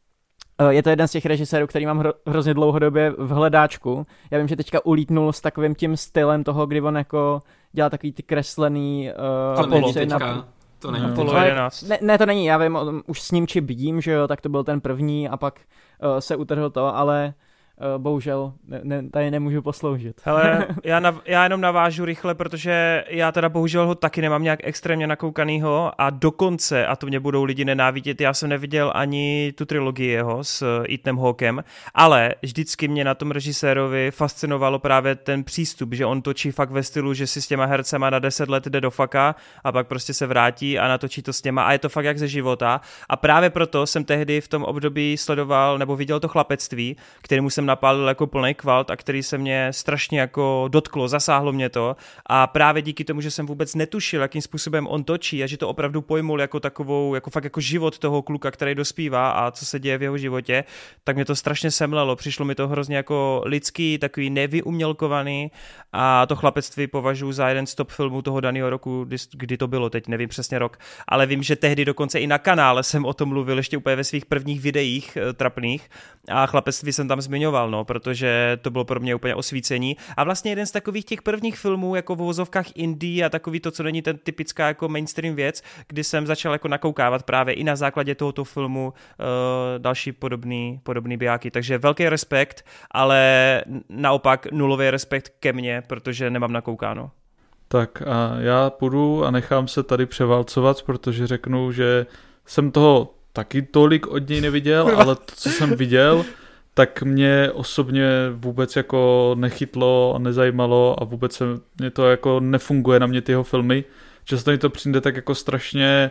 je to jeden z těch režisérů, který mám hro, hrozně dlouhodobě v hledáčku. Já vím, že teďka ulítnul s takovým tím stylem toho, kdy on jako dělá takový ty kreslený uh, to Apollo teďka. Na... To není Apollo jedenáct. Ne, ne, to není, já vím, už s ním či vidím, že jo, tak to byl ten první a pak uh, se utrhl to, ale Uh, bohužel ne, ne, tady nemůžu posloužit. Hele, já, nav, já jenom navážu rychle, protože já teda bohužel ho taky nemám nějak extrémně nakoukanýho a dokonce, a to mě budou lidi nenávidět, já jsem neviděl ani tu trilogii jeho s Ethanem Hawkem, ale vždycky mě na tom režisérovi fascinovalo právě ten přístup, že on točí fakt ve stylu, že si s těma hercema na deset let jde do faka a pak prostě se vrátí a natočí to s těma a je to fakt jak ze života a právě proto jsem tehdy v tom období sledoval nebo viděl to Chlapectví, kterému jsem napálil jako plný kvalt a který se mě strašně jako dotklo, zasáhlo mě to a právě díky tomu, že jsem vůbec netušil, jakým způsobem on točí a že to opravdu pojmul jako takovou, jako fakt jako život toho kluka, který dospívá a co se děje v jeho životě, tak mě to strašně semlelo, přišlo mi to hrozně jako lidský, takový nevyumělkovaný a to Chlapectví považuji za jeden z top filmů toho daného roku, kdy, kdy to bylo, teď nevím přesně rok, ale vím, že tehdy dokonce i na kanále jsem o tom mluvil ještě úplně ve svých prvních videích trapných a Chlapectví jsem tam zmiňoval, no, protože to bylo pro mě úplně osvícení. A vlastně jeden z takových těch prvních filmů, jako v uvozovkách indie a takový to, co není ten typická jako mainstream věc, kdy jsem začal jako nakoukávat právě i na základě tohoto filmu uh, další podobný, podobný bijáky. Takže velký respekt, ale naopak nulový respekt ke mně, protože nemám nakoukáno. Tak a já půjdu a nechám se tady převálcovat, protože řeknu, že jsem toho taky tolik od něj neviděl, ale to, co jsem viděl, tak mě osobně vůbec jako nechytlo a nezajímalo a vůbec se mě to jako nefunguje na mě ty jeho filmy. Často mi to přijde tak jako strašně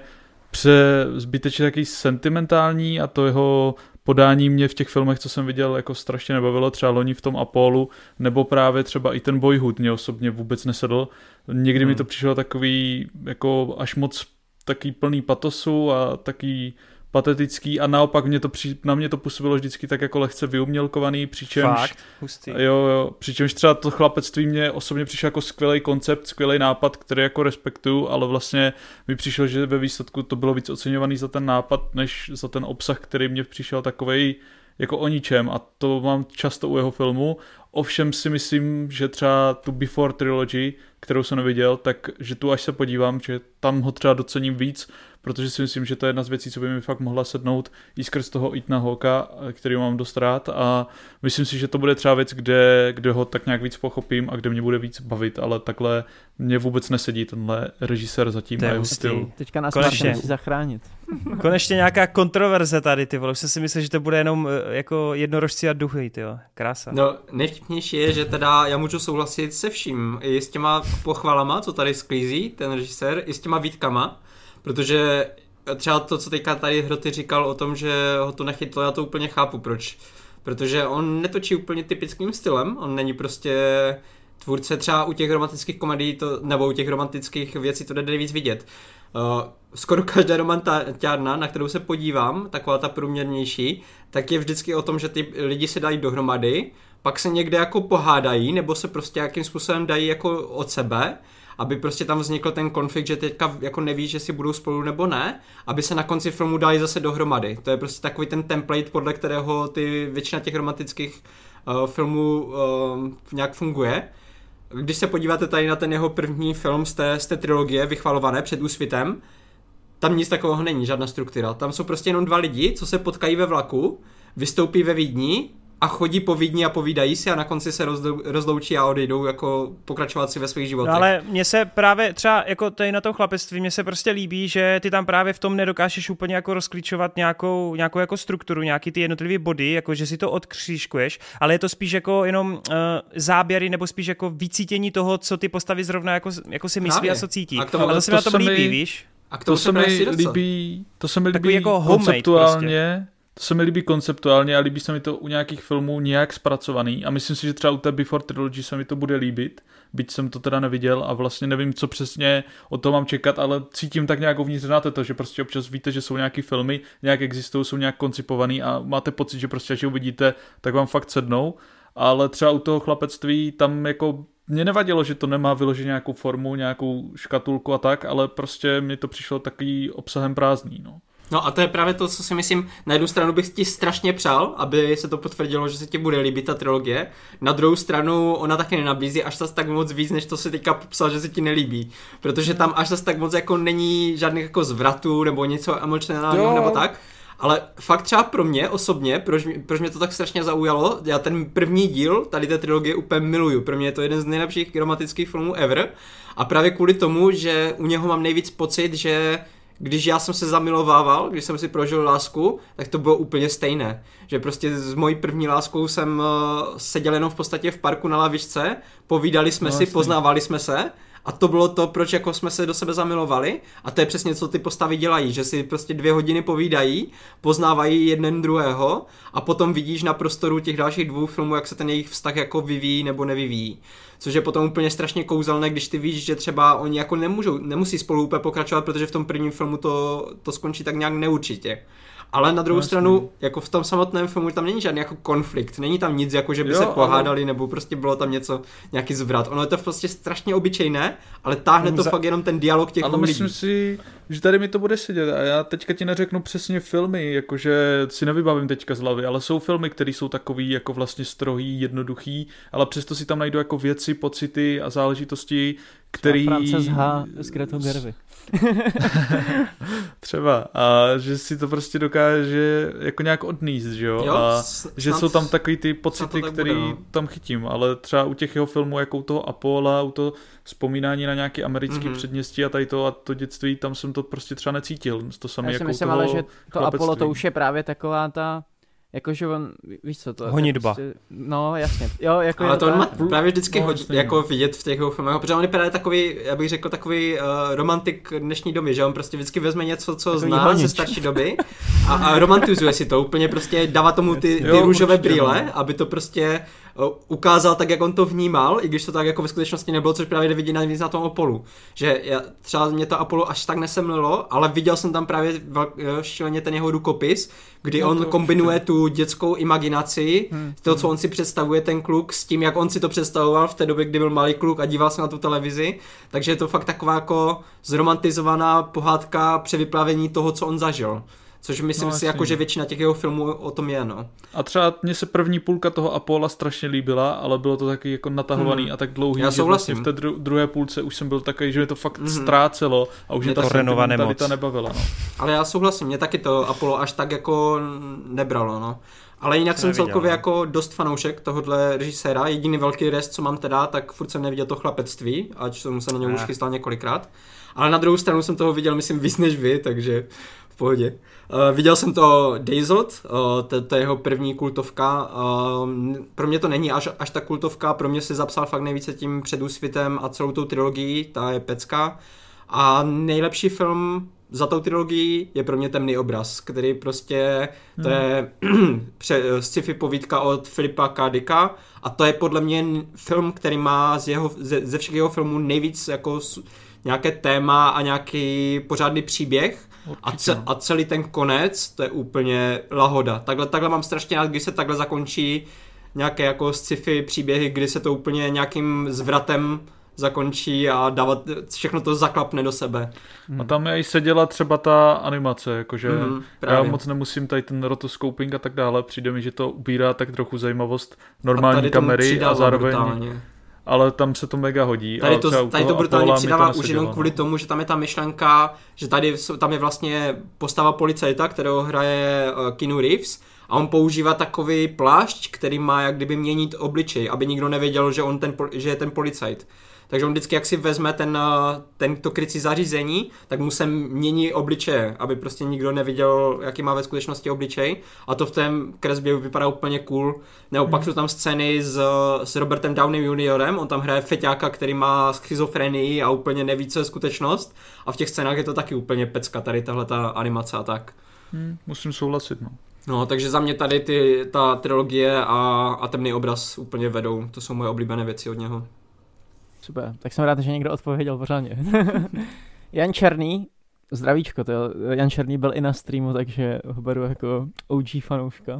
pře zbytečně taky sentimentální a to jeho podání mě v těch filmech, co jsem viděl, jako strašně nebavilo, třeba loni v tom Apollu, nebo právě třeba i ten Boyhood mě osobně vůbec nesedl. Někdy hmm. mi to přišlo takový jako až moc taký plný patosu a taký patetický a naopak mě to při, na mě to působilo vždycky tak jako lehce vyumělkovaný, přičemž Fakt, hustý. Jo, jo, přičemž třeba to Chlapectví mě osobně přišlo jako skvělý koncept, skvělý nápad, který jako respektuju, ale vlastně mi přišlo, že ve výsledku to bylo víc oceňovaný za ten nápad, než za ten obsah, který mě přišel takovej jako o ničem a to mám často u jeho filmu. Ovšem si myslím, že třeba tu Before Trilogy, kterou jsem neviděl, tak že tu až se podívám, že tam ho třeba docením víc, protože si myslím, že to je jedna z věcí, co by mi fakt mohla sednout i skrz toho Ethana Hawka, který mám dost rád a myslím si, že to bude třeba věc, kde, kde ho tak nějak víc pochopím a kde mě bude víc bavit, ale takhle mě vůbec nesedí tenhle režisér zatím a jeho styl. Teďka nás Konečně musí zachránit. Konečně nějaká kontroverze tady, ty vole, už jsem si myslel, že to bude jenom jako jednorožci a duchy, ty jo, krása. No, nejvtipnější je, že teda já můžu souhlasit se vším, i s těma pochvalama, co tady sklízí ten režisér, i s těma výtkama, protože třeba to, co teďka tady Hroty říkal o tom, že ho to nechytlo, já to úplně chápu, proč. Protože on netočí úplně typickým stylem, on není prostě tvůrce třeba u těch romantických komedií, to, nebo u těch romantických věcí to jde nejvíc vidět. Uh, skoro každá romantiárna, na kterou se podívám, taková ta průměrnější, tak je vždycky o tom, že ty lidi se dají dohromady, pak se někde jako pohádají, nebo se prostě jakým způsobem dají jako od sebe, aby prostě tam vznikl ten konflikt, že teďka jako neví, že si budou spolu nebo ne, aby se na konci filmu dali zase dohromady. To je prostě takový ten template, podle kterého ty většina těch romantických uh, filmů uh, nějak funguje. Když se podíváte tady na ten jeho první film z té, z té trilogie, vychvalované Před úsvitem, tam nic takového není, žádná struktura. Tam jsou prostě jenom dva lidi, co se potkají ve vlaku, vystoupí ve Vídni a chodí po Vídni a povídají si a na konci se rozdou, rozloučí a odejdou jako pokračovat si ve svých životech. No ale mně se právě třeba jako tady na tom chlapectví, mně se prostě líbí, že ty tam právě v tom nedokážeš úplně jako rozklíčovat nějakou, nějakou jako strukturu, nějaký ty jednotlivé body, jako že si to odkřížkuješ, ale je to spíš jako jenom uh, záběry nebo spíš jako vycítění toho, co ty postavy zrovna jako, jako si myslí právě. a co cítí. A, tomu, a to se mi na tom líbí, mi, víš? A k tomu to se mi líbí, to se mi líbí jako konceptuálně, prostě. To se mi líbí konceptuálně a líbí se mi to u nějakých filmů nějak zpracovaný a myslím si, že třeba u té Before Trilogy se mi to bude líbit, byť jsem to teda neviděl a vlastně nevím, co přesně od toho mám čekat, ale cítím tak nějak uvnitř, znáte to, že prostě občas víte, že jsou nějaký filmy, nějak existují, jsou nějak koncipovaný a máte pocit, že prostě až je uvidíte, tak vám fakt sednou, ale třeba u toho chlapectví tam jako mě nevadilo, že to nemá vyloženě nějakou formu, nějakou škatulku a tak, ale prostě mi to přišlo takový obsahem prázdný, no. No a to je právě to, co si myslím, na jednu stranu bych ti strašně přál, aby se to potvrdilo, že se ti bude líbit ta trilogie, na druhou stranu ona taky nenabízí až zas tak moc víc, než to si teďka popsal, že se ti nelíbí, protože tam až zas tak moc jako není žádných jako zvratů nebo něco emocionálního nebo tak, ale fakt třeba pro mě osobně, proč, proč mě to tak strašně zaujalo, já ten první díl tady té trilogie úplně miluju, pro mě je to jeden z nejlepších romantických filmů ever a právě kvůli tomu, že u něho mám nejvíc pocit, že když já jsem se zamilovával, když jsem si prožil lásku, tak to bylo úplně stejné. Že prostě s mojí první láskou jsem uh, seděl jenom v podstatě v parku na lavičce, povídali jsme no, si, jasný. Poznávali jsme se a to bylo to, proč jako jsme se do sebe zamilovali a to je přesně, co ty postavy dělají, že si prostě dvě hodiny povídají, poznávají jeden druhého a potom vidíš na prostoru těch dalších dvou filmů, jak se ten jejich vztah jako vyvíjí nebo nevyvíjí. Což je potom úplně strašně kouzelné, když ty víš, že třeba oni jako nemůžou, nemusí spolu úplně pokračovat, protože v tom prvním filmu to, to skončí tak nějak neurčitě. Ale na druhou no, stranu, jako v tom samotném filmu tam není žádný jako konflikt, není tam nic, jako že by jo, se pohádali, ale... nebo prostě bylo tam něco, nějaký zvrat. Ono je to prostě strašně obyčejné, ale táhne to za... fakt jenom ten dialog těch ale lidí. Myslím si, že tady mi to bude sedět a já teďka ti neřeknu přesně filmy, jakože si nevybavím teďka z hlavy, ale jsou filmy, které jsou takový jako vlastně strohý, jednoduchý, ale přesto si tam najdu jako věci, pocity a záležitosti, který... Frances H. s Gretou Gerwig. Třeba. A že si to prostě dokáže jako nějak odníst, že jo? jo a s, že snad, jsou tam takový ty pocity, který bude, no. tam chytím, ale třeba u těch jeho filmů, jako u toho Apola, u toho vzpomínání na nějaký americký mm-hmm. předměstí a tady to a to dětství, tam jsem to prostě třeba necítil. To samé jako myslím, toho ale že to chlapectví. Apollo to už je právě taková ta jakože on, víš co to? Honitba. Prostě, no jasně. Jo, jako ale to on má právě vždycky no, hodně, jako vidět v těch jeho filmech, protože on vypadá takový, já bych řekl takový uh, romantik dnešní doby, že on prostě vždycky vezme něco, co takový zná honič. Ze starší doby a, a romantizuje si to, úplně prostě dává tomu ty, ty jo, růžové určitě, brýle, no. Aby to prostě uh, ukázal tak, jak on to vnímal, i když to tak jako ve skutečnosti nebylo, což právě jde vidět nejvíc na tom Apollu. Že já, třeba mě to Apollo až tak nesemlilo, ale viděl jsem tam právě vel, šíleně ten jeho rukopis, kdy no, on kombinuje určitě. Tu dětskou imaginaci, hmm. to, co on si představuje ten kluk, s tím, jak on si to představoval v té době, kdy byl malý kluk a díval se na tu televizi. Takže je to fakt taková jako zromantizovaná pohádka převyplavení toho, co on zažil. Což myslím no, si, jako, že většina těch jeho filmů o tom je, no. A třeba mně se první půlka toho Apola strašně líbila, ale bylo to taky jako natahovaný hmm. a tak dlouhý, já že vlastně v té dru- druhé půlce už jsem byl takový, že mě to fakt hmm. ztrácelo a už mě ta sentimentalita nebavila, no. Ale já souhlasím, mě taky to Apollo až tak jako nebralo, no. Ale jinak jsem neviděl, celkově no. jako dost fanoušek tohohle režiséra, jediný velký rest, co mám teda, tak furt jsem neviděl to Chlapectví, ač jsem se na něj už chystal několikrát. Ale na druhou stranu jsem toho viděl, myslím, víc než vy, takže v pohodě. Uh, viděl jsem to Dazed, uh, to, to je jeho první kultovka. Uh, pro mě to není až, až ta kultovka, pro mě se zapsal fakt nejvíce tím Předúsvitem a celou tou trilogií, ta je pecka. A nejlepší film za tou trilogií je pro mě Temný obraz, který prostě, to je hmm. sci-fi povídka od Filipa K. Dicka a to je podle mě film, který má z jeho, ze, ze všech jeho filmů nejvíc jako nějaké téma a nějaký pořádný příběh. A, ce, a celý ten konec, to je úplně lahoda. Takhle, takhle mám strašně rád, když se takhle zakončí nějaké jako sci-fi příběhy, kdy se to úplně nějakým zvratem zakončí a dávat, všechno to zaklapne do sebe. A tam i seděla třeba ta animace, jakože mm, já moc nemusím tady ten rotoscoping a tak dále, přijde mi, že to ubírá tak trochu zajímavost normální a kamery a zároveň... Brutálně. Ale tam se to mega hodí. Tady to, tady to brutálně přidává už jenom kvůli tomu, že tam je ta myšlenka, že tady tam je vlastně postava policajta, kterou hraje Keanu Reeves a on používá takový plášť, který má jak kdyby měnit obličej, aby nikdo nevěděl, že on ten, že je ten policajt. Takže on vždycky, jak si vezme ten, ten to krycí zařízení, tak mu se mění obličeje, aby prostě nikdo neviděl, jaký má ve skutečnosti obličej. A to v tom kresbě vypadá úplně cool. Nebo pak jsou tam scény s, s Robertem Downey juniorem, on tam hraje feťáka, který má schizofrenii a úplně neví, co je skutečnost. A v těch scénách je to taky úplně pecka, tady tahle ta animace a tak. Hmm, musím souhlasit, no. No, takže za mě tady ty, ta trilogie a, a temný obraz úplně vedou. To jsou moje oblíbené věci od něho. Super, tak jsem rád, že někdo odpověděl pořádně. Jan Černý, zdravíčko, to Jan Černý byl i na streamu, takže ho beru jako O G fanouška.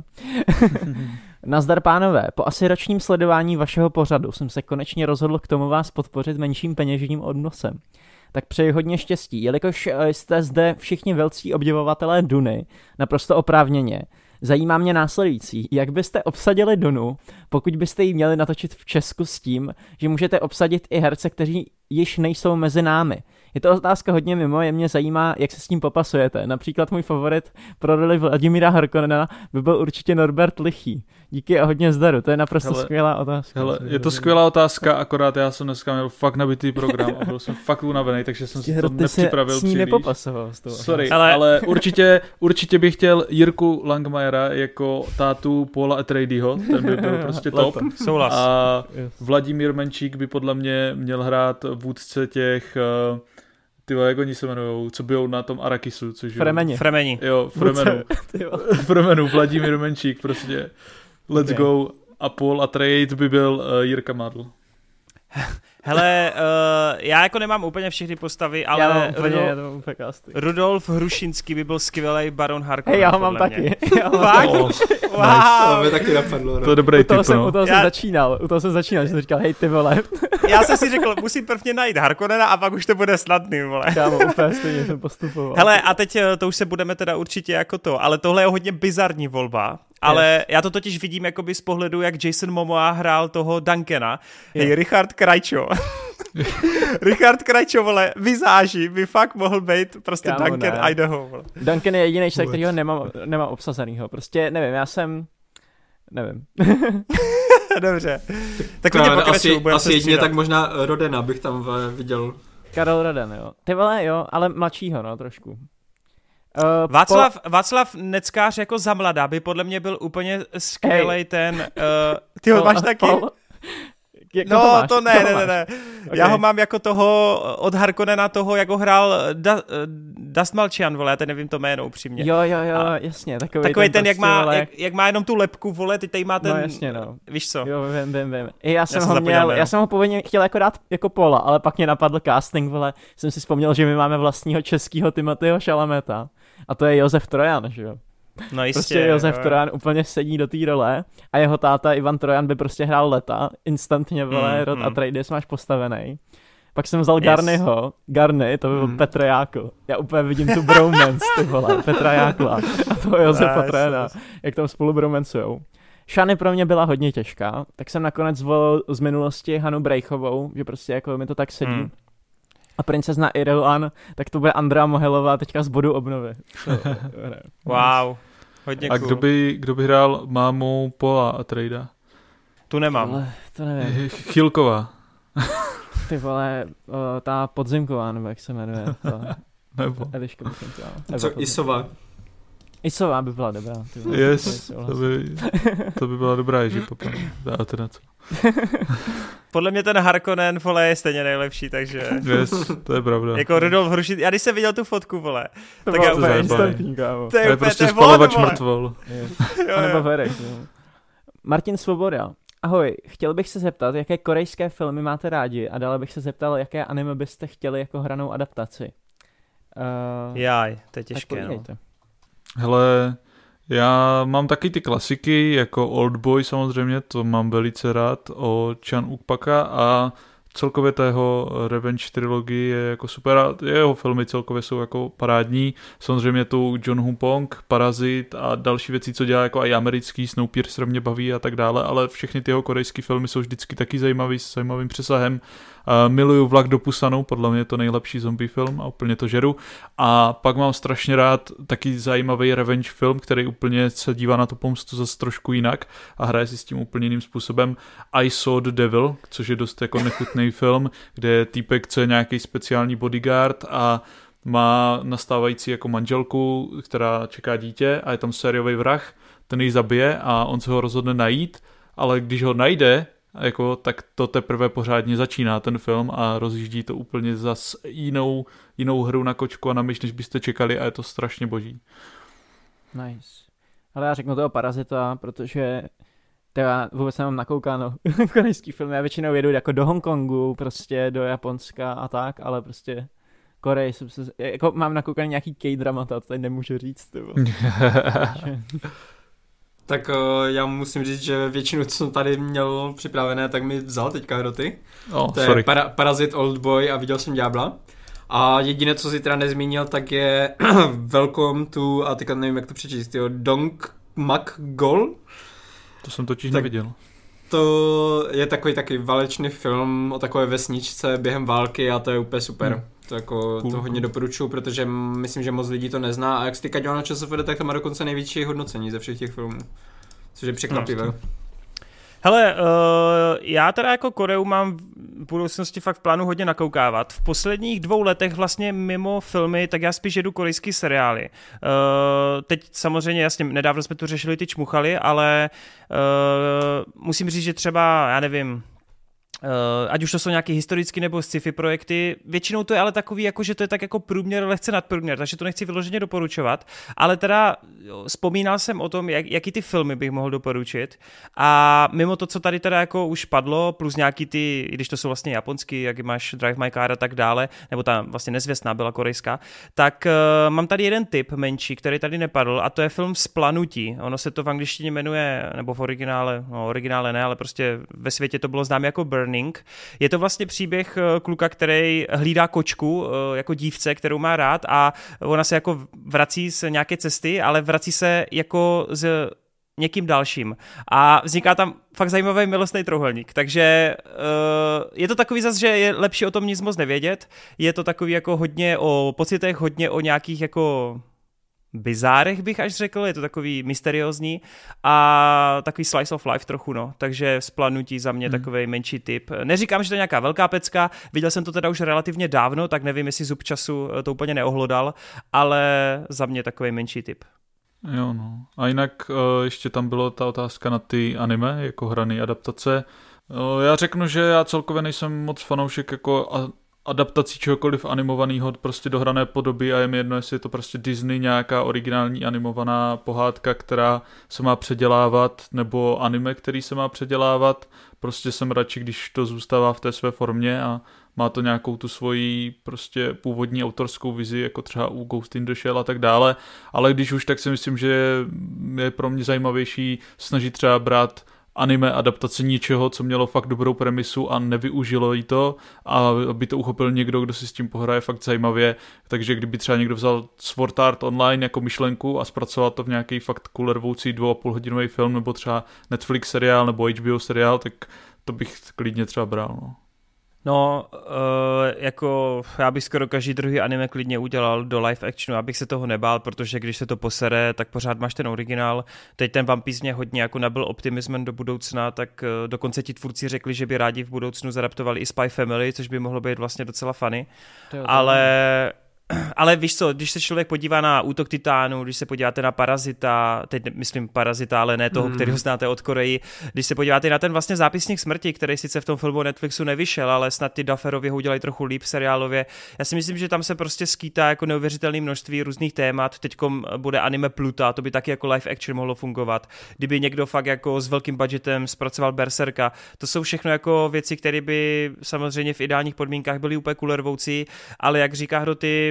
Nazdar pánové, po asi ročním sledování vašeho pořadu jsem se konečně rozhodl k tomu vás podpořit menším peněžním odnosem. Tak přeji hodně štěstí, jelikož jste zde všichni velcí obdivovatelé Duny, naprosto oprávněně. Zajímá mě následující, jak byste obsadili Dunu, pokud byste ji měli natočit v Česku s tím, že můžete obsadit i herce, kteří již nejsou mezi námi. Je to otázka hodně mimo, je mě zajímá, jak se s tím popasujete. Například můj favorit pro roli Vladimíra Harkonnena by byl určitě Norbert Lichý. Díky a hodně zdaru, to je naprosto hele, skvělá otázka. Hele, je to skvělá otázka, akorát já jsem dneska měl fakt nabitý program a byl jsem fakt unavený, takže jsem si to nepřipravil příliš. Nepopasoval z toho. Sorry, ale, ale určitě, určitě bych chtěl Jirku Langmajera jako tátu Paula Atreidyho, ten by byl prostě top. Souhlas. A Vladimír Menčík by podle mě měl hrát vůdce těch... Ty jak oni se jmenujou, co bijou na tom Arakisu, což Fremeni. Fremeni. Jo, Fremenu. Fremenu, Vladimír Menčík, prostě. Let's okay. go. A Paul Atreides by byl uh, Jirka Madl. Hele, uh, já jako nemám úplně všechny postavy, ale já mám úplně, Rudolf, já Rudolf Hrušinský by byl skvělý Baron Harkonnen. Hej, já ho mám taky. Já mám Fakt? Oh, wow. To mě taky napadlo. No. To je dobrý u toho typ, jsem, no. U toho já... jsem začínal, u toho jsem začínal, že jsem říkal, hej ty vole. Já jsem si řekl, musím prvně najít Harkonnena a pak už to bude snadný, vole. Kámo, úplně stejně jsem postupoval. Hele, a teď to už se budeme teda určitě jako to, ale tohle je hodně bizarní volba. Ale yes. já to totiž vidím jakoby z pohledu, jak Jason Momoa hrál toho Duncana. Hej, yeah. Richard Krajčo. Richard Krajčo, vole, vizáži by fakt mohl být prostě Kámo, Duncan ne. Idaho, vole. Duncan je jediný člověk, kterýho nemám, nemám obsazenýho. Prostě nevím, já jsem... Nevím. Dobře. Tak to asi, asi jedině tak možná Rodena bych tam viděl. Karel Roden, jo. Ty vole, jo, ale mladšího, no, trošku. Uh, Václav, po... Václav Neckář jako za mladá by podle mě byl úplně skvělej hey. ten... Uh, ty ho máš taky? Pol... No, máš? to ne, ne, ne, ne. Okay. Já ho mám jako toho od Harkonnena, toho, jako hrál da, Dust Malchian, vole, já teď nevím to jméno upřímně. Jo, jo, jo, a jasně. Takový, takový ten, ten jak, má, vole... jak, jak má jenom tu lepku, vole, ty tady má ten... No jasně, no. Víš co? Jo, vím, vím, vím. I já jsem, já ho měl, já jsem ho původně chtěl jako dát jako Pola, ale pak mě napadl casting, vole. Jsem si vzpomněl, že my máme vlastního českého Timothyho Chalameta. A to je Josef Trojan, že jo? No jistě. Prostě Josef jo. Trojan úplně sedí do té role a jeho táta Ivan Trojan by prostě hrál Leta, instantně, vole, mm, Rod mm. Atreides máš postavený. Pak jsem vzal yes. Garnyho, Garny, to by byl mm. Petr Jákl. Já úplně vidím tu bromance, ty vole, Petra Jákla a toho Josefa nice. Trojana, jak tam spolu bromancujou. Shany pro mě byla hodně těžká, tak jsem nakonec zvolil z minulosti Hanu Brejchovou, že prostě jako mi to tak sedí. Mm. A princezna Irulan, tak to bude Andrea Mohelová teďka z bodu obnovy. Wow, hodně A cool. kdo by, kdo by hrál mámu Paula Atreida? Tu nemám. Ale to nevím. Chilková. Ty vole, o, ta Podzimková, nebo jak se jmenuje. Ta... Nebo. Eliška Podzimková. Co Isova? Isová by byla dobrá. Ty vole, yes, to by, to by byla dobrá ježipopa. Dáte na co. Podle mě ten Harkonnen, vole, je stejně nejlepší, takže... Yes, to je pravda. Jako Rudolf Hrušit, já když jsem viděl tu fotku, vole, to tak já úplně instantní, kámo. To je úplně, prostě spalovač mrtvol. A nebo Verek, jo. Martin Svoboda. Ahoj, chtěl bych se zeptat, jaké korejské filmy máte rádi a dále bych se zeptal, jaké anime byste chtěli jako hranou adaptaci. Uh, Jaj, to je těžké, no. Hele, já mám taky ty klasiky, jako Oldboy samozřejmě, to mám velice rád, o Chan Ukpaka a celkově ta jeho Revenge trilogie je jako super a jeho filmy celkově jsou jako parádní. Samozřejmě tu John Hu Pong, Parazit a další věci, co dělá jako i americký, Snowpiercer mě baví a tak dále, ale všechny ty jeho korejské filmy jsou vždycky taky zajímavý, s zajímavým přesahem. Uh, miluju Vlak do Pusanu, podle mě je to nejlepší zombie film a úplně to žeru. A pak mám strašně rád taky zajímavý revenge film, který úplně se dívá na tu pomstu zase trošku jinak a hraje si s tím úplně jiným způsobem. I Saw the Devil, což je dost jako nechutný film, kde je týpek, co je nějaký speciální bodyguard a má nastávající jako manželku, která čeká dítě a je tam sériový vrah, ten ji zabije a on se ho rozhodne najít, ale když ho najde, jako, tak to teprve pořádně začíná ten film a rozjíždí to úplně zas jinou, jinou hru na kočku a na myš, než byste čekali a je to strašně boží. Nice. Ale já řeknu toho Parazita, protože to já vůbec nemám nakoukáno korejský film. Já většinou jedu jako do Hongkongu, prostě do Japonska a tak, ale prostě Koreji jsem se, jako mám nakoukaný nějaký K-dramata, to tady nemůžu říct. Tak uh, já musím říct, že většinu, co jsem tady měl připravené, tak mi vzal teďka hroty. Oh, to sorry. je para, Parazit, Oldboy a Viděl jsem ďábla. A jediné, co si teda nezmínil, tak je Welcome to, a teďka nevím, jak to přečíst, jo, Dong Mak Gol. To jsem totiž tak neviděl. To je takový taky válečný film o takové vesničce během války a to je úplně super. Hmm. To, jako, cool. To hodně doporučuji, protože myslím, že moc lidí to nezná a jak se týká dělá na ČSFD, tak to má dokonce největší hodnocení ze všech těch filmů. Což je překvapivé. No, hele, uh, já teda jako Koreu mám v budoucnosti fakt v plánu hodně nakoukávat. V posledních dvou letech vlastně mimo filmy, tak já spíš jedu korejský seriály. Uh, teď samozřejmě, jasně, nedávno jsme tu řešili ty čmuchaly, ale uh, musím říct, že třeba, já nevím, Uh, ať už to jsou nějaké historické nebo sci-fi projekty, většinou to je ale takový, jako, že to je tak jako průměr, lehce nadprůměr, takže to nechci vyloženě doporučovat, ale teda vzpomínal jsem o tom, jak, jaký ty filmy bych mohl doporučit a mimo to, co tady teda jako už padlo, plus nějaký ty, i když to jsou vlastně japonský, jak máš Drive My Car a tak dále, nebo ta vlastně nezvěstná byla korejská, tak uh, mám tady jeden tip menší, který tady nepadl a to je film Splanutí. Ono se to v angličtině jmenuje, nebo v originále, no originále ne, ale prostě ve světě to bylo známé jako Burning. Je to vlastně příběh kluka, který hlídá kočku jako dívce, kterou má rád a ona se jako vrací z nějaké cesty, ale vrací se jako z někým dalším. A vzniká tam fakt zajímavý milostný trouhelník. Takže uh, je to takový zas, že je lepší o tom nic moc nevědět. Je to takový jako hodně o pocitech, hodně o nějakých jako bizárech bych až řekl, je to takový mysteriózní a takový slice of life trochu, no, takže Splanutí za mě hmm. takovej menší tip. Neříkám, že to je nějaká velká pecka, viděl jsem to teda už relativně dávno, tak nevím, jestli zub času to úplně neohlodal, ale za mě takovej menší tip. Jo, no. A jinak uh, ještě tam bylo ta otázka na ty anime, jako hraný adaptace. Uh, já řeknu, že já celkově nejsem moc fanoušek jako a adaptací čehokoliv animovaného prostě do hrané podoby a je mi jedno, jestli je to prostě Disney, nějaká originální animovaná pohádka, která se má předělávat, nebo anime, který se má předělávat. Prostě jsem radši, když to zůstává v té své formě a má to nějakou tu svoji prostě původní autorskou vizi, jako třeba u Ghost in the Shell a tak dále. Ale když už, tak si myslím, že je pro mě zajímavější snažit třeba brát anime adaptace něčeho, co mělo fakt dobrou premisu a nevyužilo jí to a aby to uchopil někdo, kdo si s tím pohraje fakt zajímavě. Takže kdyby třeba někdo vzal Sword Art Online jako myšlenku a zpracoval to v nějaký fakt kulervoucí dvou a půl hodinový film nebo třeba Netflix seriál nebo H B O seriál, tak to bych klidně třeba bral. No. No, uh, jako já bych skoro každý druhý anime klidně udělal do live actionu, abych se toho nebál, protože když se to posere, tak pořád máš ten originál. Teď ten One Piece mě hodně jako nabyl optimismem do budoucna, tak uh, dokonce ti tvůrci řekli, že by rádi v budoucnu zadaptovali i Spy Family, což by mohlo být vlastně docela funny. Ale... Ale víš co, když se člověk podívá na Útok titánů, když se podíváte na Parazita, teď myslím Parazita, ale ne toho, mm. kterého znáte od Koreji, když se podíváte na ten vlastně Zápisník smrti, který sice v tom filmu Netflixu nevyšel, ale snad ty Dufferově ho udělají trochu líp seriálově. Já si myslím, že tam se prostě skýtá jako neuvěřitelné množství různých témat. Teďkom bude anime Pluta, to by taky jako live action mohlo fungovat. Kdyby někdo fakt jako s velkým budgetem zpracoval Berserka, to jsou všechno jako věci, které by samozřejmě v ideálních podmínkách byly úplně kulervoucí, ale jak říká Hroty,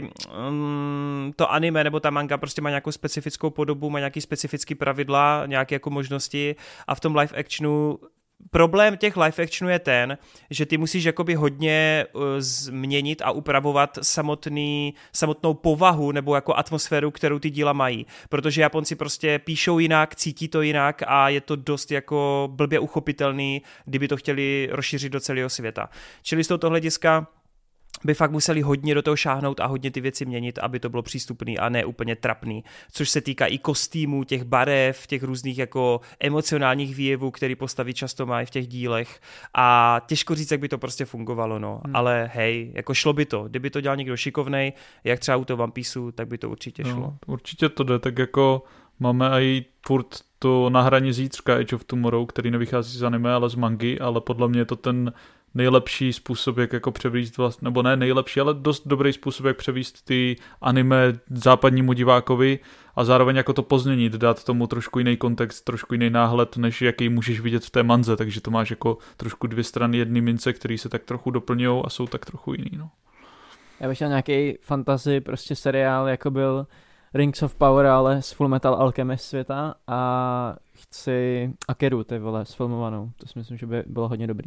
Um, to anime nebo ta manga prostě má nějakou specifickou podobu, má nějaký specifický pravidla, nějaké jako možnosti a v tom live actionu problém těch live actionů je ten, že ty musíš jakoby hodně uh, změnit a upravovat samotný, samotnou povahu nebo jako atmosféru, kterou ty díla mají, protože Japonci prostě píšou jinak, cítí to jinak a je to dost jako blbě uchopitelný, kdyby to chtěli rozšířit do celého světa. Čili z tohoto hlediska by fakt museli hodně do toho šáhnout a hodně ty věci měnit, aby to bylo přístupný a ne úplně trapný. Což se týká i kostýmů, těch barev, těch různých jako emocionálních výjevů, který postavy často mají v těch dílech a těžko říct, jak by to prostě fungovalo, no. Hmm. Ale hej, jako šlo by to. Kdyby to dělal někdo šikovnej, jak třeba u toho One Pieceu, tak by to určitě šlo. No, určitě to jde, tak jako máme i furt to Na hraně zítřka Age of Tomorrow, který nevychází z anime, ale z mangy, ale podle mě je to ten nejlepší způsob, jak jako převíst vlastně, nebo ne nejlepší, ale dost dobrý způsob, jak převíst ty anime západnímu divákovi a zároveň jako to pozměnit, dát tomu trošku jiný kontext, trošku jiný náhled, než jaký můžeš vidět v té manze, takže to máš jako trošku dvě strany jedné mince, které se tak trochu doplňují a jsou tak trochu jiný, no. Já bych chtěl nějaký fantasy, prostě seriál, jako byl Rings of Power, ale z Full Metal Alchemist světa a chci Akeru, ty vole, sfilmovanou, to si myslím, že by bylo hodně dobrý.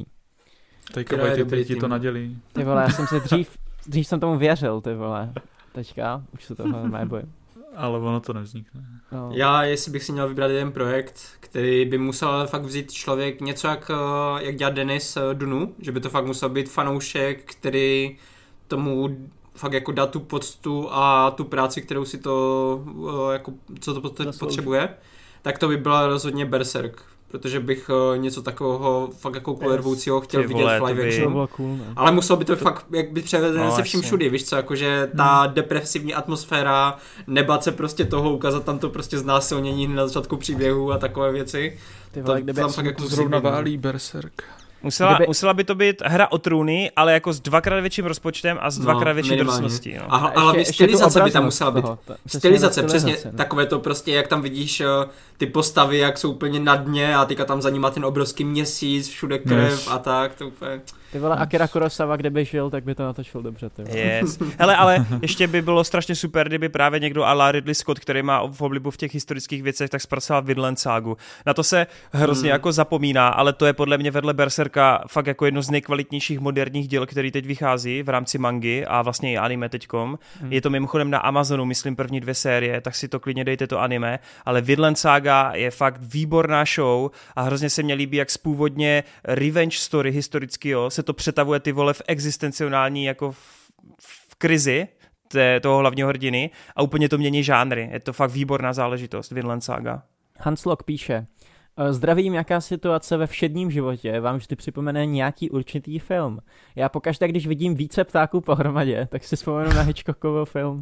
Teďka ty děti to nadělí. Ty vole, já jsem se dřív, dřív jsem tomu věřil, ty vole. Teďka už se toho nebojím. Ale ono to nevznikne. No. Já, jestli bych si měl vybrat jeden projekt, který by musel fakt vzít člověk něco jak, jak dělá Denis Dunu, že by to fakt musel být fanoušek, který tomu fakt jako dá tu poctu a tu práci, kterou si to, jako, co to potřebuje, tak to by byla rozhodně Berserk. Protože bych uh, něco takového fakt jako kulervoucího chtěl ty vidět vole, v live by... action. Cool, ale muselo by to, to fakt jak být převedené no, se vším jasně. všudy, víš co, jakože ta hmm. depresivní atmosféra, nebát se prostě toho, ukázat tam to prostě znásilnění na začátku příběhu a takové věci. Ty vole, to, tam fakt jako zrovna válí Berserk. Musela, Kdyby... musela by to být hra o trůny, ale jako s dvakrát větším rozpočtem a s dvakrát no, větší drsností. No. A, a hlavně stylizace by tam musela být. Toho, stylizace, přesně, no. Takové to prostě, jak tam vidíš uh, ty postavy, jak jsou úplně na dně a teďka tam za nima ten obrovský měsíc, všude krev yes. a tak, to úplně... Ty vole, Akira Kurosawa, kde by žil, tak by to natočil dobře, ty vole. Yes. Hele, ale ještě by bylo strašně super, kdyby právě někdo a la Ridley Scott, který má v oblibu v těch historických věcech, tak zpracoval Vinland Ságu. Na to se hrozně hmm. jako zapomíná, ale to je podle mě vedle Berserka fakt jako jedno z nejkvalitnějších moderních děl, který teď vychází v rámci mangy a vlastně i anime teďkom. Hmm. Je to mimochodem na Amazonu, myslím první dvě série, tak si to klidně dejte to anime, ale Vinland Saga je fakt výborná show a hrozně se mě líbí, jak z původně revenge story historického se to přetavuje ty vole v existenciální jako v, v krizi té, toho hlavního hrdiny a úplně to mění žánry. Je to fakt výborná záležitost, Vinland Saga. Hans Lok píše, zdravím, jaká situace ve všedním životě vám vždy připomene nějaký určitý film. Já pokaždé, když vidím více ptáků pohromadě, tak si vzpomenu na Hitchcockovo film.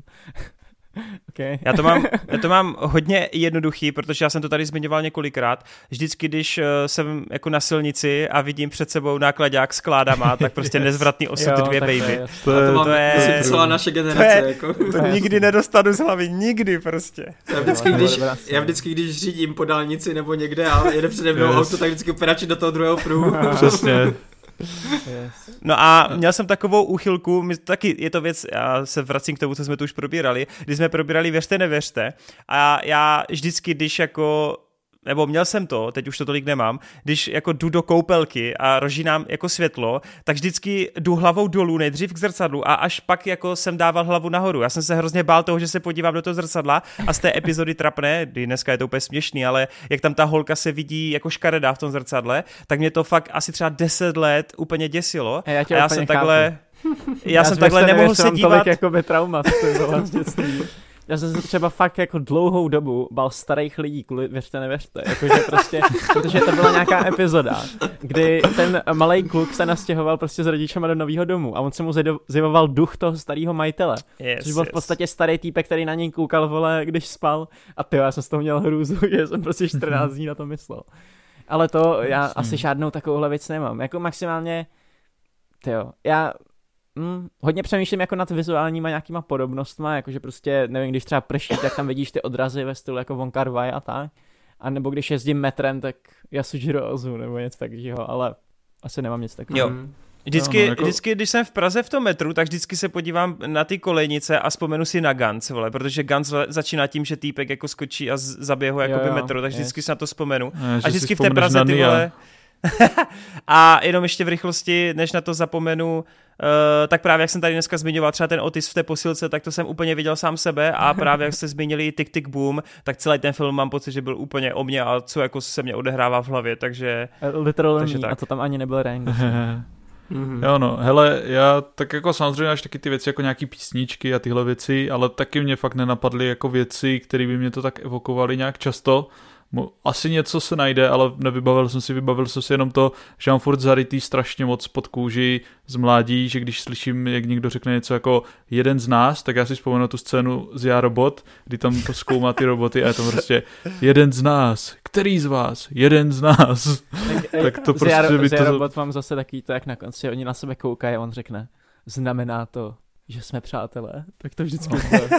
Okay. Já, to mám, já to mám hodně jednoduchý, protože já jsem to tady zmiňoval několikrát. Vždycky, když uh, jsem jako na silnici a vidím před sebou nákladák s kládama, tak prostě yes. Nezvratný osud jo, dvě baby. Je, to, je, to, to je celá naše generace. To, je, jako. to nikdy nedostanu z hlavy, nikdy prostě. Já vždycky, když, já vždycky, když řídím po dálnici nebo někde a jede přede mnou yes. auto, tak vždycky operačit do toho druhého pruhu. Přesně. Yes. No a měl jsem takovou úchylku, my, taky je to věc, já se vracím k tomu, co jsme tu už probírali, když jsme probírali Věřte, nevěřte a já vždycky, když jako nebo měl jsem to, teď už to tolik nemám, když jako jdu do koupelky a rožínám jako světlo, tak vždycky jdu hlavou dolů nejdřív k zrcadlu a až pak jako jsem dával hlavu nahoru. Já jsem se hrozně bál toho, že se podívám do toho zrcadla a z té epizody trapné, kdy dneska je to úplně směšný, ale jak tam ta holka se vidí jako škaredá v tom zrcadle, tak mě to fakt asi třeba deset let úplně děsilo. A já, a já jsem takhle... Já, já jsem takhle nevěř, nemohl se dívat. Tolik jakoby traumat, já jsem se třeba fakt jako dlouhou dobu bál starých lidí, kvůli Věřte, nevěřte, jakože prostě, protože to byla nějaká epizoda, kdy ten malej kluk se nastěhoval prostě s rodičema do nového domu a on se mu zjevoval duch toho starého majitele, yes, což byl yes. v podstatě starý týpek, který na něj koukal, vole, když spal a tyjo, já jsem z toho měl hrůzu, že jsem prostě čtrnáct dní na to myslel. Ale to já hmm. asi žádnou takovouhle věc nemám, jako maximálně, tyjo, já... Hmm, hodně přemýšlím jako nad vizuálníma nějakýma podobnostma, jakože prostě, nevím, když třeba prší, tak tam vidíš ty odrazy ve stylu jako Wong Kar-wai a tak. A nebo když jezdím metrem, tak Yasujiro Ozu nebo něco takového, ale asi nemám nic takového. Jo. Vždycky, no, no, jako... vždycky, když jsem v Praze v tom metru, tak vždycky se podívám na ty kolejnice a vzpomenu si na Gantz, vole, protože Gantz začíná tím, že týpek jako skočí a zabije ho jakoby metro, takže vždycky si na to vzpomenu. A, a vždycky v té Praze ty vole... A jenom ještě v rychlosti, než na to zapomenu, uh, tak právě jak jsem tady dneska zmiňoval, třeba ten Otis v té posilce, tak to jsem úplně viděl sám sebe a právě jak jste zmínili Tick Tick Boom, tak celý ten film mám pocit, že byl úplně o mě a co jako se mě odehrává v hlavě, takže... Literally me, a to tam ani nebyl Rang. Mm-hmm. Jo no, hele, já tak jako samozřejmě až taky ty věci jako nějaký písničky a tyhle věci, ale taky mě fakt nenapadly jako věci, které by mě to tak evokovaly nějak často. Asi něco se najde, ale nevybavil jsem si, vybavil jsem si jenom to, že mám furt zarytý strašně moc pod kůži z mládí, že když slyším, jak někdo řekne něco jako jeden z nás, tak já si vzpomenu tu scénu z Já robot, kdy tam to zkoumá ty roboty a je tam prostě jeden z nás, který z vás, jeden z nás. Tak, tak to prostě Já, by to... Já robot mám zase takový to, jak na konci oni na sebe koukají a on řekne, znamená to, že jsme přátelé, tak to vždycky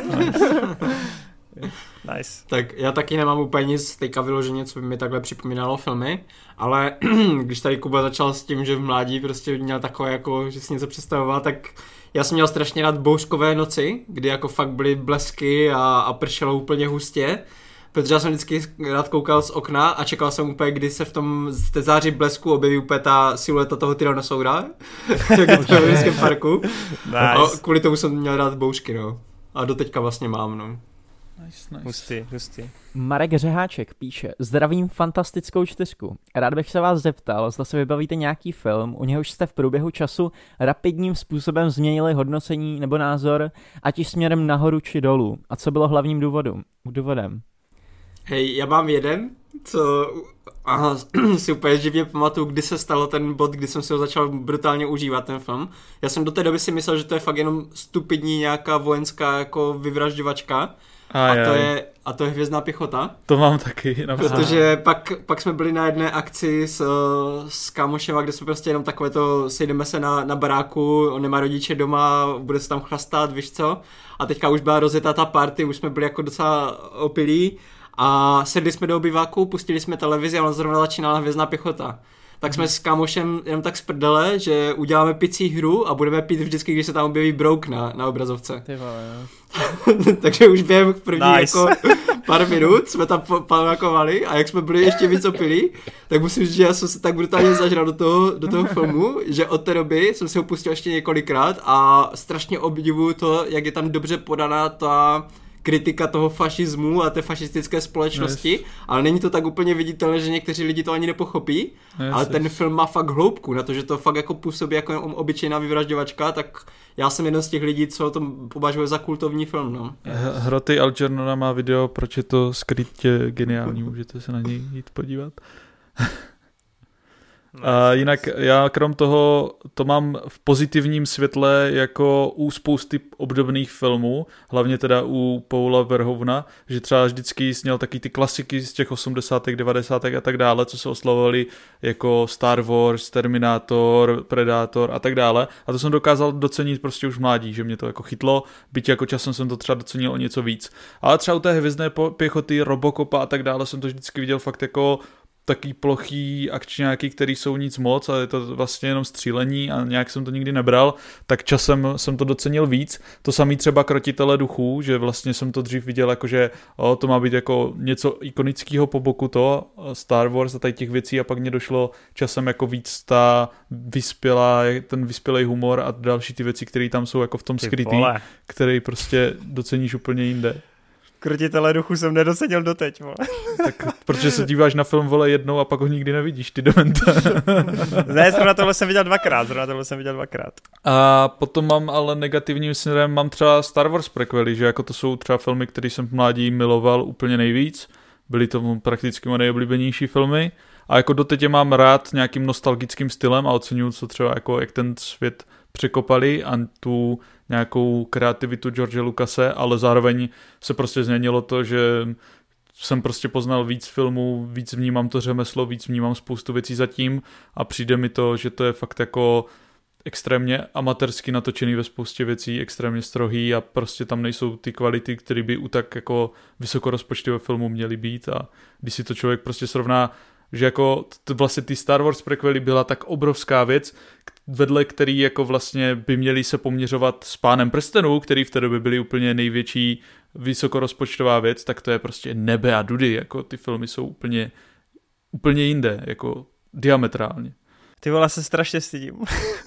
Nice. Tak já taky nemám úplně nic teďka vyloženě, co by mi takhle připomínalo filmy, ale když tady Kuba začal s tím, že v mládí prostě měl takové jako, že si něco představoval, tak já jsem měl strašně rád bouřkové noci, kdy jako fakt byly blesky a, a pršelo úplně hustě, protože já jsem vždycky rád koukal z okna a čekal jsem úplně, kdy se v tom z té záři blesku objeví úplně ta silueta toho tyrannosaura, jak v Jurassickém parku. Nice. A kvůli tomu jsem měl rád bouřky, no. A doteďka vlastně mám, no. Nice, nice. Hustý, hustý. Marek Řeháček píše, zdravím fantastickou čtyřku. Rád bych se vás zeptal, zda se vybavíte nějaký film, u něhož jste v průběhu času rapidním způsobem změnili hodnocení nebo názor, ať již směrem nahoru či dolů. A co bylo hlavním důvodem? důvodem? Hej, já mám jeden, co aha, si úplně živě pamatuju, kdy se stalo ten bod, kdy jsem si ho začal brutálně užívat, ten film. Já jsem do té doby si myslel, že to je fakt jenom stupidní nějaká vojenská jako vyvražďovačka. A, a, to je, a to je Hvězdná pěchota. To mám taky. Například. Protože pak, pak jsme byli na jedné akci s, s kámošema, kde jsme prostě jenom takové to, sejdeme se na, na baráku, on nemá rodiče doma, bude se tam chlastat, víš co. A teďka už byla rozjetá ta party, už jsme byli jako docela opilí a sedli jsme do obyváku, pustili jsme televizi a on zrovna začínala Hvězdná pěchota. Tak jsme s kámošem jenom tak z prdele, že uděláme picí hru a budeme pít vždycky, když se tam objeví brouk na, na obrazovce. Ty vole, Takže už během první nice. jako pár minut jsme tam panakovali a jak jsme byli ještě víc opilí, tak musím říct, že já jsem se tak brutálně zažral do toho, do toho filmu, že od té doby jsem si ho pustil ještě několikrát a strašně obdivuju to, jak je tam dobře podaná ta kritika toho fašismu a té fašistické společnosti, yes. Ale není to tak úplně viditelné, že někteří lidi to ani nepochopí, yes, ale ten yes. film má fakt hloubku, na to, že to fakt jako působí jako obyčejná vyvražďovačka, tak já jsem jeden z těch lidí, co to považuje za kultovní film, no. Hroty Algernona má video, proč je to skrytě geniální, můžete se na něj jít podívat. A jinak já krom toho to mám v pozitivním světle jako u spousty obdobných filmů, hlavně teda u Paula Verhoevena, že třeba vždycky sněl taky ty klasiky z těch osmdesátých, devadesátých a tak dále, co se oslavovali jako Star Wars, Terminator, Predator a tak dále. A to jsem dokázal docenit prostě už v mládí, že mě to jako chytlo, byť jako časem jsem to třeba docenil o něco víc. Ale třeba u té Hvězdné pěchoty, Robocopa a tak dále jsem to vždycky viděl fakt jako taký plochý akčňáky, který jsou nic moc a je to vlastně jenom střílení a nějak jsem to nikdy nebral, tak časem jsem to docenil víc. To samý třeba Krotitele duchů, že vlastně jsem to dřív viděl jako, že o, to má být jako něco ikonického po boku to, Star Wars a tady těch věcí a pak mě došlo časem jako víc ta vyspělá, ten vyspělej humor a další ty věci, které tam jsou jako v tom skrytý, který prostě doceníš úplně jinde. Krotitele duchu jsem nedocenil doteď, vole. Tak protože se díváš na film, vole, jednou a pak ho nikdy nevidíš, ty dementa. Ne, zrovna tohle jsem viděl dvakrát, zrovna tohle jsem viděl dvakrát. A potom mám ale negativním směrem, mám třeba Star Wars prequely, že jako to jsou třeba filmy, které jsem v mládí miloval úplně nejvíc. Byly to prakticky moje nejoblíbenější filmy. A jako doteď je mám rád nějakým nostalgickým stylem a oceňuju, co třeba jako jak ten svět překopali a tu nějakou kreativitu George Lucase, ale zároveň se prostě změnilo to, že jsem prostě poznal víc filmů, víc vnímám to řemeslo, víc vnímám spoustu věcí zatím a přijde mi to, že to je fakt jako extrémně amatérsky natočený ve spoustě věcí, extrémně strohý a prostě tam nejsou ty kvality, které by u tak jako vysokorozpočtového filmu měly být a když si to člověk prostě srovná, že jako t- vlastně ty Star Wars prequely byla tak obrovská věc, vedle který jako vlastně by měli se poměřovat s Pánem prstenů, který v té době byly úplně největší vysokorozpočtová věc, tak to je prostě nebe a dudy, jako ty filmy jsou úplně, úplně jinde, jako diametrálně. Ty vole, se strašně stydím.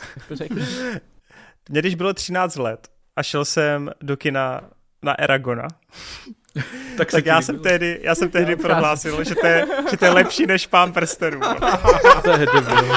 Mně když bylo třináct let a šel jsem do kina na Eragona, tak, tak já, jsem tehdy, já jsem tehdy prohlásil, že to, je, že to je lepší než Pán prstenů. To je debil.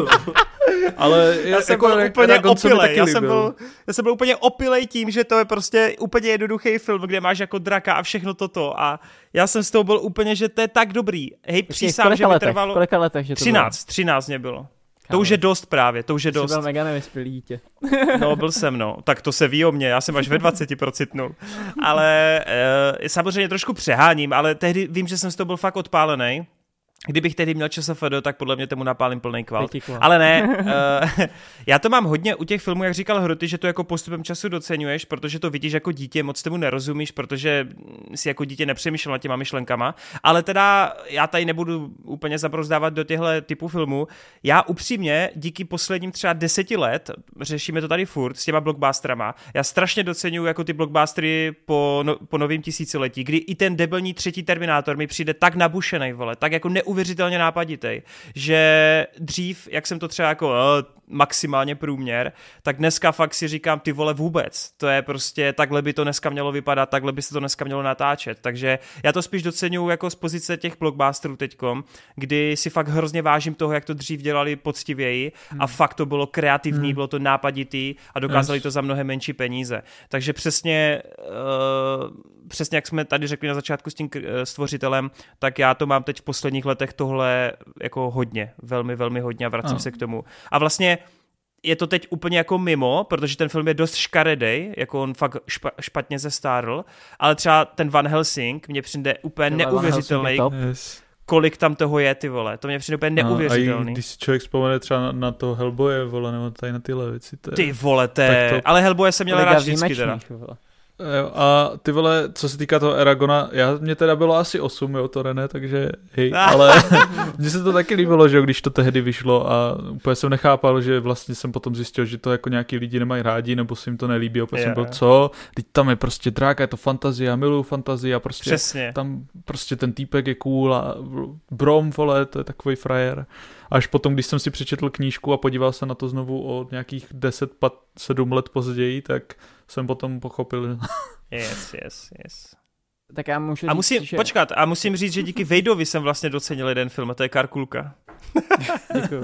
Ale já, já jsem jako byl úplně opilej, já jsem byl, já jsem byl úplně opilej tím, že to je prostě úplně jednoduchý film, kde máš jako draka a všechno toto a já jsem z toho byl úplně, že to je tak dobrý. Hej, přísám, že mi trvalo... Kolika letech, že to třináct, třináct mě bylo. To už je dost právě, to už je dost. Jsi byl mega nevyspělý dítě. No, byl jsem, no. Tak to se ví o mě, já jsem až ve dvaceti procitnul. Ale e, samozřejmě trošku přeháním, ale tehdy vím, že jsem z toho byl fakt odpálený. Kdybych tehdy měl ČSFD, tak podle mě tomu napálím plný kvalt. Ale ne, uh, já to mám hodně u těch filmů, jak říkal Hroty, že to jako postupem času doceňuješ, protože to vidíš jako dítě, moc tomu nerozumíš, protože si jako dítě nepřemýšlel nad těma myšlenkama. Ale teda já tady nebudu úplně zabrozdávat do těchto typů filmů. Já upřímně díky posledním třeba deseti let, řešíme to tady furt s těma blockbusterama, já strašně doceňuji jako ty blockbustery po, no, po novém tisíciletí, kdy i ten debilní třetí Terminátor mi přijde tak nabušenej, vole, tak jako neu uvěřitelně nápaditej, že dřív, jak jsem to třeba jako uh, maximálně průměr, tak dneska fakt si říkám, ty vole vůbec, to je prostě, takhle by to dneska mělo vypadat, takhle by se to dneska mělo natáčet, takže já to spíš doceňuji jako z pozice těch blockbusterů teďkom, kdy si fakt hrozně vážím toho, jak to dřív dělali poctivěji hmm. a fakt to bylo kreativní, hmm. bylo to nápaditý a dokázali yes. to za mnohem menší peníze, takže přesně uh, přesně jak jsme tady řekli na začátku s tím stvořitelem, tak já to mám teď v posledních letech tohle jako hodně, velmi, velmi hodně a vracím oh. se k tomu. A vlastně je to teď úplně jako mimo, protože ten film je dost škaredej, jako on fakt špa, špatně zestárl, ale třeba ten Van Helsing mě přijde úplně neuvěřitelný, kolik tam toho je, ty vole. To mě přijde úplně neuvěřitelný. A když si člověk vzpomene třeba na, na to Hellboye, vole, nebo tady na tyhle věci. To je... Ty vole, to je... Ale Hellboye jsem měl rád vždycky teda. Vole. A ty vole, co se týká toho Eragona, já, mě teda bylo asi osm, jo, to ne, takže hej, ale mně se to taky líbilo, že když to tehdy vyšlo a úplně jsem nechápal, že vlastně jsem potom zjistil, že to jako nějaký lidi nemají rádi, nebo se jim to nelíbí, a úplně yeah. jsem byl, co? Teď tam je prostě drák, je to fantazie, já miluju fantazii a prostě přesně. Tam prostě ten týpek je cool a Brom, vole, to je takový frajer. Až potom, když jsem si přečetl knížku a podíval se na to znovu o nějakých deset sedm let později, tak jsem potom pochopil. Yes, yes, yes. Tak já můžu a musím, říct, že... počkat, a musím říct, že díky Vejdovi jsem vlastně docenil jeden film, a to je Karkulka. Děkuju.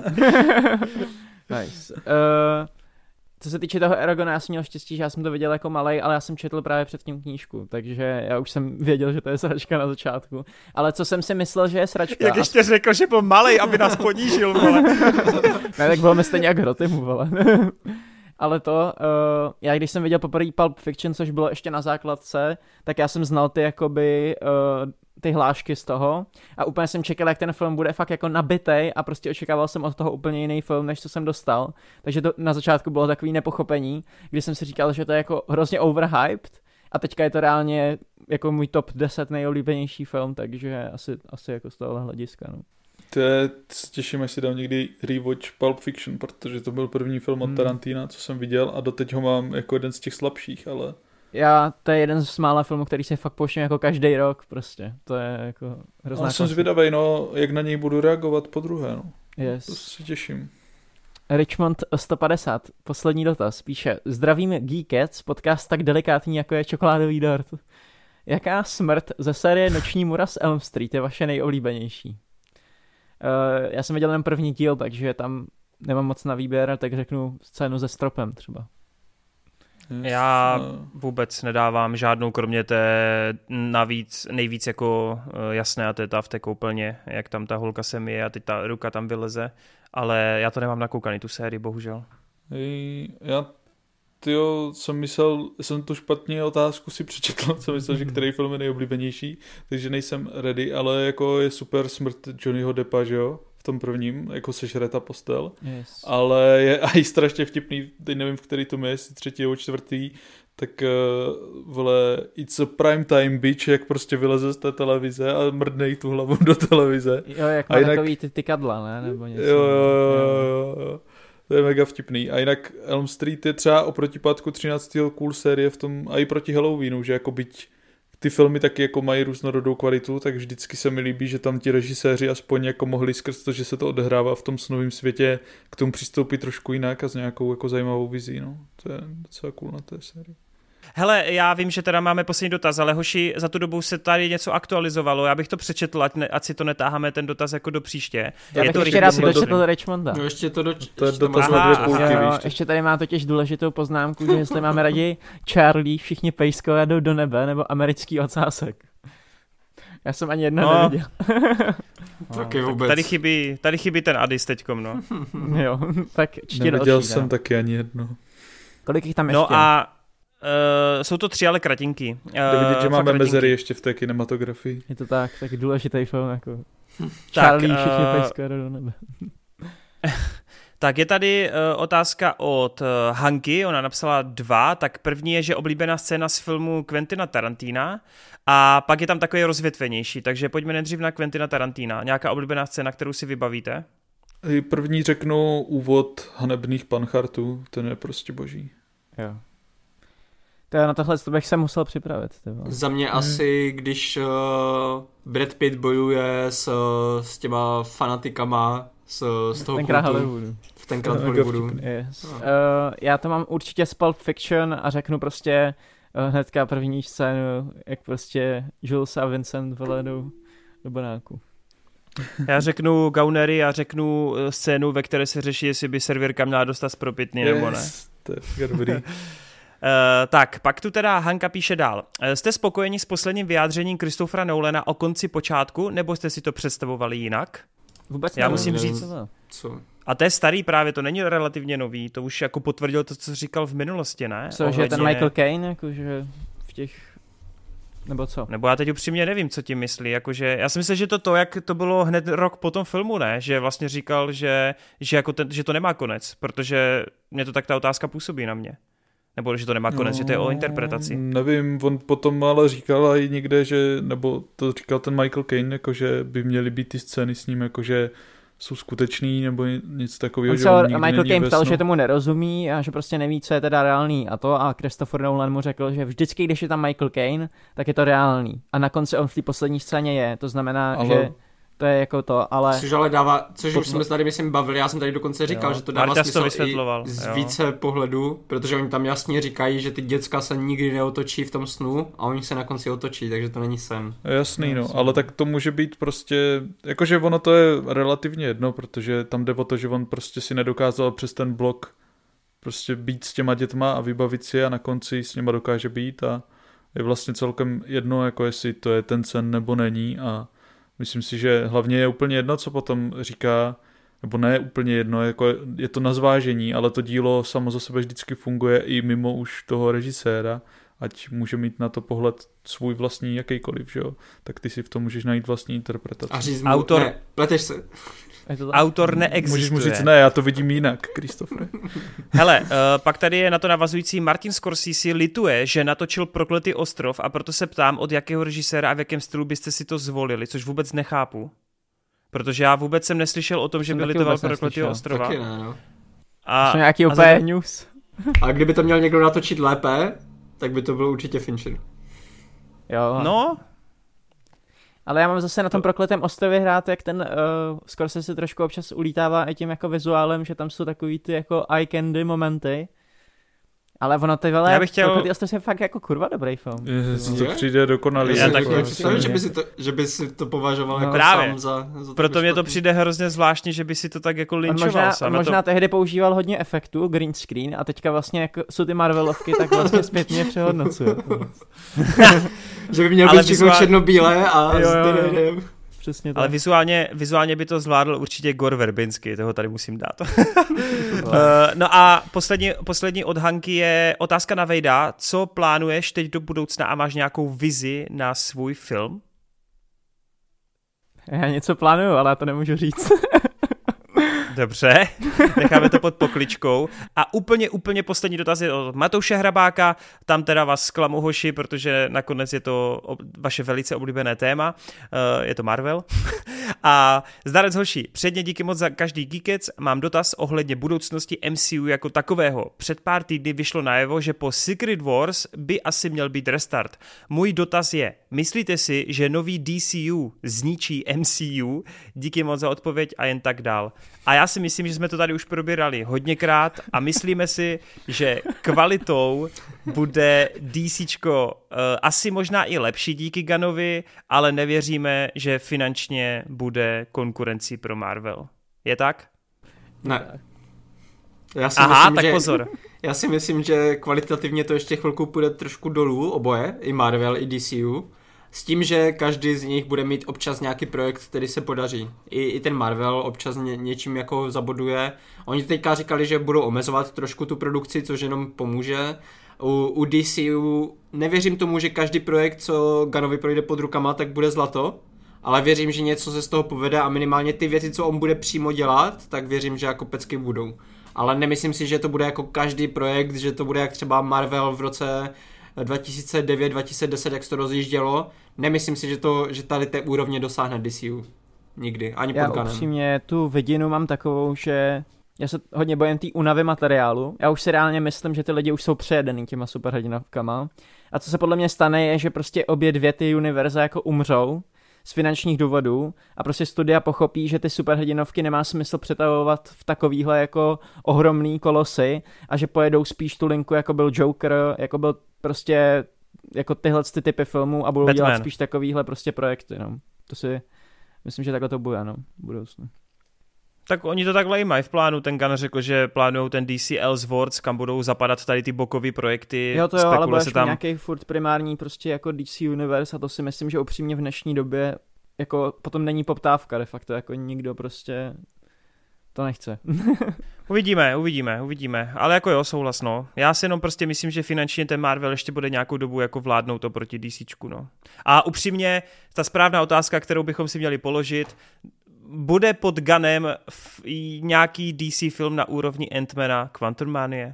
Nice. Uh, co se týče toho Eragona, já jsem měl štěstí, že já jsem to viděl jako malej, ale já jsem četl právě předtím knížku, takže já už jsem věděl, že to je sračka na začátku. Ale co jsem si myslel, že je sračka... Jak ještě řekl, že byl malej, aby nás ponížil, vole. Ne, tak bylo mi stejně jak Hrotymu, vole. Ale to, uh, já když jsem viděl poprvé Pulp Fiction, což bylo ještě na základce, tak já jsem znal ty jakoby... Uh, ty hlášky z toho a úplně jsem čekal, jak ten film bude fakt jako nabitej a prostě očekával jsem od toho úplně jiný film, než co jsem dostal. Takže to na začátku bylo takový nepochopení, kdy jsem si říkal, že to je jako hrozně overhyped a teďka je to reálně jako můj top deset nejoblíbenější film, takže asi, asi jako z tohohle hlediska. No. To je, těším, až si dám někdy rewatch Pulp Fiction, protože to byl první film od Tarantina, co jsem viděl a doteď ho mám jako jeden z těch slabších, ale... Já, to je jeden z mála filmů, který si fakt pouštím jako každý rok prostě, to je jako hrozná. Ale jsem zvědavej, no, jak na něj budu reagovat po druhé, no. Yes. To si těším. Richmond sto padesát, poslední dotaz, píše: Zdravím Geekets, podcast tak delikátní, jako je čokoládový dort. Jaká smrt ze série Noční můra z Elm Street je vaše nejoblíbenější? Uh, já jsem viděl jen první díl, takže tam nemám moc na výběr, tak řeknu scénu se stropem třeba. Já vůbec nedávám žádnou, kromě té navíc, nejvíc jako jasné, a to je ta v té koupelně, jak tam ta holka se myje a teď ta ruka tam vyleze, ale já to nemám nakoukaný, tu sérii, bohužel. Hej, já tyjo, jsem myslel, jsem tu špatně otázku si přečetl, jsem myslel, že který film je nejoblíbenější, takže nejsem ready, ale jako je super smrt Johnnyho Deppa, že jo? V tom prvním, jako sežere ta postel, yes. Ale je aj strašně vtipný, teď nevím, v který tom je, jestli třetí nebo čtvrtý, tak uh, vole, it's a prime time bitch, jak prostě vyleze z té televize a mrdne jí tu hlavu do televize. Jo, jak má jinak... takový ty tykadla, ne? Nebo něco. Jo, jo, jo, jo. To je mega vtipný. A jinak Elm Street je třeba oproti Pátku třináctého cool série v tom, a i proti Halloweenu, že jako byť ty filmy taky jako mají různorodou kvalitu, tak vždycky se mi líbí, že tam ti režiséři aspoň jako mohli skrz to, že se to odehrává v tom snovém světě, k tomu přistoupit trošku jinak a s nějakou jako zajímavou vizí, no. To je docela cool na té sérii. Hele, já vím, že teda máme poslední dotaz, ale hoši, za tu dobu se tady něco aktualizovalo, já bych to přečetl, ať, ne, ať si to netáháme ten dotaz jako do příště. Já je bych to ještě rád dočetl Richmonda. No ještě to do... To je dotaz na dvě půlky, jo, víš. ještě tady má totiž důležitou poznámku, že jestli máme raději Charlie, všichni pejskové jdou do nebe, nebo americký ocásek. Já jsem ani jedna no. neviděl. Taky no, vůbec. Tady chybí, tady chybí ten Addis teďkom, no. Jo, tak čtě Neviděl další, jsem no. taky ani jedno. Kolik jich tam ještě? No a uh, jsou to tři, ale kratinky. Uh, Jde vidět, že máme kratinky. mezery ještě v té kinematografii. Je to tak, tak důležitý film, jako Charlie, tak, všichni uh, pejskové jdou do nebe. Tak je tady uh, otázka od uh, Hanky, ona napsala dva, tak první je, že oblíbená scéna z filmu Quentina Tarantina a pak je tam takový rozvětvenější, takže pojďme nejdřív na Quentina Tarantina. Nějaká oblíbená scéna, kterou si vybavíte? První řeknu úvod Hanebných panchartů, ten je prostě boží. Jo. To je na tohle, to bych se musel připravit. Tyba. Za mě hmm. asi, když uh, Brad Pitt bojuje s, s těma fanatikama z, z toho Tenkrát kultu. Hollywoodu. V tenkrát Hollywoodu. Yes. Uh, já to mám určitě z Pulp Fiction a řeknu prostě uh, hnedka první scénu, jak prostě Jules a Vincent vole jdou do banáku. Já řeknu Gaunery a řeknu scénu, ve které se řeší, jestli by servírka měla dostat z propitný yes, nebo ne. To je dobrý. Uh, tak, pak tu teda Hanka píše dál. Uh, jste spokojeni s posledním vyjádřením Christophera Nolana o konci počátku, nebo jste si to představovali jinak? Vůbec Já nevím, musím říct, co? A to je starý právě, to není relativně nový, to už jako potvrdil to, co říkal v minulosti, ne? Co, Ohledně... že ten Michael Caine, jakože v těch... Nebo co? Nebo já teď upřímně nevím, co tím myslí, jakože, já si myslím, že to to, jak to bylo hned rok po tom filmu, ne? Že vlastně říkal, že, že, jako ten, že to nemá konec, protože mě to tak ta otázka působí na mě. Nebo že to nemá konec, no, že to je o interpretaci. Nevím, on potom ale říkal i někde, že, nebo to říkal ten Michael Caine, jakože by měly být ty scény s ním, jakože jsou skutečný, nebo nic takového, on že on nikdy Michael Caine ptal, vesno. že tomu nerozumí a že prostě neví, co je teda reálný a to a Christopher Nolan mu řekl, že vždycky, když je tam Michael Caine, tak je to reálný a na konci on v té poslední scéně je, to znamená, ale... že to je jako to, ale... Což ale dává, což už jsme se tady myslím bavili, já jsem tady dokonce říkal, jo. že to dává Marta smysl to vysvětloval, i z jo. více pohledů, protože oni tam jasně říkají, že ty děcka se nikdy neotočí v tom snu a oni se na konci otočí, takže to není sen. Jasný, no, ale tak to může být prostě, jakože ono to je relativně jedno, protože tam jde o to, že on prostě si nedokázal přes ten blok prostě být s těma dětma a vybavit si a na konci s nima dokáže být a je vlastně celkem jedno, jako jestli to je ten sen nebo není a myslím si, že hlavně je úplně jedno, co potom říká, nebo ne úplně jedno, jako je to na zvážení, ale to dílo samo za sebe vždycky funguje i mimo už toho režiséra, ať může mít na to pohled svůj vlastní jakýkoliv, že jo? Tak ty si v tom můžeš najít vlastní interpretaci. A říct mu, Autor... ne, pleteš se. Autor neexistuje. Můžeš mu říct, ne, já to vidím jinak, Christopher. Hele, uh, pak tady je na to navazující Martin Scorsese lituje, že natočil Prokletý ostrov a proto se ptám, od jakého režiséra a v jakém stylu byste si to zvolili, což vůbec nechápu. Protože já vůbec jsem neslyšel o tom, že by litoval Prokletýho ostrova. Taky ne, no. A, to nějaký úplně news. A kdyby to měl někdo natočit lépe, tak by to byl určitě Fincher. Jo. No. Ale já mám zase na tom Prokletém ostrově hrát, jak ten uh, Scorsese se trošku občas ulítává i tím jako vizuálem, že tam jsou takový ty jako eye candy momenty. Ale ono ty vele, já bych chtěl... Prokletý ostrov je fakt jako kurva dobrý film. Je, to přijde dokonalý. Já tak představím, že by si to, že by si to považoval no, jako právě. Sám za, za proto mě to přijde hrozně zvláštní, že by si to tak jako linčoval. On možná, sám. on možná to... tehdy používal hodně efektů, green screen a teďka vlastně jako jsou ty Marvelovky, tak vlastně zpětně přehodnocuje. Že by měl být všechno vizuál... černobílé a jo, jo, jo. Přesně tak. Ale vizuálně, vizuálně by to zvládl určitě Gore Verbinski, toho tady musím dát. uh, no a poslední, poslední od Hanky je otázka na Vejda. Co plánuješ teď do budoucna a máš nějakou vizi na svůj film? Já něco plánuju, ale já to nemůžu říct. Dobře, necháme to pod pokličkou. A úplně, úplně poslední dotaz je od Matouše Hrabáka. Tam teda vás zklamu, hoši, protože nakonec je to vaše velice oblíbené téma. Je to Marvel. A zdarec, hoši, předně díky moc za každý Geekec. Mám dotaz ohledně budoucnosti M C U jako takového. Před pár týdny vyšlo najevo, že po Secret Wars by asi měl být restart. Můj dotaz je, myslíte si, že nový D C U zničí M C U? Díky moc za odpověď a jen tak dál. A já si myslím, že jsme to tady už probírali hodněkrát a myslíme si, že kvalitou bude DCčko uh, asi možná i lepší díky Gunnovi, ale nevěříme, že finančně bude konkurencí pro Marvel. Je tak? Ne. Já si Aha, myslím, tak že, pozor. Já si myslím, že kvalitativně to ještě chvilku půjde trošku dolů, oboje, i Marvel, i D C U. S tím, že každý z nich bude mít občas nějaký projekt, který se podaří. I, i ten Marvel občas ně, něčím jako zaboduje. Oni teďka říkali, že budou omezovat trošku tu produkci, což jenom pomůže. U, u D C U nevěřím tomu, že každý projekt, co Gunnovi projde pod rukama, tak bude zlato. Ale věřím, že něco se z toho povede a minimálně ty věci, co on bude přímo dělat, tak věřím, že jako pecky budou. Ale nemyslím si, že to bude jako každý projekt, že to bude jak třeba Marvel v roce dva tisíce devět dva tisíce deset, jak se to rozjíždělo. Nemyslím si, že, to, že tady té úrovně dosáhne D C U. Nikdy, ani pod Gunnem. Já upřímně tu vidinu mám takovou, že já se hodně bojím té únavy materiálu. Já už si reálně myslím, že ty lidi už jsou přejedený těma superhrdinovkama. A co se podle mě stane je, že prostě obě dvě ty univerza jako umřou z finančních důvodů a prostě studia pochopí, že ty superhrdinovky nemá smysl přetavovat v takovýhle jako ohromný kolosy a že pojedou spíš tu linku, jako byl Joker, jako byl prostě jako tyhle ty typy filmů a budou Batman. dělat spíš takovýhle prostě projekty, no. To si myslím, že takhle to bude, no, v budoucnu. Tak oni to takhle i mají v plánu. Ten Gunn řekl, že plánují ten D C Elseworlds, kam budou zapadat tady ty bokový projekty. Jo, to jo, ale bude tam nějaký furt primární prostě jako D C Universe a to si myslím, že upřímně v dnešní době jako potom není poptávka de facto, jako nikdo prostě to nechce. Uvidíme, uvidíme, uvidíme. Ale jako jo, souhlasno. Já si jenom prostě myslím, že finančně ten Marvel ještě bude nějakou dobu jako vládnout to proti DCčku, no. A upřímně, ta správná otázka, kterou bychom si měli položit, bude pod Gunnem nějaký D C film na úrovni Ant-Mana Quantum Manie?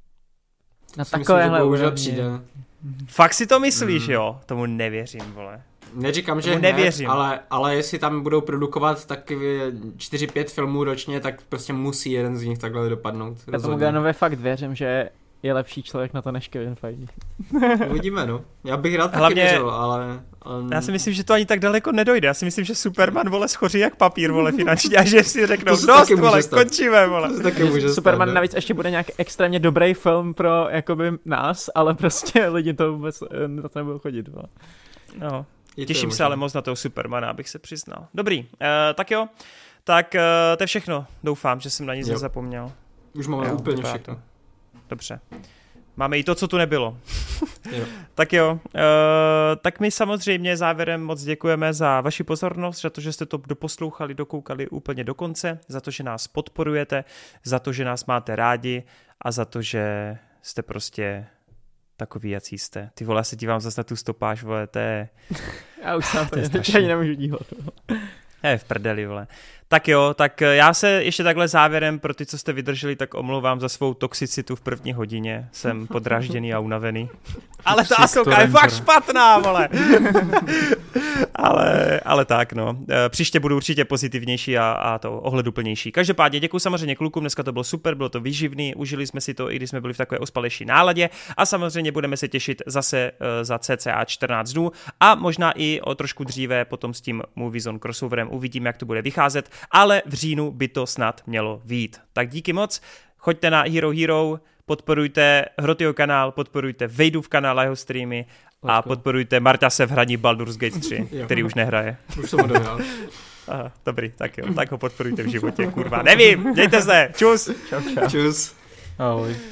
Na takovéhle úrovni. Fakt si to myslíš, mm. jo? Tomu nevěřím, vole. Neříkám, že nevěřím. Hned, ale, ale jestli tam budou produkovat tak čtyři pět filmů ročně, tak prostě musí jeden z nich takhle dopadnout. Já tomu Gunnovi fakt věřím, že je lepší člověk na to než Kevin Feige. Uvidíme, no. Já bych rád Hlavně, taky věřil, ale... Um... Já si myslím, že to ani tak daleko nedojde. Já si myslím, že Superman, vole, schoří jak papír, vole, finančně, a že si řeknou, dost, vole, končíme, vole. To taky může Superman stát, navíc ještě bude nějak extrémně dobrý film pro, jakoby, nás, ale prostě lidi to vůbec na to nebudou chodit, vole. No, těším se ale moc na toho Supermana, abych se přiznal. Dobrý, uh, tak jo, tak uh, to je všechno. Doufám, že jsem na nic nezapomněl. Už máme jo, úplně všechno. Dobře. Máme i to, co tu nebylo. Jo. Tak jo, uh, tak my samozřejmě závěrem moc děkujeme za vaši pozornost, za to, že jste to doposlouchali, dokoukali úplně do konce, za to, že nás podporujete, za to, že nás máte rádi a za to, že jste prostě takový, jací jste. Ty vole, já se dívám zase na tu stopáž, vole, to je... Já už sám to ani nemůžu dívat. Je v prdeli, vole. Tak jo, tak já se ještě takhle závěrem pro ty, co jste vydrželi, tak omlouvám za svou toxicitu v první hodině. Jsem podrážděný a unavený. Ale ta Ahsoka je fakt špatná, vole. ale, ale tak, no. Příště budu určitě pozitivnější a, a to ohleduplnější. Každopádně děkuji samozřejmě klukům, dneska to bylo super, bylo to výživný, užili jsme si to, i když jsme byli v takové ospalejší náladě a samozřejmě budeme se těšit zase za cca čtrnáct dnů a možná i o trošku dříve potom s tím Movie Zone crossoverem uvidíme, jak to bude vycházet, ale v říjnu by to snad mělo vyjít. Tak díky moc, choďte na Hero Hero, podporujte Hrotyho kanál, podporujte Vejdův kanál a jeho streamy a podporujte Marťase v hraní Baldur's Gate tři, který už nehraje. Už jsem ho dohrál. Aha, dobrý, tak jo, tak ho podporujte v životě, kurva. Nevím, mějte se, čus. Čau, čau. Čus. Ahoj.